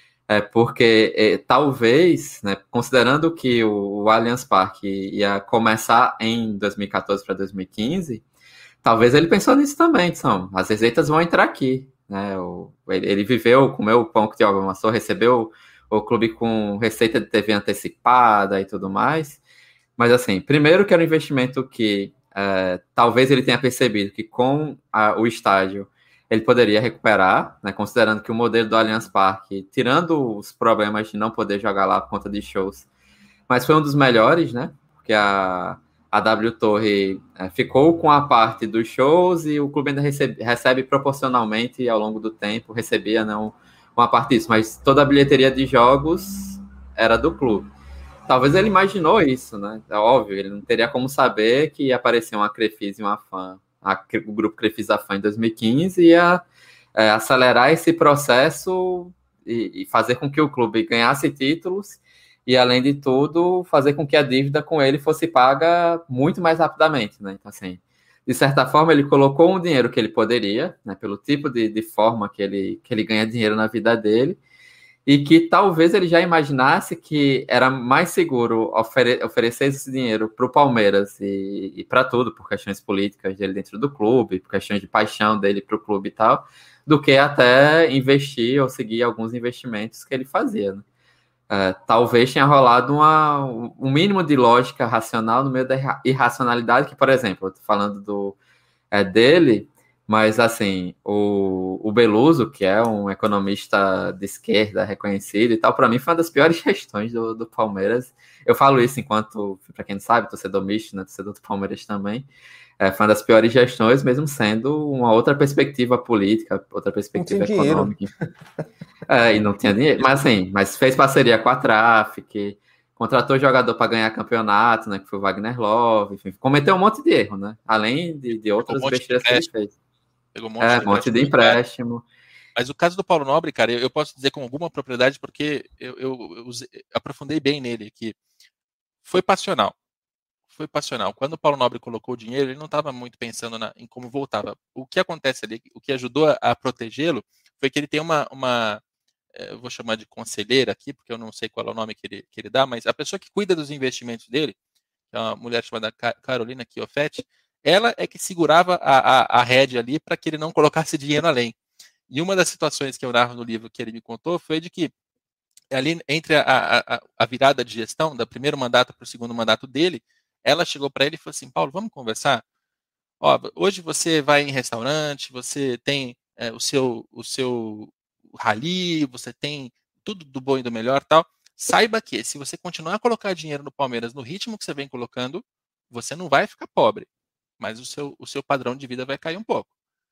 S2: porque talvez, né, considerando que o Allianz Parque ia começar em 2014 para 2015, talvez ele pensou nisso também, as receitas vão entrar aqui, né? Ele viveu, comeu o pão que Diogo amassou, recebeu o clube com receita de TV antecipada e tudo mais, mas assim, primeiro que era um investimento que talvez ele tenha percebido que com o estádio ele poderia recuperar, né, considerando que o modelo do Allianz Parque, tirando os problemas de não poder jogar lá por conta de shows, mas foi um dos melhores, né, porque a W Torre ficou com a parte dos shows e o clube ainda recebe proporcionalmente ao longo do tempo, recebia não uma parte disso, mas toda a bilheteria de jogos era do clube. Talvez ele imaginou isso, né, é óbvio, ele não teria como saber que ia aparecer uma Crefisa e uma Fã, o grupo Crefisa Fã em 2015 ia acelerar esse processo e fazer com que o clube ganhasse títulos e, além de tudo, fazer com que a dívida com ele fosse paga muito mais rapidamente, né? Então, assim, de certa forma, ele colocou um dinheiro que ele poderia, né, pelo tipo de forma que ele ganha dinheiro na vida dele, e que talvez ele já imaginasse que era mais seguro oferecer esse dinheiro para o Palmeiras e para tudo, por questões políticas dele dentro do clube, por questões de paixão dele para o clube e tal, do que até investir ou seguir alguns investimentos que ele fazia, né? Talvez tenha rolado um mínimo de lógica racional no meio da irracionalidade, que, por exemplo, eu tô falando dele, mas, assim, o Beluso, que é um economista de esquerda reconhecido e tal, para mim foi uma das piores gestões do Palmeiras. Eu falo isso enquanto, para quem não sabe, torcedor misto, né, torcedor do Palmeiras também. Foi uma das piores gestões, mesmo sendo uma outra perspectiva política, outra perspectiva econômica. E não tinha dinheiro. Mas, assim, fez parceria com a Traffic, contratou jogador para ganhar campeonato, né, que foi o Wagner Love, enfim, cometeu um monte de erro, né, além de outras besteiras que ele fez.
S4: Pegou um
S2: monte de empréstimo.
S4: Mas o caso do Paulo Nobre, cara, eu posso dizer com alguma propriedade, porque eu aprofundei bem nele, que foi passional. Foi passional. Quando o Paulo Nobre colocou o dinheiro, ele não estava muito pensando em como voltava. O que acontece ali, o que ajudou a protegê-lo, foi que ele tem eu vou chamar de conselheira aqui, porque eu não sei qual é o nome que ele dá, mas a pessoa que cuida dos investimentos dele, que é uma mulher chamada Carolina Chiofetti, ela é que segurava a rédea ali para que ele não colocasse dinheiro além. E uma das situações que eu narro no livro que ele me contou foi de que ali entre a virada de gestão, do primeiro mandato para o segundo mandato dele, ela chegou para ele e falou assim, Paulo, vamos conversar? Ó, hoje você vai em restaurante, você tem o seu rally, você tem tudo do bom e do melhor, tal. Saiba que se você continuar a colocar dinheiro no Palmeiras no ritmo que você vem colocando, você não vai ficar pobre, mas o seu padrão de vida vai cair um pouco.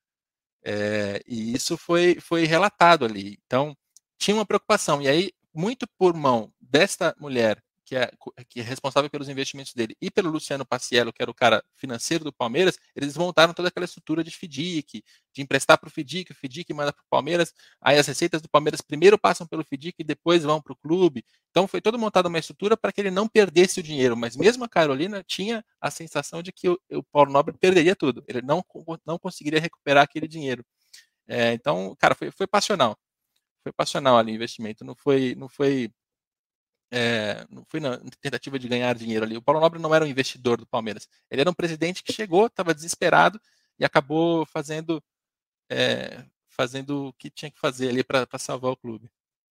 S4: E isso foi relatado ali. Então, tinha uma preocupação. E aí, muito por mão desta mulher, que é responsável pelos investimentos dele, e pelo Luciano Paciello, que era o cara financeiro do Palmeiras, eles montaram toda aquela estrutura de FDIC, de emprestar para o FDIC manda para o Palmeiras, aí as receitas do Palmeiras primeiro passam pelo FDIC e depois vão para o clube. Então foi toda montada uma estrutura para que ele não perdesse o dinheiro, mas mesmo a Carolina tinha a sensação de que o Paulo Nobre perderia tudo, ele não conseguiria recuperar aquele dinheiro. Então, cara, foi passional. Foi passional ali o investimento, não foi na tentativa de ganhar dinheiro ali. O Paulo Nobre não era um investidor do Palmeiras. Ele era um presidente que chegou, estava desesperado e acabou fazendo o que tinha que fazer ali para salvar o clube.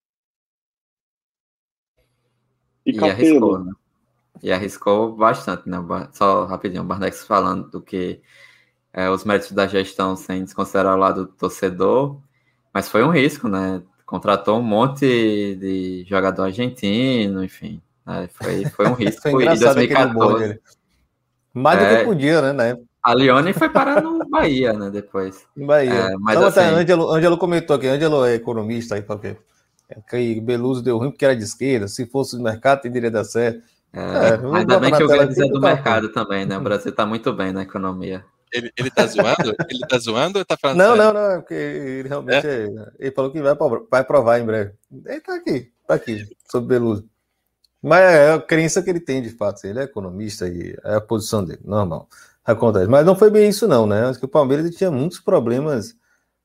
S2: E arriscou, né? E arriscou bastante, né? Só rapidinho, o Barnex falando do que os méritos da gestão sem desconsiderar o lado do torcedor, mas foi um risco, né? Contratou um monte de jogador argentino, enfim. Né? Foi um risco.
S1: Foi engraçado em 2014. Aquele mais do que podia, né?
S2: A Lione foi parar no Bahia, né? Depois.
S1: Em Bahia.
S2: Mas
S1: então,
S2: assim,
S1: Ângelo comentou aqui, Ângelo é economista aí, porque Beluso deu ruim porque era de esquerda, se fosse do mercado, teria dado certo.
S2: Ainda bem que eu quero dizer do mercado também, né? O Brasil está muito bem na economia.
S4: Ele tá zoando? Ele tá zoando ou tá falando
S1: não, sério? Não, é porque ele realmente ele falou que vai provar em breve. Ele tá aqui, sobre Beluso. Mas é a crença que ele tem, de fato. Ele é economista e é a posição dele, normal. Acontece. Mas não foi bem isso, não, né? Acho que o Palmeiras tinha muitos problemas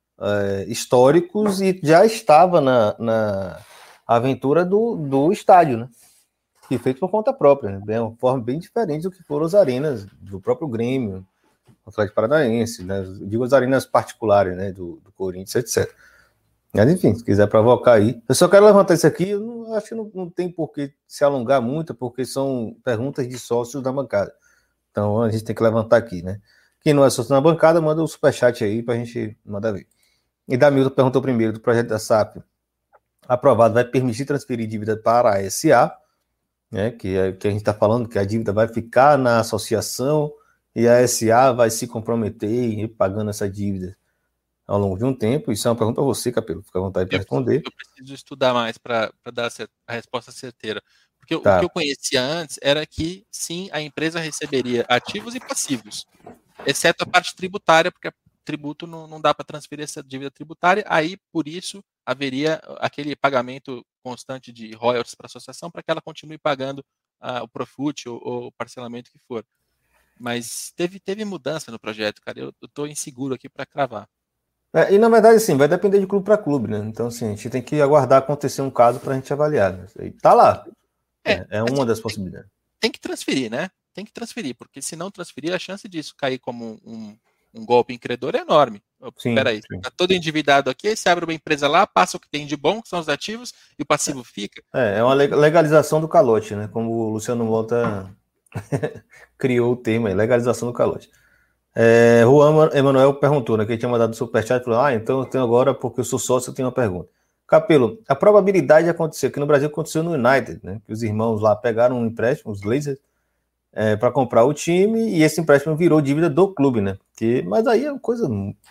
S1: históricos e já estava na aventura do estádio, né? Que feito por conta própria, né? É uma forma bem diferente do que foram as arenas do próprio Grêmio, Atlético Paranaense, né? Digo as arenas particulares, né? Do Corinthians, etc. Mas enfim, se quiser provocar aí. Eu só quero levantar isso aqui, eu acho que não tem por que se alongar muito, porque são perguntas de sócios da bancada. Então a gente tem que levantar aqui, né? Quem não é sócio na bancada, manda um superchat aí pra gente mandar ver. E Damilton perguntou primeiro do projeto da SAP. Aprovado, vai permitir transferir dívida para a SA, né? Que a gente está falando que a dívida vai ficar na associação e a SA vai se comprometer em ir pagando essa dívida ao longo de um tempo. Isso é uma pergunta para você, Capelo. Fica à vontade para responder.
S4: Eu preciso estudar mais para dar a resposta certeira. Porque o que eu conhecia antes era que, sim, a empresa receberia ativos e passivos, exceto a parte tributária, porque tributo não dá para transferir essa dívida tributária, aí, por isso, haveria aquele pagamento constante de royalties para a associação para que ela continue pagando o Profut ou o parcelamento que for. Mas teve mudança no projeto, cara. Eu estou inseguro aqui para cravar.
S1: E na verdade, assim, vai depender de clube para clube, né? Então, assim, a gente tem que aguardar acontecer um caso para a gente avaliar. Né? Tá lá. É uma das possibilidades.
S4: Tem que transferir, né? Tem que transferir, porque se não transferir, a chance disso cair como um golpe em credor é enorme. Espera aí, tá todo endividado aqui, você abre uma empresa lá, passa o que tem de bom, que são os ativos, e o passivo fica.
S1: É uma legalização do calote, né? Como o Luciano Mota criou o termo aí, legalização do calote. Juan Emanuel perguntou, né? Que ele tinha mandado o superchat e falou: então eu tenho agora, porque eu sou sócio, eu tenho uma pergunta. Capelo, a probabilidade de acontecer, que no Brasil aconteceu no United, né? Que os irmãos lá pegaram um empréstimo, os Glazers, para comprar o time, e esse empréstimo virou dívida do clube, né? Mas aí é uma coisa.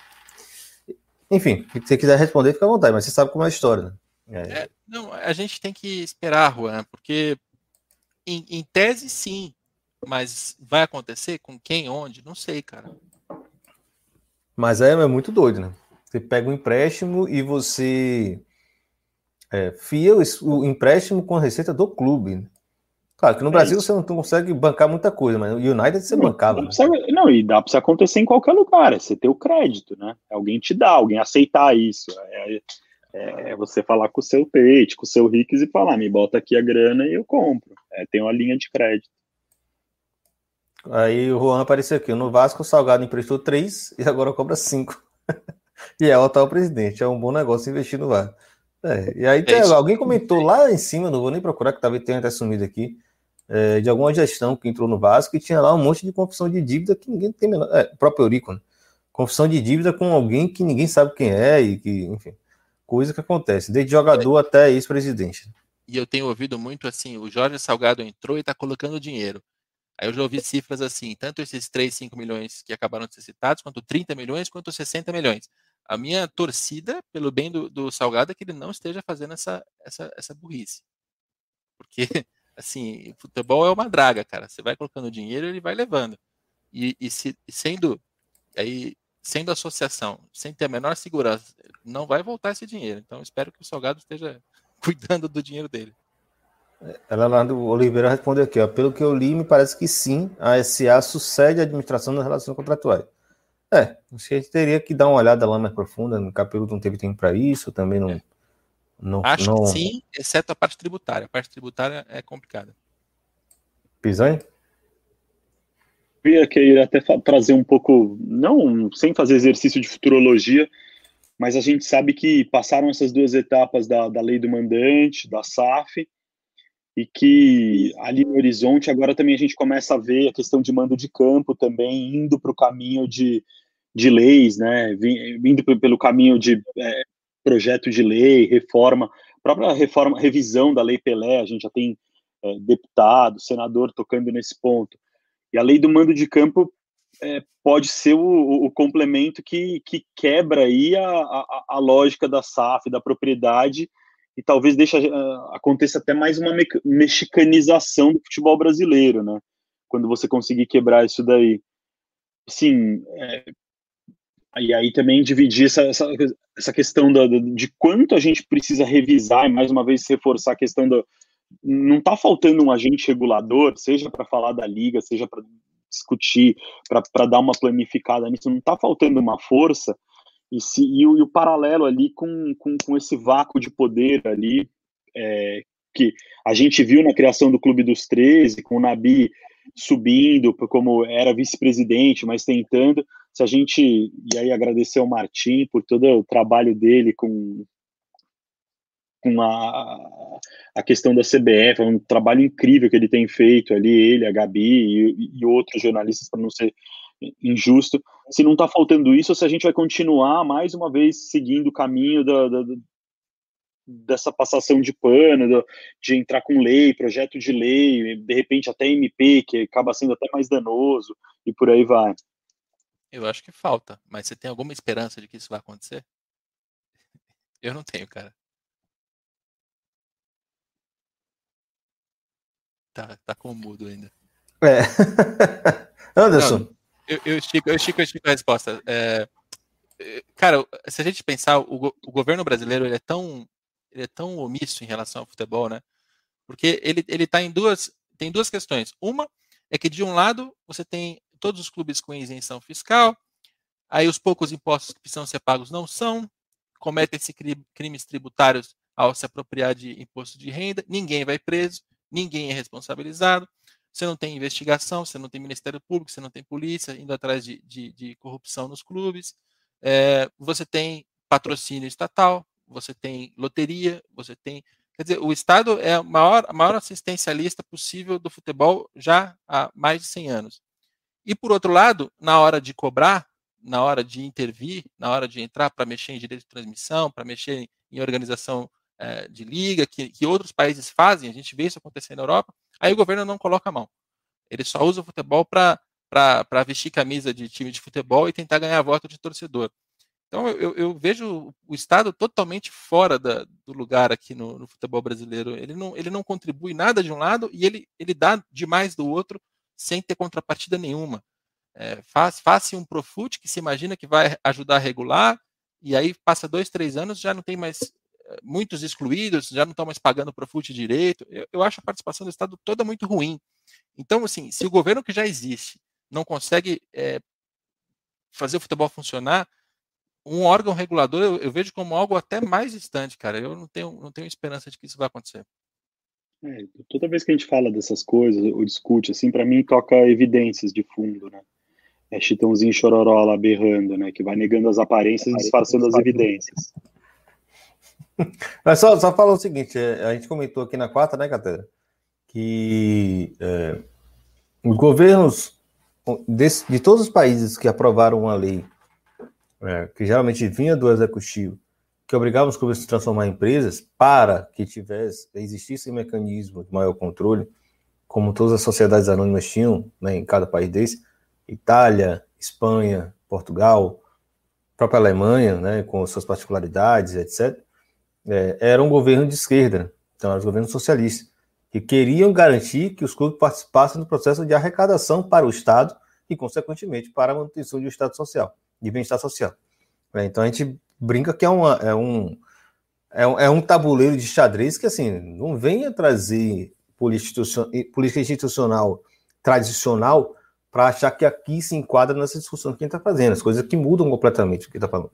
S1: Enfim, se você quiser responder, fica à vontade, mas você sabe como é a história, né?
S4: Não, a gente tem que esperar, Juan, porque em tese sim, mas vai acontecer com quem, onde? Não sei, cara.
S1: Mas é muito doido, né? Você pega um empréstimo e você fia o empréstimo com a receita do clube. Né? Claro que no Brasil você não consegue bancar muita coisa, mas no United você bancava.
S3: E dá pra isso acontecer em qualquer lugar, é você ter o crédito, né? Alguém te dá, alguém aceitar isso. Você falar com o seu Tate, com o seu Ricks e falar, me bota aqui a grana e eu compro. Tem uma linha de crédito.
S1: Aí o Juan apareceu aqui. No Vasco, o Salgado emprestou 3 e agora cobra 5. E é o atual presidente. É um bom negócio investir no Vasco. E aí alguém comentou lá em cima, não vou nem procurar, que talvez tenha até sumido aqui, de alguma gestão que entrou no Vasco e tinha lá um monte de confissão de dívida que ninguém tem menor. O próprio Eurico, né? Confissão de dívida com alguém que ninguém sabe quem é e que, enfim, coisa que acontece, desde jogador até ex-presidente.
S4: E eu tenho ouvido muito assim, o Jorge Salgado entrou e está colocando dinheiro. Aí eu já ouvi cifras assim, tanto esses 3, 5 milhões que acabaram de ser citados, quanto 30 milhões, quanto 60 milhões. A minha torcida, pelo bem do Salgado, é que ele não esteja fazendo essa burrice. Porque, assim, futebol é uma draga, cara. Você vai colocando dinheiro, ele vai levando. Sendo associação, sem ter a menor segurança, não vai voltar esse dinheiro. Então, espero que o Salgado esteja cuidando do dinheiro dele.
S1: Ela lá do Oliveira respondeu aqui, ó, pelo que eu li, me parece que sim, a SA sucede a administração das relações contratuais. Acho que a gente teria que dar uma olhada lá mais profunda, o Capelo não teve tempo para isso, também não...
S4: Acho que sim, exceto a parte tributária. A parte tributária é complicada.
S1: Pisani?
S3: Eu queria até trazer um pouco, não sem fazer exercício de futurologia, mas a gente sabe que passaram essas 2 etapas da lei do mandante, da SAF, e que ali no horizonte agora também a gente começa a ver a questão de mando de campo também indo para o caminho de leis, né? Indo pelo caminho de projeto de lei, reforma, própria reforma, revisão da Lei Pelé, a gente já tem deputado, senador tocando nesse ponto. E a lei do mando de campo pode ser o complemento que quebra aí a lógica da SAF, da propriedade, e talvez aconteça até mais uma mexicanização do futebol brasileiro, né? Quando você conseguir quebrar isso daí. Sim, e aí também dividir essa questão de quanto a gente precisa revisar, e mais uma vez reforçar a questão não está faltando um agente regulador, seja para falar da liga, seja para discutir, para dar uma planificada nisso, não está faltando uma força, e o paralelo ali com esse vácuo de poder ali, que a gente viu na criação do Clube dos 13, com o Nabi subindo como era vice-presidente, mas tentando, se a gente, e aí agradecer ao Martim por todo o trabalho dele com a questão da CBF, é um trabalho incrível que ele tem feito ali, ele, a Gabi e outros jornalistas, para não ser injusto, se não está faltando isso, ou se a gente vai continuar, mais uma vez, seguindo o caminho dessa passação de pano, de entrar com lei, projeto de lei, de repente até MP, que acaba sendo até mais danoso, e por aí vai.
S4: Eu acho que falta, mas você tem alguma esperança de que isso vai acontecer? Eu não tenho, cara. Tá com o mudo ainda.
S1: Anderson.
S4: Não, eu estico a resposta. Cara, se a gente pensar, o governo brasileiro ele é tão omisso em relação ao futebol, né? Porque ele tem duas questões. Uma é que, de um lado, você tem todos os clubes com isenção fiscal, aí os poucos impostos que precisam ser pagos não são, cometem-se crimes tributários ao se apropriar de imposto de renda, ninguém vai preso, ninguém é responsabilizado, você não tem investigação, você não tem Ministério Público, você não tem polícia indo atrás de corrupção nos clubes, você tem patrocínio estatal, você tem loteria, você tem... Quer dizer, o Estado é a maior assistencialista possível do futebol já há mais de 100 anos. E, por outro lado, na hora de cobrar, na hora de intervir, na hora de entrar para mexer em direito de transmissão, para mexer em organização de liga, que outros países fazem, a gente vê isso acontecer na Europa, aí o governo não coloca a mão. Ele só usa o futebol para vestir camisa de time de futebol e tentar ganhar voto de torcedor. Então eu vejo o Estado totalmente fora do lugar aqui no futebol brasileiro. Ele não contribui nada de um lado e ele dá demais do outro sem ter contrapartida nenhuma. Faz um Profut que se imagina que vai ajudar a regular, e aí passa 2, 3 anos, já não tem mais muitos excluídos, já não estão mais pagando Profut direito. Eu acho a participação do Estado toda muito ruim. Então, assim, se o governo que já existe não consegue fazer o futebol funcionar, um órgão regulador eu vejo como algo até mais distante, cara. Eu não tenho esperança de que isso vai acontecer.
S3: Toda vez que a gente fala dessas coisas, ou discute, assim, para mim toca evidências de fundo, né? Chitãozinho Chororó lá berrando, né? Que vai negando as aparências e disfarçando as evidências.
S1: Mas só fala o seguinte, a gente comentou aqui na quarta, né, Catedra, que os governos de todos os países que aprovaram uma lei que geralmente vinha do executivo, que obrigava os clubes a se transformar em empresas para que existisse um mecanismo de maior controle, como todas as sociedades anônimas tinham, né, em cada país desse, Itália, Espanha, Portugal, própria Alemanha, né, com suas particularidades, etc., era um governo de esquerda, então eram os governos socialistas, que queriam garantir que os clubes participassem do processo de arrecadação para o Estado e, consequentemente, para a manutenção de um Estado social, de bem-estar social. Então a gente brinca que é um tabuleiro de xadrez que, assim, não venha trazer política institucional tradicional para achar que aqui se enquadra nessa discussão que a gente está fazendo, as coisas que mudam completamente o que está falando.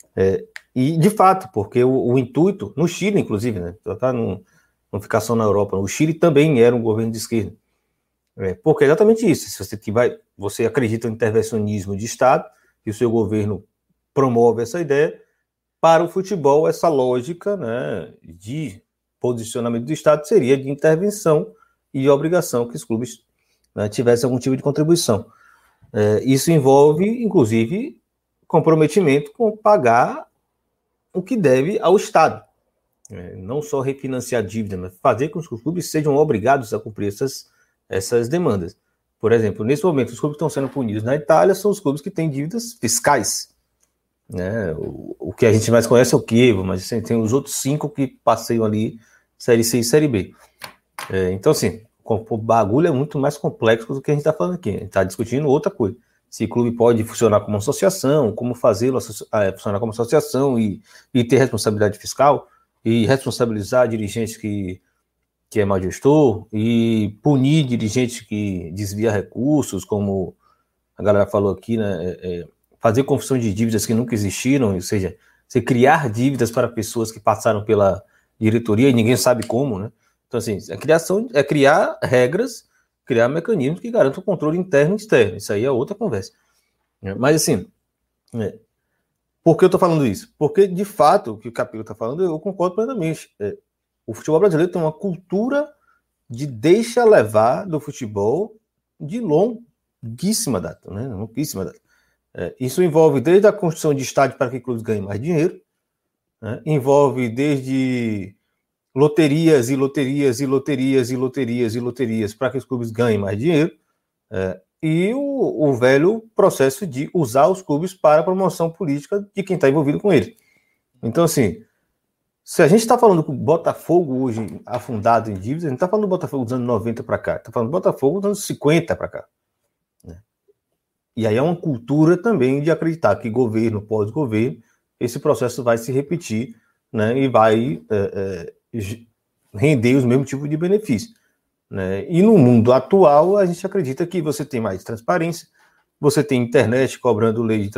S1: E, de fato, porque o intuito, no Chile, inclusive, né, tá não ficar só na Europa, o Chile também era um governo de esquerda. Porque é exatamente isso, se você acredita no intervencionismo de Estado, e o seu governo promove essa ideia, para o futebol, essa lógica, né, de posicionamento do Estado seria de intervenção e de obrigação que os clubes, né, tivessem algum tipo de contribuição. Isso envolve, inclusive, comprometimento com pagar o que deve ao Estado. Não só refinanciar a dívida, mas fazer com que os clubes sejam obrigados a cumprir essas demandas. Por exemplo, nesse momento, os clubes que estão sendo punidos na Itália são os clubes que têm dívidas fiscais. Né? O que a gente mais conhece é o Chievo, mas tem os outros 5 que passeiam ali, Série C e Série B. Então, assim, o bagulho é muito mais complexo do que a gente está falando aqui. A gente está discutindo outra coisa. Se o clube pode funcionar como associação, como fazê-lo funcionar como associação e ter responsabilidade fiscal, e responsabilizar dirigentes que é mau gestor, e punir dirigentes que desvia recursos, como a galera falou aqui, né? Fazer confusão de dívidas que nunca existiram, ou seja, você criar dívidas para pessoas que passaram pela diretoria e ninguém sabe como, né? Então, assim, a criação é criar regras, criar mecanismos que garantam o controle interno e externo. Isso aí é outra conversa. Mas, assim, por que eu estou falando isso? Porque, de fato, o que o Capelo está falando, eu concordo plenamente. O futebol brasileiro tem uma cultura de deixa levar do futebol de longuíssima data, né? Longuíssima data. Isso envolve desde a construção de estádio para que clubes ganhem mais dinheiro, né? Envolve desde loterias e loterias e loterias e loterias e loterias para que os clubes ganhem mais dinheiro, e o velho processo de usar os clubes para a promoção política de quem está envolvido com ele. Então, assim, se a gente está falando que o Botafogo hoje afundado em dívidas, a gente está falando do Botafogo dos anos 90 para cá, está falando do Botafogo dos anos 50 para cá. E aí é uma cultura também de acreditar que governo pós-governo, esse processo vai se repetir, né, e vai render os mesmos tipos de benefícios. Né? E no mundo atual, a gente acredita que você tem mais transparência, você tem internet cobrando lei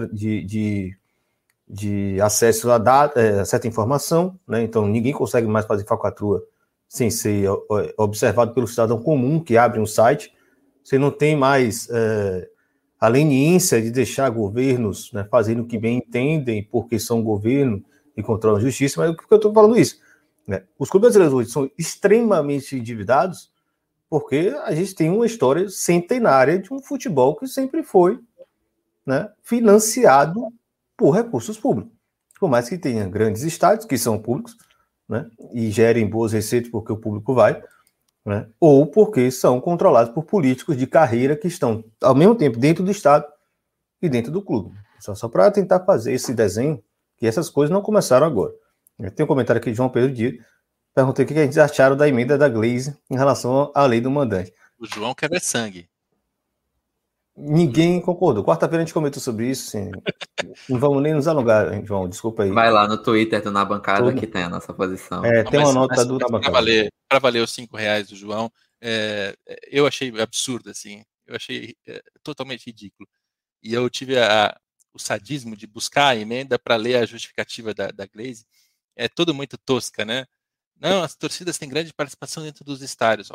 S1: de acesso a certa informação, né? Então ninguém consegue mais fazer falcatrua sem ser observado pelo cidadão comum que abre um site. Você não tem mais a leniência de deixar governos, né, fazendo o que bem entendem, porque são governo e controlam a justiça. Mas por que eu estou falando isso? Né? Os clubes brasileiros hoje são extremamente endividados porque a gente tem uma história centenária de um futebol que sempre foi, né, financiado por recursos públicos. Por mais que tenha grandes estádios, que são públicos, né, e gerem boas receitas porque o público vai, né, ou porque são controlados por políticos de carreira que estão, ao mesmo tempo, dentro do Estado e dentro do clube. Só para tentar fazer esse desenho, que essas coisas não começaram agora. Tem um comentário aqui de João Pedro Dias. Perguntei o que a gente acharam da emenda da Glaze em relação à lei do mandante.
S4: O João quer ver sangue.
S1: Ninguém concordou. Quarta-feira a gente comentou sobre isso. Assim, não vamos nem nos alongar, hein, João. Desculpa aí.
S2: Vai lá no Twitter do Na Bancada que tem a nossa posição.
S1: Tem uma nota do Na Bancada.
S4: Para valer os R$5 do João, eu achei absurdo, assim. Eu achei totalmente ridículo. E eu tive o sadismo de buscar a emenda para ler a justificativa da Glaze. É tudo muito tosca, né? Não, as torcidas têm grande participação dentro dos estádios.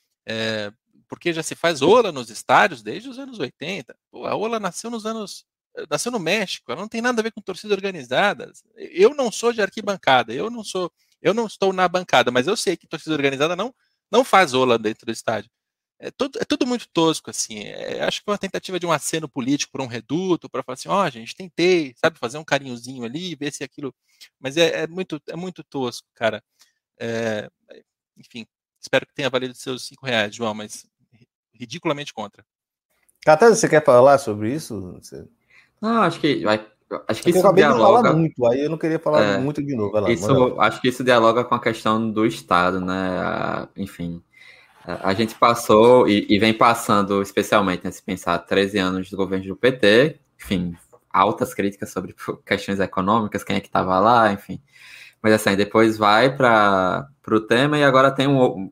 S4: Porque já se faz ola nos estádios desde os anos 80. Pô, a ola nasceu nos anos nasceu no México, ela não tem nada a ver com torcida organizada. Eu não sou de arquibancada, eu não estou na bancada, mas eu sei que torcida organizada não faz ola dentro do estádio. É tudo muito tosco, assim. Acho que é uma tentativa de um aceno político para um reduto, para falar assim, gente, tentei, sabe, fazer um carinhozinho ali, ver se aquilo... Mas é muito tosco, cara. Enfim, espero que tenha valido seus R$5, João, mas ridiculamente contra.
S1: Catarina, você quer falar sobre isso?
S2: Não, acho que
S1: eu
S2: isso
S1: acabei
S2: dialoga...
S1: de falar muito, aí eu não queria falar muito de novo. Vai lá,
S2: acho que isso dialoga com a questão do Estado, né? Enfim, a gente passou e vem passando, especialmente, né, se pensar 13 anos do governo do PT, enfim, altas críticas sobre questões econômicas, quem é que estava lá, enfim. Mas assim, depois vai para o tema e agora tem um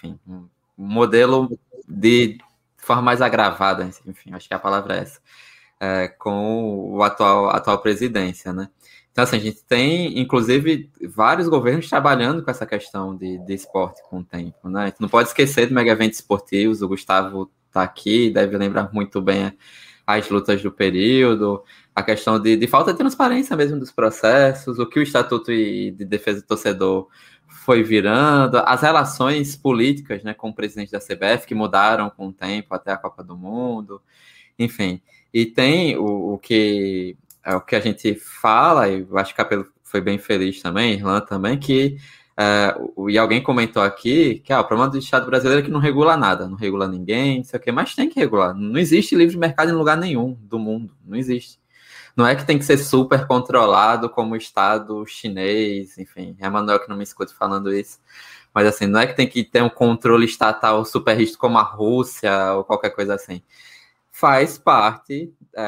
S2: modelo de forma mais agravada, enfim, acho que a palavra é essa, com a atual presidência, né? Então, assim, a gente tem, inclusive, vários governos trabalhando com essa questão de esporte com o tempo, né? A gente não pode esquecer de mega eventos esportivos, o Gustavo está aqui, deve lembrar muito bem as lutas do período, a questão de falta de transparência mesmo dos processos, o que o Estatuto de Defesa do Torcedor foi virando, as relações políticas, né, com o presidente da CBF, que mudaram com o tempo até a Copa do Mundo, enfim. E tem o que a gente fala, e eu acho que o Capelo foi bem feliz também, Irlan também, que e alguém comentou aqui que o problema do Estado brasileiro é que não regula nada, não regula ninguém, não sei o quê, mas tem que regular. Não existe livre mercado em lugar nenhum do mundo, não existe. Não é que tem que ser super controlado como o Estado chinês, enfim, é Manuel que não me escuta falando isso, mas assim, não é que tem que ter um controle estatal super rígido como a Rússia ou qualquer coisa assim. Faz parte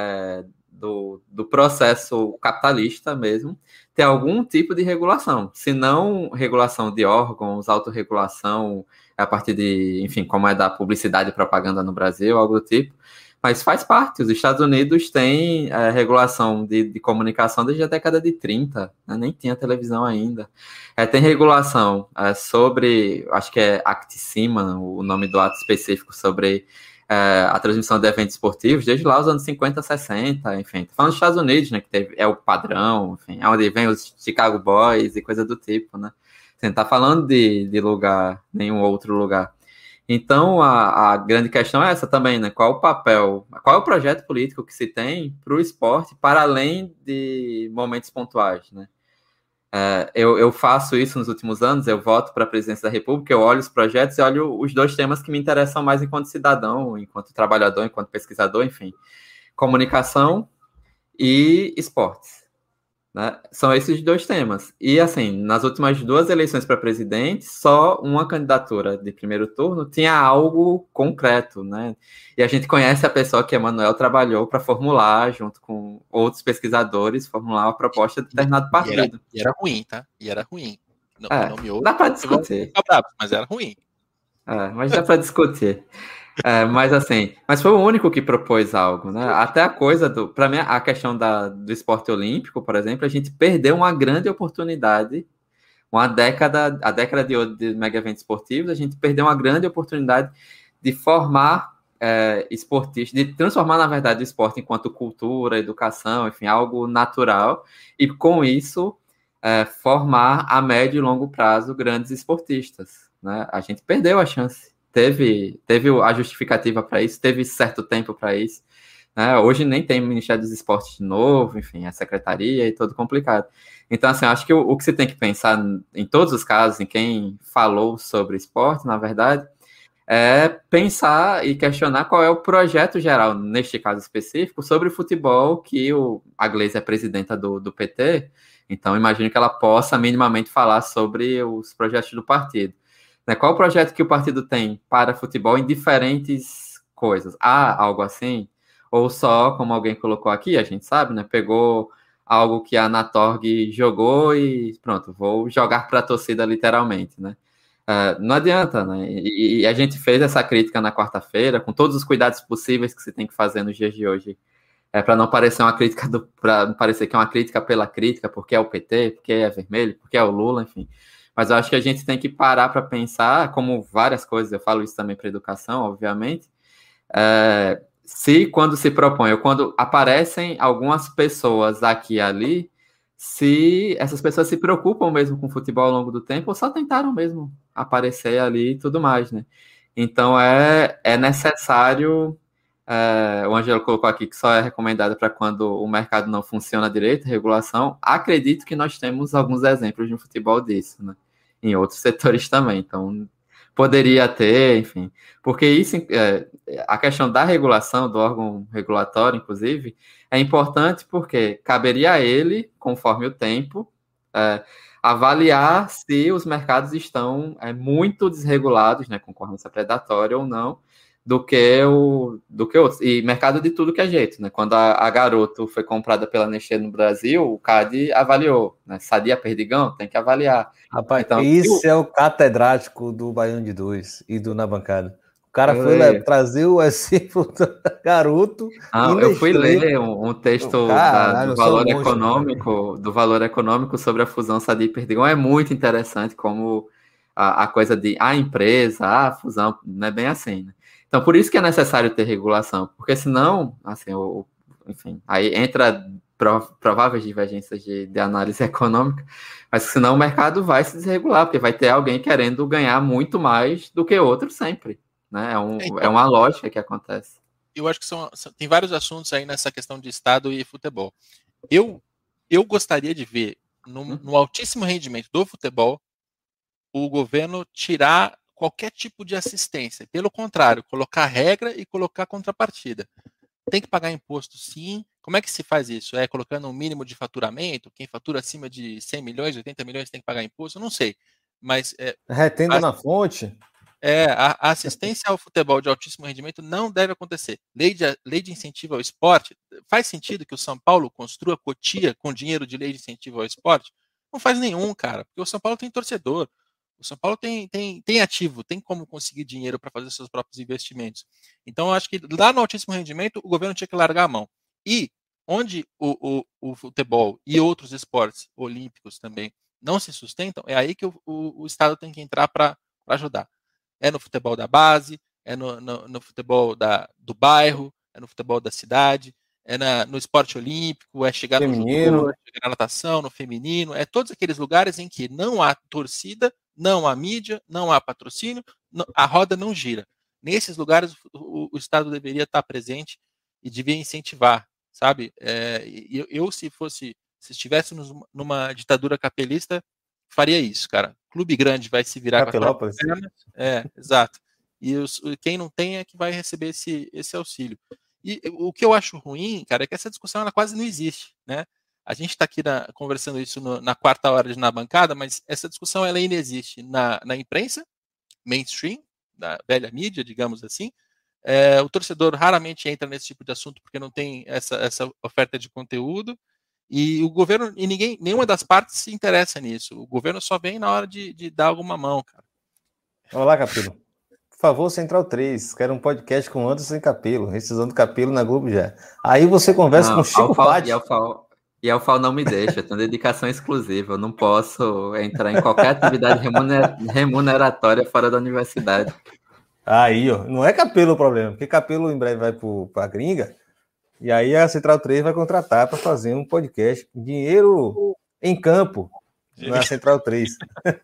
S2: do processo capitalista mesmo, ter algum tipo de regulação. Se não regulação de órgãos, autorregulação a partir de, enfim, como é da publicidade e propaganda no Brasil, algo do tipo, mas faz parte. Os Estados Unidos têm regulação de comunicação desde a década de 30, né? Nem tinha televisão ainda. Tem regulação sobre, acho que é Act-CIMA, o nome do ato específico sobre a transmissão de eventos esportivos desde lá os anos 50, 60, enfim. Tô falando dos Estados Unidos, né, que é o padrão, enfim, é onde vem os Chicago Boys e coisa do tipo, né. Você não tá falando de lugar, nenhum outro lugar. Então, a grande questão é essa também, né, qual é o projeto político que se tem para o esporte para além de momentos pontuais, né. Eu faço isso nos últimos anos, eu voto para a presidência da República, eu olho os projetos e olho os dois temas que me interessam mais enquanto cidadão, enquanto trabalhador, enquanto pesquisador, enfim. Comunicação e esportes. Né? São esses dois temas. E, assim, nas últimas 2 eleições para presidente, só uma candidatura de primeiro turno tinha algo concreto, né? E a gente conhece a pessoa que Emanuel trabalhou para formular, junto com outros pesquisadores, formular uma proposta de determinado partido.
S4: E era ruim, tá? E era ruim.
S2: Não dá para discutir.
S4: Mas era ruim.
S2: Mas dá para discutir. Mas foi o único que propôs algo, né? Até a coisa para mim, a questão do esporte olímpico, por exemplo, a gente perdeu uma grande oportunidade, a década de ouro de mega eventos esportivos, a gente perdeu uma grande oportunidade de formar esportistas, de transformar, na verdade, o esporte enquanto cultura, educação, enfim, algo natural, e com isso formar a médio e longo prazo grandes esportistas, né? A gente perdeu a chance. Teve a justificativa para isso, teve certo tempo para isso. Né? Hoje nem tem Ministério dos Esportes de novo, enfim, a secretaria e tudo complicado. Então, assim, acho que o que você tem que pensar em todos os casos, em quem falou sobre esporte, na verdade, é pensar e questionar qual é o projeto geral, neste caso específico, sobre o futebol, que a Gleisi é presidenta do PT, então imagino que ela possa minimamente falar sobre os projetos do partido. Qual o projeto que o partido tem para futebol em diferentes coisas? Há algo assim? Ou só, como alguém colocou aqui, a gente sabe, né? Pegou algo que a Anatorg jogou e pronto, vou jogar para a torcida literalmente, né? Não adianta, né? E a gente fez essa crítica na quarta-feira, com todos os cuidados possíveis que se tem que fazer nos dias de hoje, para não parecer uma crítica, para não parecer que é uma crítica pela crítica, porque é o PT, porque é vermelho, porque é o Lula, enfim. Mas eu acho que a gente tem que parar para pensar, como várias coisas, eu falo isso também para a educação, obviamente, se quando se propõe, ou quando aparecem algumas pessoas aqui e ali, se essas pessoas se preocupam mesmo com o futebol ao longo do tempo, ou só tentaram mesmo aparecer ali e tudo mais, né? Então é necessário, o Angelo colocou aqui que só é recomendado para quando o mercado não funciona direito, regulação. Acredito que nós temos alguns exemplos no futebol disso, né? Em outros setores também, então poderia ter, enfim, porque isso, a questão da regulação, do órgão regulatório, inclusive, é importante porque caberia a ele, conforme o tempo, avaliar se os mercados estão muito desregulados, né, concorrência predatória ou não, do que outros. E mercado de tudo que é jeito, né? Quando a Garoto foi comprada pela Nestlé no Brasil, o CAD avaliou, né? Sadia Perdigão, tem que avaliar.
S1: Rapaz, então, é o catedrático do Baiano de 2 e do Na Bancada. O cara foi trazer o exemplo do Garoto.
S2: Eu fui ler um texto do valor econômico sobre a fusão Sadia e Perdigão. É muito interessante como a coisa de a empresa, a fusão, não é bem assim, né? Então, por isso que é necessário ter regulação, porque senão, assim, enfim, aí entra prováveis divergências de análise econômica, mas senão o mercado vai se desregular, porque vai ter alguém querendo ganhar muito mais do que outro sempre, né? É uma lógica que acontece.
S4: Eu acho que tem vários assuntos aí nessa questão de Estado e futebol. Eu gostaria de ver, no altíssimo rendimento do futebol, o governo tirar qualquer tipo de assistência. Pelo contrário, colocar regra e colocar contrapartida. Tem que pagar imposto, sim. Como é que se faz isso? É colocando um mínimo de faturamento? Quem fatura acima de 100 milhões, 80 milhões tem que pagar imposto? Eu não sei. Mas
S1: retendo na fonte?
S4: A assistência ao futebol de altíssimo rendimento não deve acontecer. Lei de incentivo ao esporte. Faz sentido que o São Paulo construa Cotia com dinheiro de lei de incentivo ao esporte? Não faz nenhum, cara. Porque o São Paulo tem torcedor. O São Paulo tem ativo, tem como conseguir dinheiro para fazer seus próprios investimentos. Então, eu acho que lá no altíssimo rendimento, o governo tinha que largar a mão. E onde o futebol e outros esportes olímpicos também não se sustentam, é aí que o Estado tem que entrar para ajudar. É no futebol da base, é no futebol do bairro, é no futebol da cidade, no esporte olímpico, é chegar
S1: feminino.
S4: No judô, é chegar na natação, no feminino, é todos aqueles lugares em que não há torcida, não há mídia, não há patrocínio, a roda não gira. Nesses lugares, o Estado deveria estar presente e devia incentivar, sabe? Se estivéssemos numa ditadura capelista, faria isso, cara. Clube grande vai se virar com a perna. Exato. E quem não tem é que vai receber esse auxílio. E o que eu acho ruim, cara, é que essa discussão ela quase não existe, né? A gente está aqui conversando isso na quarta hora Na Bancada, mas essa discussão ela ainda existe na imprensa, mainstream, da velha mídia, digamos assim. O torcedor raramente entra nesse tipo de assunto porque não tem essa oferta de conteúdo. E o governo, nenhuma das partes se interessa nisso. O governo só vem na hora de dar alguma mão, cara.
S1: Olá, Capelo. Por favor, Central 3. Quero um podcast com Anderson Capelo, rescisão do Capelo na Globo já. Aí você conversa com o Chico Patti.
S2: E a UFAL não me deixa, eu tenho dedicação exclusiva. Eu não posso entrar em qualquer atividade remuneratória fora da universidade.
S1: Aí, ó, não é Capelo o problema, porque Capelo em breve vai para a gringa. E aí a Central 3 vai contratar para fazer um podcast. Dinheiro em campo na Central 3.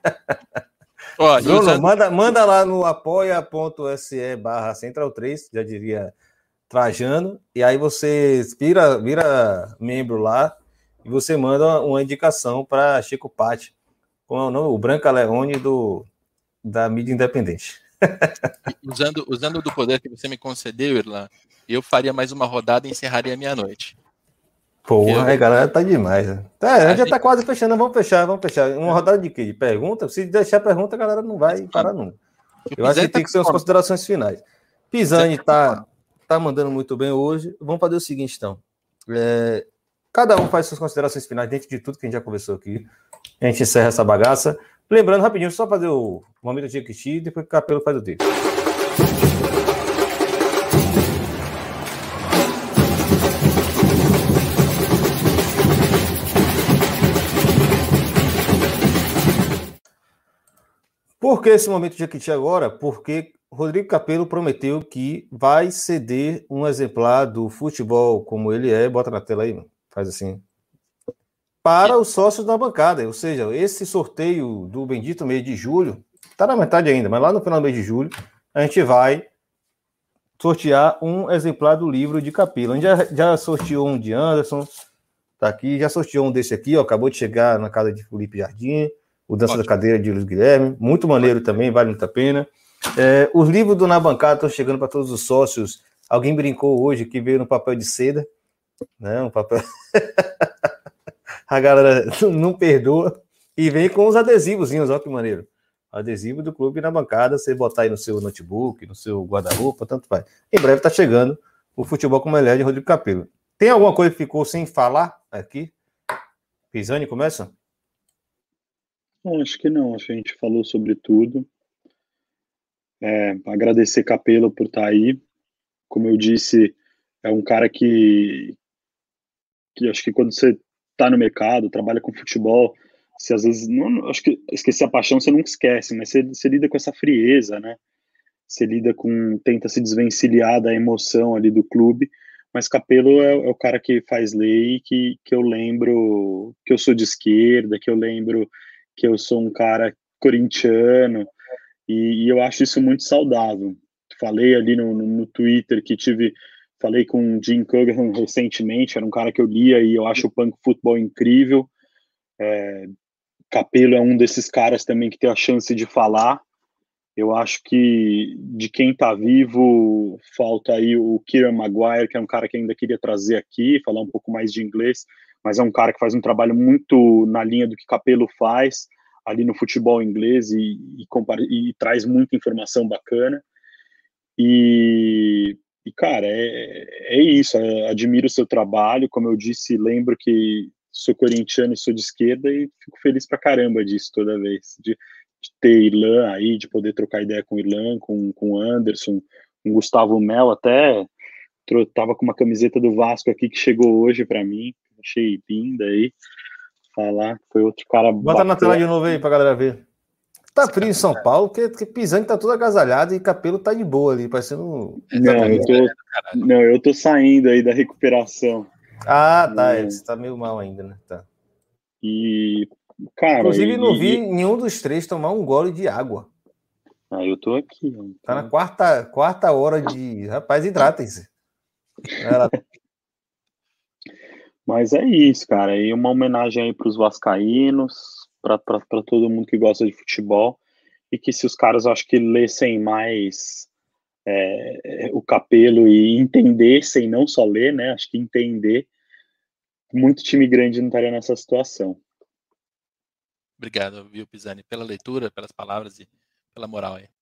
S1: Bruno, manda lá no apoia.se/Central 3, já diria Trajano, e aí você vira membro lá e você manda uma indicação para Chico Patti, com o nome, o Branca Leone da mídia independente.
S4: Usando do poder que você me concedeu, Irlan, eu faria mais uma rodada e encerraria meia-noite.
S1: Porra, a galera tá demais. Né? A gente já tá quase fechando, vamos fechar. Uma rodada de quê? De pergunta? Se deixar pergunta, a galera não vai parar nunca. Eu acho que tem que ser as considerações finais. Pisani tá mandando muito bem hoje. Vamos fazer o seguinte, então. Cada um faz suas considerações finais dentro de tudo que a gente já conversou aqui. A gente encerra essa bagaça. Lembrando, rapidinho, só fazer o momento de Jequiti e depois o Capelo faz o dele. Por que esse momento de Jequiti agora? Porque Rodrigo Capello prometeu que vai ceder um exemplar do Futebol Como Ele É, bota na tela aí, faz assim, para os sócios da bancada. Ou seja, esse sorteio do bendito mês de julho, está na metade ainda, mas lá no final do mês de julho, a gente vai sortear um exemplar do livro de Capello. A gente já sorteou um de Anderson, tá aqui, já sorteou um desse aqui, ó, acabou de chegar na casa de Felipe Jardim, o Dança da Cadeira de Luiz Guilherme, muito maneiro também, vale muito a pena. Os livros do Na Bancada estão chegando para todos os sócios. Alguém brincou hoje que veio no papel de seda, né? Um papel. A galera não perdoa e vem com os adesivozinhos, ó que maneiro. Adesivo do Clube Na Bancada, você botar aí no seu notebook, no seu guarda-roupa, tanto faz. Em breve está chegando o Futebol Como Ele É de Rodrigo Capello. Tem alguma coisa que ficou sem falar aqui? Pisani, começa?
S3: Não, acho que não. Acho que a gente falou sobre tudo. Agradecer Capello por estar aí. Como eu disse, é um cara que acho que quando você está no mercado, trabalha com futebol, você às vezes, não, acho que esquecer a paixão você nunca esquece, mas você lida com essa frieza, né? Você tenta se desvencilhar da emoção ali do clube, mas Capello é o cara que faz lei, que eu lembro que eu sou de esquerda, que eu lembro que eu sou um cara corintiano, e eu acho isso muito saudável. Falei ali no Twitter que falei com o Jim Cunningham recentemente, era um cara que eu lia e eu acho o punk futebol incrível. Capello é um desses caras também que tem a chance de falar. Eu acho que de quem tá vivo, falta aí o Kieran Maguire, que é um cara que ainda queria trazer aqui, falar um pouco mais de inglês, mas é um cara que faz um trabalho muito na linha do que Capello faz ali no futebol inglês e traz muita informação bacana. E cara, é isso, admiro o seu trabalho, como eu disse, lembro que sou corintiano e sou de esquerda e fico feliz pra caramba disso toda vez, de ter Irlan aí, de poder trocar ideia com o Irlan, com o Anderson, com o Gustavo Mel, até tava com uma camiseta do Vasco aqui que chegou hoje pra mim, achei linda aí, falar, foi outro cara
S1: bota bacana. Na tela de novo aí pra galera ver. Tá frio em São Paulo, porque Pisani tá tudo agasalhado e Capello tá de boa ali, parecendo...
S3: eu tô saindo aí da recuperação.
S1: Ah, tá, você tá meio mal ainda, né? Tá.
S3: E, cara...
S1: Inclusive, não vi nenhum dos três tomar um gole de água.
S3: Eu tô aqui. Então...
S1: Tá na quarta hora de... Rapaz, hidratem-se.
S3: Mas é isso, cara. E uma homenagem aí pros vascaínos, para todo mundo que gosta de futebol, e que se os caras, acho que lessem mais o Capello e entendessem, não só ler, né, acho que entender, muito time grande não estaria nessa situação.
S4: Obrigado, viu, Pisani, pela leitura, pelas palavras e pela moral aí.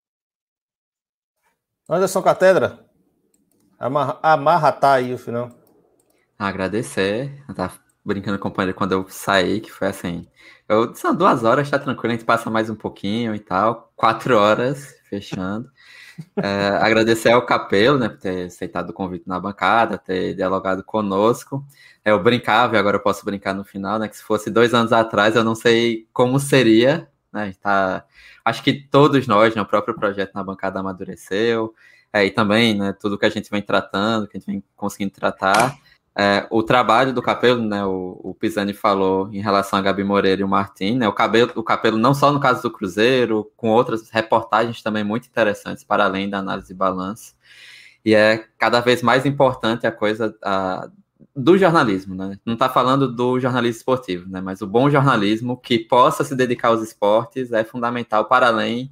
S1: Anderson Catedra, amarra tá aí o final.
S2: Agradecer, eu tava brincando com o companheiro quando eu saí, que foi assim, são 2 horas, tá tranquilo, a gente passa mais um pouquinho e tal, 4 horas, fechando. Agradecer ao Capello, né, por ter aceitado o convite na bancada, ter dialogado conosco. Eu brincava, e agora eu posso brincar no final, né, que se fosse 2 anos atrás, eu não sei como seria, né, acho que todos nós, né, o próprio projeto na bancada amadureceu, e também, né, tudo que a gente vem tratando, que a gente vem conseguindo tratar. O trabalho do Capello, né, o Pisani falou em relação a Gabi Moreira e o Martim, né, o Capello não só no caso do Cruzeiro, com outras reportagens também muito interessantes, para além da análise de balanço, e é cada vez mais importante a coisa do jornalismo, né, não está falando do jornalismo esportivo, né, mas o bom jornalismo que possa se dedicar aos esportes é fundamental para além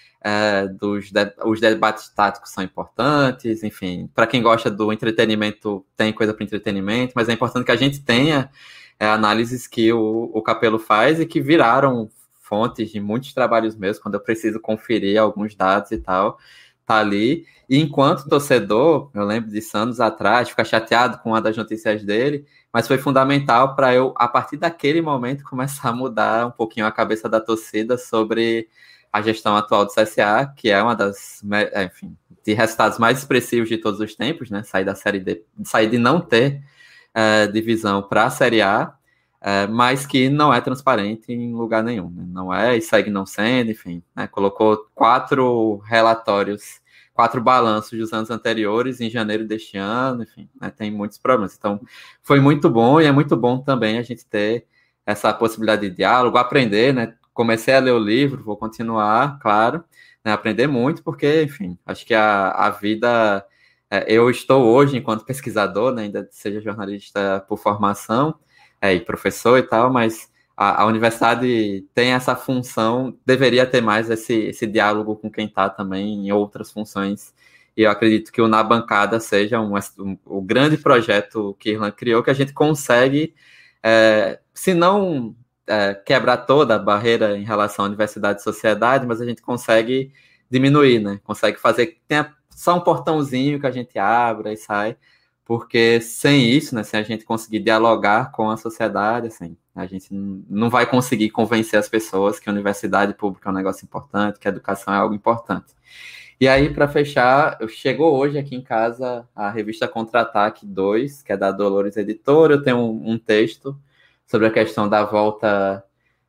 S2: os debates táticos são importantes, enfim, para quem gosta do entretenimento, tem coisa para entretenimento, mas é importante que a gente tenha análises que o Capello faz e que viraram fontes de muitos trabalhos meus, quando eu preciso conferir alguns dados e tal, tá ali, e enquanto torcedor, eu lembro disso anos atrás, ficar chateado com uma das notícias dele, mas foi fundamental para eu, a partir daquele momento, começar a mudar um pouquinho a cabeça da torcida sobre a gestão atual do CSA, que é uma das, enfim, de resultados mais expressivos de todos os tempos, né? Sair da Série D, sair de não ter divisão para a Série A, mas que não é transparente em lugar nenhum, né? Não é e segue não sendo, enfim, né? Colocou 4 relatórios, 4 balanços dos anos anteriores em janeiro deste ano, enfim, né? Tem muitos problemas. Então, foi muito bom e é muito bom também a gente ter essa possibilidade de diálogo, aprender, né? Comecei a ler o livro, vou continuar, claro, né? Aprender muito, porque, enfim, acho que a vida... eu estou hoje, enquanto pesquisador, né? Ainda seja jornalista por formação, e professor e tal, mas a universidade tem essa função, deveria ter mais esse diálogo com quem está também em outras funções, e eu acredito que o Na Bancada seja o grande projeto que Irlan criou, que a gente consegue, se não quebrar toda a barreira em relação à universidade e sociedade, mas a gente consegue diminuir, né? Consegue fazer que tenha só um portãozinho que a gente abra e sai, porque sem isso, né, sem a gente conseguir dialogar com a sociedade, assim, a gente não vai conseguir convencer as pessoas que a universidade pública é um negócio importante, que a educação é algo importante. E aí, para fechar, chegou hoje aqui em casa a revista Contra-Ataque 2, que é da Dolores Editora. Eu tenho um texto sobre a questão da volta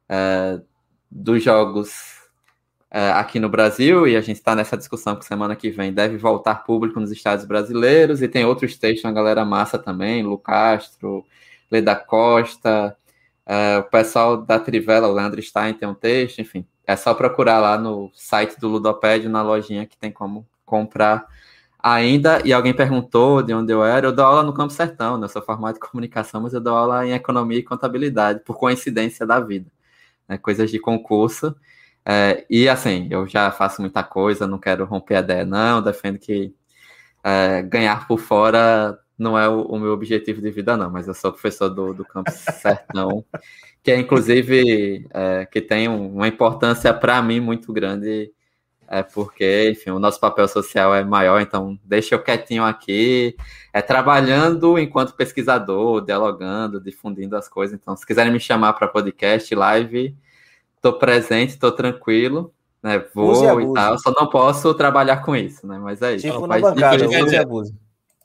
S2: dos jogos aqui no Brasil, e a gente está nessa discussão que semana que vem deve voltar público nos estados brasileiros, e tem outros textos, uma galera massa também, Lu Castro, Leda Costa, o pessoal da Trivela, o Leandro Stein tem um texto, enfim, é só procurar lá no site do Ludopédio, na lojinha, que tem como comprar ainda. E alguém perguntou de onde eu era. Eu dou aula no Campo Sertão, né? Eu sou formado em comunicação, mas eu dou aula em economia e contabilidade, por coincidência da vida, né? Coisas de concurso. E assim, eu já faço muita coisa, não quero romper a ideia, não. Defendo que ganhar por fora não é o meu objetivo de vida, não. Mas eu sou professor do Campo Sertão, que é, inclusive, que tem uma importância para mim muito grande, porque, enfim, o nosso papel social é maior, então deixa eu quietinho aqui, trabalhando enquanto pesquisador, dialogando, difundindo as coisas. Então, se quiserem me chamar para podcast, live, estou presente, estou tranquilo, né? Vou e tal, só não posso trabalhar com isso, né? Mas é isso.
S1: Tipo na bancada, use e abuse.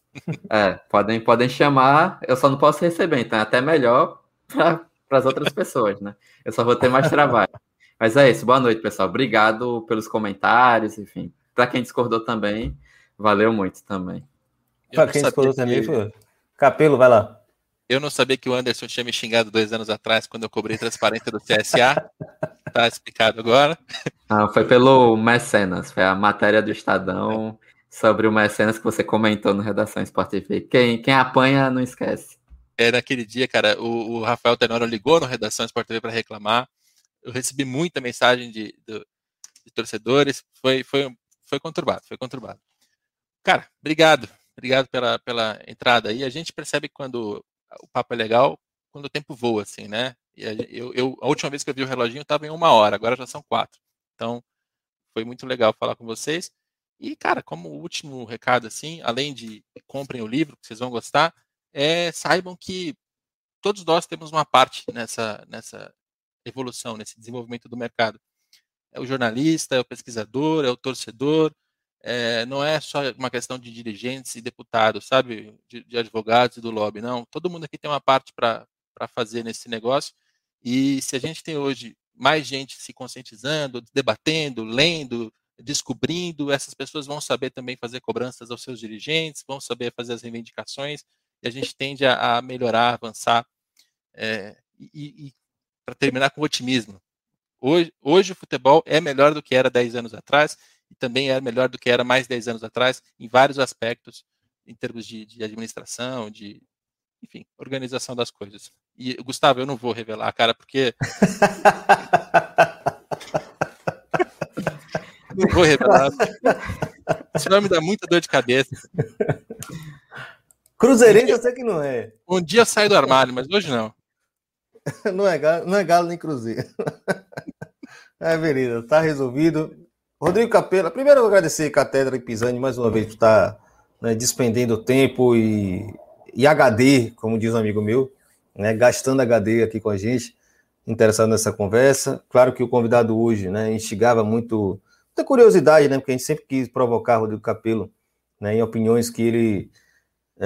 S2: Podem chamar, eu só não posso receber, então é até melhor para as outras pessoas, né? Eu só vou ter mais trabalho. Mas é isso, boa noite, pessoal. Obrigado pelos comentários, enfim. Para quem discordou também, valeu muito também.
S1: Para quem discordou também, foi. Capelo, vai lá.
S4: Eu não sabia que o Anderson tinha me xingado 2 anos atrás, quando eu cobrei transparência do CSA. Tá explicado agora.
S2: Foi pelo Mecenas, foi a matéria do Estadão sobre o Mecenas que você comentou no Redação Sport TV. Quem apanha, não esquece.
S4: Naquele dia, cara, o Rafael Tenório ligou no Redação Sport TV para reclamar. Eu recebi muita mensagem de torcedores. Foi conturbado, foi conturbado. Cara, obrigado pela entrada aí. A gente percebe quando o papo é legal, quando o tempo voa, assim, né? E a última vez que eu vi o reloginho estava em 1 hora, agora já são 4. Então, foi muito legal falar com vocês. E, cara, como último recado, assim, além de comprem o livro, que vocês vão gostar, saibam que todos nós temos uma parte nessa evolução, nesse desenvolvimento do mercado. É o jornalista, é o pesquisador, é o torcedor, não é só uma questão de dirigentes e deputados, sabe, de advogados e do lobby, não. Todo mundo aqui tem uma parte para fazer nesse negócio, e se a gente tem hoje mais gente se conscientizando, debatendo, lendo, descobrindo, essas pessoas vão saber também fazer cobranças aos seus dirigentes, vão saber fazer as reivindicações, e a gente tende a melhorar, avançar, e para terminar com otimismo. Hoje o futebol é melhor do que era 10 anos atrás, e também é melhor do que era mais 10 anos atrás, em vários aspectos, em termos de administração, de, enfim, organização das coisas. E, Gustavo, eu não vou revelar, cara, porque... não vou revelar. Senão me dá muita dor de cabeça.
S1: Cruzeirense eu sei que não é.
S4: Um dia eu saio do armário, mas hoje não.
S1: Não é galo nem cruzeiro. Beleza, tá resolvido. Rodrigo Capelo, primeiro eu vou agradecer Catedra e Pisani mais uma vez por estar, né, despendendo tempo e HD, como diz um amigo meu, né, gastando HD aqui com a gente, interessado nessa conversa. Claro que o convidado hoje, né, instigava muita curiosidade, né, porque a gente sempre quis provocar Rodrigo Capelo, né, em opiniões que ele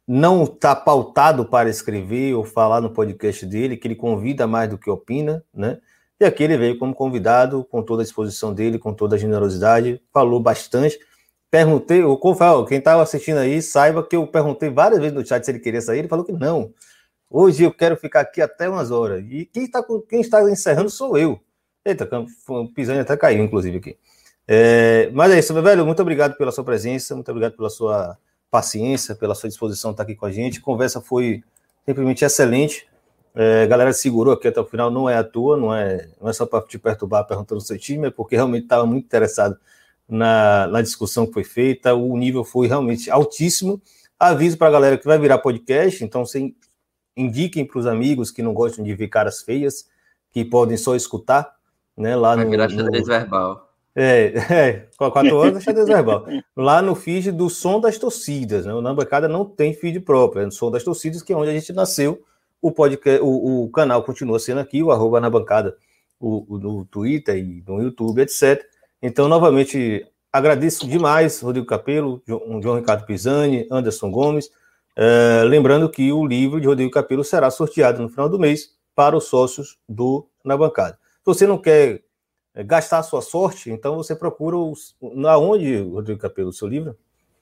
S1: não está pautado para escrever ou falar no podcast dele, que ele convida mais do que opina, né? E aqui ele veio como convidado, com toda a disposição dele, com toda a generosidade, falou bastante. Perguntei, quem estava assistindo aí, saiba que eu perguntei várias vezes no chat se ele queria sair, ele falou que não. Hoje eu quero ficar aqui até umas horas. E quem está encerrando sou eu. Eita, o Pisani até caiu, inclusive, aqui. Mas é isso, meu velho. Muito obrigado pela sua presença, muito obrigado pela sua paciência, pela sua disposição de estar aqui com a gente. A conversa foi simplesmente excelente. A galera segurou aqui até o final, não é à toa, não é só para te perturbar perguntando o seu time, é porque realmente estava muito interessado na discussão que foi feita. O nível foi realmente altíssimo. Aviso para a galera que vai virar podcast, então você indiquem para os amigos que não gostam de ver caras feias, que podem só escutar, né? Lá
S2: vai virar xadrez verbal.
S1: 4 horas é xadrez verbal. Lá no feed do Som das Torcidas, né? O Na Bancada não tem feed próprio, é no Som das Torcidas, que é onde a gente nasceu. O podcast, o canal continua sendo aqui, o @ Na Bancada, no Twitter e no YouTube, etc. Então, novamente, agradeço demais Rodrigo Capello, João Ricardo Pisani, Anderson Gomes. Lembrando que o livro de Rodrigo Capello será sorteado no final do mês para os sócios do Na Bancada. Se você não quer gastar a sua sorte, então você procura aonde, Rodrigo Capello, o seu livro?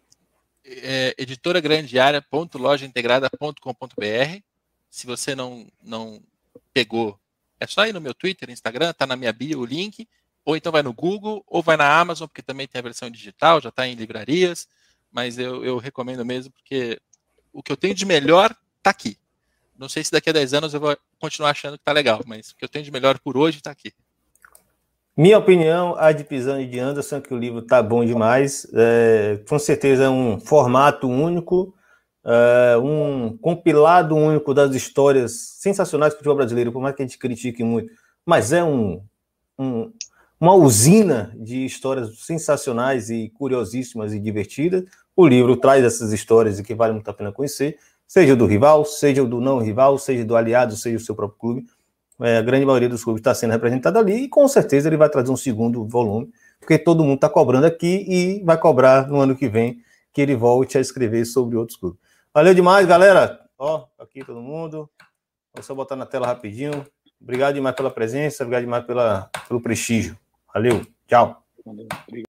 S4: editoragrandearea.lojaintegrada.com.br. Se você não pegou, é só ir no meu Twitter, Instagram, tá na minha bio o link, ou então vai no Google, ou vai na Amazon, porque também tem a versão digital, já está em livrarias, mas eu recomendo mesmo, porque o que eu tenho de melhor está aqui. Não sei se daqui a 10 anos eu vou continuar achando que está legal, mas o que eu tenho de melhor por hoje está aqui.
S1: Minha opinião, a de Pisani e de Anderson, que o livro está bom demais. Com certeza é um formato único, um compilado único das histórias sensacionais do futebol brasileiro, por mais que a gente critique muito, mas é uma usina de histórias sensacionais e curiosíssimas e divertidas. O livro traz essas histórias e que vale muito a pena conhecer, seja do rival, seja do não rival, seja do aliado, seja do seu próprio clube. A grande maioria dos clubes está sendo representada ali e com certeza ele vai trazer um segundo volume, porque todo mundo está cobrando aqui e vai cobrar no ano que vem que ele volte a escrever sobre outros clubes. Valeu demais, galera. Aqui todo mundo. Vou só botar na tela rapidinho. Obrigado demais pela presença, obrigado demais pelo prestígio. Valeu, tchau.